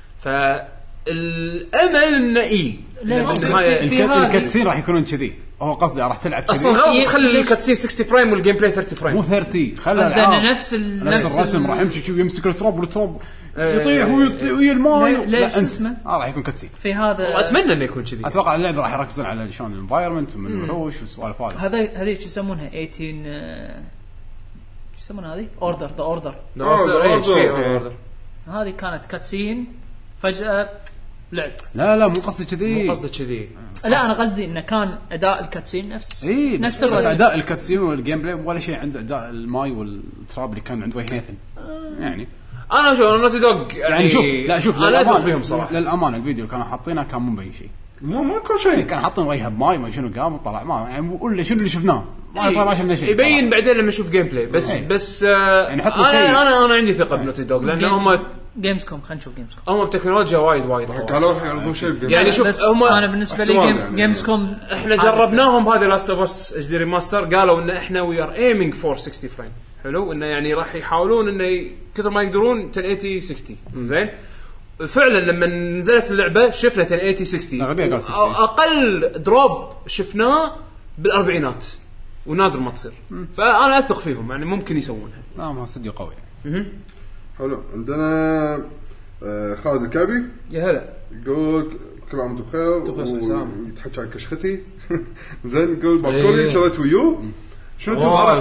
فالامل انه الكاتسين راح يكونون كذي. هو قصدي راح تلعب اصلا غلط تخلي الكاتسين 60 فريم والجيم بلاي 30 فريم مو 30 خلى نفس الرسم راح يمشي شوف يمسك التراب والتراب يطيح ويا الماء. لا اسمه راح يكون كاتسين في هذا. اتمنى انه يكون كذي. اتوقع اللعبه راح يركزون على شلون الانفايرمنت من الوحوش والسوالف هذه شو يسمونها 18 شو يسمونها هذه اوردر ذا اوردر. هذه كانت كاتسين فجأة لعب. لا مو قصدي كذي. لا انا قصدي انه كان اداء الكاتسين نفس بس اداء الكاتسين والجيم بلاي ولا شيء عنده اداء الماي والتراب اللي كان عند ويهيثن يعني. انا شو انا دوغ يعني شوف انا ادخل فيهم صراحه. للامانه الفيديو اللي كانوا حاطينه كان مو مبين شيء. ما كل شيء كان حاطين وجهه بماي ما شنو قام وطلع ما يعني ولا شنو اللي شفناه ما شفنا شيء يبين بعدين لما نشوف جيم بلاي بس يعني انا عندي ثقه بنوتي دوغ لان هم جيمز كوم. خلينا نشوف جيمز كوم. هم بتكنولوجيا وايد قالوا راح يعرضون شيء يعني شوف هم انا بالنسبه لي جيمز كوم احنا جربناهم هذا لاست اوف اس اتش دي ريماستر. قالوا ان احنا وي ار ايمينج فور 60 فريم. حلو انه يعني راح يحاولون انه كثر ما يقدرون 1080 60 زين. فعلا لما نزلت اللعبه شفنا 1080 60 اقل دروب شفناه بالاربعينات ونادر ما تصير. فانا اثق فيهم يعني ممكن يسوونها. ما استديو قوي حلو. عندنا خالد الكابي يا هلا يقول كل عام وانتم بخير ويتحكى عن كشختي. زين يقول باكوري شريت ويو شنو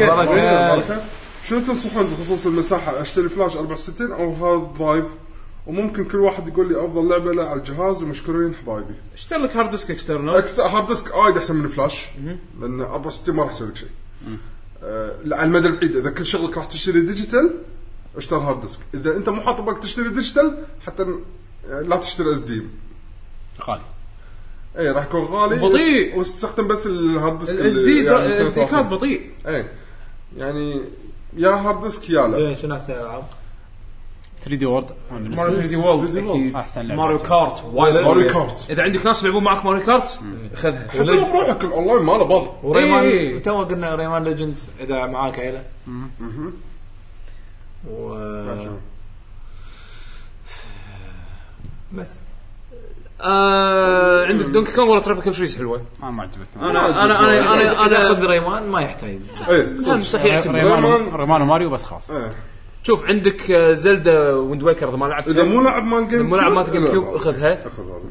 تنصحون بخصوص المساحه اشتري فلاش 64 او هارد درايف وممكن كل واحد يقول لي افضل لعبه له على الجهاز ومشكورين حبايبي. اشتري لك هارد ديسك اكسترنال. هارد ديسك وايد احسن من فلاش لان 64 ما راح يسوي لك شيء. على المدى البعيد اذا كل شغلك راح تشتري ديجيتال اشتري هارد ديسك. اذا انت مو حاط بالك تشتري ديجيتال حتى لا تشتري اس دي غالي. راح يكون غالي بطيء واستخدم بس الهارد ديسك الاس دي كارد بطيء. يعني يا هارد ديسك يا لا. شنو احسن العاب 3D وورد ماريو 3D وورد احسن لعبه. ماريو كارت ماريو كارت اذا عندك ناس يلعبون معك ماريو كارت خذها حتى لو بروحك الاونلاين ما له بر. وريمان تو قلنا ريمان ليجندز اذا معاك عيله. بس عندك دونكي كونغ ولا تروبيكال فريز حلوه. ما عجبتني. انا اخذ ريمان ما يحتاج. مستحيل ريمان وماريو بس خلاص. شوف عندك زلدا ويند ويكر اذا ما لعبت، اذا مو لعب مال جيم مو لعب مال جيم كيوب اخذها.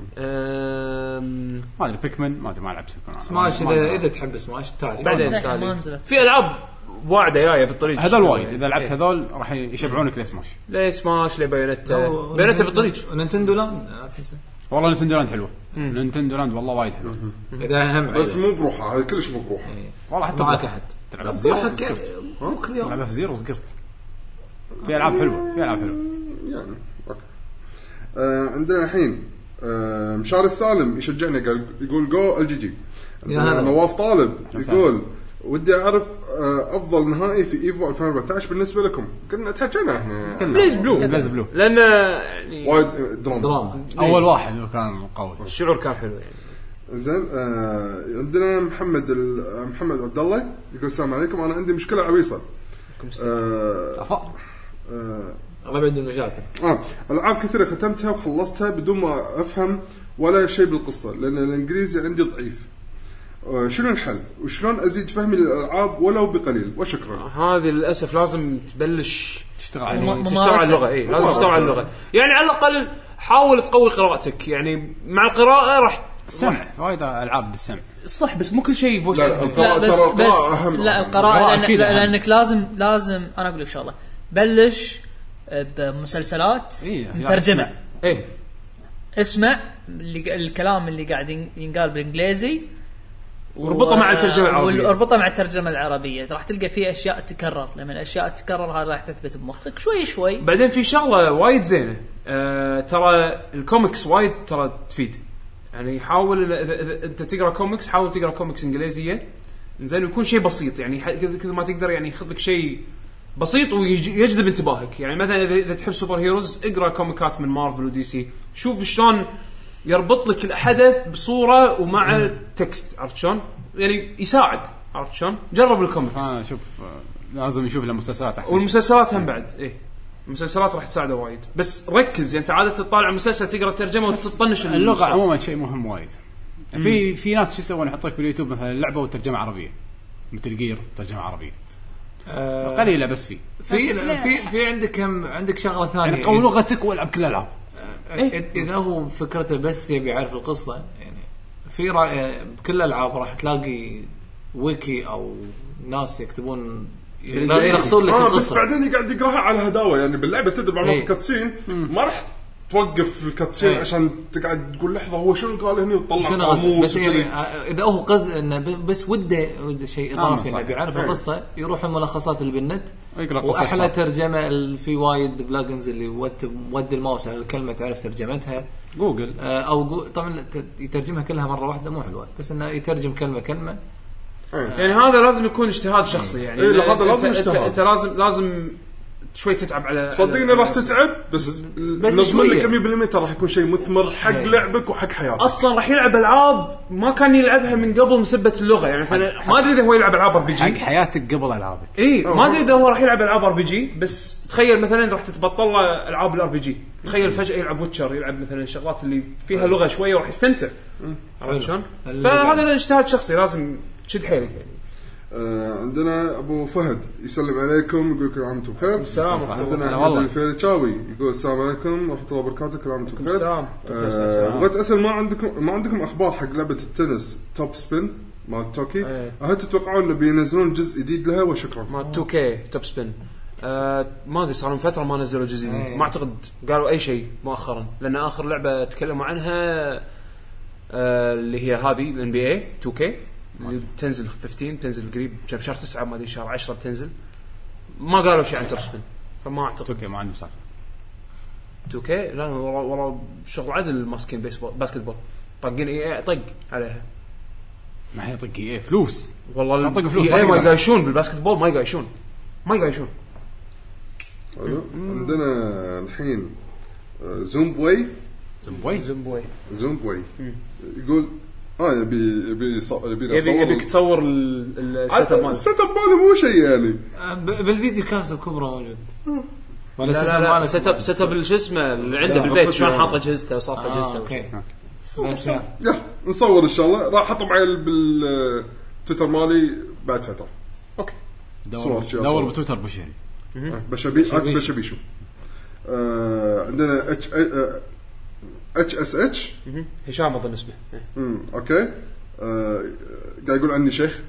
ما ادري بيكمن ما لعبت سماش اذا تحب سماش تعال بعدين في العاب واعده جايه بالطريق. هذول وايد اذا لعبت هذول راح يشبعونك لسماش. ليه سماش ليه بايونيتا بالطريق. نينتندو لاند والله نينتندو لاند حلوه. نينتندو لاند والله وايد حلوه. اذا اهم بس مو بروحها هذا كلش مو بروحها. والله حتى معك احد تلعب زيرو ممكن يوم تلعب في زيرو وسقرت. في العاب حلوه يعني اوكي. عندنا الحين مشاري السالم يشجعنا قال يقول جو LGG. نواف طالب يقول ودي اعرف افضل نهائي في ايفو 2014 بالنسبه لكم. كنا تحكينا احنا بليز بلو لان يعني وايد دراما. اول واحد كان قوي، الشعور كان حلو يعني. زين عندنا محمد عبد الله يقول السلام عليكم، انا عندي مشكله عويصه. الله بعد المشاكل. العاب كثيره ختمتها وخلصتها بدون ما افهم ولا شيء بالقصه لان الانجليزي عندي ضعيف. شنو الحل وشلون ازيد فهمي للالعاب ولو بقليل؟ وشكرا. هذه للاسف لازم تبلش تشتغل على اللغه. لازم تشتغل على اللغه، يعني على الاقل حاول تقوي قراءتك. يعني مع القراءه راح سمع وايد العاب بالسمع صح، بس مو كل شيء فويس. لا القراءه لانك لازم انا اقول لك شغله، بلش بمسلسلات مترجمه. اسمع الكلام اللي قاعد ينقال بالانجليزي وربطه مع الترجمه العربيه. وربطه مع الترجمه العربيه راح تلقى فيه اشياء تكرر. لما الاشياء تتكرر هذا راح تثبت بمخك شوي. بعدين في شغله وايد زينه، ترى الكوميكس وايد ترى تفيد. يعني حاول إذا انت تقرا كوميكس حاول تقرا كوميكس انجليزيه زين، ويكون شيء بسيط. يعني كذا ما تقدر يعني ياخذ لك شيء بسيط ويجذب انتباهك. يعني مثلا اذا تحب سوبر هيروز اقرا كوميكات من مارفل ودي سي، شوف شلون يربط لك الحدث بصوره ومع تكست. عرفت شلون؟ يعني يساعد. عرفت شلون؟ جرب الكوميكس. شوف لازم يشوف المسلسلات احسن. والمسلسلات هم بعد المسلسلات راح تساعده وايد. بس ركز، يعني انت عاده تطالع مسلسل تقرا الترجمه وتطنش اللغه عموما شيء مهم وايد. في ناس شو يسوون يحطوك باليوتيوب مثلا لعبه وترجمه عربيه مثل جير ترجمه عربيه قليله. بس في عندك شغله ثانيه يعني قوي لغتك والعب كل الالعاب. اذا هو فكرته بس يبي يعرف القصه، يعني في بكل الالعاب راح تلاقي ويكي او ناس يكتبون يلخصون لك القصه، بس بعدين يقعد يقراها على هداوه. يعني باللعبه تدري بعض الكاتسين ما راح توقف الكاتسين عشان تقعد تقول لحظه هو شنو قال هنا وتطلع قاموس. بس يعني اذا هو قصد انه بس وده شيء اضافي انه بيعرف القصه، يروح الملخصات اللي بالنت واحلى ترجمه. في وايد بلاجنز اللي ودي الماوس على الكلمه تعرف ترجمتها. جوجل او طبعا يترجمها كلها مره واحده مو حلوه، بس انه يترجم كلمه. يعني هذا لازم يكون اجتهاد شخصي. يعني هذا لازم اجتهاد. انت لازم شوي تتعب على صدقني راح تتعب، بس لازم لك 100% راح يكون شيء مثمر حق لعبك وحق حياتك. اصلا راح يلعب العاب ما كان يلعبها من قبل مسبه اللغه. يعني ما ادري اذا هو يلعب العاب ار بي جي حق حياتك قبل العابك. ما ادري اذا هو راح يلعب العاب ار بي جي، بس تخيل مثلا راح تتبطل له العاب الار بي جي. تخيل فجاه يلعب ويتشر، يلعب مثلا الشغلات اللي فيها لغه شويه وراح يستمتع. عرفت شلون؟ فهذا اجتهاد شخصي لازم تشد حيلك. يعني عندنا ابو فهد يسلم عليكم يقول كل عام وانتم بخير. السلام. عندنا احمد الفيرتشاوي يقول السلام عليكم ورحمه الله وبركاته، كل عام وانتم بخير. بغيت اسال ما عندكم اخبار حق لعبه التنس توب سبين مال توكي؟ هل تتوقعون انه بينزلون جزء جديد لها؟ وشكرا. مال 2K توب سبين ما ادري صار من فتره ما نزلوا جزء جديد. ما اعتقد قالوا اي شيء مؤخرا، لان اخر لعبه تكلموا عنها اللي هي هذه الان بي اي 2K اللي بتنزل 15 بتنزل قريب شهر 9 ما ادري شهر 10 بتنزل. ما قالوا شيء عن توب سبين، فما اعتقد. اوكي ما عندي مساحه 2K لا والله شغل عدل ماسكين باسكتبول طاقين اي طق عليها. ما هي طق ايه فلوس والله طق فلوس. اي ما يقايشون بالباسكتبول، ما يقايشون. عندنا الحين زومبوي يقول يبيك تصور السيت اب ماله مو شيء يعني بالفيديو كاست الكبرى موجود. لا سيت اب شو اسمه اللي عنده بالبيت شلون حاط اجهزته وصف اجهزته. اوكي يلا نصور ان شاء الله. راح احطه معي بالتويتر مالي بعد فتره. اوكي دور بتويتر بشري بشبيشو. عندنا HSH هشام اظن اسمه. اوكي قاعد يقول عني شيخ.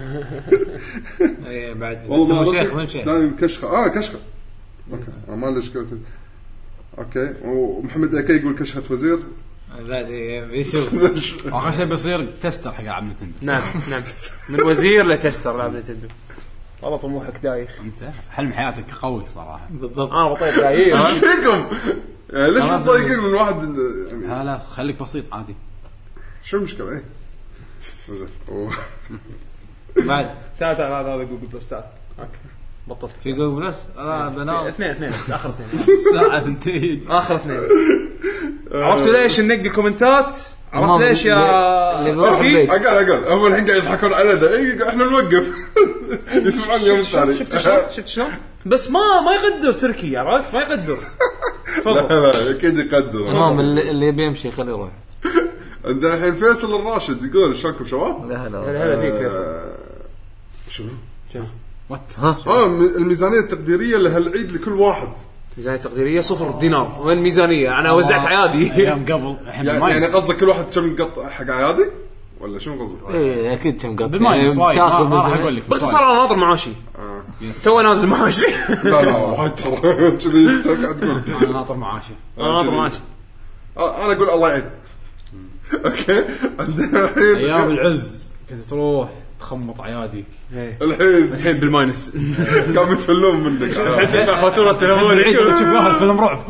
اي بعد والله شيخ من شيخ دايم كشخه كشخه. اوكي ما ليش قلت اوكي. ومحمد اكي يقول كشخه وزير. بعد بيشوف اخر شيء بيصير تستر حق العاب نينتندو. نعم من وزير لتستر لعب نينتندو. والله طموحك دايخ. انت حلم حياتك قوي صراحه. بالضبط. انا بطيط دايخ. ايش فيكم يعني ليش متضايقين من واحد يعني؟ لا خليك بسيط عادي. شو المشكله ايه زين بعد تعال هذا جوجل بلس تعال. اوكي بطلت في جوجل بلس بنام اثنين اخر اثنين الساعه 2 اخر اثنين. عرفتوا ليش ننقي كومنتات؟ عرفت ليش يا تركي؟ اقل هم الحين قاعد يضحكون علينا. ايه احنا نوقف يسمعون اليوم الثاني. شفت شلون بس ما يقدر تركي عرفت ما يقدر. لا اكيد يقدر. تمام اللي بيمشي خليه يروح. عندنا الحين فيصل الراشد يقول شلونكم شباب؟ هلا فيك فيصل. شنو وات الميزانيه التقديريه لهالعيد لكل واحد. ميزانية تقديرية 0 دينار. وين ميزانية؟ أنا وزعت عيادي. أيام قبل يعني قصدك كل واحد كم قط حق عيادي ولا شنو قصدك؟ إيه أكيد كم قط. بالماينس وايد. ما راح أقول لك. باختصار أنا ناطر معاشي. تو نازل معاشي. لا وايد ترى كذي قاعد تقول. أنا ناطر معاشي. أنا أقول الله يعين. أوكي عندنا الحين أيام العز كنت تروح تخمط عيادي. الحين بالماينس. قام يتفلون منك. تدفع فاتورة تلفونك. تشوف واحد فيلم رعب.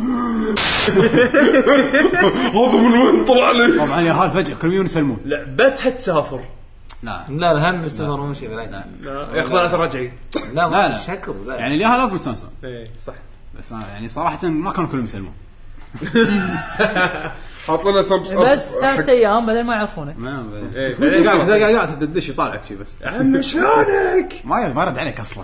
هذا من وين طلع لي؟ طبعا يا هال فجأة كل يوم يسلمون. لعبتها تسافر. لا هم السفر مو شيء بالعكس. ياخذون اثر رجعي. لا شكر لا يعني الياها لازم يستانسون. اي صح. بس يعني صراحة ما كانوا كلهم يسلمون. حاط لنا ثمس بس 3 ايام بعدين ما يعرفونك. قاعد تدش يطالعك شيء بس. عم شلونك؟ ما رد عليك اصلا.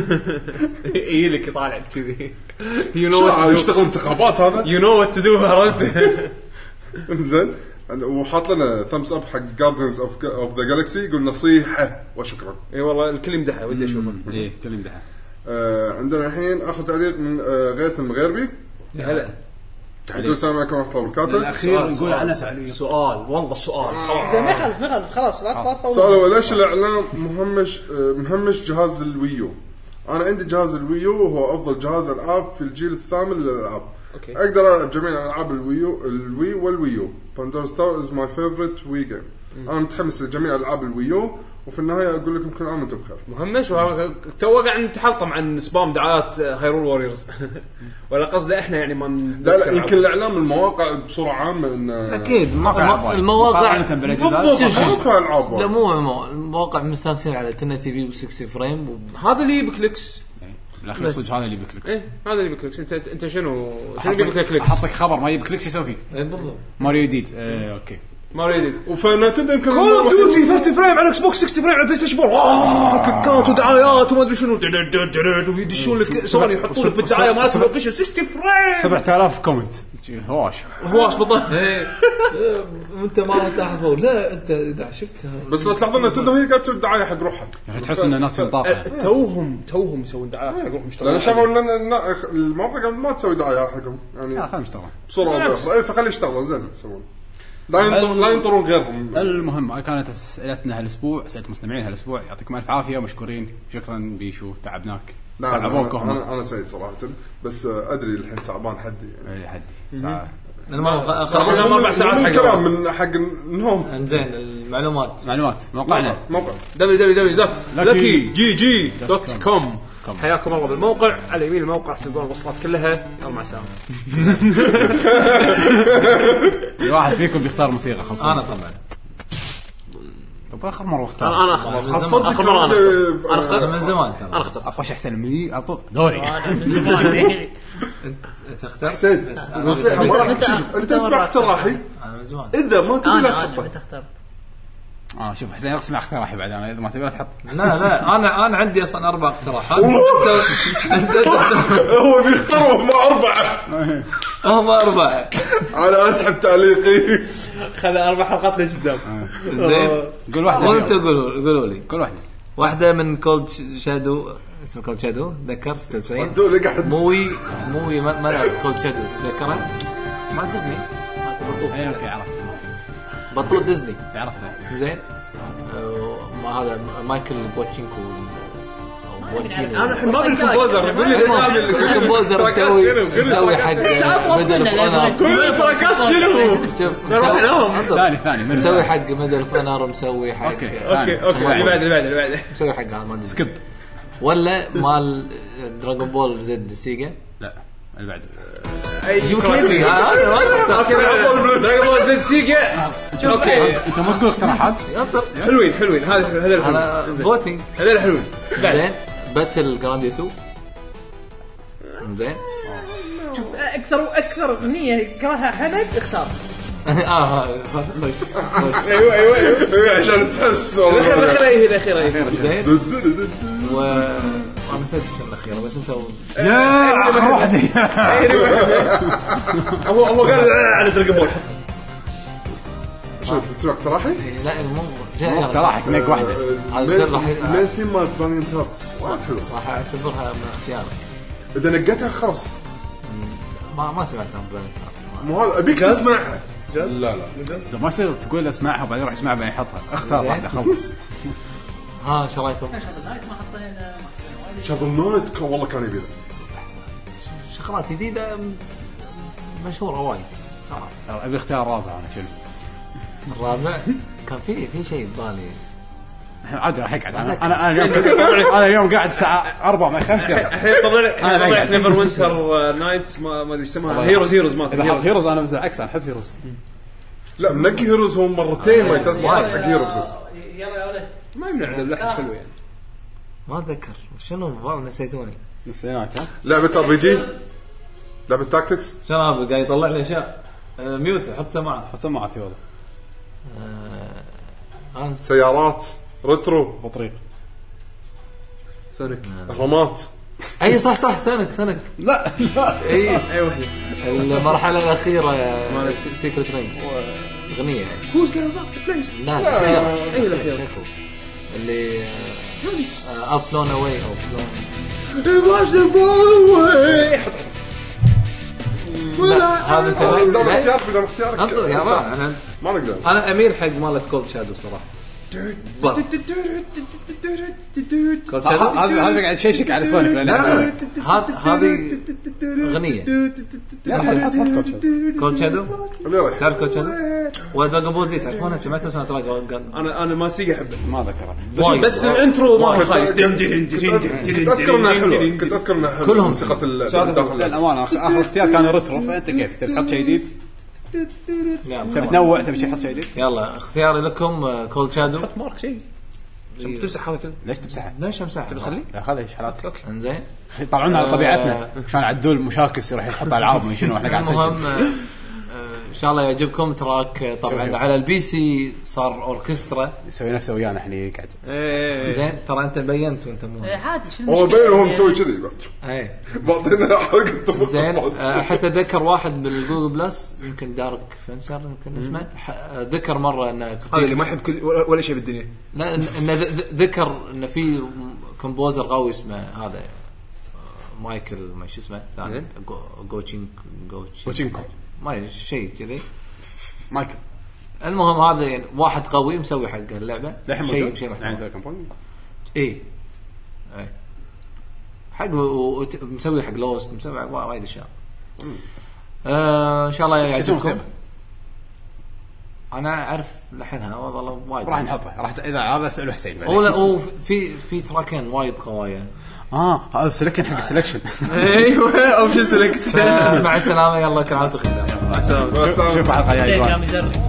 يجيلك يطالعك كذي. يشتغل انتخابات هذا. You know what to do عرفت. زين وحاط لنا ثمس اب حق جاردنز اوف ذا جالكسي يقول نصيحه وشكرا. اي والله الكل يمدحه ودي اشوفه. ايه الكل يمدحه. عندنا الحين اخر تعليق من غيث المغيربي. هلا يقول السلام عليكم ورحمه الله وبركاته. الاخير نقول عنه تعليق. سؤال والله سؤال خلاص. زين ما يخالف خلاص لا تطول. سؤال ليش الاعلام مهمش جهاز الويو؟ انا عندي جهاز الويو وهو افضل جهاز العاب في الجيل الثامن للالعاب. اقدر العب جميع العاب الوي والويو. باندور ستار از ماي فيفورت وي جيم. انا متحمس لجميع العاب الويو وفي النهايه اقول لكم كل عام وانتم بخير. مهمش تو قاعد نتحلطم عن سبام دعايات هايرول ووريرز. ولا قصده احنا يعني ما لا يمكن الاعلام المواقع بصوره عامه ان اكيد المواقع العاب لا مو المواقع مستانسين على 10 تي في و60 فريم هذا اللي بكليكس. بالاخير صدق هذا اللي بكليكس. ايه هذا اللي بكليكس. انت شنو يجيب كليكس؟ احطك خبر ما يجيب كليكس يسوي فيك. اي بالضبط ماريو جديد. اوكي ماريو جديد. وفنتندو يمكن كول اوف ديوتي 30 فريم على اكس بوكس 60 فريم على بلاي ستيشن 4. كليكات ودعايات وما ادري شنو ويدشون لك سوني يحطون لك بالدعايه مالتهم اوفيشال 60 فريم 7000 كومنت. هواش بالضبط. وانت ما تلاحظوا لا انت اذا شفتها بس لا تلاحظون نتندو هي قاعده تسوي دعايه حق روحها. يعني تحس ان الناس ينطاقه توهم يسوون دعايه حق روحهم. لان شافوا ان الموقع قبل ما تسوي دعايه حقهم يعني خلينا نشتغل بصوره اخرى. فخلي يشتغلوا زين يسوون لا ينطرون غيرهم. المهم هاي كانت اسئلتنا هالاسبوع. اسئله مستمعين هالاسبوع. يعطيكم الف عافيه ومشكورين. شكرا بيشو تعبناك. تعبوكم. انا سعيد صراحه بس ادري الحين تعبان حدي يعني حدي ساعه انا 4 ساعات حق كلام من حق النوم. زين المعلومات موقعنا www.luckygg.com. حياكم الله بالموقع. على يمين الموقع تلقون الوصلات كلها. يلا مع السلامه. واحد فيكم بيختار موسيقى خاصه. انا طبعا طب اخر مره اختار. انا اخر مره انا اخترت من زمان. انا اخترت افش احسن مني اعطوك دوري. من زمان. انت اخترت حسين انت اسمع اقتراحي. انا من زمان اذا ما تبي لا تحطه. انت اخترت شوف حسين اقسم اقتراحي بعد انا اذا ما تبي تحط. لا انا عندي اصلا 4 اقتراحات. انت هو بيختاروا مع 4 هم 4. انا اسحب تعليقي. خذ 4 حلقات لقدام. زين قول واحده وانت قولوا لي كل واحده من كولد شادو. اسمه كولد شادو ذكر 96 دول قاعد موي ما لعب كولد شادو ذكرها ما ديزني اي اوكي عرفت بطل ديزني عرفته زين. ما هذا مايكل بوتشينكو او بوتشينو. انا الحين ما ادري الكومبوزر يقول لي اسامي الكومبوزر مسوي حق بدل فونر. كل التراكات شنو شوف ثاني مسوي حق ميدل فونر مسوي حق اوكي اللي بعد مسوي حق هذا ما سكيب ولا مال دراغون بول زد سيجا. لا اللي بعد يوكيبي اوكي دراغون بول زد سيجا. اوكي انت ما تقول اقتراحات حلوين هذا انا فوتينج هذا حلوين. بعدين باتل جراندي 2 زين. شوف اكثر اغنيه كرهها حمد اختار. ايوه عشان تحس الاخيره زين. وانا نسيت الاخيره بس انت يا اخر واحده هو قال على دراغون بول. شوف تسمع اقتراحي؟ لا مو اقتراحك نق واحده هذا سر راح ثيم مال فاليانت هارت واحد حلو راح اعتبرها من اختيارك. اذا نقيتها خلاص ما سمعتها مو هذا ابيك تسمعها. لا اذا ما يصير تقول اسمعها وبعدين روح اسمعها بعدين يحطها اختار واحده خلص. ها شو رايكم؟ شغل نايت والله كان يبي شغلات جديده مشهوره وايد. خلاص ابي اختيار رابع. انا شنو الرابع كان في شيء ببالي عادي راح يقعد. انا اليوم قاعد الساعه 4 مع 5 الحين طلع نيفر وينتر نايتس ما ادري اسمها هيروز ما اذا حط هيروز انا بالعكس احب هيروز. لا منقي هيروز هو مرتين ما 3 مرات حق هيروز بس يلا يا ولد ما يمنع اللحن حلو يعني. ما اتذكر شنو والله نسيتوني. نسيناك لعبه ار بي جي لعبه تاكتكس شباب قاعد يطلع لي اشياء ميوت حتى معه حسن معتي والله. سيارات ريترو بطريق سونيك اهرامات. اي صح سونيك لا اي وحده المرحله الاخيره سيكريت رينج اغنيه هوز جوينج باك تو بليس. لا اي الاخيره اللي افلون اواي او واش ذا بوي. هذا اختيار كلام في اختيارك انظر يا رب ما نقدر. انا امير حق مالت كولد شادو صراحه. هذا قاعد يشيشك على سونيك لان هذه اغنيه كولد شادو. تعرف كولد شادو ودراغون بول زي تعرفونها سمعتها سنه دراغون. انا ما سيجا احبه ما ذكرها بس الانترو ما خايس. كنت اذكر انه حلو كلهم موسيقى الداخل. الامانه اخر اختيار كان ريترو فانت كيف تبي تحط شيء جديد تبي تنوع تبي تحط شيء جديد. يلا اختياري لكم كولد شادو. حط مارك شيء تمسح هذا كله. ليش تمسحها؟ ليش امسحها؟ تبي تخليه؟ لا خليه ايش حالاتك. انزين طلعونا على طبيعتنا عشان عدول مشاكس يروح يحط العاب من شنو احنا قاعد نسجل. ان شاء الله يعجبكم تراك. طبعا على البي سي صار اوركسترا يسوي نفسه ويانا احنا قاعد زين. ترى انت بينت وانت مو عادي شنو هو بين هو مسوي كذي اي بعدين حرقته زين. حتى ذكر واحد بالجوجل بلس يمكن دارك فنسر يمكن اسمه ذكر مره انه هذا اللي ما يحب كل ولا شيء بالدنيا. لا انه ذكر انه في كومبوزر قوي اسمه هذا مايكل ما شو اسمه ثاني كوتشينكو ما شيء كذي مايكل. المهم هذا يعني واحد قوي مسوي حق اللعبه شيء يعني كومبوني اي حق مسوي حق لوست مسوي وايد اشياء. ان شاء الله يعجبكم. انا اعرف لحنها والله وايد راح نحطها راح اذا هذا اساله حسين بعدين. او في تراكين وايد قوايا. هذا السلكشن حق السلكشن. ايوه اوبشن سيلكت. مع السلامه يلا كل عام وانتم بخير. مع السلامه. شوف الحلقه الجايه. سيد جامي زر